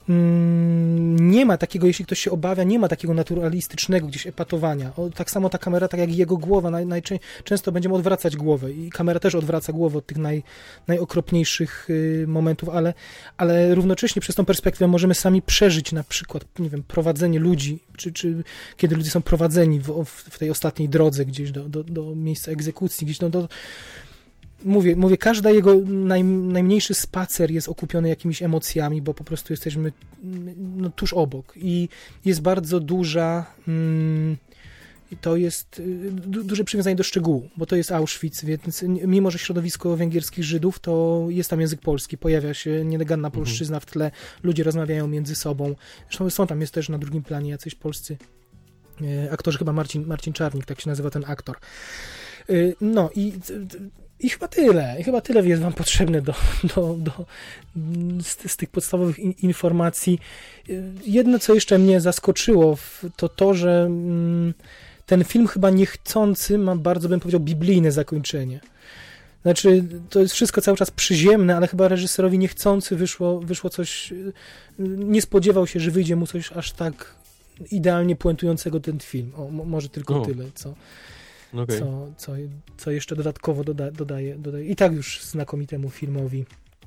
Nie ma takiego, jeśli ktoś się obawia, nie ma takiego naturalistycznego gdzieś epatowania. O, tak samo ta kamera, tak jak jego głowa, naj, najczę- często będziemy odwracać głowę i kamera też odwraca głowę od tych naj, najokropniejszych y, momentów, ale, ale równocześnie przez tą perspektywę możemy sami przeżyć na przykład, nie wiem, prowadzenie ludzi, czy, czy kiedy ludzie są prowadzeni w, w tej ostatniej drodze gdzieś do, do, do miejsca egzekucji, gdzieś do, do Mówię, mówię, każda jego naj, najmniejszy spacer jest okupiony jakimiś emocjami, bo po prostu jesteśmy no, tuż obok i jest bardzo duża mm, to jest du, duże przywiązanie do szczegółu, bo to jest Auschwitz, więc mimo, że środowisko węgierskich Żydów, to jest tam język polski, pojawia się nienaganna polszczyzna w tle, ludzie rozmawiają między sobą, zresztą są tam, jest też na drugim planie jacyś polscy e, aktorzy, chyba Marcin, Marcin Czarnik, tak się nazywa ten aktor. E, no i I chyba tyle. I chyba tyle jest wam potrzebne do, do, do, z, z tych podstawowych in, informacji. Jedno, co jeszcze mnie zaskoczyło, to to, że mm, ten film chyba niechcący ma bardzo, bym powiedział, biblijne zakończenie. Znaczy, to jest wszystko cały czas przyziemne, ale chyba reżyserowi niechcący wyszło, wyszło coś, nie spodziewał się, że wyjdzie mu coś aż tak idealnie puentującego ten film. O, może tylko o. tyle, co... Okay. Co, co, co jeszcze dodatkowo doda, dodaje, dodaje i tak już znakomitemu filmowi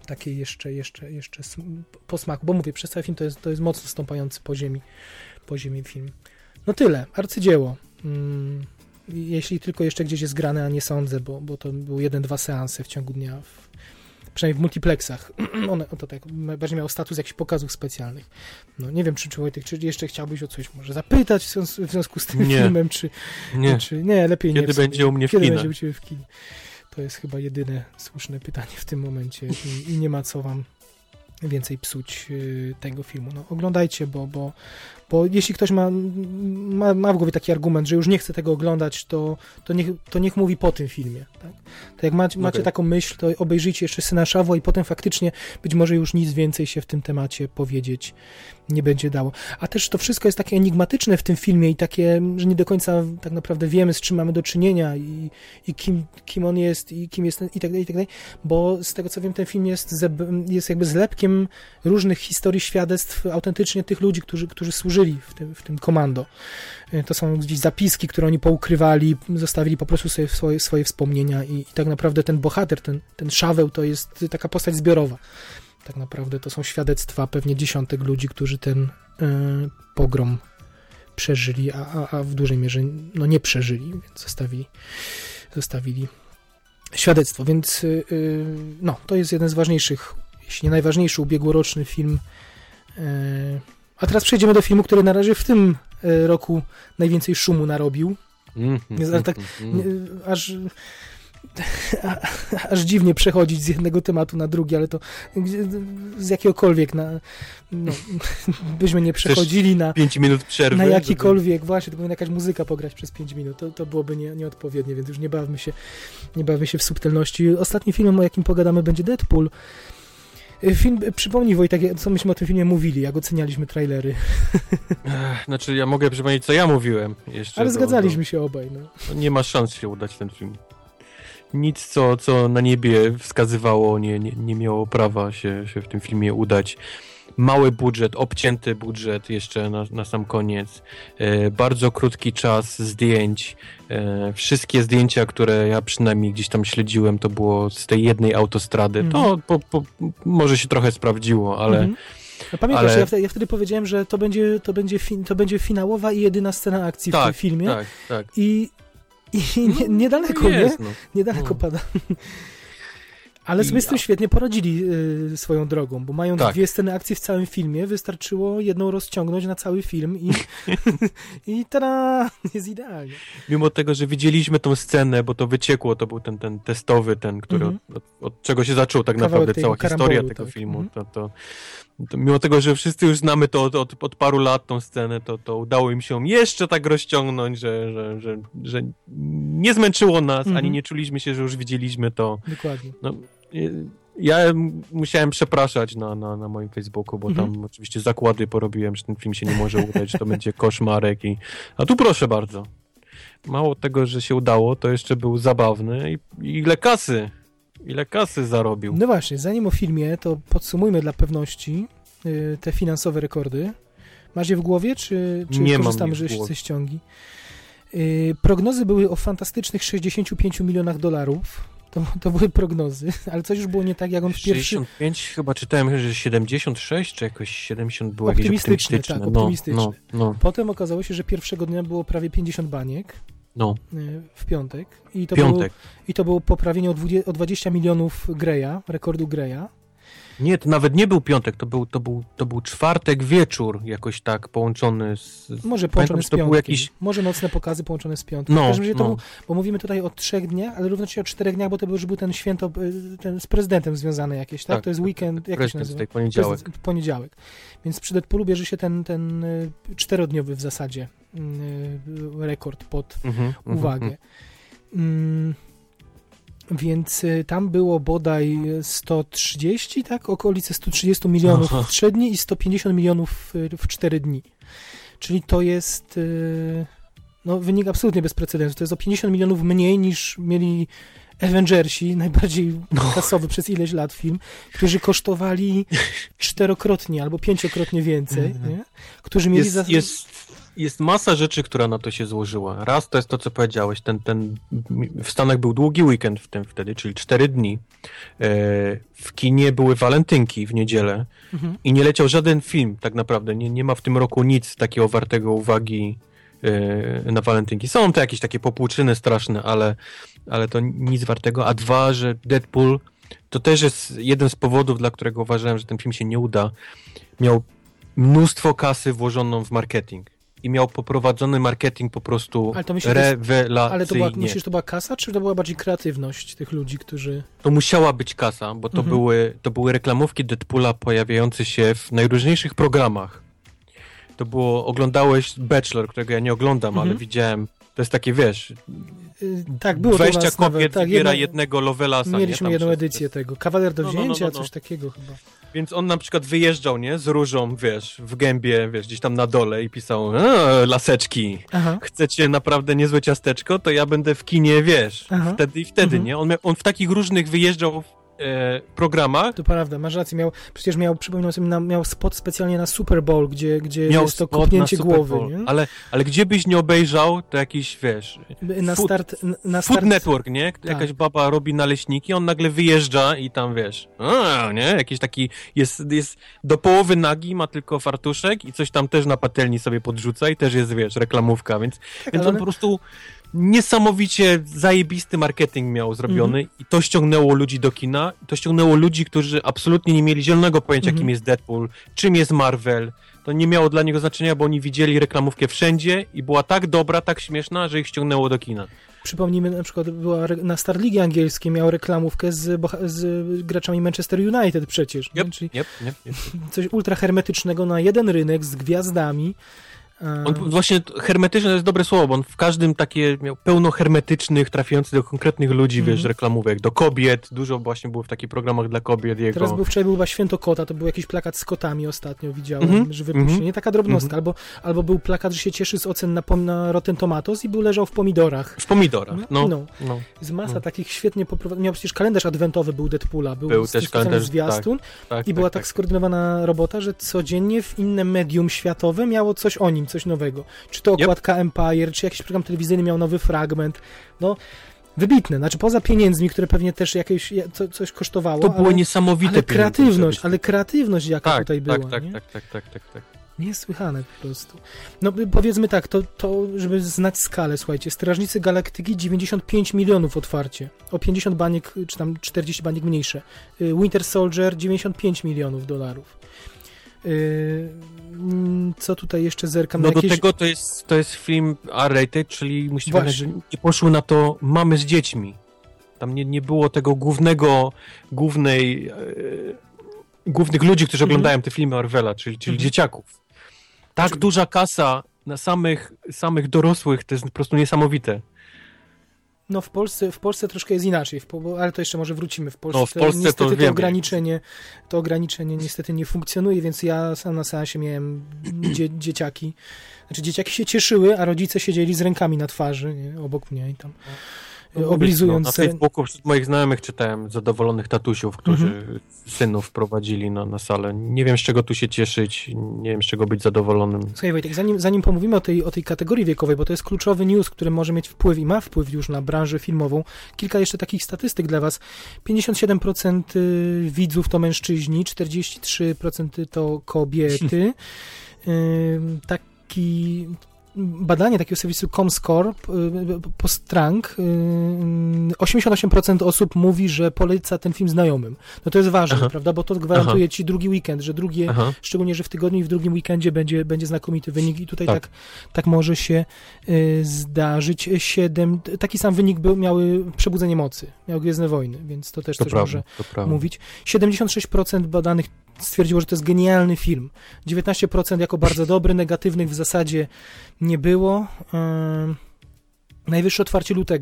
takiej jeszcze, jeszcze, jeszcze posmaku, bo mówię, przez cały film to jest, to jest mocno stąpający po ziemi, po ziemi film. No tyle, arcydzieło. Mm, jeśli tylko jeszcze gdzieś jest grane, a nie sądzę, bo, bo to był jeden, dwa seanse w ciągu dnia, w, przynajmniej w multiplexach. One to tak bardziej miało status jakichś pokazów specjalnych. No nie wiem, czy, czy Wojtek, czy jeszcze chciałbyś o coś może zapytać w związku, w związku z tym nie. filmem, czy nie, czy, nie lepiej Kiedy nie. Kiedy będzie u mnie w Kiedy kinie? będzie u ciebie w kinie? To jest chyba jedyne słuszne pytanie w tym momencie i, i nie ma co wam więcej psuć y, tego filmu. No, oglądajcie, bo, bo, bo jeśli ktoś ma, ma, ma w głowie taki argument, że już nie chce tego oglądać, to, to, niech, to niech mówi po tym filmie. Tak? To jak macie, macie Okay. taką myśl, to obejrzyjcie jeszcze Syna Szawła i potem faktycznie być może już nic więcej się w tym temacie powiedzieć nie będzie dało. A też to wszystko jest takie enigmatyczne w tym filmie i takie, że nie do końca tak naprawdę wiemy, z czym mamy do czynienia i, i kim, kim on jest i kim jest i tak dalej, i tak dalej, bo z tego co wiem, ten film jest, zeb- jest jakby zlepkiem różnych historii, świadectw autentycznie tych ludzi, którzy, którzy służyli w tym, w tym komando. To są gdzieś zapiski, które oni poukrywali, zostawili po prostu sobie swoje, swoje wspomnienia i, i tak naprawdę ten bohater, ten, ten Szaweł to jest taka postać zbiorowa. Tak naprawdę to są świadectwa pewnie dziesiątek ludzi, którzy ten y, pogrom przeżyli, a, a, a w dużej mierze no nie przeżyli, więc zostawili, zostawili świadectwo. Więc y, y, no, to jest jeden z ważniejszych, jeśli nie najważniejszy ubiegłoroczny film. Y, a teraz przejdziemy do filmu, który na razie w tym y, roku najwięcej szumu narobił. Mm, mm, ale tak mm. y, aż... A, aż dziwnie przechodzić z jednego tematu na drugi, ale to z jakiegokolwiek na, no, byśmy nie przechodzili na pięć minut przerwy, na jakikolwiek, żeby... właśnie, to powinna jakaś muzyka pograć przez pięć minut, to, to byłoby nie, nieodpowiednie, więc już nie bawmy się nie bawmy się w subtelności. Ostatnim filmem, o jakim pogadamy, będzie Deadpool. Film, przypomnij Wojtek, co myśmy o tym filmie mówili, jak ocenialiśmy trailery. Znaczy ja mogę przypomnieć, co ja mówiłem jeszcze. Ale do, zgadzaliśmy do... się obaj. No. Nie ma szans się udać ten film. Nic, co, co na niebie wskazywało, nie, nie, nie miało prawa się, się w tym filmie udać. Mały budżet, obcięty budżet jeszcze na, na sam koniec. E, bardzo krótki czas zdjęć. E, wszystkie zdjęcia, które ja przynajmniej gdzieś tam śledziłem, to było z tej jednej autostrady. Mm. To po, po, może się trochę sprawdziło, ale... Mm-hmm. No pamiętasz, ale... ja, wtedy, ja wtedy powiedziałem, że to będzie, to, będzie fin, to będzie finałowa i jedyna scena akcji tak, w tym filmie. Tak, tak. I I nie, niedaleko, jest, nie? No. Niedaleko no. pada. Ale sobie z tym świetnie poradzili y, swoją drogą, bo mając tak. dwie sceny akcji w całym filmie, wystarczyło jedną rozciągnąć na cały film i, i tada, jest idealnie. Mimo tego, że widzieliśmy tą scenę, bo to wyciekło, to był ten, ten testowy, ten, który mm-hmm. od, od czego się zaczął tak Kawałek naprawdę cała historia tego tak. filmu, mm-hmm. to, to, to mimo tego, że wszyscy już znamy to od, od, od paru lat, tą scenę, to, to udało im się jeszcze tak rozciągnąć, że, że, że, że nie zmęczyło nas, mm-hmm. ani nie czuliśmy się, że już widzieliśmy to. Dokładnie. No, ja musiałem przepraszać na, na, na moim Facebooku, bo tam mm-hmm. oczywiście zakłady porobiłem, że ten film się nie może udać, że to będzie koszmarek i... A tu proszę bardzo. Mało tego, że się udało, to jeszcze był zabawny i, i ile kasy, ile kasy zarobił. No właśnie, zanim o filmie, to podsumujmy dla pewności yy, te finansowe rekordy. Masz je w głowie, czy, czy nie korzystamy mam ze ściągi? Yy, prognozy były o fantastycznych sześćdziesięciu pięciu milionach dolarów. To, to były prognozy, ale coś już było nie tak, jak on w pierwszy... sześćdziesiąt pięć, chyba czytałem, że siedemdziesiąt sześć, czy jakoś siedemdziesiąt było optymistyczne, jakieś optymistyczne. Tak, optymistyczne. No, no, no. Potem okazało się, że pierwszego dnia było prawie pięćdziesiąt baniek. No. W piątek. I to piątek. Było, i to było poprawienie o dwadzieścia milionów Greya, rekordu Greya. Nie, to nawet nie był piątek, to był, to był, to był czwartek wieczór jakoś tak połączony z... Może połączony pamiętam, z piątkiem. To był jakiś... Może nocne pokazy połączone z piątkiem. No, w no. to był, bo mówimy tutaj o trzech dniach, ale równocześnie o czterech dniach, bo to już był ten święto ten z prezydentem związany jakieś, tak? tak to jest weekend, tak, jak to się nazywa? Tutaj poniedziałek. Prezydent, poniedziałek. Więc przy Deadpoolu bierze się ten, ten czterodniowy w zasadzie rekord pod mm-hmm, uwagę. Mm-hmm. Mm, Więc y, tam było bodaj sto trzydzieści, tak? Okolice sto trzydzieści milionów Aha. w trzy dni i sto pięćdziesiąt milionów w, w cztery dni. Czyli to jest y, no, wynik absolutnie bez precedensu. To jest o pięćdziesiąt milionów mniej niż mieli Avengersi, najbardziej no. kasowy przez ileś lat film, którzy kosztowali czterokrotnie albo pięciokrotnie więcej, nie? Którzy mieli jest, za... jest, jest masa rzeczy, która na to się złożyła. Raz to jest to, co powiedziałeś, ten, ten w Stanach był długi weekend w tym wtedy, czyli cztery dni. W kinie były walentynki w niedzielę mhm. i nie leciał żaden film tak naprawdę. Nie, nie ma w tym roku nic takiego wartego uwagi na walentynki. Są to jakieś takie popłuczyny straszne, ale, ale to nic wartego. A dwa, że Deadpool to też jest jeden z powodów, dla którego uważałem, że ten film się nie uda. Miał mnóstwo kasy włożoną w marketing. I miał poprowadzony marketing po prostu ale to myślę, rewelacyjnie. Ale to była, myślisz, że to była kasa, czy to była bardziej kreatywność tych ludzi, którzy... To musiała być kasa, bo to, mhm. były, to były reklamówki Deadpoola pojawiające się w najróżniejszych programach. To było, oglądałeś Bachelor, którego ja nie oglądam, mhm. ale widziałem, to jest takie, wiesz... Yy, tak, było dwadzieścia to nas kobiet nawet, tak, wybiera jedna, jednego Lovelasa. Mieliśmy jedną edycję tego. Kawaler do no, no, wzięcia, no, no, no. coś takiego chyba. Więc on na przykład wyjeżdżał, nie, z różą, wiesz, w gębie, wiesz, gdzieś tam na dole i pisał, laseczki, Aha. chcecie naprawdę niezłe ciasteczko, to ja będę w kinie, wiesz, Aha. wtedy i wtedy, mhm. nie? On, miał, on w takich różnych wyjeżdżał e, programach. To prawda, masz rację, miał, przecież miał, przypominam sobie, na, miał spot specjalnie na Super Bowl, gdzie, gdzie jest to kopnięcie głowy, nie? Ale, ale gdzie byś nie obejrzał, to jakiś, wiesz, na food, start, na food start... Network, nie? Jakaś tak. baba robi naleśniki, on nagle wyjeżdża i tam, wiesz, a, nie? Jakiś taki, jest, jest do połowy nagi, ma tylko fartuszek i coś tam też na patelni sobie podrzuca i też jest, wiesz, reklamówka, więc, tak, więc on one... po prostu... Niesamowicie zajebisty marketing miał zrobiony mm-hmm. i to ściągnęło ludzi do kina, to ściągnęło ludzi, którzy absolutnie nie mieli zielonego pojęcia, mm-hmm. kim jest Deadpool, czym jest Marvel. To nie miało dla niego znaczenia, bo oni widzieli reklamówkę wszędzie i była tak dobra, tak śmieszna, że ich ściągnęło do kina. Przypomnijmy, na przykład była re- na Star Ligi Angielskiej miał reklamówkę z, boha- z graczami Manchester United przecież. Yep, Czyli yep, yep, yep. coś ultra hermetycznego na jeden rynek z gwiazdami. On właśnie hermetyczne to jest dobre słowo, bo on w każdym takie miał pełno hermetycznych, trafiających do konkretnych ludzi, mm-hmm. wiesz, reklamówek, do kobiet, dużo właśnie było w takich programach dla kobiet jego. Teraz był wczoraj był chyba Święto Kota, to był jakiś plakat z kotami ostatnio widziałem, mm-hmm. że wypuścił, nie taka drobnostka, mm-hmm. albo, albo był plakat, że się cieszy z ocen na, na Rotten Tomatoes i był leżał w pomidorach. W pomidorach, no. no. no. Z masa no. takich świetnie poprowadzonych, miał przecież kalendarz adwentowy był Deadpoola, był, był też kalendarz zwiastun tak, tak, i była tak, tak tak skoordynowana robota, że codziennie w innym medium światowe miało coś o nim, coś nowego. Czy to okładka yep. Empire, czy jakiś program telewizyjny miał nowy fragment. No, wybitne. Znaczy poza pieniędzmi, które pewnie też jakieś co, coś kosztowało. To było ale, niesamowite. Ale kreatywność, ale kreatywność jaka tak, tutaj tak, była. Tak, nie? tak, tak, tak, tak, tak. Niesłychane po prostu. No powiedzmy tak, to, to żeby znać skalę, słuchajcie, Strażnicy Galaktyki dziewięćdziesiąt pięć milionów otwarcie, o pięćdziesiąt baniek, czy tam czterdzieści baniek mniejsze. Winter Soldier dziewięćdziesiąt pięć milionów dolarów. Co tutaj jeszcze zerkam? No na jakieś... do tego to jest, to jest film R-rated, czyli musicie pamiętać, że nie poszły na to mamy z dziećmi. Tam nie, nie było tego głównego, głównej, e, głównych ludzi, którzy mm-hmm. oglądają te filmy Marvela, czyli, czyli mm-hmm. dzieciaków. Tak znaczy... duża kasa na samych, samych dorosłych, to jest po prostu niesamowite. No w Polsce, w Polsce troszkę jest inaczej, w, ale to jeszcze może wrócimy. W Polsce, no, w Polsce niestety to, to ograniczenie, to ograniczenie niestety nie funkcjonuje, więc ja sam na seansie miałem dzie, dzieciaki. Znaczy dzieciaki się cieszyły, a rodzice siedzieli z rękami na twarzy, nie, obok mnie i tam no, oblizując... No, na Facebooku wśród moich znajomych czytałem zadowolonych tatusiów, którzy mhm. synów prowadzili na, na salę. Nie wiem, z czego tu się cieszyć, nie wiem, z czego być zadowolonym. Słuchaj Wojtek, zanim, zanim pomówimy o tej, o tej kategorii wiekowej, bo to jest kluczowy news, który może mieć wpływ i ma wpływ już na branżę filmową, kilka jeszcze takich statystyk dla was. pięćdziesiąt siedem procent widzów to mężczyźni, czterdzieści trzy procent to kobiety. Yy, taki... Badanie takiego serwisu Comscore, Postrank, osiemdziesiąt osiem procent osób mówi, że poleca ten film znajomym. No to jest ważne, Aha. prawda, bo to gwarantuje Aha. ci drugi weekend, że drugie, Aha. szczególnie, że w tygodniu i w drugim weekendzie będzie, będzie znakomity wynik i tutaj tak, tak, tak może się y, zdarzyć. siedem taki sam wynik był, miały Przebudzenie Mocy, miały Gwiezdne Wojny, więc to też to coś prawda, może mówić. siedemdziesiąt sześć procent badanych stwierdziło, że to jest genialny film. dziewiętnaście procent jako bardzo dobry, negatywnych w zasadzie nie było. Yy, najwyższe otwarcie lutego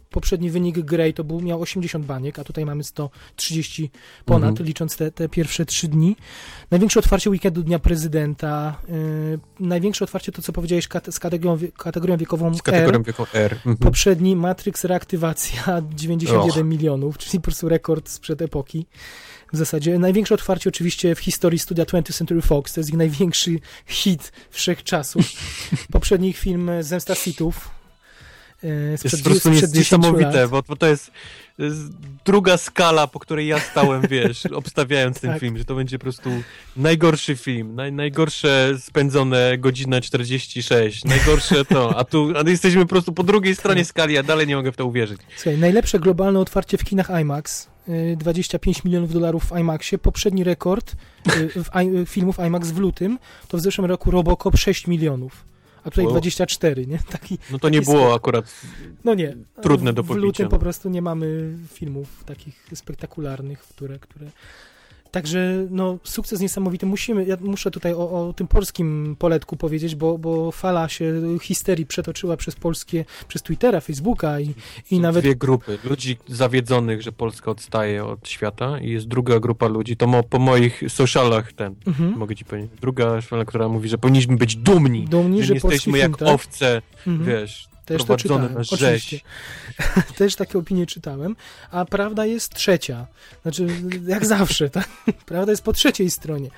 poprzedni wynik Grey to był, miał osiemdziesiąt baniek, a tutaj mamy sto trzydzieści ponad, mhm. licząc te, te pierwsze trzy dni. Największe otwarcie weekendu Dnia Prezydenta, yy, największe otwarcie to, co powiedziałeś, kat- z kategorią, wie- kategorią wiekową z kategorią R. wiekową R. Mhm. Poprzedni Matrix Reaktywacja dziewięćdziesiąt jeden Och. milionów, czyli po prostu rekord sprzed epoki. W zasadzie największe otwarcie oczywiście w historii studia twentieth Century Fox, to jest ich największy hit wszechczasów. Poprzedni film Zemsta Sithów sprzed, jest po prostu sprzed niesamowite, bo, bo to jest, to jest druga skala, po której ja stałem, wiesz, obstawiając ten tak. film, że to będzie po prostu najgorszy film, naj, najgorsze spędzone godzina czterdzieści sześć, najgorsze to, a tu a jesteśmy po prostu po drugiej stronie skali, a dalej nie mogę w to uwierzyć. Słuchaj, najlepsze globalne otwarcie w kinach IMAX, dwadzieścia pięć milionów dolarów w IMAXie, poprzedni rekord w I, filmów IMAX w lutym, to w zeszłym roku Robocop sześć milionów. A tutaj wow. dwadzieścia cztery, nie? Taki, no to nie było skok. Akurat no nie. trudne do w pobicia. W lutym po prostu nie mamy filmów takich spektakularnych, które... które... Także no, sukces niesamowity. Musimy, ja muszę tutaj o, o tym polskim poletku powiedzieć, bo, bo fala się histerii przetoczyła przez polskie, przez Twittera, Facebooka i, i nawet... Dwie grupy. Ludzi zawiedzonych, że Polska odstaje od świata i jest druga grupa ludzi. To mo, po moich socialach ten, mhm. mogę ci powiedzieć. Druga fala, która mówi, że powinniśmy być dumni, dumni że, że nie jesteśmy jak film, tak? owce, mhm. wiesz... Też to czytałem, na rzeź. Też takie opinie czytałem, a prawda jest trzecia. Znaczy, jak zawsze, tak? Prawda jest po trzeciej stronie.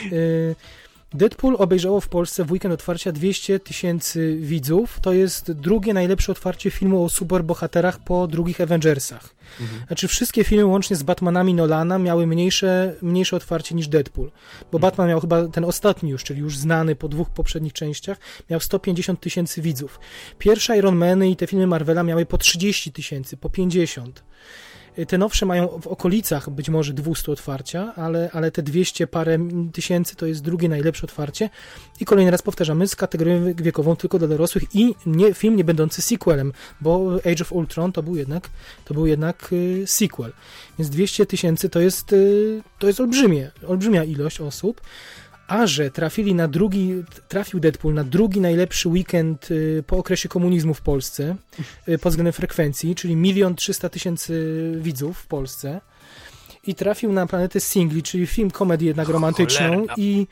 Deadpool obejrzało w Polsce w weekend otwarcia dwieście tysięcy widzów. To jest drugie najlepsze otwarcie filmu o superbohaterach po drugich Avengersach. Mhm. Znaczy wszystkie filmy łącznie z Batmanami Nolana miały mniejsze, mniejsze otwarcie niż Deadpool. Bo mhm. Batman miał chyba ten ostatni już, czyli już znany po dwóch poprzednich częściach, miał sto pięćdziesiąt tysięcy widzów. Pierwsze Iron Many i te filmy Marvela miały po trzydzieści tysięcy, po pięćdziesiąt. Te nowsze mają w okolicach być może dwieście otwarcia, ale, ale te dwieście parę tysięcy to jest drugie najlepsze otwarcie. I kolejny raz powtarzamy, z kategorią wiekową tylko dla dorosłych i nie, film nie będący sequelem, bo Age of Ultron to był jednak, to był jednak y, sequel. Więc dwieście tysięcy to jest, y, to jest olbrzymie, olbrzymia ilość osób. A że trafili na drugi, trafił Deadpool na drugi najlepszy weekend y, po okresie komunizmu w Polsce y, pod względem frekwencji, czyli milion trzysta tysięcy widzów w Polsce i trafił na Planetę Singli, czyli film komedię jednak romantyczną Cholerna i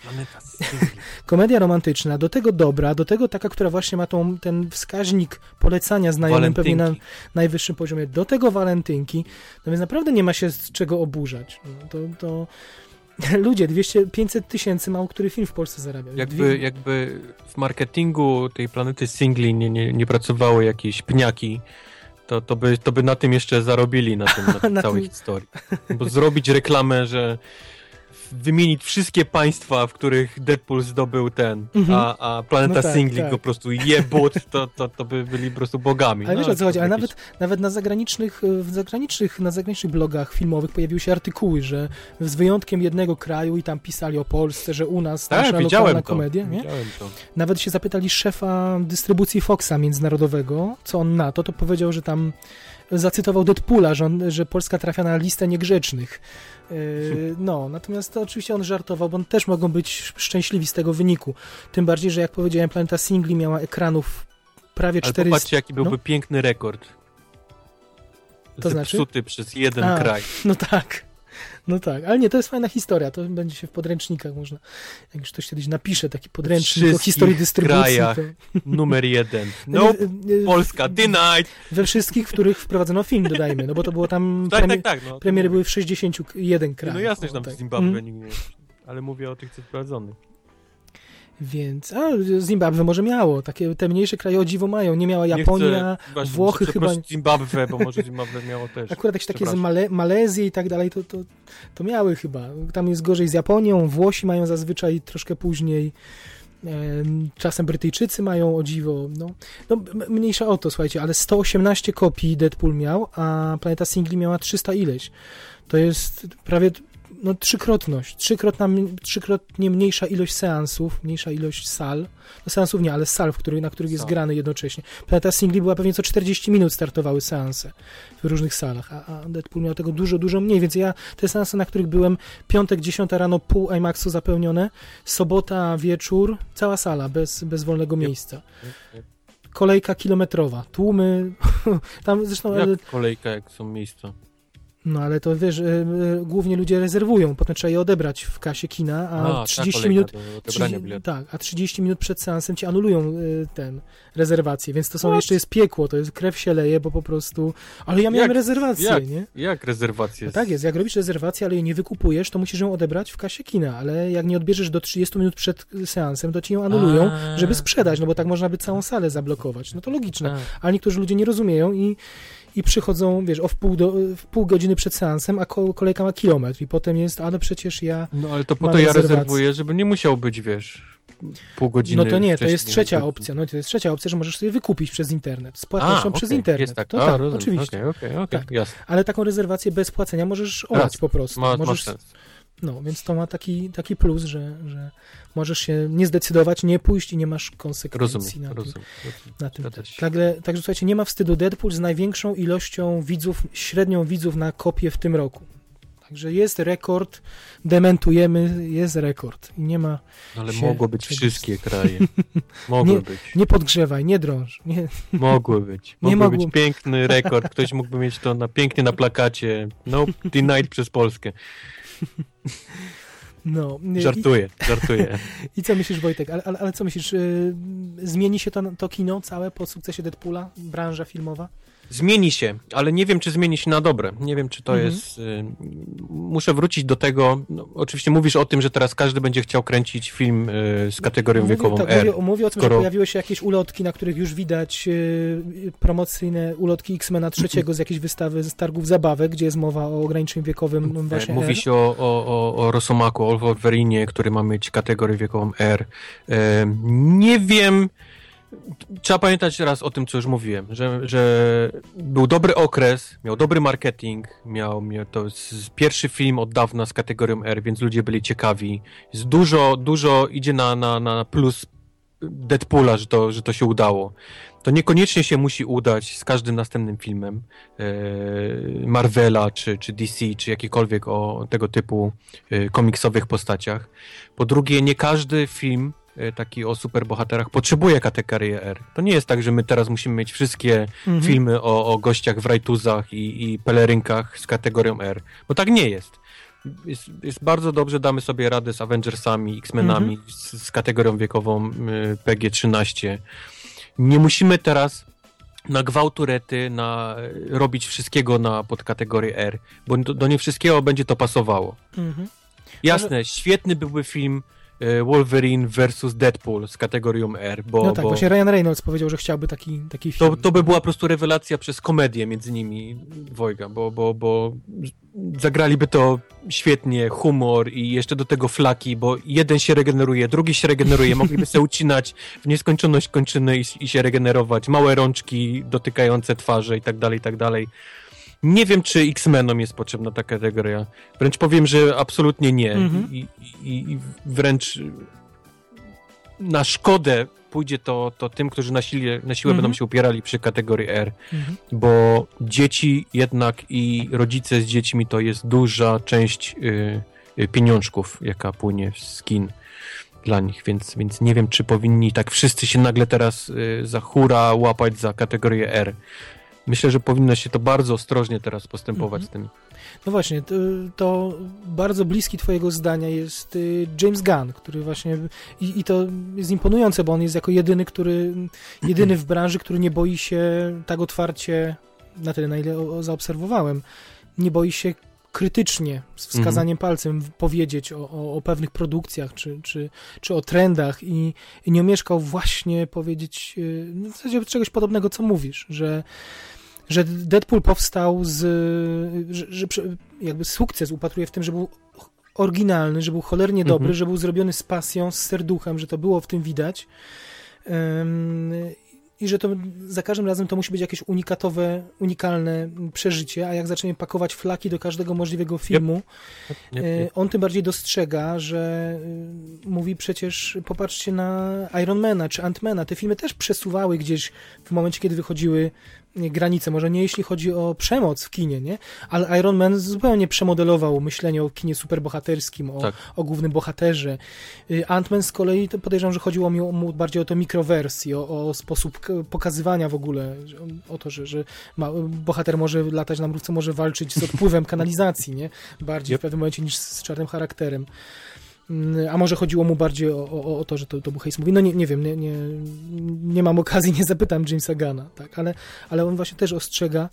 komedia romantyczna, do tego dobra, do tego taka, która właśnie ma tą, ten wskaźnik polecania znajomym pewnie na najwyższym poziomie, do tego walentynki, no więc naprawdę nie ma się z czego oburzać. No, to, to ludzie, dwieście pięćset tysięcy mało który film w Polsce zarabia. Jakby, Dwie... jakby w marketingu tej Planety Singli nie, nie, nie pracowały jakieś pniaki, to, to, by, to by na tym jeszcze zarobili, na, tym, na tej na całej tym... historii. Bo zrobić reklamę, że wymienić wszystkie państwa, w których Deadpool zdobył ten, mm-hmm. a, a Planeta no tak, Singli tak. go po prostu jebut, to, to, to by byli po prostu bogami. Ale no, wiesz o co chodzi, ale jakieś... nawet, nawet na zagranicznych, w zagranicznych, na zagranicznych blogach filmowych pojawiły się artykuły, że z wyjątkiem jednego kraju i tam pisali o Polsce, że u nas tak, nasza widziałem lokalna to, komedia. Nie? Widziałem to. Nawet się zapytali szefa dystrybucji Foxa międzynarodowego, co on na to, to powiedział, że tam zacytował Deadpoola, że, on, że Polska trafia na listę niegrzecznych. Yy, no, natomiast to oczywiście on żartował, bo on też mogą być szczęśliwi z tego wyniku. Tym bardziej, że jak powiedziałem, Planeta Singli miała ekranów prawie czterysta. Ale popatrzcie, jaki byłby no? piękny rekord. To znaczy? Zepsuty przez jeden A, kraj. No tak. No tak, ale nie, to jest fajna historia, to będzie się w podręcznikach można, jak już ktoś kiedyś napisze taki podręcznik o historii dystrybucji. Krajach to... numer jeden. No, Polska, denied! We wszystkich, w których wprowadzono film, dodajmy, no bo to było tam, tak, premi- tak, tak, no. premiery były w sześćdziesięciu jeden krajach. No jasne, że tam tak. w Zimbabwe mm. nikt nie jest, ale mówię o tych, co wprowadzonych. Więc, a Zimbabwe może miało, takie te mniejsze kraje o dziwo mają, nie miała Japonia, chcę, właśnie, Włochy chyba... Zimbabwe, bo może Zimbabwe miało też. Akurat jakieś takie z Male- Malezji i tak dalej, to, to, to miały chyba. Tam jest gorzej z Japonią, Włosi mają zazwyczaj troszkę później, e, czasem Brytyjczycy mają o dziwo, no, no mniejsza o to, słuchajcie, ale sto osiemnaście kopii Deadpool miał, a Planeta Singli miała trzysta ileś. To jest prawie... No trzykrotność, trzykrotna, trzykrotnie mniejsza ilość seansów, mniejsza ilość sal, no seansów nie, ale sal, w których, na których jest Sal. grany jednocześnie. Planeta Singli była pewnie co czterdzieści minut startowały seanse w różnych salach, a, a Deadpool miał tego dużo, dużo mniej, więc ja te seanse, na których byłem, piątek, dziesiąta rano, pół IMAXu zapełnione, sobota, wieczór, cała sala, bez, bez wolnego miejsca. Kolejka kilometrowa, tłumy Tam zresztą... Jak kolejka, jak są miejsca? No ale to wiesz, y, y, głównie ludzie rezerwują, potem trzeba je odebrać w kasie kina, a, a trzydzieści minut trzydzieści, tak, a trzydzieści minut przed seansem ci anulują y, ten rezerwację, więc to są What? jeszcze jest piekło, to jest krew się leje, bo po prostu, ale ja miałem jak, rezerwację, jak, nie? Jak rezerwację? No tak jest, jak robisz rezerwację, ale jej nie wykupujesz, to musisz ją odebrać w kasie kina, ale jak nie odbierzesz do trzydziestu minut przed seansem, to ci ją anulują, a, żeby sprzedać, no bo tak można by całą salę zablokować, no to logiczne, a. ale niektórzy ludzie nie rozumieją i I przychodzą, wiesz, o w pół, do, w pół godziny przed seansem, a ko- kolejka ma kilometr i potem jest, ale przecież ja No ale to po to ja rezerwuję, żeby nie musiał być, wiesz, pół godziny. No to nie, to jest trzecia opcja, no to jest trzecia opcja, że możesz sobie wykupić przez internet, z płatnością przez okay, internet. Jest tak, to a, tak, rozumiem. oczywiście. Okay, okay, okay, tak. Jasne. Ale taką rezerwację bez płacenia możesz olać po prostu. Ma, możesz, ma sens. No, więc to ma taki, taki plus, że, że możesz się nie zdecydować, nie pójść i nie masz konsekwencji rozumiem, na, rozumiem, tym, na tym. rozumiem. Także, także słuchajcie, nie ma wstydu. Deadpool z największą ilością widzów, średnią widzów na kopię w tym roku. Także jest rekord, dementujemy, jest rekord. I nie ma no ale się... mogło być wszystkie kraje. Mogły nie, być. Nie podgrzewaj, nie drąż. Nie. Mogły być. Mogły nie być mogło... piękny rekord. Ktoś mógłby mieć to na, pięknie na plakacie. No, denied przez Polskę. No, żartuję, i, żartuję. I co myślisz, Wojtek? Ale, ale, ale co myślisz? Yy, zmieni się to, to kino całe po sukcesie Deadpoola? Branża filmowa? Zmieni się, ale nie wiem, czy zmieni się na dobre. Nie wiem, czy to mhm. jest... Y, muszę wrócić do tego... No, oczywiście mówisz o tym, że teraz każdy będzie chciał kręcić film y, z kategorią mówię, wiekową tak, R. Mówię, mówię o tym, skoro... że pojawiły się jakieś ulotki, na których już widać y, promocyjne ulotki X-Mena trzeciego z jakiejś wystawy, z targów zabawek, gdzie jest mowa o ograniczeniu wiekowym no, właśnie Mówi R. się o, o, o Rosomaku, o Wolverinie, który ma mieć kategorię wiekową R. Y, nie wiem... Trzeba pamiętać raz o tym, co już mówiłem, że, że był dobry okres, miał dobry marketing, miał, miał to jest pierwszy film od dawna z kategorią R, więc ludzie byli ciekawi. Jest dużo, dużo idzie na, na, na plus Deadpoola, że to, że to się udało. To niekoniecznie się musi udać z każdym następnym filmem e, Marvela, czy, czy D C, czy jakikolwiek o tego typu e, komiksowych postaciach. Po drugie, nie każdy film taki o superbohaterach potrzebuje kategorię R. To nie jest tak, że my teraz musimy mieć wszystkie mhm. filmy o, o gościach w rajtuzach i, i pelerynkach z kategorią R, bo tak nie jest. Jest, jest bardzo dobrze, damy sobie radę z Avengersami, X-Menami, mhm. z, z kategorią wiekową y, P G trzynaście. Nie musimy teraz na gwałturety, na robić wszystkiego na podkategorię R, bo do, do nie wszystkiego będzie to pasowało. Mhm. Jasne, Ale... świetny byłby film Wolverine versus Deadpool z kategorią R, bo... No tak, bo właśnie Ryan Reynolds powiedział, że chciałby taki, taki film. To, to by była po prostu rewelacja przez komedię między nimi dwojga, bo, bo, bo zagraliby to świetnie, humor i jeszcze do tego flaki, bo jeden się regeneruje, drugi się regeneruje, mogliby sobie ucinać w nieskończoność kończyny i, i się regenerować, małe rączki dotykające twarzy i tak dalej, i tak dalej. Nie wiem, czy X-Menom jest potrzebna ta kategoria. Wręcz powiem, że absolutnie nie. Mm-hmm. I, i, I wręcz na szkodę pójdzie to, to tym, którzy na, sile, na siłę mm-hmm. będą się upierali przy kategorii R. Mm-hmm. Bo dzieci jednak i rodzice z dziećmi to jest duża część y, y, pieniążków, jaka płynie z kin dla nich. Więc, więc nie wiem, czy powinni tak wszyscy się nagle teraz y, za hura łapać za kategorię R. Myślę, że powinno się to bardzo ostrożnie teraz postępować mm-hmm. z tym. No właśnie, to, to bardzo bliski twojego zdania jest James Gunn, który właśnie, i, i to jest imponujące, bo on jest jako jedyny, który, jedyny w branży, który nie boi się tak otwarcie, na tyle na ile o, o, zaobserwowałem, nie boi się krytycznie, z wskazaniem mm-hmm. palcem powiedzieć o, o, o pewnych produkcjach, czy, czy, czy o trendach i, i nie omieszkał właśnie powiedzieć w zasadzie czegoś podobnego, co mówisz, że że Deadpool powstał z, że, że jakby sukces upatruje w tym, że był oryginalny, że był cholernie dobry, mhm. że był zrobiony z pasją, z serduchem, że to było w tym widać um, i że to za każdym razem to musi być jakieś unikatowe, unikalne przeżycie, a jak zaczniemy pakować flaki do każdego możliwego filmu, yep. Yep, yep. on tym bardziej dostrzega, że mówi przecież, popatrzcie na Ironmana czy Ant-Mana, te filmy też przesuwały gdzieś w momencie, kiedy wychodziły nie, granice, może nie jeśli chodzi o przemoc w kinie, nie? Ale Iron Man zupełnie przemodelował myślenie o kinie superbohaterskim, o, tak. o głównym bohaterze. Ant-Man z kolei, to podejrzewam, że chodziło mi, o, mu bardziej o to mikrowersji, o, o sposób pokazywania w ogóle, o to, że, że ma, bohater może latać na mrówce, może walczyć z odpływem kanalizacji, nie? Bardziej yep. w pewnym momencie niż z czarnym charakterem. A może chodziło mu bardziej o, o, o to, że to, to był hejs mówi. No nie, nie wiem, nie, nie, nie mam okazji, nie zapytam Jamesa Gunna, tak? ale, ale on właśnie też ostrzega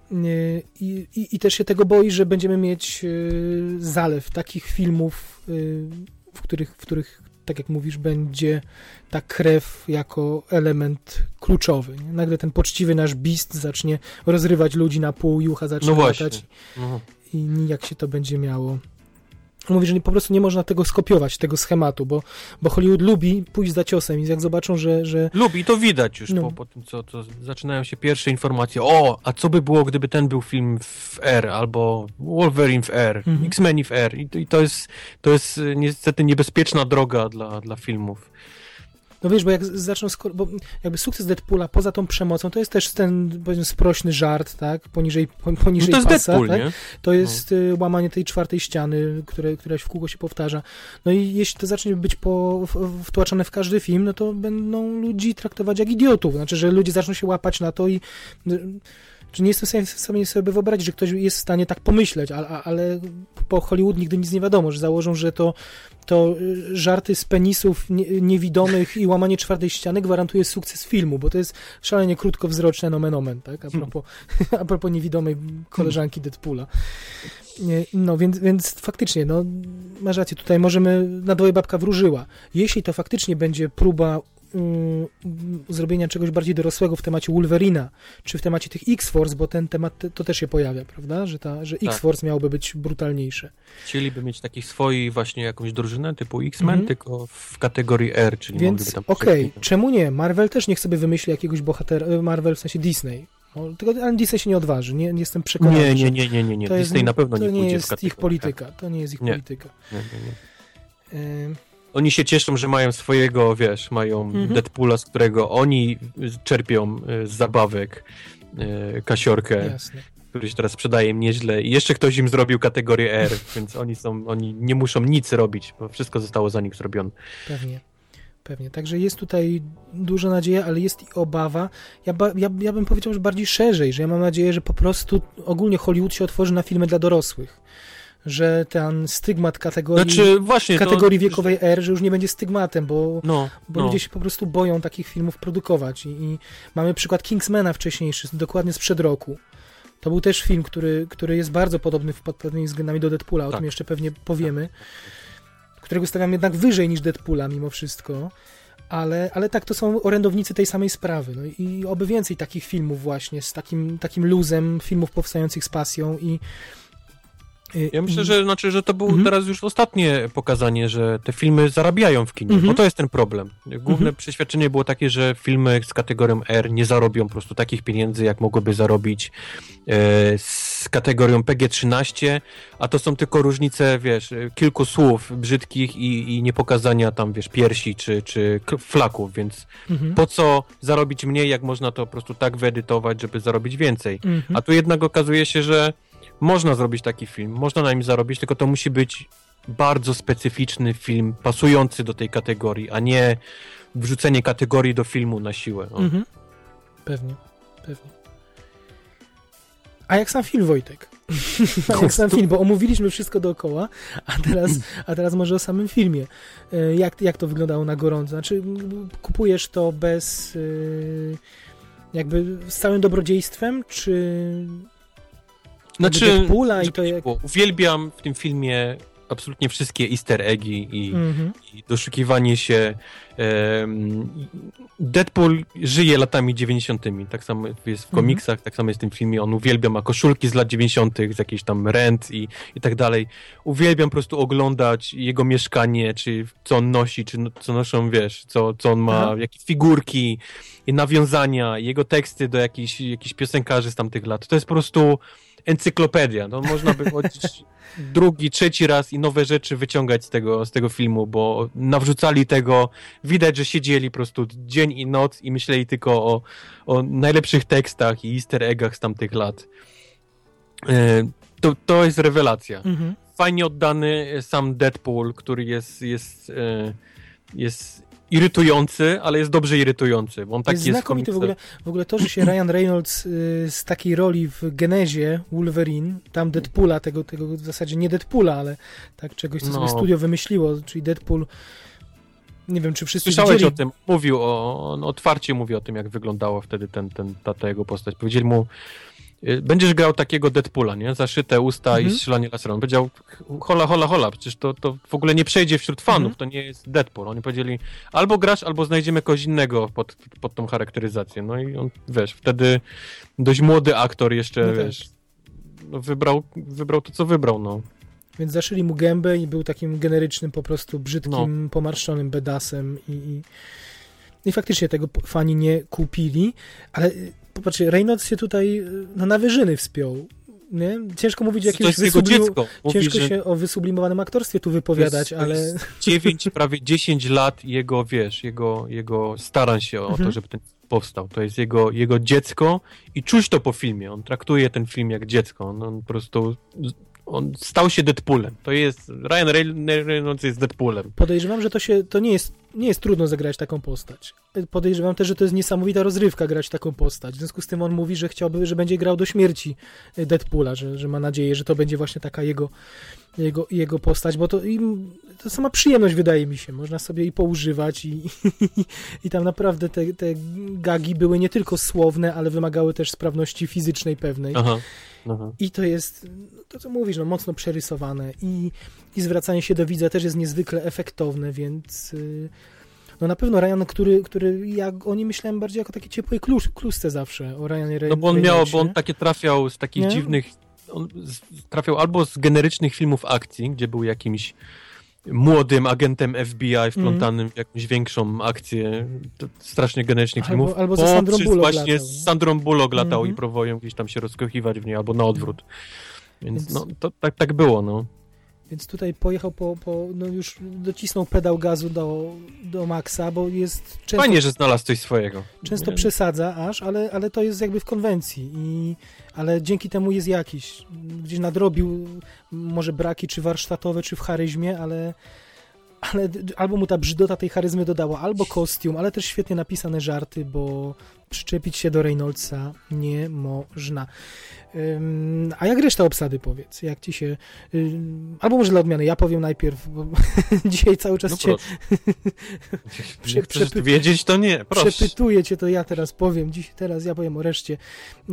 i, i, i też się tego boi, że będziemy mieć zalew takich filmów, w których, w których tak jak mówisz, będzie ta krew jako element kluczowy. Nie? Nagle ten poczciwy nasz Beast zacznie rozrywać ludzi na pół, jucha zacznie no latać no. i nijak się to będzie miało. Mówi, że nie, po prostu nie można tego skopiować, tego schematu, bo, bo Hollywood lubi pójść za ciosem i jak zobaczą, że... że... Lubi, to widać już no. po, po tym, co to zaczynają się pierwsze informacje. O, a co by było, gdyby ten był film w R, albo Wolverine w R, mhm. X-Men w R. I to, i to jest, to jest niestety niebezpieczna droga dla, dla filmów. No wiesz, bo jak zaczną, bo jakby sukces Deadpoola poza tą przemocą, to jest też ten, powiedzmy, sprośny żart, tak, poniżej, poniżej no to jest pasa, Deadpool, tak? Nie? To jest no. łamanie tej czwartej ściany, które, któraś w kółko się powtarza. No i jeśli to zacznie być po, w, wtłaczane w każdy film, no to będą ludzi traktować jak idiotów, znaczy, że ludzie zaczną się łapać na to i... Czy nie jestem w stanie sobie wyobrazić, że ktoś jest w stanie tak pomyśleć, ale, ale po Hollywood nigdy nic nie wiadomo, że założą, że to, to żarty z penisów nie, niewidomych i łamanie czwartej ściany gwarantuje sukces filmu, bo to jest szalenie krótkowzroczne nomen omen, tak? A propos, a propos niewidomej koleżanki Deadpoola. No więc, więc faktycznie, no masz rację, tutaj możemy, na dwoje babka wróżyła. Jeśli to faktycznie będzie próba Um, zrobienia czegoś bardziej dorosłego w temacie Wolverina, czy w temacie tych X-Force, bo ten temat to też się pojawia, prawda? Że, ta, że tak. X-Force miałoby być brutalniejsze. Chcieliby mieć takich swoich właśnie jakąś drużynę typu X-Men, mm-hmm. tylko w kategorii R, czyli więc mogliby tam... okej, okay, czemu nie? Marvel też niech sobie wymyśli jakiegoś bohatera, Marvel w sensie Disney. No, tylko, ale Disney się nie odważy, nie, nie jestem przekonany. Nie, nie, nie, nie, nie, nie. To Disney jest, na pewno nie pójdzie pójdzie w To nie jest w ich polityka, to nie jest ich nie. polityka. Nie, nie, nie. Y- Oni się cieszą, że mają swojego, wiesz, mają mm-hmm. Deadpoola, z którego oni czerpią z zabawek e, kasiorkę, Jasne. który się teraz sprzedaje im nieźle i jeszcze ktoś im zrobił kategorię R, więc oni są, oni nie muszą nic robić, bo wszystko zostało za nich zrobione. Pewnie. Pewnie. Także jest tutaj duża nadzieja, ale jest i obawa. Ja, ba, ja, ja bym powiedział, że bardziej szerzej, że ja mam nadzieję, że po prostu ogólnie Hollywood się otworzy na filmy dla dorosłych. Że ten stygmat kategorii, znaczy, właśnie, kategorii to... wiekowej R, że już nie będzie stygmatem, bo, no, bo no. ludzie się po prostu boją takich filmów produkować. I, i mamy przykład Kingsmana wcześniejszy, dokładnie sprzed roku. To był też film, który, który jest bardzo podobny pod pewnymi względami do Deadpoola, o tak. tym jeszcze pewnie powiemy, którego stawiam jednak wyżej niż Deadpoola mimo wszystko. Ale, ale tak, to są orędownicy tej samej sprawy. No i oby więcej takich filmów właśnie, z takim, takim luzem, filmów powstających z pasją i Ja myślę, że, znaczy, że to było mm-hmm. teraz już ostatnie pokazanie, że te filmy zarabiają w kinie, mm-hmm. bo to jest ten problem. Główne mm-hmm. przeświadczenie było takie, że filmy z kategorią R nie zarobią po prostu takich pieniędzy, jak mogłyby zarobić e, z kategorią P G trzynaście, a to są tylko różnice, wiesz, kilku słów brzydkich i, i niepokazania tam, wiesz, piersi czy, czy flaków, więc mm-hmm. po co zarobić mniej, jak można to po prostu tak wyedytować, żeby zarobić więcej. Mm-hmm. A tu jednak okazuje się, że można zrobić taki film, można na nim zarobić, tylko to musi być bardzo specyficzny film, pasujący do tej kategorii, a nie wrzucenie kategorii do filmu na siłę. No. Mhm. Pewnie, pewnie. A jak sam film, Wojtek? A jak sam film, bo omówiliśmy wszystko dookoła, a teraz, a teraz może o samym filmie. Jak, jak to wyglądało na gorąco? Znaczy, kupujesz to bez jakby z całym dobrodziejstwem, czy... Znaczy, Deadpoola i to jak... uwielbiam w tym filmie absolutnie wszystkie easter eggi i, mm-hmm. i doszukiwanie się. Um, Deadpool żyje latami dziewięćdziesiątymi, tak samo jest w komiksach, mm-hmm. tak samo jest w tym filmie. On uwielbia, ma koszulki z lat dziewięćdziesiątych, z jakiejś tam Rent i, i tak dalej. Uwielbiam po prostu oglądać jego mieszkanie, czy co on nosi, czy no, co noszą, wiesz, co, co on ma, Aha. jakie figurki i nawiązania, jego teksty do jakichś, jakichś piosenkarzy z tamtych lat. To jest po prostu encyklopedia. No, można by chodzić drugi, trzeci raz i nowe rzeczy wyciągać z tego, z tego filmu, bo nawrzucali tego w widać, że siedzieli po prostu dzień i noc i myśleli tylko o, o najlepszych tekstach i easter eggach z tamtych lat. To, to jest rewelacja. Mhm. Fajnie oddany sam Deadpool, który jest, jest, jest irytujący, ale jest dobrze irytujący. Bo on tak jest jest znakomity w ogóle, w ogóle to, że się Ryan Reynolds z takiej roli w genezie Wolverine, tam Deadpoola, tego, tego w zasadzie nie Deadpoola, ale tak czegoś, co no. sobie studio wymyśliło, czyli Deadpool. Nie wiem, czy wszyscy Słyszałeś widzieli... o tym, mówił o, on otwarcie mówi o tym, jak wyglądała wtedy ten, ten, ta, ta jego postać. Powiedzieli mu, będziesz grał takiego Deadpoola, nie? Zaszyte usta mhm. i strzelanie laserem. On powiedział, hola, hola, hola, przecież to, to w ogóle nie przejdzie wśród fanów, mhm. to nie jest Deadpool. Oni powiedzieli, albo grasz, albo znajdziemy kogoś innego pod, pod tą charakteryzację. No i on, wiesz, wtedy dość młody aktor jeszcze, no wiesz, no wybrał, wybrał to, co wybrał, no. Więc zaszyli mu gębę i był takim generycznym, po prostu brzydkim, no. pomarszczonym bedasem i, i, i faktycznie tego fani nie kupili, ale popatrzcie, Reynolds się tutaj no, na wyżyny wspiął. Nie? Ciężko mówić o jakimś wysublim... Mówi, Ciężko się o wysublimowanym aktorstwie tu wypowiadać, jest, ale... dziewięć, prawie dziesięć lat jego, wiesz, jego, jego starań się o mhm. to, żeby ten powstał. To jest jego, jego dziecko i czuć to po filmie. On traktuje ten film jak dziecko. On, on po prostu... On stał się Deadpoolem. To jest... Ryan Reynolds jest Deadpoolem. Podejrzewam, że to się... To nie jest, nie jest trudno zagrać taką postać. Podejrzewam też, że to jest niesamowita rozrywka grać taką postać. W związku z tym on mówi, że chciałby, że będzie grał do śmierci Deadpoola, że, że ma nadzieję, że to będzie właśnie taka jego, jego, jego postać, bo to, i, to sama przyjemność, wydaje mi się. Można sobie i poużywać i, i, i tam naprawdę te, te gagi były nie tylko słowne, ale wymagały też sprawności fizycznej pewnej. Aha. Aha. I to jest, to co mówisz, no, mocno przerysowane i, i zwracanie się do widza też jest niezwykle efektowne, więc no na pewno Ryan, który, który ja o nim myślałem bardziej jako takie ciepłej klusz, klusce zawsze, o Ryanie Reynoldzie. No bo on miał, bo on takie trafiał z takich nie? dziwnych, on trafiał albo z generycznych filmów akcji, gdzie był jakimś młodym agentem F B I wplątanym mm. w jakąś większą akcję strasznie generycznych albo, filmów. Albo ze Sandrą Bullock właśnie latał, z Sandrą Bullock latał mm-hmm. i próbował gdzieś tam się rozkochiwać w niej, albo na odwrót. Więc, Więc no, to tak, tak było, no. Więc tutaj pojechał po, po no już docisnął pedał gazu do, do maksa, bo jest często... Fajnie, że znalazł coś swojego. Często nie? przesadza aż, ale, ale to jest jakby w konwencji. I, ale dzięki temu jest jakiś. Gdzieś nadrobił może braki czy warsztatowe, czy w charyzmie, ale, ale albo mu ta brzydota tej charyzmy dodała, albo kostium, ale też świetnie napisane żarty, bo przyczepić się do Reynoldsa nie można. Um, a jak reszta obsady, powiedz? Jak ci się... Um, albo może dla odmiany, ja powiem najpierw, bo dzisiaj cały czas no cię... Prze, przepy... wiedzieć, to nie, proszę. Przepytuję cię, to ja teraz powiem. Dziś, teraz ja powiem o reszcie. E,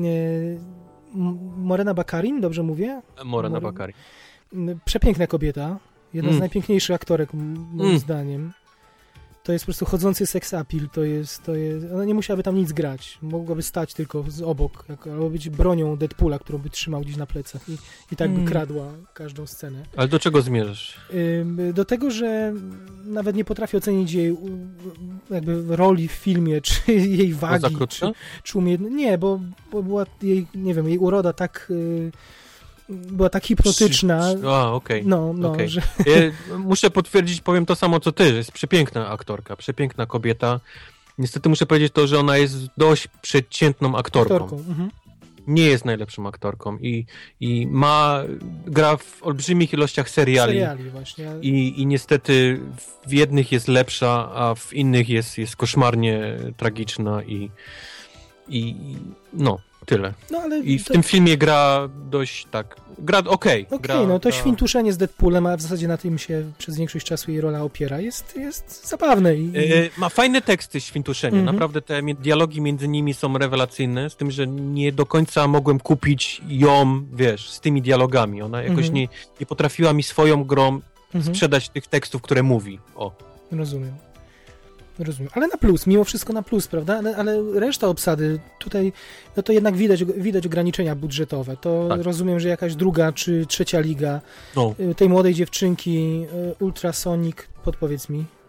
Morena Baccarin, dobrze mówię? Morena More... Baccarin. Przepiękna kobieta. Jedna mm. z najpiękniejszych aktorek, moim mm. zdaniem. To jest po prostu chodzący sex appeal, to jest, to jest... Ona nie musiałaby tam nic grać. Mogłaby stać tylko z obok, jak, albo być bronią Deadpoola, którą by trzymał gdzieś na plecach i, i tak mm. by kradła każdą scenę. Ale do czego zmierzasz? Do tego, że nawet nie potrafię ocenić jej jakby roli w filmie, czy jej wagi, czy, czy umiejętności. Nie, bo, bo była jej, nie wiem, jej uroda tak... była tak hipnotyczna. A, okej. Okay. No, no, okay. że... Ja muszę potwierdzić, powiem to samo co ty, że jest przepiękna aktorka, przepiękna kobieta. Niestety muszę powiedzieć to, że ona jest dość przeciętną aktorką. aktorką. Mhm. Nie jest najlepszą aktorką i, i ma, gra w olbrzymich ilościach seriali. Seriali właśnie. I, i niestety w jednych jest lepsza, a w innych jest, jest koszmarnie tragiczna i, i no, tyle. No, ale I w to... tym filmie gra dość tak, gra okej. Okay. Okej, okay, no to gra... świntuszenie z Deadpoolem, a w zasadzie na tym się przez większość czasu jej rola opiera, jest, jest zabawne. I... Yy, ma fajne teksty świntuszenie, mm-hmm. naprawdę te dialogi między nimi są rewelacyjne, z tym, że nie do końca mogłem kupić ją, wiesz, z tymi dialogami. Ona jakoś mm-hmm. nie, nie potrafiła mi swoją grą mm-hmm. sprzedać tych tekstów, które mówi. O. Rozumiem. Rozumiem, ale na plus, mimo wszystko na plus, prawda? Ale, ale reszta obsady, tutaj, no to jednak widać, widać ograniczenia budżetowe. To tak. Rozumiem, że jakaś druga czy trzecia liga no. tej młodej dziewczynki Ultrasonic, podpowiedz mi.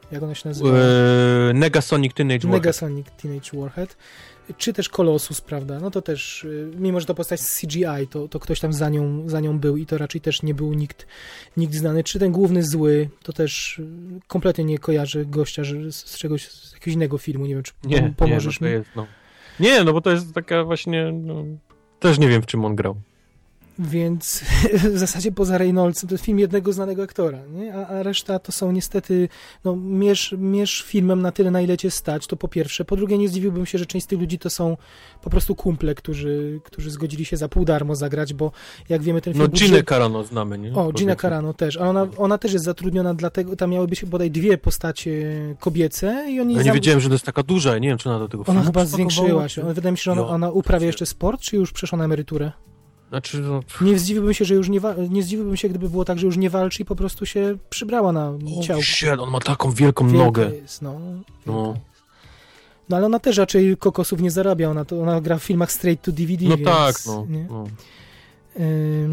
jak ona się nazywa? Eee, Negasonic Teenage Warhead. Negasonic Teenage Warhead. Czy też Colossus, prawda? No to też, y, mimo że to postać z C G I, to, to ktoś tam za nią, za nią był i to raczej też nie był nikt, nikt znany. Czy ten główny zły, to też y, kompletnie nie kojarzę gościa że z, z czegoś, z jakiegoś innego filmu. Nie wiem, czy nie, pom- pomożesz nie, no to mi? jest, no. Nie, no bo to jest taka właśnie, no, też nie wiem, w czym on grał. Więc w zasadzie poza Reynoldsem to jest film jednego znanego aktora, nie? A, a reszta to są niestety, no mierz, mierz filmem na tyle, na ile cię stać, to po pierwsze. Po drugie, nie zdziwiłbym się, że część z tych ludzi to są po prostu kumple, którzy, którzy zgodzili się za pół darmo zagrać, bo jak wiemy ten film... No budżet... Ginę Carano znamy, nie? O, Powiedzmy. Gina Carano też, a ona, ona też jest zatrudniona dlatego, tam miały być bodaj dwie postacie kobiece i oni... Ja nie zam... wiedziałem, że to jest taka duża, ja nie wiem, czy ona do tego Ona filmu chyba przypakowała, zwiększyła czy- się, wydaje mi się, że ona, Jo. ona uprawia jeszcze sport, czy już przeszła na emeryturę? Znaczy, no... Nie zdziwiłbym się, że już nie, wa- nie zdziwiłbym się, gdyby było tak, że już nie walczy i po prostu się przybrała na ciało. Oh shit, on ma taką wielką Wielka nogę. Jest, no. No. no ale ona też raczej kokosów nie zarabia, ona, to, ona gra w filmach straight to D V D, No więc, tak, no. nie? no. Ym,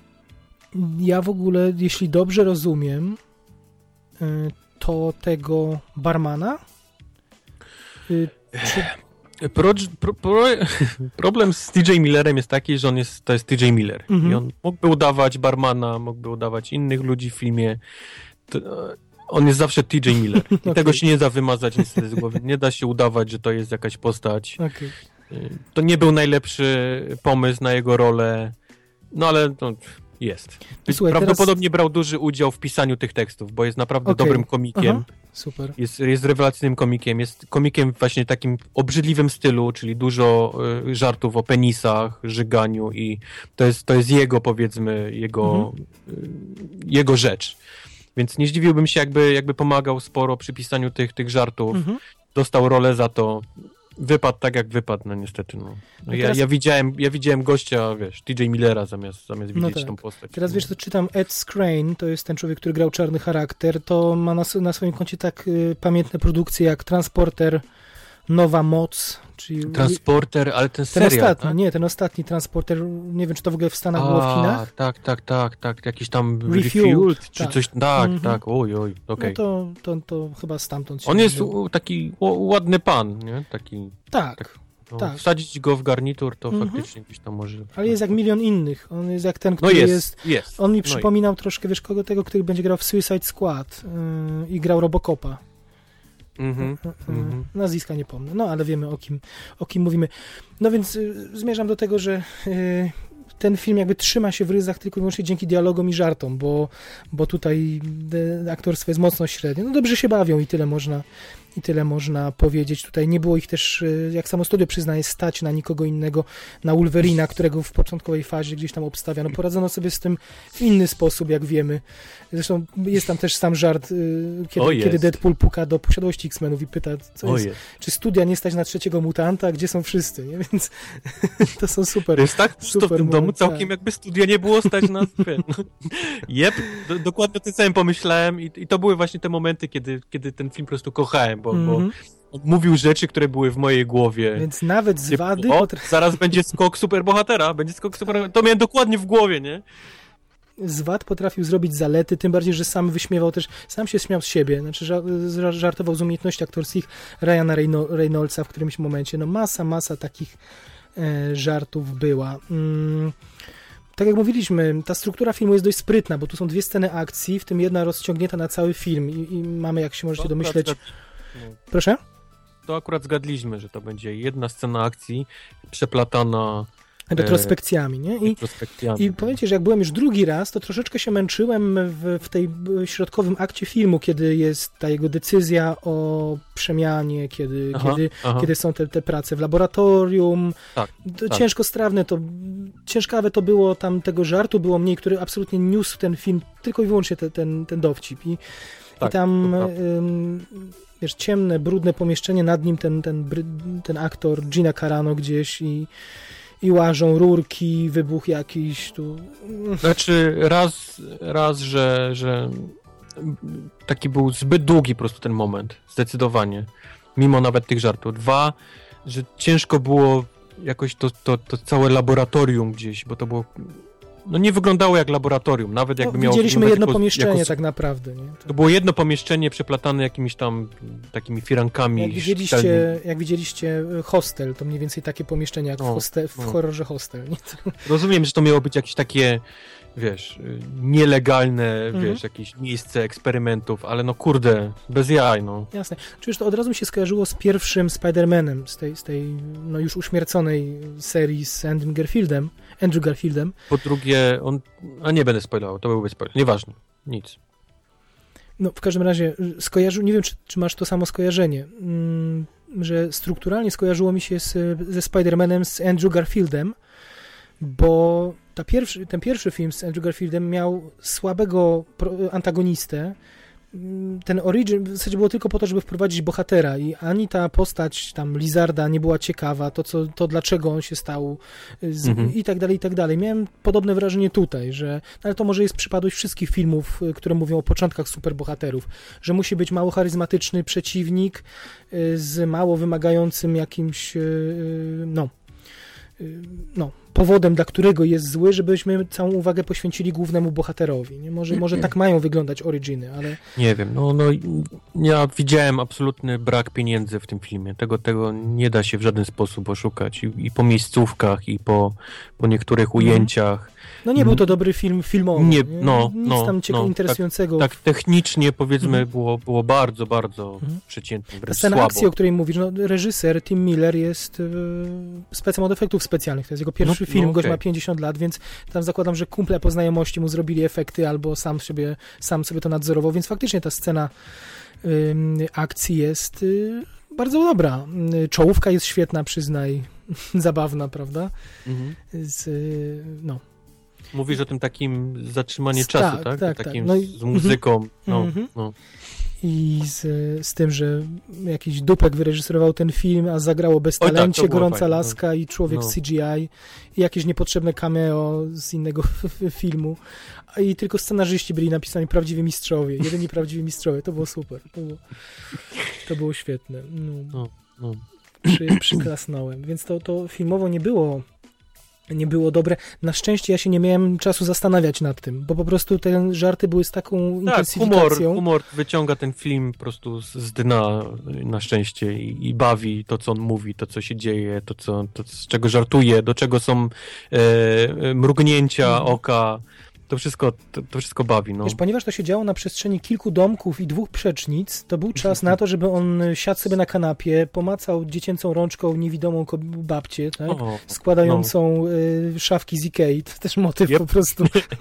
ja w ogóle, jeśli dobrze rozumiem, y, to tego barmana y, czy, Pro, pro, pro, problem z T J Millerem jest taki, że on jest, to jest T J Miller. Mhm. I on mógłby udawać barmana, mógłby udawać innych ludzi w filmie. To, on jest zawsze T J Miller. I Okej. tego się nie da wymazać niestety z głowy. Nie da się udawać, że to jest jakaś postać. okay. To nie był najlepszy pomysł na jego rolę, no ale no, jest. Słuchaj, Prawdopodobnie teraz... brał duży udział w pisaniu tych tekstów, bo jest naprawdę Okej. dobrym komikiem. Aha. Super. Jest, jest rewelacyjnym komikiem, jest komikiem właśnie takim obrzydliwym stylu, czyli dużo y, żartów o penisach, żyganiu i to jest, to jest jego, powiedzmy, jego, Mhm. y, jego rzecz. Więc nie zdziwiłbym się, jakby, jakby pomagał sporo przy pisaniu tych, tych żartów. Mhm. Dostał rolę za to. Wypadł tak, jak wypadł, no niestety. No. No ja, teraz- ja, widziałem, ja widziałem gościa, wiesz, T J Millera zamiast, zamiast No widzieć tak. tą postać. Teraz wiesz, to czytam Ed Skrein, to jest ten człowiek, który grał czarny charakter, to ma na, na swoim koncie tak y, pamiętne produkcje jak Transporter, Nowa Moc, czyli... Transporter, ale ten ten serial, ostatni, tak? nie, ten ostatni Transporter, nie wiem, czy to w ogóle w Stanach było w A, Chinach. tak, tak, tak, tak, jakiś tam Refueled, Refueled, czy tak. coś, tak, Mhm. tak, oj, oj, okej. No to, to, to chyba stamtąd się On jest wziął. u- taki ł- ładny pan, nie? Taki, Tak, no, tak. wsadzić go w garnitur, to Mhm. faktycznie gdzieś tam może... ale jest jak milion innych. On jest jak ten, No który jest, jest... jest. On mi No i- przypominał troszkę, wiesz, kogo tego, który będzie grał w Suicide Squad yy, i grał Robocopa. Mhm, mhm. Nazwiska nie pomnę, no ale wiemy o kim, o kim mówimy. No więc y, zmierzam do tego, że y, ten film jakby trzyma się w ryzach tylko i wyłącznie dzięki dialogom i żartom, bo, bo tutaj y, aktorstwo jest mocno średnie. No dobrze się bawią i tyle można, i tyle można powiedzieć. Tutaj nie było ich też, y, jak samo studio przyznaje, stać na nikogo innego, na Wolverina, którego w początkowej fazie gdzieś tam obstawiano. Poradzono sobie z tym w inny sposób, jak wiemy. Zresztą jest tam też sam żart, y, O, kiedy, jest. kiedy Deadpool puka do posiadłości X-Menów i pyta, co O jest, jest. czy studia nie stać na trzeciego mutanta, gdzie są wszyscy, nie? Więc to są super. To jest tak pusto w super tym domu, moment, całkiem tak. jakby studia nie było stać na... Jep, do, dokładnie o tym samym pomyślałem i, i to były właśnie te momenty, kiedy, kiedy ten film po prostu kochałem, bo, bo Mhm. on mówił rzeczy, które były w mojej głowie. Więc nawet z Typu, wady... o, Potra- zaraz będzie skok superbohatera, będzie skok super... To miałem dokładnie w głowie, nie? z wad potrafił zrobić zalety, tym bardziej, że sam wyśmiewał też, sam się śmiał z siebie, znaczy ża- żartował z umiejętności aktorskich Ryana Reyno- Reynoldsa w którymś momencie. No masa, masa takich e, żartów była. Mm. Tak jak mówiliśmy, ta struktura filmu jest dość sprytna, bo tu są dwie sceny akcji, w tym jedna rozciągnięta na cały film i, i mamy, jak się możecie To domyśleć... akurat zgad- no, Proszę? to akurat zgadliśmy, że to będzie jedna scena akcji przeplatana Retrospekcjami, nie? I retrospekcjami. I powiem ci, że jak byłem już drugi raz, to troszeczkę się męczyłem w, w tej środkowym akcie filmu, kiedy jest ta jego decyzja o przemianie, kiedy, Aha, kiedy, aha. kiedy są te, te prace w laboratorium. Tak, To tak. ciężko strawne, to ciężkawe to było, tam tego żartu było mniej, który absolutnie niósł ten film, tylko i wyłącznie te, ten, ten dowcip. I, Tak, i tam to prawda. ym, wiesz, ciemne, brudne pomieszczenie, nad nim ten, ten, bry- ten aktor Gina Carano gdzieś i i łażą rurki, wybuch jakiś tu. Znaczy raz, raz że, że taki był zbyt długi po prostu ten moment, zdecydowanie, mimo nawet tych żartów. Dwa, że ciężko było jakoś to, to, to całe laboratorium gdzieś, bo to było no nie wyglądało jak laboratorium, nawet jakby no, miało widzieliśmy jedno jako, pomieszczenie jako, tak naprawdę. Nie? To... to było jedno pomieszczenie przeplatane jakimiś tam takimi firankami. Jak widzieliście, jak widzieliście Hostel, to mniej więcej takie pomieszczenia jak no, w, hoste, w no. horrorze Hostel. Nie? Rozumiem, że to miało być jakieś takie, wiesz, nielegalne, mhm. wiesz, jakieś miejsce eksperymentów, ale no kurde, bez jaj, no. Jasne. Czyż to od razu mi się skojarzyło z pierwszym Spider-Manem, z tej, z tej no już uśmierconej serii z Andrew Garfieldem, Andrew Garfieldem. Po drugie, on, a nie będę spoilował, to byłby spoiler, nieważne, nic. No, w każdym razie skojarzył, nie wiem, czy, czy masz to samo skojarzenie, mm, że strukturalnie skojarzyło mi się z, ze Spider-Manem z Andrew Garfieldem, bo ta pierwszy, ten pierwszy film z Andrew Garfieldem miał słabego antagonistę. Ten origin w zasadzie było tylko po to, żeby wprowadzić bohatera i ani ta postać tam Lizarda nie była ciekawa, to, co, to dlaczego on się stał z, mhm. i tak dalej, i tak dalej. Miałem podobne wrażenie tutaj, że ale to może jest przypadłość wszystkich filmów, które mówią o początkach superbohaterów, że musi być mało charyzmatyczny przeciwnik z mało wymagającym jakimś no no, powodem, dla którego jest zły, żebyśmy całą uwagę poświęcili głównemu bohaterowi. Nie? Może, może tak mają wyglądać originy, ale... Nie wiem, no, no ja widziałem absolutny brak pieniędzy w tym filmie. Tego, tego nie da się w żaden sposób oszukać. I, i po miejscówkach, i po, po niektórych ujęciach. No nie był to dobry film filmowy. Nie, nie? No, Nic no, tam ciekawe, no, interesującego. Tak, tak technicznie powiedzmy mhm. było, było bardzo, bardzo mhm. przeciętnie, wręcz Scena słabo. akcji, o której mówisz, no, reżyser Tim Miller jest yy, specem od efektów specjalnych. To jest jego pierwszy no, film, no, gość okay. ma pięćdziesiąt lat, więc tam zakładam, że kumple po znajomości mu zrobili efekty albo sam sobie, sam sobie to nadzorował, więc faktycznie ta scena yy, akcji jest yy, bardzo dobra. Yy, czołówka jest świetna, przyznaj, zabawna, prawda? Mhm. Z, yy, no. Mówisz o tym takim zatrzymanie tak, czasu, tak? tak, takim tak. No z muzyką. Mm-hmm. No, mm-hmm. no. I z, z tym, że jakiś dupek wyreżyserował ten film, a zagrało bez talencie, tak, Gorąca fajne. Laska i Człowiek no. C G I i jakieś niepotrzebne cameo z innego filmu. I tylko scenarzyści byli napisani prawdziwi mistrzowie. Jedyni prawdziwi mistrzowie. To było super. To było, to było świetne. No. No, no. Przy, przyklasnąłem. Więc to, to filmowo nie było nie było dobre. Na szczęście ja się nie miałem czasu zastanawiać nad tym, bo po prostu te żarty były z taką tak, intensyfikacją. Humor, humor wyciąga ten film po prostu z, z dna na szczęście i, i bawi to, co on mówi, to, co się dzieje, to, co, to z czego żartuje, do czego są e, mrugnięcia mhm. oka. To wszystko, to, to wszystko bawi. No. Wiesz, ponieważ to się działo na przestrzeni kilku domków i dwóch przecznic, to był czas na to, żeby on siadł sobie na kanapie, pomacał dziecięcą rączką niewidomą babcię, tak? o, składającą no. y, szafki z Ikei. To też motyw yep. po prostu.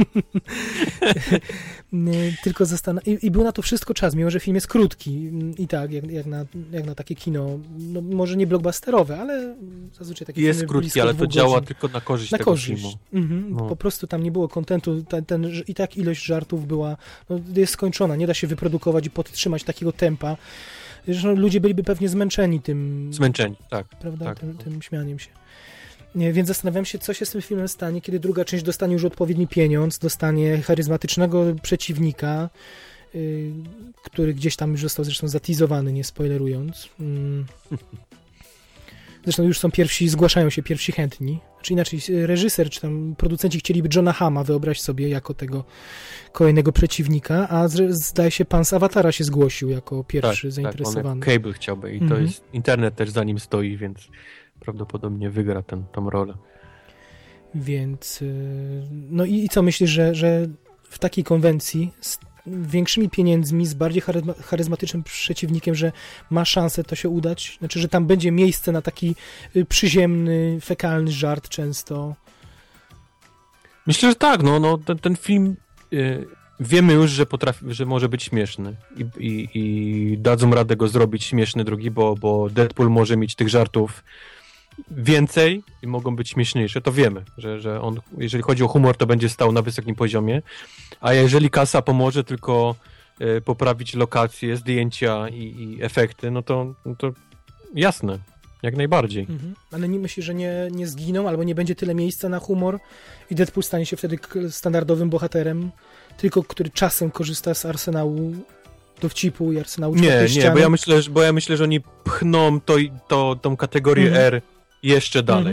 Tylko zastan- I, I był na to wszystko czas, mimo że film jest krótki. I tak, jak, jak, na, jak na takie kino, no, może nie blockbusterowe, ale zazwyczaj takie jest filmy krótki, ale to działa godzin. tylko na korzyść na tego korzyść. filmu. Mhm. No. Po prostu tam nie było kontentu. Ten, ten, I tak ilość żartów była, no, jest skończona. Nie da się wyprodukować i podtrzymać takiego tempa. Zresztą ludzie byliby pewnie zmęczeni tym. Zmęczeni, tak. Prawda? Tak. Tym, tym śmianiem się. Nie, więc zastanawiam się, co się z tym filmem stanie, kiedy druga część dostanie już odpowiedni pieniądz, dostanie charyzmatycznego przeciwnika, yy, który gdzieś tam już został zresztą zatizowany, nie spoilerując. Yy. Zresztą już są pierwsi, zgłaszają się pierwsi chętni. Czy inaczej, reżyser, czy tam producenci chcieliby Johna Hamma, wyobraź sobie, jako tego kolejnego przeciwnika, a z, zdaje się pan z Awatara się zgłosił jako pierwszy tak, zainteresowany. Tak, Cable chciałby i mhm. to jest, internet też za nim stoi, więc prawdopodobnie wygra ten, tą rolę. Więc, no i, i co myślisz, że, że w takiej konwencji z większymi pieniędzmi, z bardziej charyzmatycznym przeciwnikiem, że ma szansę to się udać? Znaczy, że tam będzie miejsce na taki przyziemny, fekalny żart często? Myślę, że tak. No, no, ten, ten film y, wiemy już, że potrafi, że może być śmieszny i, i, i dadzą radę go zrobić śmieszny drugi, bo, bo Deadpool może mieć tych żartów więcej i mogą być śmieszniejsze, to wiemy, że, że on, jeżeli chodzi o humor, to będzie stał na wysokim poziomie, a jeżeli kasa pomoże tylko y, poprawić lokacje, zdjęcia i, i efekty, no to, no to jasne, jak najbardziej. Mhm. Ale nie myślisz, że nie, nie zginą, albo nie będzie tyle miejsca na humor i Deadpool stanie się wtedy standardowym bohaterem, tylko który czasem korzysta z arsenału dowcipu i arsenału Nie, ściany? nie, bo ja myślę, że, bo ja myślę, że oni pchną to, to, tą kategorię mhm. R jeszcze dalej.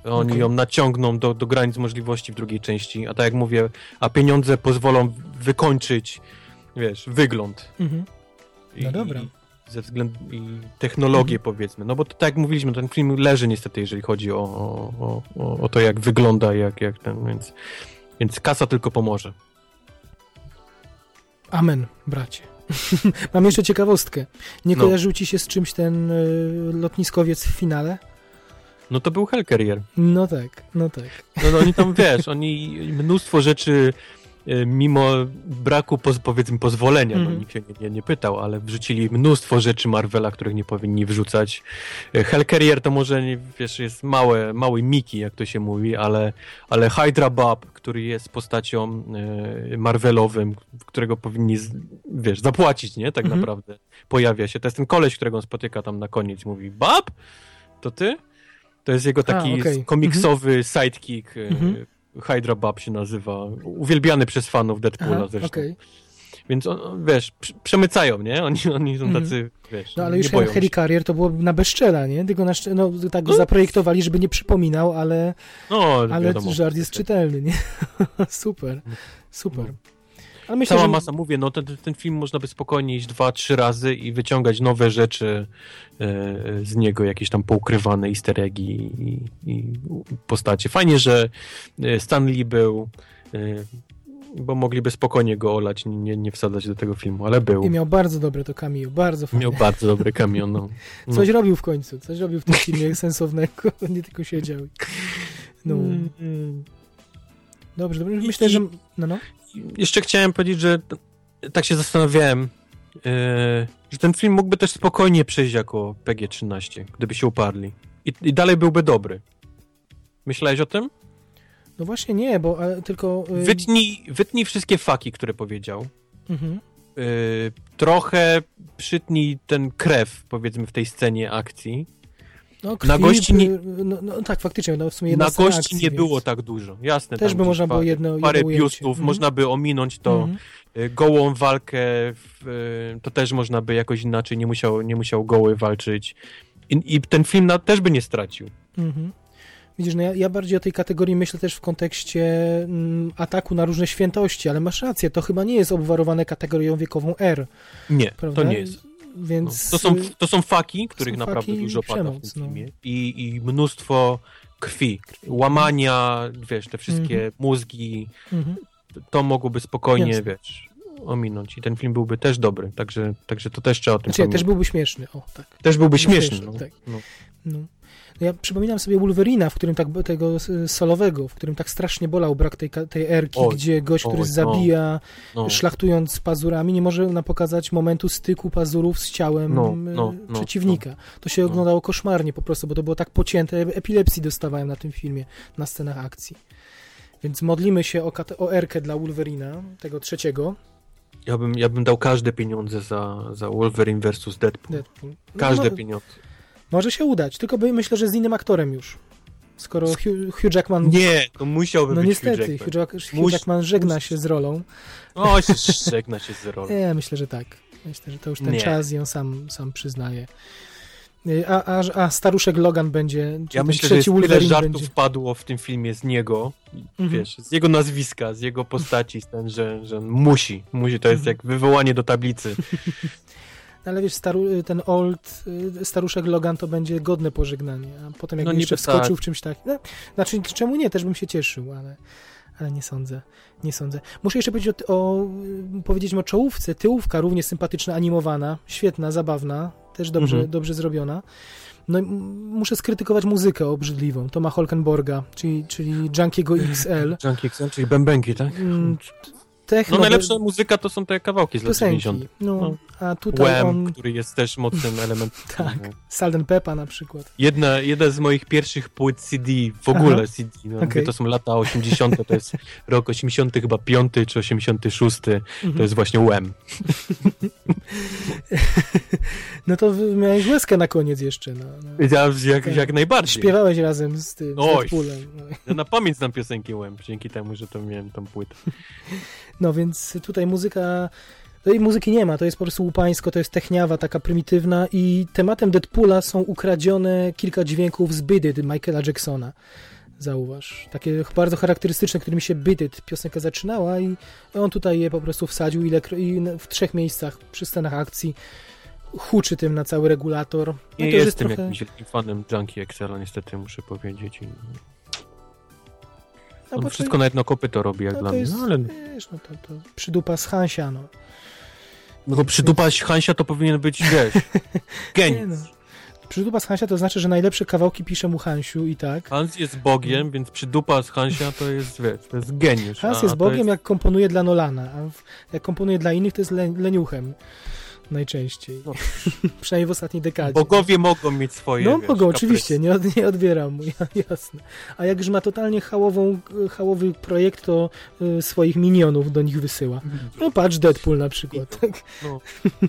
Oni Okay. ją naciągną do, do granic możliwości w drugiej części, a tak jak mówię, a pieniądze pozwolą wykończyć, wiesz, wygląd. Mhm. No I, dobra. I ze względu i technologię, mhm. powiedzmy. No bo to, tak jak mówiliśmy, ten film leży niestety, jeżeli chodzi o, o, o, o to, jak wygląda, jak, jak ten, więc, więc kasa tylko pomoże. Amen, bracie. Mam jeszcze ciekawostkę. Nie No. kojarzył ci się z czymś ten y, lotniskowiec w finale? No to był Hellcarrier. No tak, no tak. No, no oni tam, wiesz, oni mnóstwo rzeczy y, mimo braku, poz, powiedzmy, pozwolenia, Mhm. no nikt się nie, nie, nie pytał, ale wrzucili mnóstwo rzeczy Marvela, których nie powinni wrzucać. Y, Hellcarrier to może, nie, wiesz, jest małe, mały Mickey, jak to się mówi, ale, ale Hydra Bob, który jest postacią y, Marvelowym, którego powinni, z, wiesz, zapłacić, nie? Tak Mhm. naprawdę. Pojawia się. To jest ten koleś, którego on spotyka tam na koniec. Mówi, Bob? To ty? To jest jego taki A, okay. komiksowy mhm. sidekick. Mhm. Hydra Bob się nazywa. Uwielbiany przez fanów Deadpoola Aha, zresztą. okay. Więc on, wiesz, przemycają, nie? Oni, oni są tacy, mhm. wiesz, no ale nie już boją Helicarrier to było na bezczela, nie? Tylko na, no, tak go no. zaprojektowali, żeby nie przypominał, ale, no, ale wiadomo, żart jest czytelny, nie? Super, super. No. Ale myślę, Cała że... masa, mówię, no ten, ten film można by spokojnie iść dwa, trzy razy i wyciągać nowe rzeczy e, z niego, jakieś tam poukrywane easter eggi i, i postacie. Fajnie, że Stan Lee był, e, bo mogliby spokojnie go olać, nie, nie wsadzać do tego filmu, ale był. I miał bardzo dobre to cameo, bardzo fajne. Miał bardzo dobry cameo, no. no. Coś robił w końcu, coś robił w tym filmie sensownego, nie tylko siedział. No. Mm. Dobrze, dobrze, myślę, że... No, no. Jeszcze chciałem powiedzieć, że tak się zastanawiałem, yy, że ten film mógłby też spokojnie przejść jako P G trzynaście, gdyby się uparli. I, i dalej byłby dobry. Myślałeś o tym? No właśnie nie, bo ale tylko... Yy... Wytnij, wytnij wszystkie faki, które powiedział. Mhm. Yy, trochę przytnij ten krew, powiedzmy, w tej scenie akcji. No, krwi, na gości nie... no, no tak, faktycznie, no w sumie jedna Na gości akcji, nie więc... było tak dużo, jasne. Też tam by można parę, było jedno parę jedno biustów, mhm. można by ominąć to. Mhm. Gołą walkę, w, to też można by jakoś inaczej, nie musiał, nie musiał goły walczyć. I, i ten film na, też by nie stracił. Mhm. Widzisz, no ja, ja bardziej o tej kategorii myślę też w kontekście mm, ataku na różne świętości, ale masz rację, to chyba nie jest obwarowane kategorią wiekową R. Nie, prawda? to nie jest. Więc... No, to, są, to są faki, których są naprawdę faki dużo przemoc, pada w tym no. filmie. I, I mnóstwo krwi, łamania, wiesz, te wszystkie mhm. mózgi, mhm. to mogłoby spokojnie, Jasne. wiesz, ominąć. I ten film byłby też dobry, także, także to też trzeba o tym znaczy, pamiętać. Też byłby śmieszny, o tak. Też byłby śmieszny, śmieszny no. tak. no. no. Ja przypominam sobie Wolverina, w którym tak, tego solowego, w którym tak strasznie bolał brak tej, tej erki, oj, gdzie gość, który oj, zabija, no. szlachtując pazurami, nie może nam pokazać momentu styku pazurów z ciałem no, no, przeciwnika. no, to się no. oglądało koszmarnie po prostu, bo to było tak pocięte, epilepsji dostawałem na tym filmie, na scenach akcji. Więc modlimy się o, o erkę dla Wolverina, tego trzeciego. Ja bym, ja bym dał każde pieniądze za, za Wolverine versus Deadpool. Deadpool. Każde no, pieniądze. Może się udać, tylko by, myślę, że z innym aktorem już. Skoro Hugh, Hugh Jackman... Nie, to musiałby no być niestety, Hugh Jackman. Hugh, Jack, Hugh Musi, Jackman żegna musi. się z rolą. O, się żegna się z rolą. Nie, myślę, że tak. Myślę, że to już ten Nie. czas i on sam, sam przyznaje. A, a, a staruszek Logan będzie... Ja myślę, że jest tyle żartów będzie... padło w tym filmie z niego, mhm. wiesz, z jego nazwiska, z jego postaci, ten, że, że musi, musi, to jest mhm. jak wywołanie do tablicy. Ale wiesz, staru, ten old, staruszek Logan to będzie godne pożegnanie, a potem jak no jeszcze wskoczył tak. w czymś takim. No, znaczy, czemu nie? Też bym się cieszył, ale, ale nie sądzę. Nie sądzę. Muszę jeszcze powiedzieć o, o, powiedzieć o czołówce. Tyłówka równie sympatyczna, animowana, świetna, zabawna, też dobrze, mhm. dobrze zrobiona. No muszę skrytykować muzykę obrzydliwą. Toma Holkenborga, czyli, czyli Junkiego X L. Junkie X L, czyli bębenki, tak? Mm, Techno, no najlepsza be... muzyka to są te kawałki z lat dziewięćdziesiątych. No, no. A tutaj Wham, on... który jest też mocnym elementem. tak, Salt and Peppa na przykład. Jedna, jedna z moich pierwszych płyt C D, w ogóle Aha. C D, no, okay. to są lata osiemdziesiąte, to jest rok osiemdziesiąty chyba piąty czy osiemdziesiąty szósty, mhm. to jest właśnie Wham. No to miałeś łezkę na koniec jeszcze. No, no. Ja, jak, jak najbardziej. Śpiewałeś razem z tym, z Deadpoolem. No. Ja na pamięć znam piosenki Wham, dzięki temu, że to miałem tą płytę. No więc tutaj muzyka, no i muzyki nie ma, to jest po prostu łupańsko, to jest techniawa taka prymitywna i tematem Deadpoola są ukradzione kilka dźwięków z Beat It Michaela Jacksona. Zauważ. Takie bardzo charakterystyczne, którymi się Beat It piosenka zaczynała i on tutaj je po prostu wsadził ile, i w trzech miejscach przy scenach akcji huczy tym na cały regulator. No Nie to już jestem jest trochę... jakimś wielkim fanem Junkie X L, niestety muszę powiedzieć. I... No On bo wszystko to, na jedno kopyto robi, jak no dla to mnie. jest, No ale wiesz, no to, to przydupa z Hansia, no. no, przydupaś Hansia to powinien być, wiesz, Nie, geniusz. no. Przydupa z Hansia to znaczy, że najlepsze kawałki pisze mu Hansiu i tak. Hans jest Bogiem, więc przydupa z Hansia to jest, wiesz, to jest geniusz. Hans a jest to Bogiem, jest... jak komponuje dla Nolana, a w, jak komponuje dla innych, to jest le, leniuchem. Najczęściej. No. Przynajmniej w ostatniej dekadzie. Bogowie mogą mieć swoje, No wiesz, mogą, kaprysy. oczywiście, nie, od, nie odbieram mu, jasne. A jak już ma totalnie hałową, hałowy projekt, to y, swoich minionów do nich wysyła. No patrz, Deadpool na przykład. Tak? No.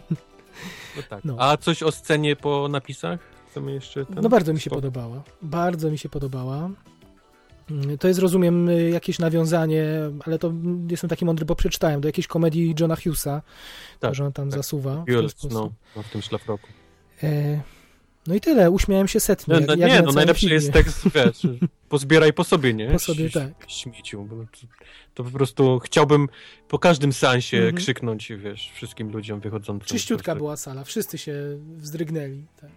No tak. No. A coś o scenie po napisach? Chcemy jeszcze ten... No bardzo mi się Spoko. podobała. Bardzo mi się podobała. Mm, To jest, rozumiem, y, jakieś nawiązanie, ale to mm, jestem taki mądry, bo przeczytałem, do jakiejś komedii Johna Hughesa, Tak, że on tam tak. zasuwa. w ten Jules, sposób. no, no, w tym szlafroku. E, no i tyle, uśmiałem się setnie. No, jak, no, jak nie, na no całym najlepszy filmie. jest tekst, wiesz, pozbieraj po sobie, nie? Po sobie, Ś- tak. Śmieciu. Bo to, to po prostu chciałbym po każdym seansie Mhm. krzyknąć, wiesz, wszystkim ludziom wychodzącym. Czyściutka po- była sala, wszyscy się wzdrygnęli. Tak.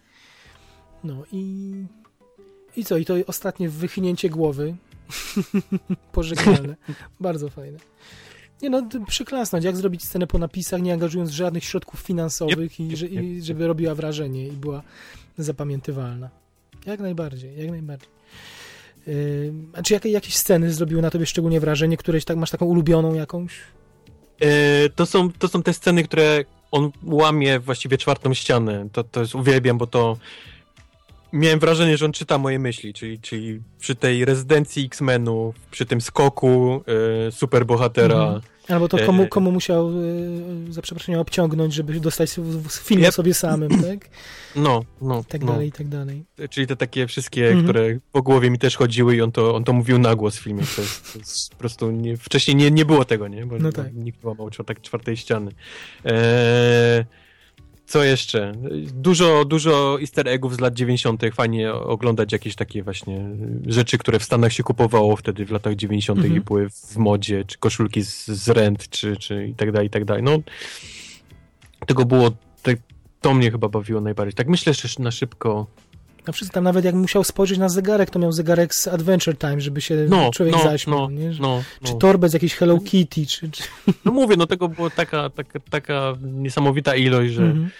No i... I co? I to ostatnie wychnięcie głowy. Pożegnalne. Bardzo fajne. Nie no, d- przyklasnąć, jak zrobić scenę po napisach, nie angażując żadnych środków finansowych i, Yep, że, yep, i yep. żeby robiła wrażenie i była zapamiętywalna. Jak najbardziej, jak najbardziej. Yy, a czy jakie, jakieś sceny zrobiły na tobie szczególnie wrażenie, któreś tak masz taką ulubioną jakąś? E, to, są, to są te sceny, które on łamie właściwie czwartą ścianę. To, to jest, uwielbiam, bo to miałem wrażenie, że on czyta moje myśli, czyli, czyli przy tej rezydencji X-Menów, przy tym skoku e, superbohatera. Mhm. Albo to komu, E, komu musiał yy, za przeproszeniem obciągnąć, żeby dostać w, w film Yep. o sobie samym, tak? No, no, I tak no. dalej, i tak dalej. Czyli te takie wszystkie, Mhm. które po głowie mi też chodziły i on to, on to mówił na głos w filmie. To jest, to jest po prostu nie, wcześniej nie, nie było tego, nie? Bo No tak. nikt nie łamał tak czwartej ściany. Eee, co jeszcze? Dużo, dużo easter eggów z lat dziewięćdziesiątych. Fajnie oglądać jakieś takie właśnie rzeczy, które w Stanach się kupowało wtedy w latach dziewięćdziesiątych Mhm. i były w modzie, czy koszulki z, z Rent, czy, czy i tak dalej, i tak dalej. No, tego było, te, to mnie chyba bawiło najbardziej. Tak myślę, że na szybko. No wszyscy tam nawet jak musiał spojrzeć na zegarek, to miał zegarek z Adventure Time, żeby się No, człowiek no, zaśmiał, no, nie? Że, no, Czy no. torbę z jakiejś Hello Kitty, czy... czy... No mówię, no tego była taka, taka, taka niesamowita ilość, że Mhm.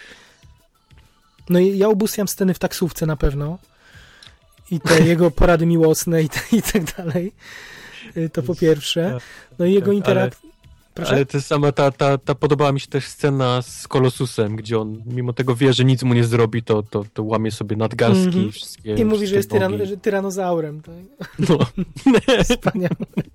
No i ja ubóstwiam sceny w taksówce na pewno i te jego porady miłosne i, te, i tak dalej. Y, To po pierwsze. No i jego tak, interakcja... Proszę? ale to sama ta, ta, ta podobała mi się też scena z Kolosusem, gdzie on mimo tego wie, że nic mu nie zrobi, to, to, to łamie sobie nadgarstki Mhm. i wszystkie I mówi, wszystkie że jest tyran, nogi. że tyranozaurem. Tak? No. Wspaniałe.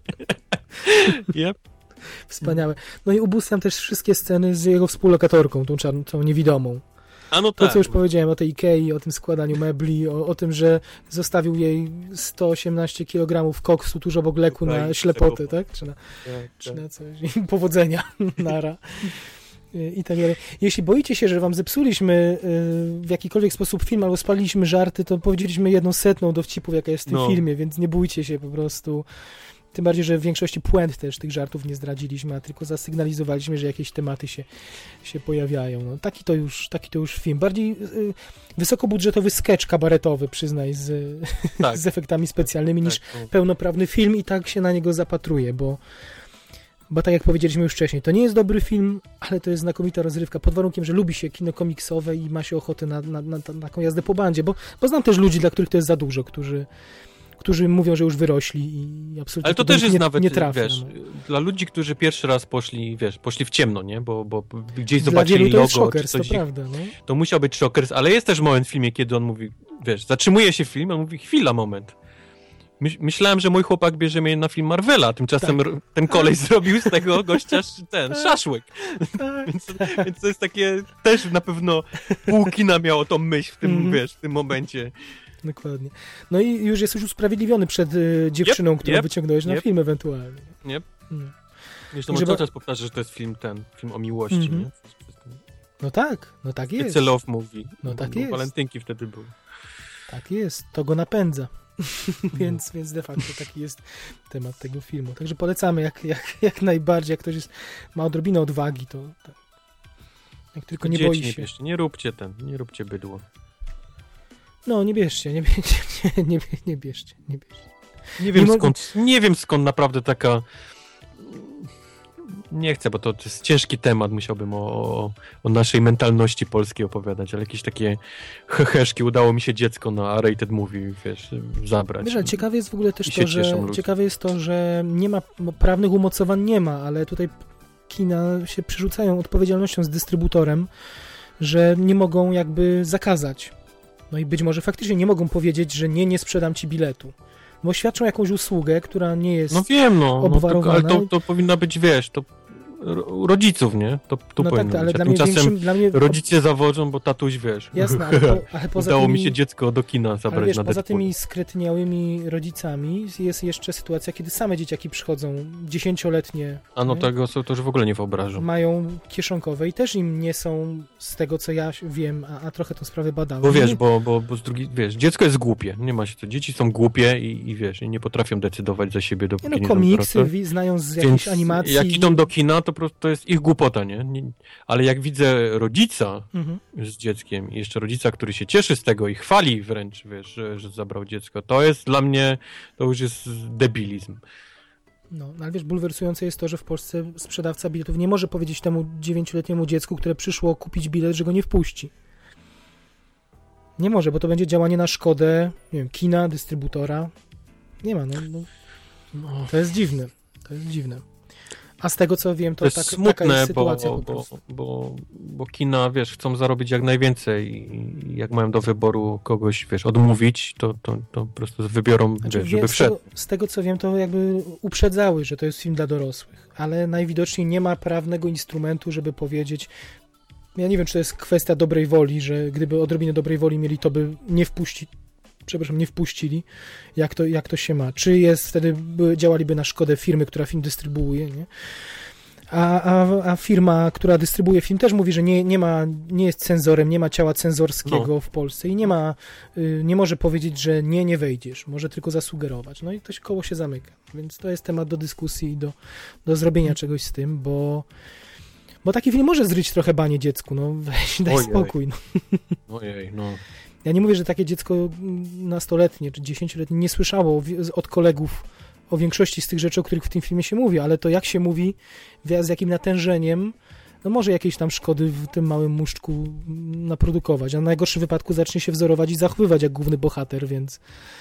Yep. Wspaniałe. No i ubóstwiam też wszystkie sceny z jego współlokatorką, tą czarną, tą niewidomą. A no To, tak. co już powiedziałem o tej Ikei, o tym składaniu mebli, o, o tym, że zostawił jej sto osiemnaście kilogramów koksu tuż obok leku No na i ślepotę, tego- tak? Czy na, Tak, czy tak. na coś. I powodzenia. Nara. Y, I tak dalej. Jeśli boicie się, że wam zepsuliśmy y, w jakikolwiek sposób film albo spaliliśmy żarty, to powiedzieliśmy jedną setną dowcipów, jaka jest w tym No. filmie, więc nie bójcie się po prostu. Tym bardziej, że w większości puent też tych żartów nie zdradziliśmy, a tylko zasygnalizowaliśmy, że jakieś tematy się, się pojawiają. No, taki, to już, taki to już film. Bardziej y, wysokobudżetowy sketch kabaretowy, przyznaj, z, Tak. z efektami specjalnymi, niż Tak, no. pełnoprawny film i tak się na niego zapatruję, bo, bo tak jak powiedzieliśmy już wcześniej, to nie jest dobry film, ale to jest znakomita rozrywka, pod warunkiem, że lubi się kino komiksowe i ma się ochotę na, na, na, na taką jazdę po bandzie, bo, bo znam też ludzi, dla których to jest za dużo, którzy którzy mówią, że już wyrośli i absolutnie Ale to do też nich jest nie, nawet, nie trafią. wiesz, no. dla ludzi, którzy pierwszy raz poszli, wiesz, poszli w ciemno, nie? Bo, bo gdzieś Dla zobaczyli wielu to jest logo, Shockers, czy coś to ich- prawda. No. to musiał być Shockers, ale jest też moment w filmie, kiedy on mówi, wiesz, zatrzymuje się film, on mówi, chwila, moment. Myś, myślałem, że mój chłopak bierze mnie na film Marvela, tymczasem Tak. r- ten koleś zrobił z tego gościa sz- ten, szaszłyk. Tak. Więc, więc to jest takie, też na pewno pół kina miało tą myśl w tym, Mhm. wiesz, w tym momencie. Dokładnie. No i już jesteś usprawiedliwiony przed y, dziewczyną, Yep, którą yep, wyciągnąłeś na yep. film ewentualnie. Nie? No. Zresztą I on żeby- cały czas powtarza, że to jest film ten, film o miłości, Mhm. nie? No tak, no tak jest. It's a love movie. No tak Bo jest. Walentynki wtedy były. Tak jest, to go napędza. więc, więc de facto taki jest temat tego filmu. Także polecamy jak, jak, jak najbardziej, jak ktoś jest, ma odrobinę odwagi, to tak. Jak tylko nie Dzieci boi nie się. bierzcie, nie róbcie ten, nie róbcie bydło. No, nie bierzcie, nie bierzcie, nie, nie, nie bierzcie, nie bierzcie. Nie wiem Nie mo- skąd, nie wiem skąd naprawdę taka... Nie chcę, bo to, to jest ciężki temat, musiałbym o, o, o naszej mentalności polskiej opowiadać, ale jakieś takie heheszki, udało mi się dziecko na R-rated movie, wiesz, zabrać. Wiesz, ale ciekawe jest w ogóle też I się to, że cieszą ludzie. ciekawe jest to, że nie ma, bo prawnych umocowań nie ma, ale tutaj kina się przerzucają odpowiedzialnością z dystrybutorem, że nie mogą jakby zakazać. No i być może faktycznie nie mogą powiedzieć, że nie, nie sprzedam ci biletu. Bo świadczą jakąś usługę, która nie jest... No wiem, no, no to, obwarowana. ale to, to powinna być, wiesz, to ro- rodziców, nie? To tu No powinno tak, ale być. A dla mnie tymczasem większym... Dla mnie... rodzice zawodzą, bo tatuś, wiesz. Jasne, ale, po, ale poza Udało tymi... mi się dziecko do kina zabrać Ale wiesz, na poza Deadpool. tymi skretniałymi rodzicami jest jeszcze sytuacja, kiedy same dzieciaki przychodzą, dziesięcioletnie, A no nie? tego sobie to już w ogóle nie wyobrażam. mają kieszonkowe i też im nie są, z tego co ja wiem, a, a trochę tą sprawę badałem. Bo wiesz, nie, bo, bo, bo z drugiej, wiesz, dziecko jest głupie, nie ma się co. Dzieci są głupie i, i wiesz, i nie potrafią decydować za siebie, nie dopóki no, nie są komiksy dorosłe. wi- znają z Więc jakiejś animacji. jak idą do kina, to po prostu to jest ich głupota, nie? nie? Ale jak widzę rodzica Mhm. z dzieckiem i jeszcze rodzica, który się cieszy z tego i chwali wręcz, wiesz, że, że zabrał dziecko, to jest dla mnie, to już jest debilizm. No, ale wiesz, bulwersujące jest to, że w Polsce sprzedawca biletów nie może powiedzieć temu dziewięcioletniemu dziecku, które przyszło kupić bilet, że go nie wpuści. Nie może, bo to będzie działanie na szkodę, nie wiem, kina, dystrybutora. Nie ma, no. no. No. To jest dziwne. To jest dziwne. A z tego co wiem, to, To jest tak, taka smutne, jest sytuacja bo, po bo, prostu. bo, bo kina, wiesz, chcą zarobić jak najwięcej i jak mają do wyboru kogoś, wiesz, odmówić, to, to, to po prostu wybiorą, Znaczy, wiesz, wie, żeby z, wszedł. tego, z tego co wiem, to jakby uprzedzały, że to jest film dla dorosłych, ale najwidoczniej nie ma prawnego instrumentu, żeby powiedzieć. Ja nie wiem, czy to jest kwestia dobrej woli, że gdyby odrobinę dobrej woli mieli, to by nie wpuścić, przepraszam, nie wpuścili, jak to, jak to się ma. Czy jest wtedy, by, działaliby na szkodę firmy, która film dystrybuuje, nie? A, a, a firma, która dystrybuuje film, też mówi, że nie, nie ma, nie jest cenzorem, nie ma ciała cenzorskiego No. w Polsce i nie ma, y, nie może powiedzieć, że nie, nie wejdziesz, może tylko zasugerować. No i to się, koło się zamyka. Więc to jest temat do dyskusji i do, do zrobienia Mhm. czegoś z tym, bo bo taki film może zryć trochę banie dziecku, no weź, daj Ojej. spokój. No. Ojej, no. Ja nie mówię, że takie dziecko mm, nastoletnie czy dziesięcioletnie nie słyszało wi- od kolegów o większości z tych rzeczy, o których w tym filmie się mówi, ale to jak się mówi, w- z jakim natężeniem, no może jakieś tam szkody w tym małym muszczku mm, naprodukować, a w najgorszym wypadku zacznie się wzorować i zachowywać jak główny bohater, więc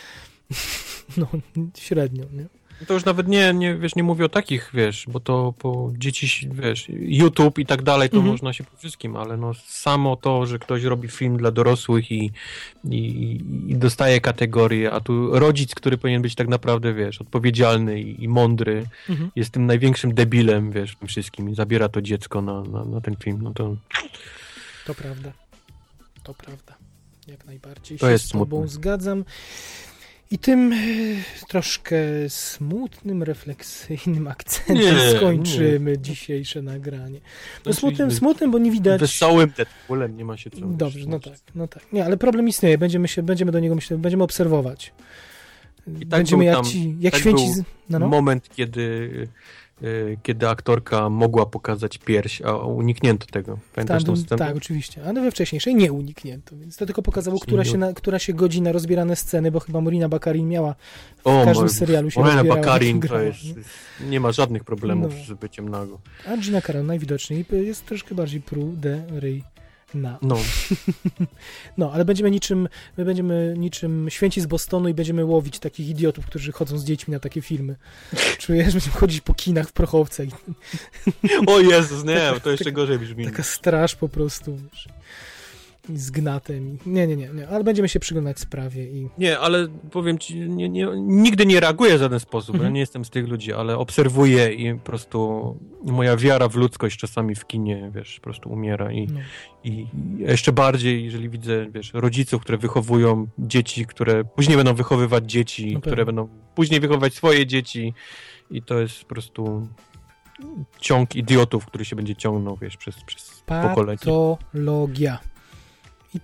no średnio, nie? To już nawet nie, nie, wiesz, nie mówię o takich, wiesz, bo to po dzieci, wiesz, YouTube i tak dalej, to Mhm. można się po wszystkim, ale no samo to, że ktoś robi film dla dorosłych i, i, i dostaje kategorię, a tu rodzic, który powinien być tak naprawdę, wiesz, odpowiedzialny i, i mądry, Mhm. jest tym największym debilem, wiesz, w tym wszystkim i zabiera to dziecko na, na, na ten film, no to To prawda. To prawda. Jak najbardziej To się jest z tobą smutne. zgadzam. I tym e, troszkę smutnym, refleksyjnym akcentem Nie, skończymy dzisiejsze nagranie. No Znaczy, smutnym, my- smutnym, bo nie widać... wesołym Deadpoolem nie ma się co... Dobrze, no tak, no tak. Nie, ale problem istnieje. Będziemy się, będziemy do niego myśleć, będziemy obserwować. tak Będziemy był jak tam- ci, jak tak święci... był z- No, no. Moment, kiedy, y, kiedy aktorka mogła pokazać pierś, a uniknięto tego. Pamiętasz Tam, tą scenę? tak, oczywiście. Ale we wcześniejszej nie uniknięto, więc to tylko pokazało, która Nie się, na, która się godzi na rozbierane sceny, bo chyba Morina Bakarin miała w O, każdym mo- serialu się Morena rozbierała, Bakarin jak to grała, jest, nie? nie ma żadnych problemów No. z byciem nago. A Gina Carano najwidoczniej jest troszkę bardziej pruderyjna. No, No, ale będziemy niczym, my będziemy niczym święci z Bostonu i będziemy łowić takich idiotów, którzy chodzą z dziećmi na takie filmy. Czujesz, będziemy chodzić po kinach w Prochowce i o Jezus, nie, Taka- to jeszcze taka- gorzej brzmi. taka straż po prostu. Wiesz, i z gnatem. I... Nie, nie, nie, nie, ale będziemy się przyglądać sprawie i... Nie, ale powiem ci, nie, nie, nigdy nie reaguję w żaden sposób, Mhm. ja nie jestem z tych ludzi, ale obserwuję i po prostu moja wiara w ludzkość czasami w kinie, wiesz, po prostu umiera i, No. i, i jeszcze bardziej, jeżeli widzę, wiesz, rodziców, które wychowują dzieci, które później będą wychowywać dzieci, Na które pewno. będą później wychowywać swoje dzieci i to jest po prostu ciąg idiotów, który się będzie ciągnął, wiesz, przez, przez pokolenie. Patologia. I tyle.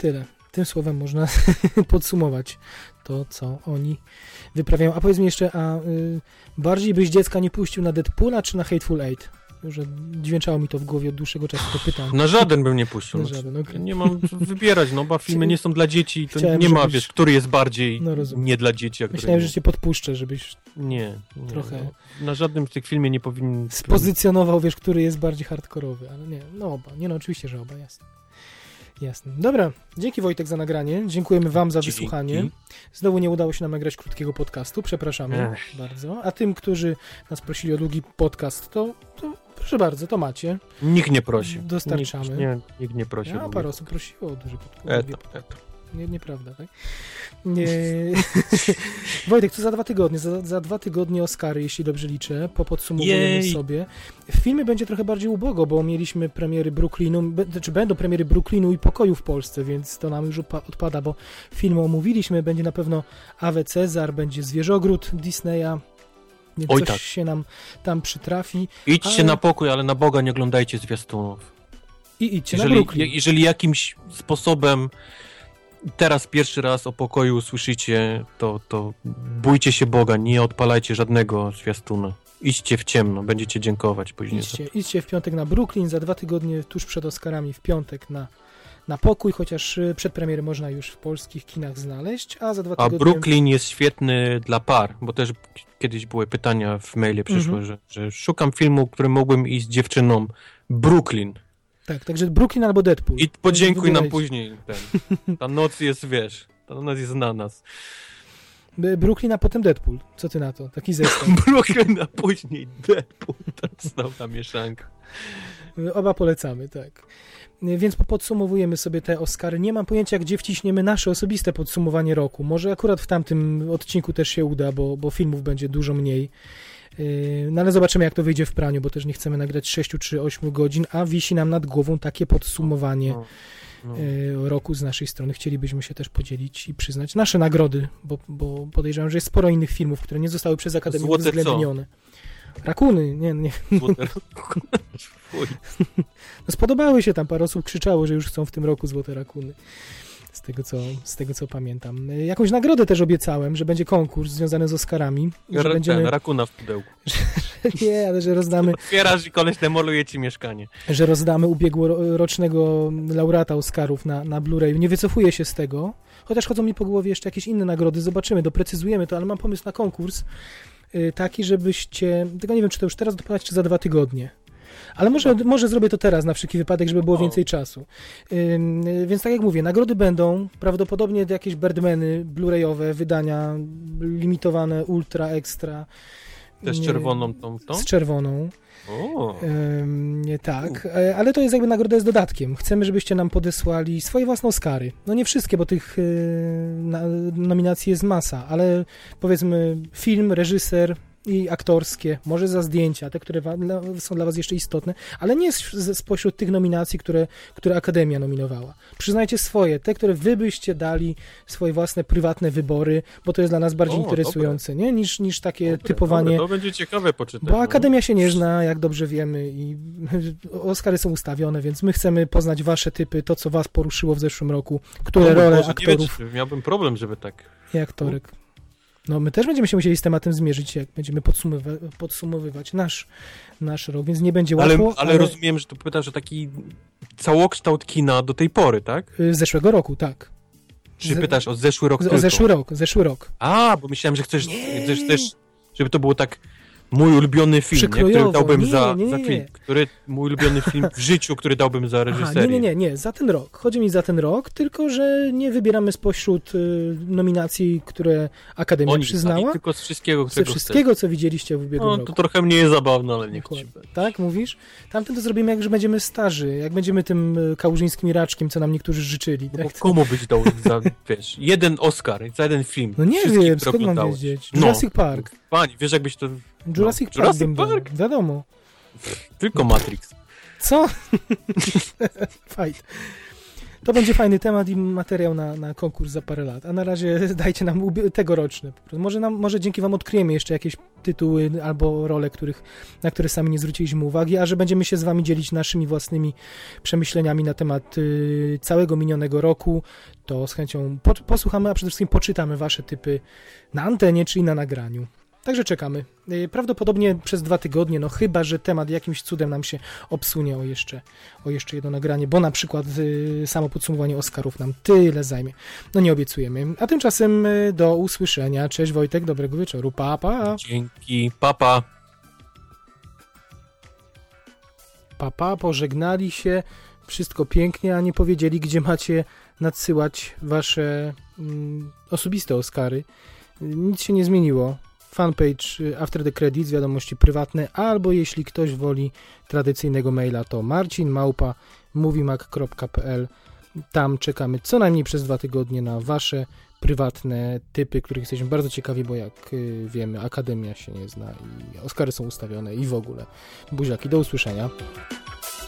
tym słowem można podsumować to, co oni wyprawiają. A powiedz mi jeszcze, a y, bardziej byś dziecka nie puścił na Deadpoola czy na Hateful Eight? Że dźwięczało mi to w głowie od dłuższego czasu, to pytam. Na żaden bym nie puścił. Na No, żaden, okay. Nie mam wybierać, no bo filmy nie są dla dzieci, to Chciałem, nie ma, żebyś... wiesz, który jest bardziej no, nie dla dzieci, a który Myślałem, nie. że cię podpuszczę, żebyś Nie, nie trochę no. Na żadnym z tych filmie nie powinien... spozycjonował, wiesz, który jest bardziej hardkorowy, ale nie, no oba. Nie no, oczywiście, że oba, jasne. Jasne. Dobra, dzięki Wojtek za nagranie, dziękujemy wam za Dzięki. wysłuchanie. Znowu nie udało się nam nagrać krótkiego podcastu, przepraszamy Ech. bardzo. A tym, którzy nas prosili o długi podcast, to, to proszę bardzo, to macie. Nikt nie prosi. Dostarczamy. Nikt nie, nikt nie prosi. Ja, parę osób prosiło o duży podcast. Eto, eto. Nie, nieprawda, tak? Nie. Wojtek, to za dwa tygodnie. Za, za dwa tygodnie Oscary, jeśli dobrze liczę. Popodsumowujemy Jej. sobie. W filmie będzie trochę bardziej ubogo, bo mieliśmy premiery Brooklynu, be, czy będą premiery Brooklynu i Pokoju w Polsce, więc to nam już opa- odpada, bo film omówiliśmy. Będzie na pewno Awe Cezar, będzie Zwierzogród Disneya. Więc Oj, coś tak. się nam tam przytrafi. Idźcie Ale- na pokój, ale na Boga nie oglądajcie zwiastunów. I idźcie na Jeżeli, Brooklyn. jeżeli jakimś sposobem teraz pierwszy raz o pokoju usłyszycie, to, to bójcie się Boga, nie odpalajcie żadnego zwiastuna. Idźcie w ciemno, będziecie dziękować później. Idźcie, idźcie w piątek na Brooklyn, za dwa tygodnie tuż przed Oscarami w piątek na, na Pokój, chociaż y, przedpremiery można już w polskich kinach znaleźć, a za dwa A tygodnie... Brooklyn jest świetny dla par, bo też kiedyś były pytania w mailie przyszły, Mhm. że, że szukam filmu, który mógłbym iść z dziewczyną. Brooklyn. Tak, także Brooklyn albo Deadpool. I podziękuj nam Wybierajcie. później. Ten. Ta noc jest, wiesz, ta noc jest na nas. B- Brooklyn, a potem Deadpool. Co ty na to? Taki zestaw. Brooklyn, a później Deadpool. To jest ta mieszanka. Y, Oba polecamy, tak. Y, Więc po- podsumowujemy sobie te Oscary. Nie mam pojęcia, gdzie wciśniemy nasze osobiste podsumowanie roku. Może akurat w tamtym odcinku też się uda, bo, bo filmów będzie dużo mniej. Yy, No ale zobaczymy, jak to wyjdzie w praniu, bo też nie chcemy nagrać sześć czy osiem godzin, a wisi nam nad głową takie podsumowanie No, no. yy, roku z naszej strony. Chcielibyśmy się też podzielić i przyznać nasze nagrody, bo, bo podejrzewam, że jest sporo innych filmów, które nie zostały przez Akademię Złote co? uwzględnione. Rakuny, nie, nie. Złote Fuj. No spodobały się tam, parę osób krzyczało, że już chcą w tym roku Złote Rakuny. Z tego, co, z tego, co pamiętam. Yy, Jakąś nagrodę też obiecałem, że będzie konkurs związany z Oscarami. Że Ra- będziemy... ten, rakuna w pudełku. Nie, ale że rozdamy Otwierasz i koleś demoluje ci mieszkanie. że rozdamy ubiegłorocznego laureata Oscarów na, na Blu-rayu. Nie wycofuję się z tego, chociaż chodzą mi po głowie jeszcze jakieś inne nagrody. Zobaczymy, doprecyzujemy to, ale mam pomysł na konkurs y, taki, żebyście, tylko nie wiem, czy to już teraz dopadać, czy za dwa tygodnie. Ale może, może zrobię to teraz na wszelki wypadek, żeby było O. więcej czasu. Ym, y, więc tak jak mówię, nagrody będą, prawdopodobnie jakieś Birdmany, Blu-rayowe, wydania limitowane, ultra, ekstra. Też Nie- czerwoną tą, tą? Z czerwoną. O. Ym, nie tak, e, ale to jest jakby nagroda jest dodatkiem. Chcemy, żebyście nam podesłali swoje własne Oscary. No nie wszystkie, bo tych y, na, nominacji jest masa, ale powiedzmy film, reżyser i aktorskie, może za zdjęcia, te, które wa, dla, są dla was jeszcze istotne, ale nie z, z, spośród tych nominacji, które, które Akademia nominowała. Przyznajcie swoje, te, które wy byście dali, swoje własne, prywatne wybory, bo to jest dla nas bardziej O, interesujące, nie? Niż, niż takie Dobre, typowanie. dobre, to będzie ciekawe poczytać. Bo no. Akademia się nie zna, jak dobrze wiemy, i Oscary są ustawione, więc my chcemy poznać wasze typy, to co was poruszyło w zeszłym roku, które O mój role Boże, nie aktorów wiem, czy miałbym problem, żeby tak... i aktorek. No my też będziemy się musieli z tematem zmierzyć, jak będziemy podsumowywa- podsumowywać nasz, nasz rok, więc nie będzie Ale, łatwo, ale rozumiem, że to pytasz o taki całokształt kina do tej pory, tak? y, z zeszłego roku, tak. Czy Z- pytasz o zeszły rok Z, o tylko? zeszły rok, zeszły rok. A, bo myślałem, że chcesz, Nie. chcesz też, żeby to było tak mój ulubiony film, nie, który Przekrojowo. dałbym Nie, za, nie, nie, za nie. film. Który, mój ulubiony film w życiu, który dałbym za Aha, reżyserię. nie, nie, nie, nie, za ten rok. Chodzi mi za ten rok, tylko że nie wybieramy spośród y, nominacji, które Akademia Oni przyznała. wstali, tylko z wszystkiego, Ze którego wszystkiego, co widzieliście w ubiegłym No, roku. to trochę mniej zabawne, ale nie Dokładnie. chcę. Tak, mówisz? Tamten to zrobimy, jak już będziemy starzy, jak będziemy tym y, kałużyńskim raczkiem, co nam niektórzy życzyli. No bo Tak? komu być dał za, wiesz, jeden Oscar, za jeden film. No nie Wszystkich, wiem, które skąd mam oglądałeś. wiedzieć? No. Jurassic Park. Pani, wiesz jakbyś to... Jurassic no. Park Jurassic bym dał. Park? Wiadomo. Tylko Matrix. Co? Fajt. To będzie fajny temat i materiał na, na konkurs za parę lat. A na razie dajcie nam ubi- tegoroczny. Może, nam, może dzięki wam odkryjemy jeszcze jakieś tytuły albo role, których, na które sami nie zwróciliśmy uwagi, a że będziemy się z wami dzielić naszymi własnymi przemyśleniami na temat y, całego minionego roku, to z chęcią po, posłuchamy, a przede wszystkim poczytamy wasze typy na antenie, czyli na nagraniu. Także czekamy. Prawdopodobnie przez dwa tygodnie, no chyba, że temat jakimś cudem nam się obsunie o jeszcze, o jeszcze jedno nagranie, bo na przykład y, samo podsumowanie Oscarów nam tyle zajmie. No nie obiecujemy. A tymczasem y, do usłyszenia. Cześć Wojtek, dobrego wieczoru. Pa, pa. Dzięki, papa. Pa, pa, pożegnali się. Wszystko pięknie, a nie powiedzieli, gdzie macie nadsyłać wasze mm, osobiste Oscary. Nic się nie zmieniło. Fanpage After the Credits, wiadomości prywatne, albo jeśli ktoś woli tradycyjnego maila, to marcin małpa moviemac kropka p l. Tam czekamy co najmniej przez dwa tygodnie na wasze prywatne typy, których jesteśmy bardzo ciekawi, bo jak wiemy, Akademia się nie zna i Oscary są ustawione i w ogóle. Buziaki, do usłyszenia.